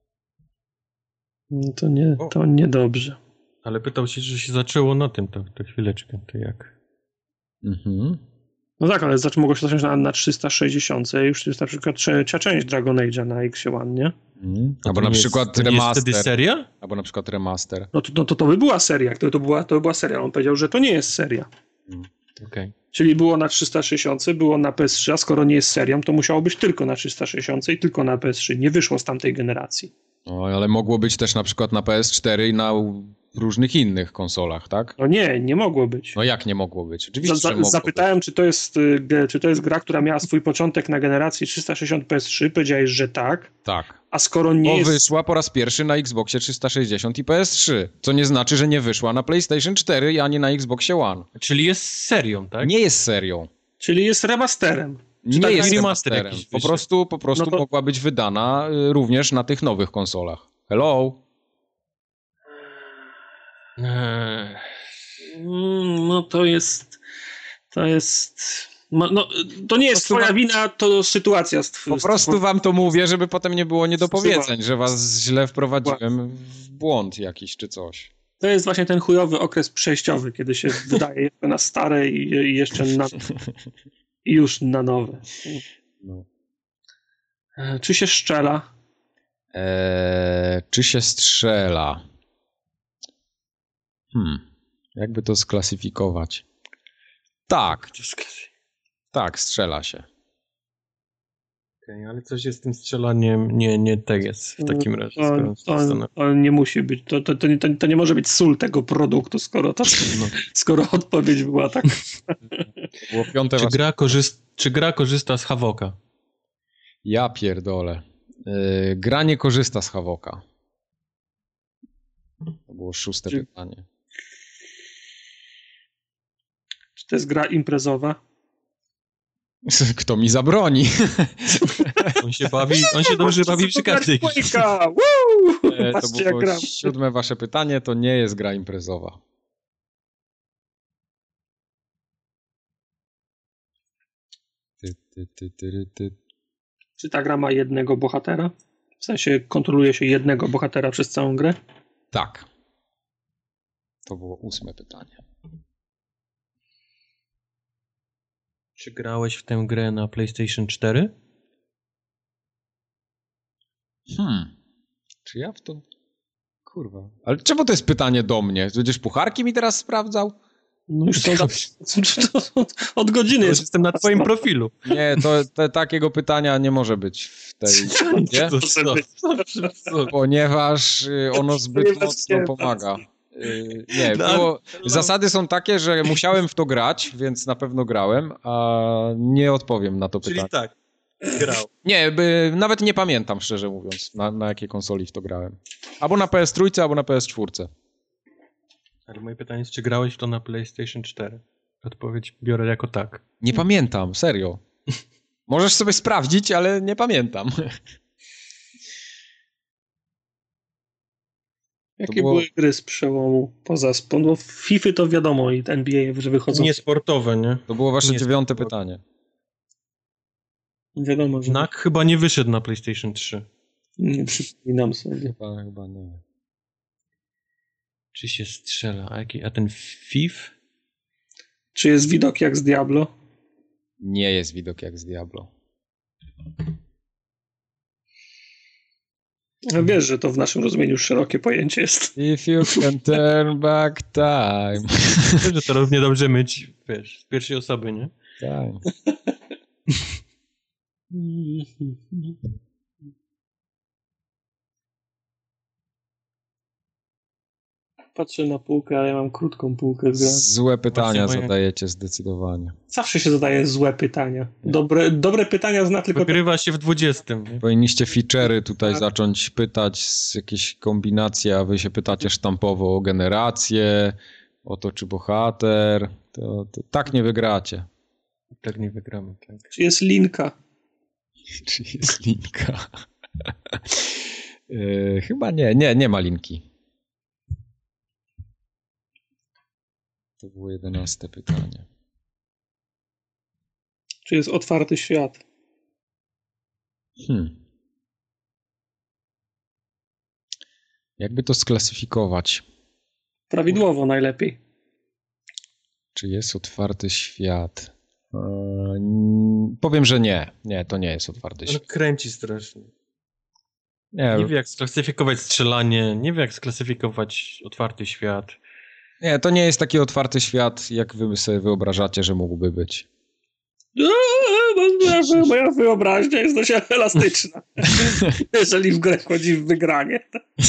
[SPEAKER 3] No to niedobrze.
[SPEAKER 2] Ale pytał się, że się zaczęło na tym, to chwileczkę, to jak?
[SPEAKER 3] No tak, ale mogło się zacząć na 360, już jest na przykład trzecia część Dragon Age'a na X1, nie?
[SPEAKER 1] Albo na przykład remaster.
[SPEAKER 2] Jest wtedy seria?
[SPEAKER 1] Albo na przykład remaster.
[SPEAKER 3] No to by była seria, to była seria. On powiedział, że to nie jest seria.
[SPEAKER 2] Okay.
[SPEAKER 3] Czyli było na 360, było na PS3, a skoro nie jest serią, to musiało być tylko na 360 i tylko na PS3. Nie wyszło z tamtej generacji.
[SPEAKER 1] No, ale mogło być też na przykład na PS4 i na różnych innych konsolach, tak?
[SPEAKER 3] No nie mogło być.
[SPEAKER 1] No jak nie mogło być? Oczywiście mogło
[SPEAKER 3] zapytałem,
[SPEAKER 1] być.
[SPEAKER 3] Czy to jest gra, która miała swój początek na generacji 360 PS3. Powiedziałeś, że tak.
[SPEAKER 1] Tak.
[SPEAKER 3] A skoro nie jest...
[SPEAKER 1] wyszła po raz pierwszy na Xboxie 360 i PS3, co nie znaczy, że nie wyszła na PlayStation 4 ani na Xboxie One.
[SPEAKER 2] Czyli jest serią, tak?
[SPEAKER 1] Nie jest serią.
[SPEAKER 3] Czyli jest remasterem.
[SPEAKER 1] Nie
[SPEAKER 3] tak
[SPEAKER 1] jest
[SPEAKER 2] remasterem.
[SPEAKER 1] remasterem. Po prostu
[SPEAKER 3] No to...
[SPEAKER 1] mogła być wydana również na tych nowych konsolach. Hello?
[SPEAKER 3] No to jest... No, to nie jest twoja wina, to sytuacja.
[SPEAKER 1] Po prostu wam to mówię, żeby potem nie było niedopowiedzeń, że was źle wprowadziłem w błąd jakiś czy coś.
[SPEAKER 3] To jest właśnie ten chujowy okres przejściowy, kiedy się wydaje jeszcze na stare i jeszcze i już na nowe.
[SPEAKER 1] No.
[SPEAKER 3] Czy się strzela?
[SPEAKER 1] Czy się strzela? Jakby to sklasyfikować? Tak. Tak, strzela się.
[SPEAKER 2] Okay, ale coś jest z tym strzelaniem, nie tak jest w takim razie.
[SPEAKER 3] To nie musi być, to nie może być sól tego produktu, skoro odpowiedź była tak.
[SPEAKER 1] Było piąte
[SPEAKER 2] Czy gra korzysta z Havoka?
[SPEAKER 1] Ja pierdolę. Gra nie korzysta z Havoka. To było szóste pytanie.
[SPEAKER 3] Czy to jest gra imprezowa?
[SPEAKER 1] Kto mi zabroni?
[SPEAKER 2] On się dobrze bawi przy każdej grze.
[SPEAKER 1] To było 7 wasze pytanie, to nie jest gra imprezowa.
[SPEAKER 3] Czy ta gra ma jednego bohatera? W sensie kontroluje się jednego bohatera przez całą grę?
[SPEAKER 1] Tak. To było 8 pytanie.
[SPEAKER 2] Czy grałeś w tę grę na PlayStation 4?
[SPEAKER 1] Czy ja w to... Kurwa. Ale czemu to jest pytanie do mnie? Będziesz pucharki mi teraz sprawdzał?
[SPEAKER 3] No już od godziny jest.
[SPEAKER 2] Jestem na twoim profilu.
[SPEAKER 1] Nie, takiego pytania nie może być w tej... Ponieważ ono zbyt mocno pomaga. Nie, zasady są takie, że musiałem w to grać, więc na pewno grałem, a nie odpowiem na to pytanie.
[SPEAKER 2] Czyli tak, grał.
[SPEAKER 1] Nie, nawet nie pamiętam, szczerze mówiąc, na jakiej konsoli w to grałem. Albo na PS3, albo na PS4.
[SPEAKER 2] Ale moje pytanie jest, czy grałeś w to na PlayStation 4? Odpowiedź biorę jako tak.
[SPEAKER 1] Nie pamiętam, serio. Możesz sobie sprawdzić, ale nie pamiętam.
[SPEAKER 3] Jakie były gry z przełomu poza bo w FIFA to wiadomo i NBA, że wychodzą.
[SPEAKER 2] Niesportowe, nie?
[SPEAKER 1] To było wasze 9 pytanie.
[SPEAKER 3] Wiadomo, że...
[SPEAKER 2] NAC chyba nie wyszedł na PlayStation 3.
[SPEAKER 3] Nie przypominam sobie.
[SPEAKER 1] Chyba nie.
[SPEAKER 2] Czy się strzela? A ten FIF?
[SPEAKER 3] Czy jest widok jak z Diablo?
[SPEAKER 1] Nie jest widok jak z Diablo.
[SPEAKER 3] Wiesz, że to w naszym rozumieniu już szerokie pojęcie jest.
[SPEAKER 1] If you can turn back time.
[SPEAKER 2] Wiesz, że to równie dobrze myć, wiesz, z pierwszej osoby, nie?
[SPEAKER 1] Tak.
[SPEAKER 3] Patrzę na półkę, ale ja mam krótką półkę z grami.
[SPEAKER 1] Złe pytania zadajecie zdecydowanie.
[SPEAKER 3] Zawsze się zadaje złe pytania. Dobre pytania zna tylko...
[SPEAKER 2] Wygrywa się w 20. Nie?
[SPEAKER 1] Powinniście feature'y tutaj zacząć pytać, z jakieś kombinacje, a wy się pytacie sztampowo o generację, o to czy bohater. To tak nie wygracie.
[SPEAKER 2] Tak nie wygramy, tak.
[SPEAKER 3] Czy jest linka?
[SPEAKER 1] Czy jest linka? Chyba nie ma linki. To było 11 pytanie.
[SPEAKER 3] Czy jest otwarty świat?
[SPEAKER 1] Jakby to sklasyfikować?
[SPEAKER 3] Prawidłowo najlepiej.
[SPEAKER 1] Czy jest otwarty świat? Powiem, że nie. Nie, to nie jest otwarty świat.
[SPEAKER 2] Kręci strasznie.
[SPEAKER 1] Nie
[SPEAKER 2] wie jak sklasyfikować strzelanie, nie wie jak sklasyfikować otwarty świat.
[SPEAKER 1] Nie, to nie jest taki otwarty świat, jak wy sobie wyobrażacie, że mógłby być.
[SPEAKER 3] Moja wyobraźnia jest dość elastyczna. Jeżeli w grę chodzi w wygranie.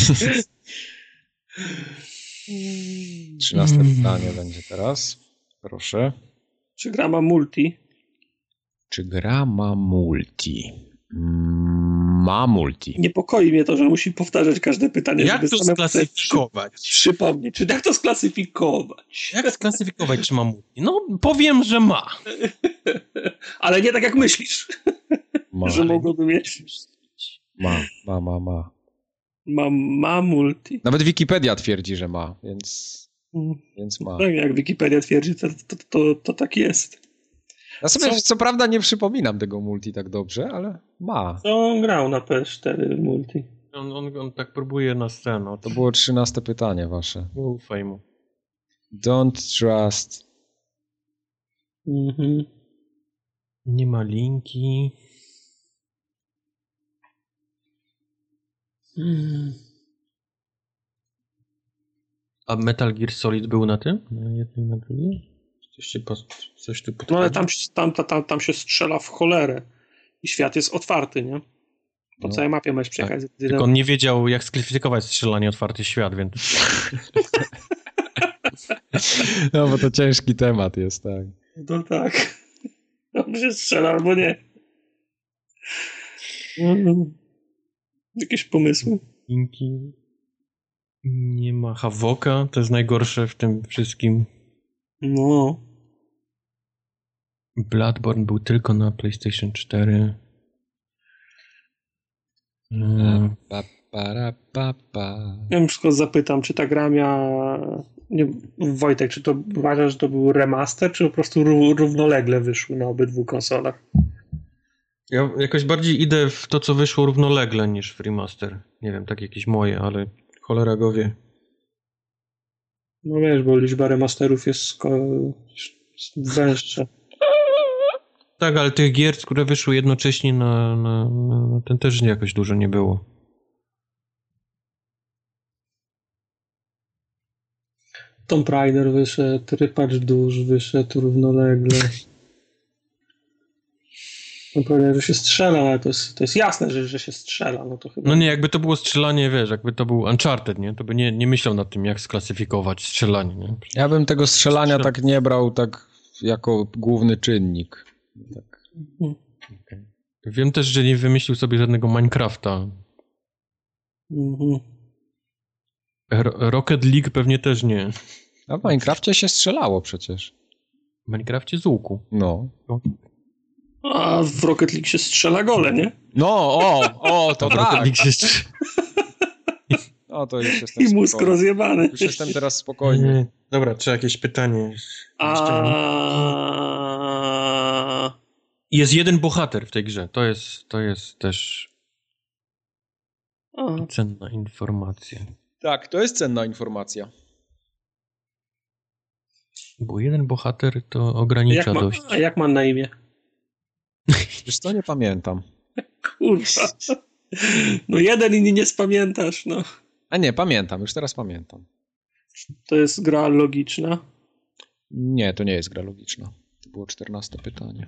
[SPEAKER 1] 13 pytanie będzie teraz. Proszę.
[SPEAKER 3] Czy gra ma multi?
[SPEAKER 1] Czy gra ma multi? Ma multi.
[SPEAKER 3] Niepokoi mnie to, że musi powtarzać każde pytanie.
[SPEAKER 2] Jak to sklasyfikować?
[SPEAKER 3] Przypomnij, czy jak to sklasyfikować?
[SPEAKER 2] Jak sklasyfikować, czy ma multi? No, powiem, że ma.
[SPEAKER 3] Ale nie tak jak myślisz, że mogłoby mieć.
[SPEAKER 1] Ma.
[SPEAKER 3] Ma multi.
[SPEAKER 1] Nawet Wikipedia twierdzi, że ma, więc ma.
[SPEAKER 3] Tak, jak Wikipedia twierdzi, to tak jest.
[SPEAKER 1] Ja sobie co prawda nie przypominam tego multi tak dobrze, ale ma.
[SPEAKER 3] Co on grał na PS4 multi?
[SPEAKER 2] On tak próbuje na scenę.
[SPEAKER 1] To było 13 pytanie wasze.
[SPEAKER 2] Nie ufaj mu.
[SPEAKER 1] Don't trust.
[SPEAKER 2] Nie ma linki. A Metal Gear Solid był na tym? Na jednej, na drugiej? Coś tu
[SPEAKER 3] no ale tam się strzela w cholerę. I świat jest otwarty, nie? Po całej mapie możesz przejechać.
[SPEAKER 2] Tak. Tylko on nie wiedział, jak sklasyfikować strzelanie otwarty świat, więc...
[SPEAKER 1] No bo to ciężki temat jest, tak.
[SPEAKER 3] No tak. On się strzela albo nie. Jakieś pomysły?
[SPEAKER 2] Linki. Nie ma Havoka, to jest najgorsze w tym wszystkim.
[SPEAKER 3] No.
[SPEAKER 2] Bloodborne był tylko na PlayStation 4.
[SPEAKER 3] Ja tylko zapytam, czy ta gra miała... Nie, Wojtek, czy to uważasz, że to był remaster, czy po prostu równolegle wyszły na obydwu konsolach?
[SPEAKER 2] Ja jakoś bardziej idę w to, co wyszło równolegle niż w remaster. Nie wiem, tak jakieś moje, ale cholera go wie.
[SPEAKER 3] No wiesz, bo liczba remasterów jest węższa.
[SPEAKER 2] Tak, ale tych gier, które wyszły jednocześnie na ten też jakoś dużo nie było.
[SPEAKER 3] Tomb Raider wyszedł, Rypacz Dusz wyszedł równolegle. Tomb Raider, że się strzela, ale to jest jasne, że się strzela. No, to chyba...
[SPEAKER 2] no nie, jakby to było strzelanie, wiesz, jakby to był Uncharted, nie? To by nie myślał nad tym, jak sklasyfikować strzelanie, nie?
[SPEAKER 1] Ja bym tego strzelania tak nie brał tak jako główny czynnik. Tak.
[SPEAKER 2] Okay. Wiem też, że nie wymyślił sobie żadnego Minecrafta. Rocket League pewnie też nie.
[SPEAKER 1] A w Minecrafcie się strzelało przecież.
[SPEAKER 2] W Minecrafcie z łuku.
[SPEAKER 1] No.
[SPEAKER 3] A w Rocket League się strzela gole, nie?
[SPEAKER 1] No, to tak.
[SPEAKER 2] Rocket League się strzela.
[SPEAKER 1] No to już jestem
[SPEAKER 3] I mózg
[SPEAKER 1] spokojny.
[SPEAKER 3] rozjebany.
[SPEAKER 1] Już jestem teraz spokojny.
[SPEAKER 2] Dobra, czy jakieś pytanie? Jest jeden bohater w tej grze. To jest też cenna informacja.
[SPEAKER 1] Tak, to jest cenna informacja.
[SPEAKER 2] Bo jeden bohater to ogranicza dość.
[SPEAKER 3] A jak ma na imię?
[SPEAKER 1] Wiesz co, nie pamiętam.
[SPEAKER 3] Kurwa. No jeden i nie spamiętasz, no.
[SPEAKER 1] A nie, pamiętam, już teraz pamiętam.
[SPEAKER 3] To jest gra logiczna?
[SPEAKER 1] Nie, to nie jest gra logiczna. To było 14 pytanie.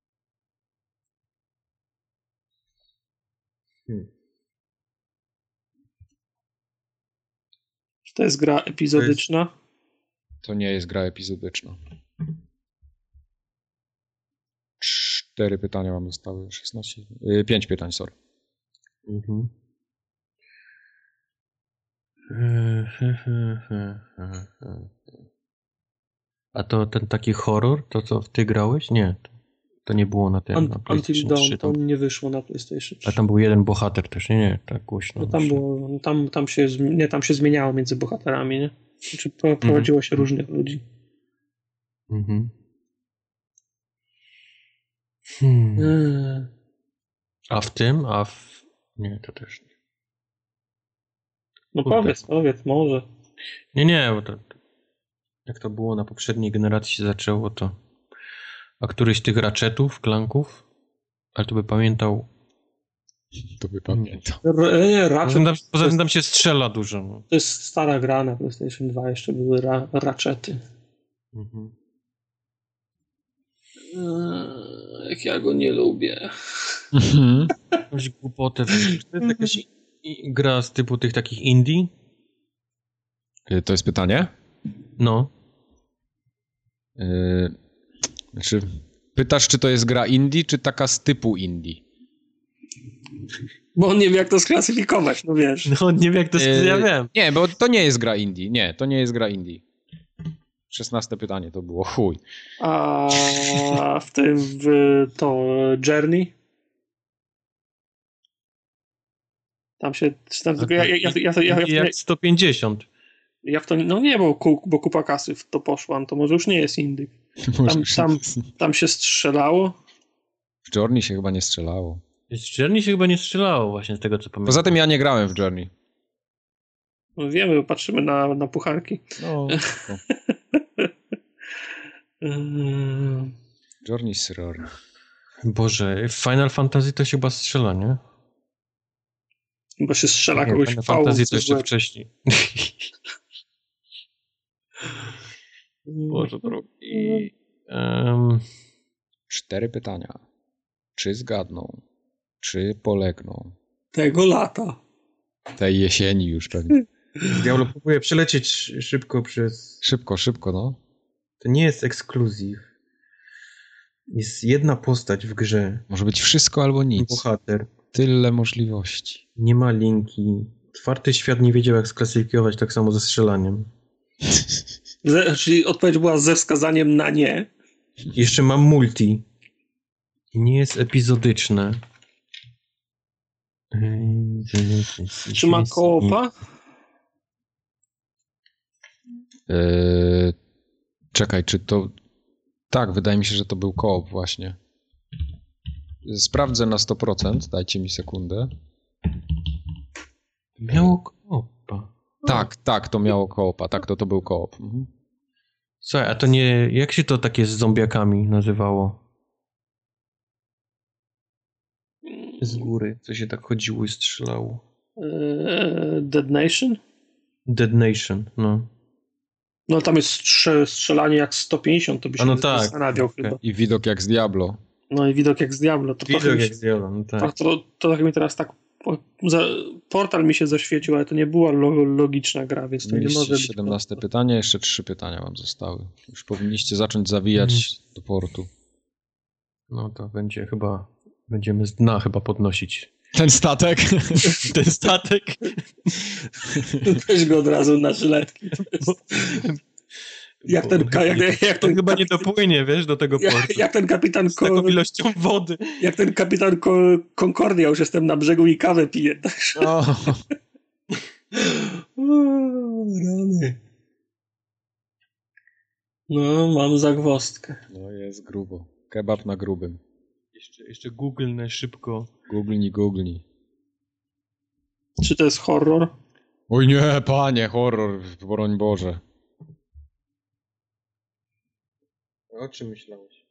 [SPEAKER 3] Czy to jest gra epizodyczna?
[SPEAKER 1] To nie jest gra epizodyczna. 4 pytania mam zostały, 16. 5 pytań, sorry.
[SPEAKER 2] A to ten taki horror, to co ty grałeś? Nie, to nie było na tym. Na
[SPEAKER 3] Until Dawn, to nie wyszło na PlayStation 3.
[SPEAKER 2] A tam był jeden bohater też, nie, tak głośno.
[SPEAKER 3] No tam się zmieniało między bohaterami, nie? Znaczy prowadziło się różnych ludzi.
[SPEAKER 2] A w tym? Nie, to też nie.
[SPEAKER 3] No powiedz, może.
[SPEAKER 2] Nie, bo to jak to było na poprzedniej generacji się zaczęło, to A któryś tych Ratchetów, Clanków? Ale to by pamiętał.
[SPEAKER 1] To by pamiętał.
[SPEAKER 2] Poza tym tam się strzela dużo. No.
[SPEAKER 3] To jest stara gra na PlayStation 2, jeszcze były Ratchety. Mhm. Jak ja go nie lubię.
[SPEAKER 2] Jakąś głupotę. To jest jakaś gra z typu tych takich indie?
[SPEAKER 1] To jest pytanie?
[SPEAKER 2] No.
[SPEAKER 1] Znaczy, pytasz, czy to jest gra indie, czy taka z typu indie?
[SPEAKER 3] Bo on nie wie, jak to sklasyfikować, no wiesz.
[SPEAKER 2] No on nie wie, jak to ja wiem.
[SPEAKER 1] Nie, bo to nie jest gra indie. Nie, to nie jest gra indie. 16 pytanie to było, chuj.
[SPEAKER 3] A w tym, to Journey? Tam się...
[SPEAKER 2] Jak 150.
[SPEAKER 3] Ja w to... No nie, bo kupa kasy w to poszła, to może już nie jest indie. Tam się strzelało?
[SPEAKER 1] W Journey się chyba nie strzelało.
[SPEAKER 2] W Journey się chyba nie strzelało właśnie z tego, co pamiętam.
[SPEAKER 1] Poza tym ja nie grałem w Journey.
[SPEAKER 3] No wiemy, bo patrzymy na pucharki.
[SPEAKER 1] No. Journey Sror.
[SPEAKER 2] Boże, w Final Fantasy to się chyba strzela, nie?
[SPEAKER 3] Chyba się strzela
[SPEAKER 2] nie,
[SPEAKER 3] kogoś
[SPEAKER 2] Final Fantasy to jeszcze wcześniej. Boże drogi.
[SPEAKER 1] 4 pytania. Czy zgadną? Czy polegną?
[SPEAKER 3] Tego lata.
[SPEAKER 1] Tej jesieni już pewnie.
[SPEAKER 2] Diablo próbuje przelecieć szybko przez...
[SPEAKER 1] Szybko, no.
[SPEAKER 2] To nie jest ekskluzyw. Jest jedna postać w grze.
[SPEAKER 1] Może być wszystko albo nic.
[SPEAKER 2] Bohater.
[SPEAKER 1] Tyle możliwości.
[SPEAKER 2] Nie ma linki. Otwarty świat nie wiedział, jak sklasyfikować, tak samo ze strzelaniem.
[SPEAKER 3] Czyli odpowiedź była ze wskazaniem na nie.
[SPEAKER 2] Jeszcze mam multi. Nie jest epizodyczne.
[SPEAKER 3] Czy ma koopa?
[SPEAKER 1] Czekaj, czy to... Tak, wydaje mi się, że to był koop właśnie. Sprawdzę na 100%, dajcie mi sekundę.
[SPEAKER 2] Miało koopa.
[SPEAKER 1] Tak, to miało koopa. Tak, to był koop. Mhm.
[SPEAKER 2] Słuchaj, a to nie... Jak się to takie z zombiakami nazywało? Z góry, co się tak chodziło i strzelało.
[SPEAKER 3] Dead Nation?
[SPEAKER 2] Dead Nation, no.
[SPEAKER 3] No tam jest strzelanie jak 150, to by się
[SPEAKER 2] nie
[SPEAKER 3] zastanawiał chyba.
[SPEAKER 1] I widok jak z Diablo.
[SPEAKER 3] No i widok jak z Diablo.
[SPEAKER 2] Jak z Diablo, no tak.
[SPEAKER 3] To tak mi teraz tak... Portal mi się zaświecił, ale to nie była logiczna gra, więc to nie może być...
[SPEAKER 1] 17 pytanie, jeszcze 3 pytania wam zostały. Już powinniście zacząć zawijać do portu.
[SPEAKER 2] No to będzie chyba... Będziemy z dna chyba podnosić.
[SPEAKER 1] Ten statek?
[SPEAKER 2] Ten statek?
[SPEAKER 3] Weź go od razu na żyletki. Jak ten
[SPEAKER 2] chyba nie dopłynie, wiesz, do tego portu.
[SPEAKER 3] Jak ten kapitan...
[SPEAKER 2] Z taką ilością wody.
[SPEAKER 3] Jak ten kapitan Concordia, już jestem na brzegu i kawę piję. Rany. No, mam zagwozdkę.
[SPEAKER 1] No, jest grubo. Kebab na grubym.
[SPEAKER 2] Jeszcze Google na szybko.
[SPEAKER 1] Googlnij.
[SPEAKER 3] Czy to jest horror?
[SPEAKER 1] Oj nie, panie, horror, broń Boże.
[SPEAKER 2] O czym myślałeś?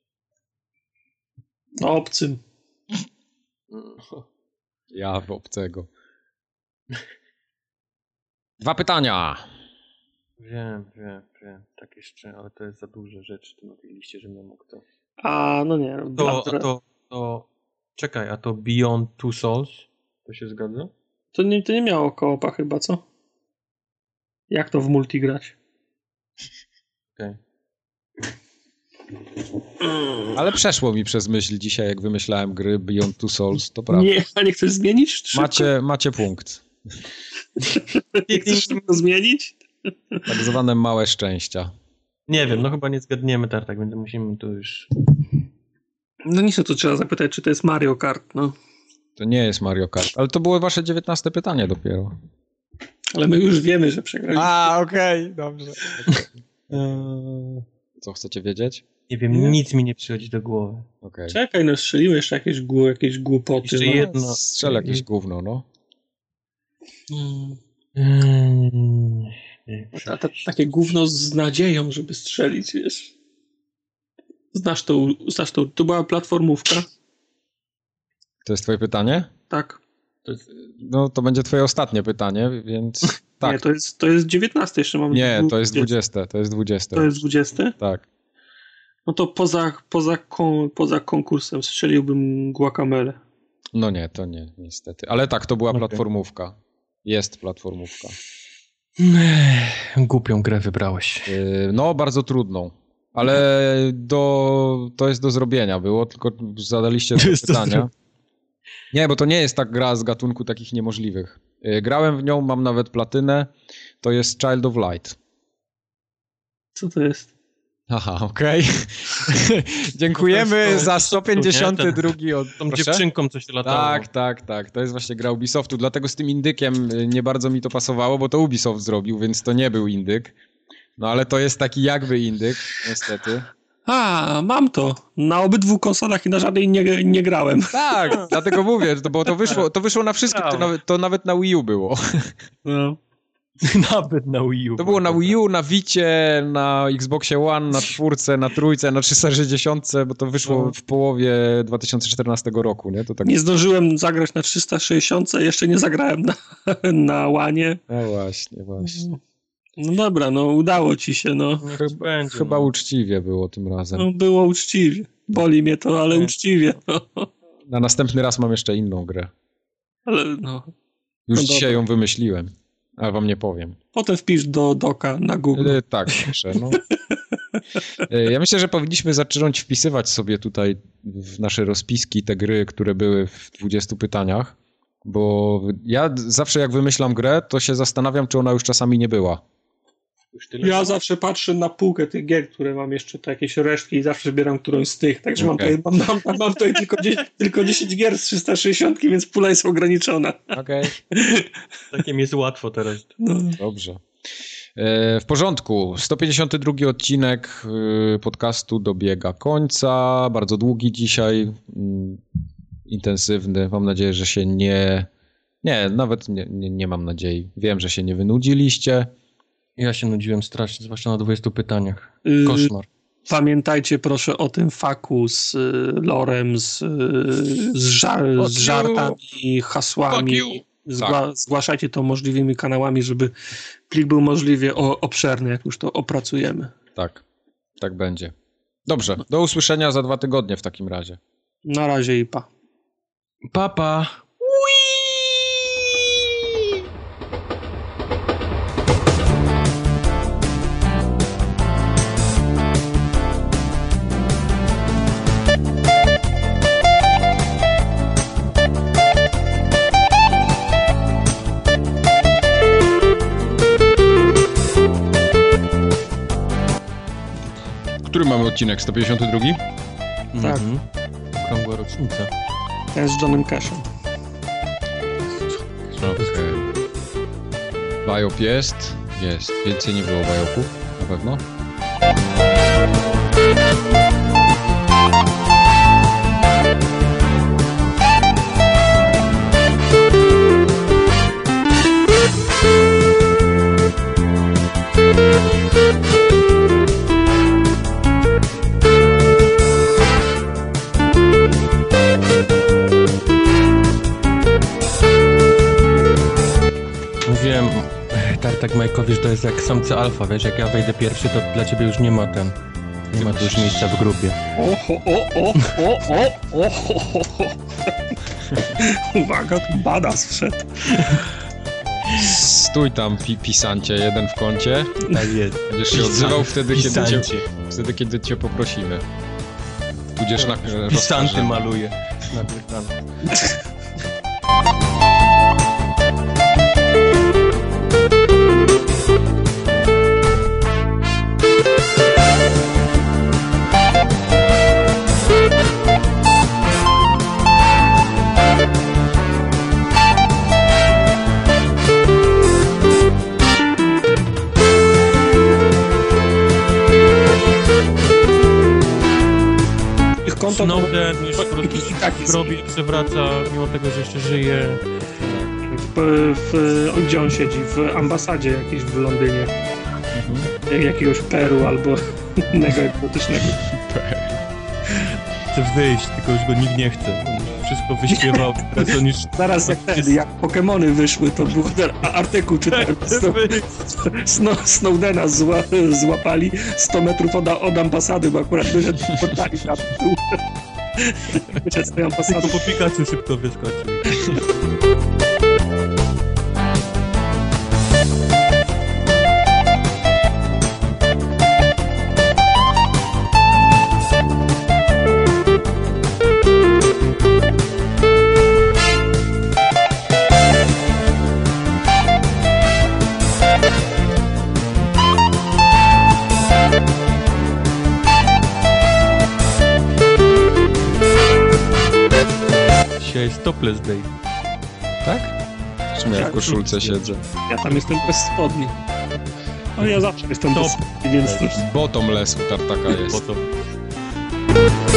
[SPEAKER 3] O obcym.
[SPEAKER 1] Ja w obcego. 2 pytania.
[SPEAKER 2] Wiem. Tak jeszcze, ale to jest za duże rzeczy tu na tej liście, żebym mógł to...
[SPEAKER 3] A, no nie.
[SPEAKER 2] Czekaj, a to Beyond Two Souls? To się zgadza?
[SPEAKER 3] To nie miało koopa chyba, co? Jak to w multi grać?
[SPEAKER 2] Okej.
[SPEAKER 1] Ale przeszło mi przez myśl dzisiaj, jak wymyślałem gry Beyond Two Souls, to prawda.
[SPEAKER 3] Nie, a nie chcesz zmienić?
[SPEAKER 1] Macie punkt.
[SPEAKER 3] Nie chcesz to zmienić?
[SPEAKER 1] Tak zwane małe szczęścia.
[SPEAKER 2] Nie wiem, no chyba nie zgadniemy tak, więc musimy tu już...
[SPEAKER 3] No nic, to trzeba zapytać, czy to jest Mario Kart, no.
[SPEAKER 1] To nie jest Mario Kart, ale to było wasze 19 pytanie dopiero.
[SPEAKER 3] Ale my już wiemy, że przegraliśmy.
[SPEAKER 1] Okej, dobrze. Co chcecie wiedzieć?
[SPEAKER 2] Nie wiem, nic mi nie przychodzi do głowy.
[SPEAKER 1] Okay.
[SPEAKER 3] Czekaj, no strzeliły jeszcze jakieś głupoty.
[SPEAKER 2] Jeszcze jedno.
[SPEAKER 1] Strzel jakieś gówno, no.
[SPEAKER 3] Takie gówno z nadzieją, żeby strzelić, wiesz. Znasz to, to była platformówka?
[SPEAKER 1] To jest twoje pytanie?
[SPEAKER 3] Tak.
[SPEAKER 1] No, to będzie twoje ostatnie pytanie, więc tak.
[SPEAKER 3] Nie, to jest 19 jeszcze mam.
[SPEAKER 1] Nie, to jest 20. To jest 20.
[SPEAKER 3] To jest 20?
[SPEAKER 1] Tak.
[SPEAKER 3] No to poza konkursem strzeliłbym Guacamele.
[SPEAKER 1] No nie, to nie, niestety. Ale tak, to była platformówka. Jest platformówka.
[SPEAKER 2] Głupią grę wybrałeś.
[SPEAKER 1] No, bardzo trudną. Ale to jest do zrobienia było, tylko zadaliście pytania. Nie, bo to nie jest tak gra z gatunku takich niemożliwych. Grałem w nią, mam nawet platynę. To jest Child of Light.
[SPEAKER 3] Co to jest?
[SPEAKER 1] Aha, okej. Dziękujemy za 152 od...
[SPEAKER 2] Tą dziewczynką coś latało.
[SPEAKER 1] Tak. To jest właśnie gra Ubisoftu, dlatego z tym indykiem nie bardzo mi to pasowało, bo to Ubisoft zrobił, więc to nie był indyk. No ale to jest taki jakby indyk, niestety.
[SPEAKER 3] Mam to. Na obydwu konsolach i na żadnej nie grałem.
[SPEAKER 1] Tak, dlatego mówię, bo to wyszło na wszystkich, to nawet na Wii U było.
[SPEAKER 3] No.
[SPEAKER 2] Nawet na Wii U.
[SPEAKER 1] To było na Wii U, na Vicie, na Xboxie One, na 4, na 3, na 360, bo to wyszło w połowie 2014 roku, nie? To tak...
[SPEAKER 3] Nie zdążyłem zagrać na 360, jeszcze nie zagrałem na One.
[SPEAKER 1] No właśnie.
[SPEAKER 3] No dobra, no udało ci się, no.
[SPEAKER 1] Chyba uczciwie było tym razem.
[SPEAKER 3] No było uczciwie. Boli mnie to, ale uczciwie. No.
[SPEAKER 1] Na następny raz mam jeszcze inną grę.
[SPEAKER 3] Ale no.
[SPEAKER 1] Już dzisiaj ją wymyśliłem, ale wam nie powiem.
[SPEAKER 3] Potem wpisz do doka na Google.
[SPEAKER 1] Tak, piszę, no. Ja myślę, że powinniśmy zacząć wpisywać sobie tutaj w nasze rozpiski te gry, które były w 20 pytaniach, bo ja zawsze jak wymyślam grę, to się zastanawiam, czy ona już czasami nie była.
[SPEAKER 3] Ja zawsze patrzę na półkę tych gier, które mam jeszcze to jakieś resztki i zawsze zbieram którąś z tych, także mam tutaj tylko 10 gier z 360, więc pula jest ograniczona.
[SPEAKER 1] Okej.
[SPEAKER 2] Takim jest łatwo teraz.
[SPEAKER 3] No.
[SPEAKER 1] Dobrze. W porządku. 152 odcinek podcastu dobiega końca. Bardzo długi dzisiaj. Intensywny. Mam nadzieję, że się nawet nie mam nadziei. Wiem, że się nie wynudziliście.
[SPEAKER 2] Ja się nudziłem strasznie, zwłaszcza na 20 pytaniach. Koszmar.
[SPEAKER 3] Pamiętajcie proszę o tym faku z lorem, z żartami, hasłami. Zgłaszajcie to możliwymi kanałami, żeby plik był możliwie obszerny, jak już to opracujemy.
[SPEAKER 1] Tak będzie. Dobrze, do usłyszenia za 2 tygodnie w takim razie.
[SPEAKER 3] Na razie i pa.
[SPEAKER 2] Pa.
[SPEAKER 1] Który mamy odcinek? 152?
[SPEAKER 3] Tak.
[SPEAKER 2] Okrągła rocznica.
[SPEAKER 3] Ten z Johnem Cashem.
[SPEAKER 1] Okej. Biop jest. Więcej nie było biopów, na pewno.
[SPEAKER 2] Mówiłem Tartak Majkowi, że to jest jak samce alfa, wiesz, jak ja wejdę pierwszy, to dla ciebie już nie ma tu już miejsca w grupie.
[SPEAKER 3] Uwaga, tu badass wszedł.
[SPEAKER 1] Stój tam, pisancie, jeden w kącie.
[SPEAKER 2] Tak jest.
[SPEAKER 1] Będziesz się odzywał wtedy, kiedy cię poprosimy. Tudzież na
[SPEAKER 2] Pisanty maluje. Na Snowden już robi, przewraca, mimo tego, że jeszcze żyje.
[SPEAKER 3] Gdzie on siedzi? W ambasadzie jakiejś w Londynie. Jakiegoś Peru albo innego egzotycznego.
[SPEAKER 2] chce wyjść, tylko już go nikt nie chce. Wszystko wyśpiewał, teraz on już...
[SPEAKER 3] Zaraz jak Pokemony wyszły, to był artykuł czytałem. Snowdena złapali 100 metrów od ambasady, bo akurat wyszedł w portali na dół. Wyszedł z tej ambasady.
[SPEAKER 2] Tylko po Pikachu szybko wyskoczył. Dzisiaj jest topless day.
[SPEAKER 1] Tak? Czemu ja w koszulce siedzę?
[SPEAKER 3] Ja tam jestem bez spodni. No ja zawsze jestem bez spodni, więc...
[SPEAKER 1] Bottomless u Tartaka jest.
[SPEAKER 2] Bottom.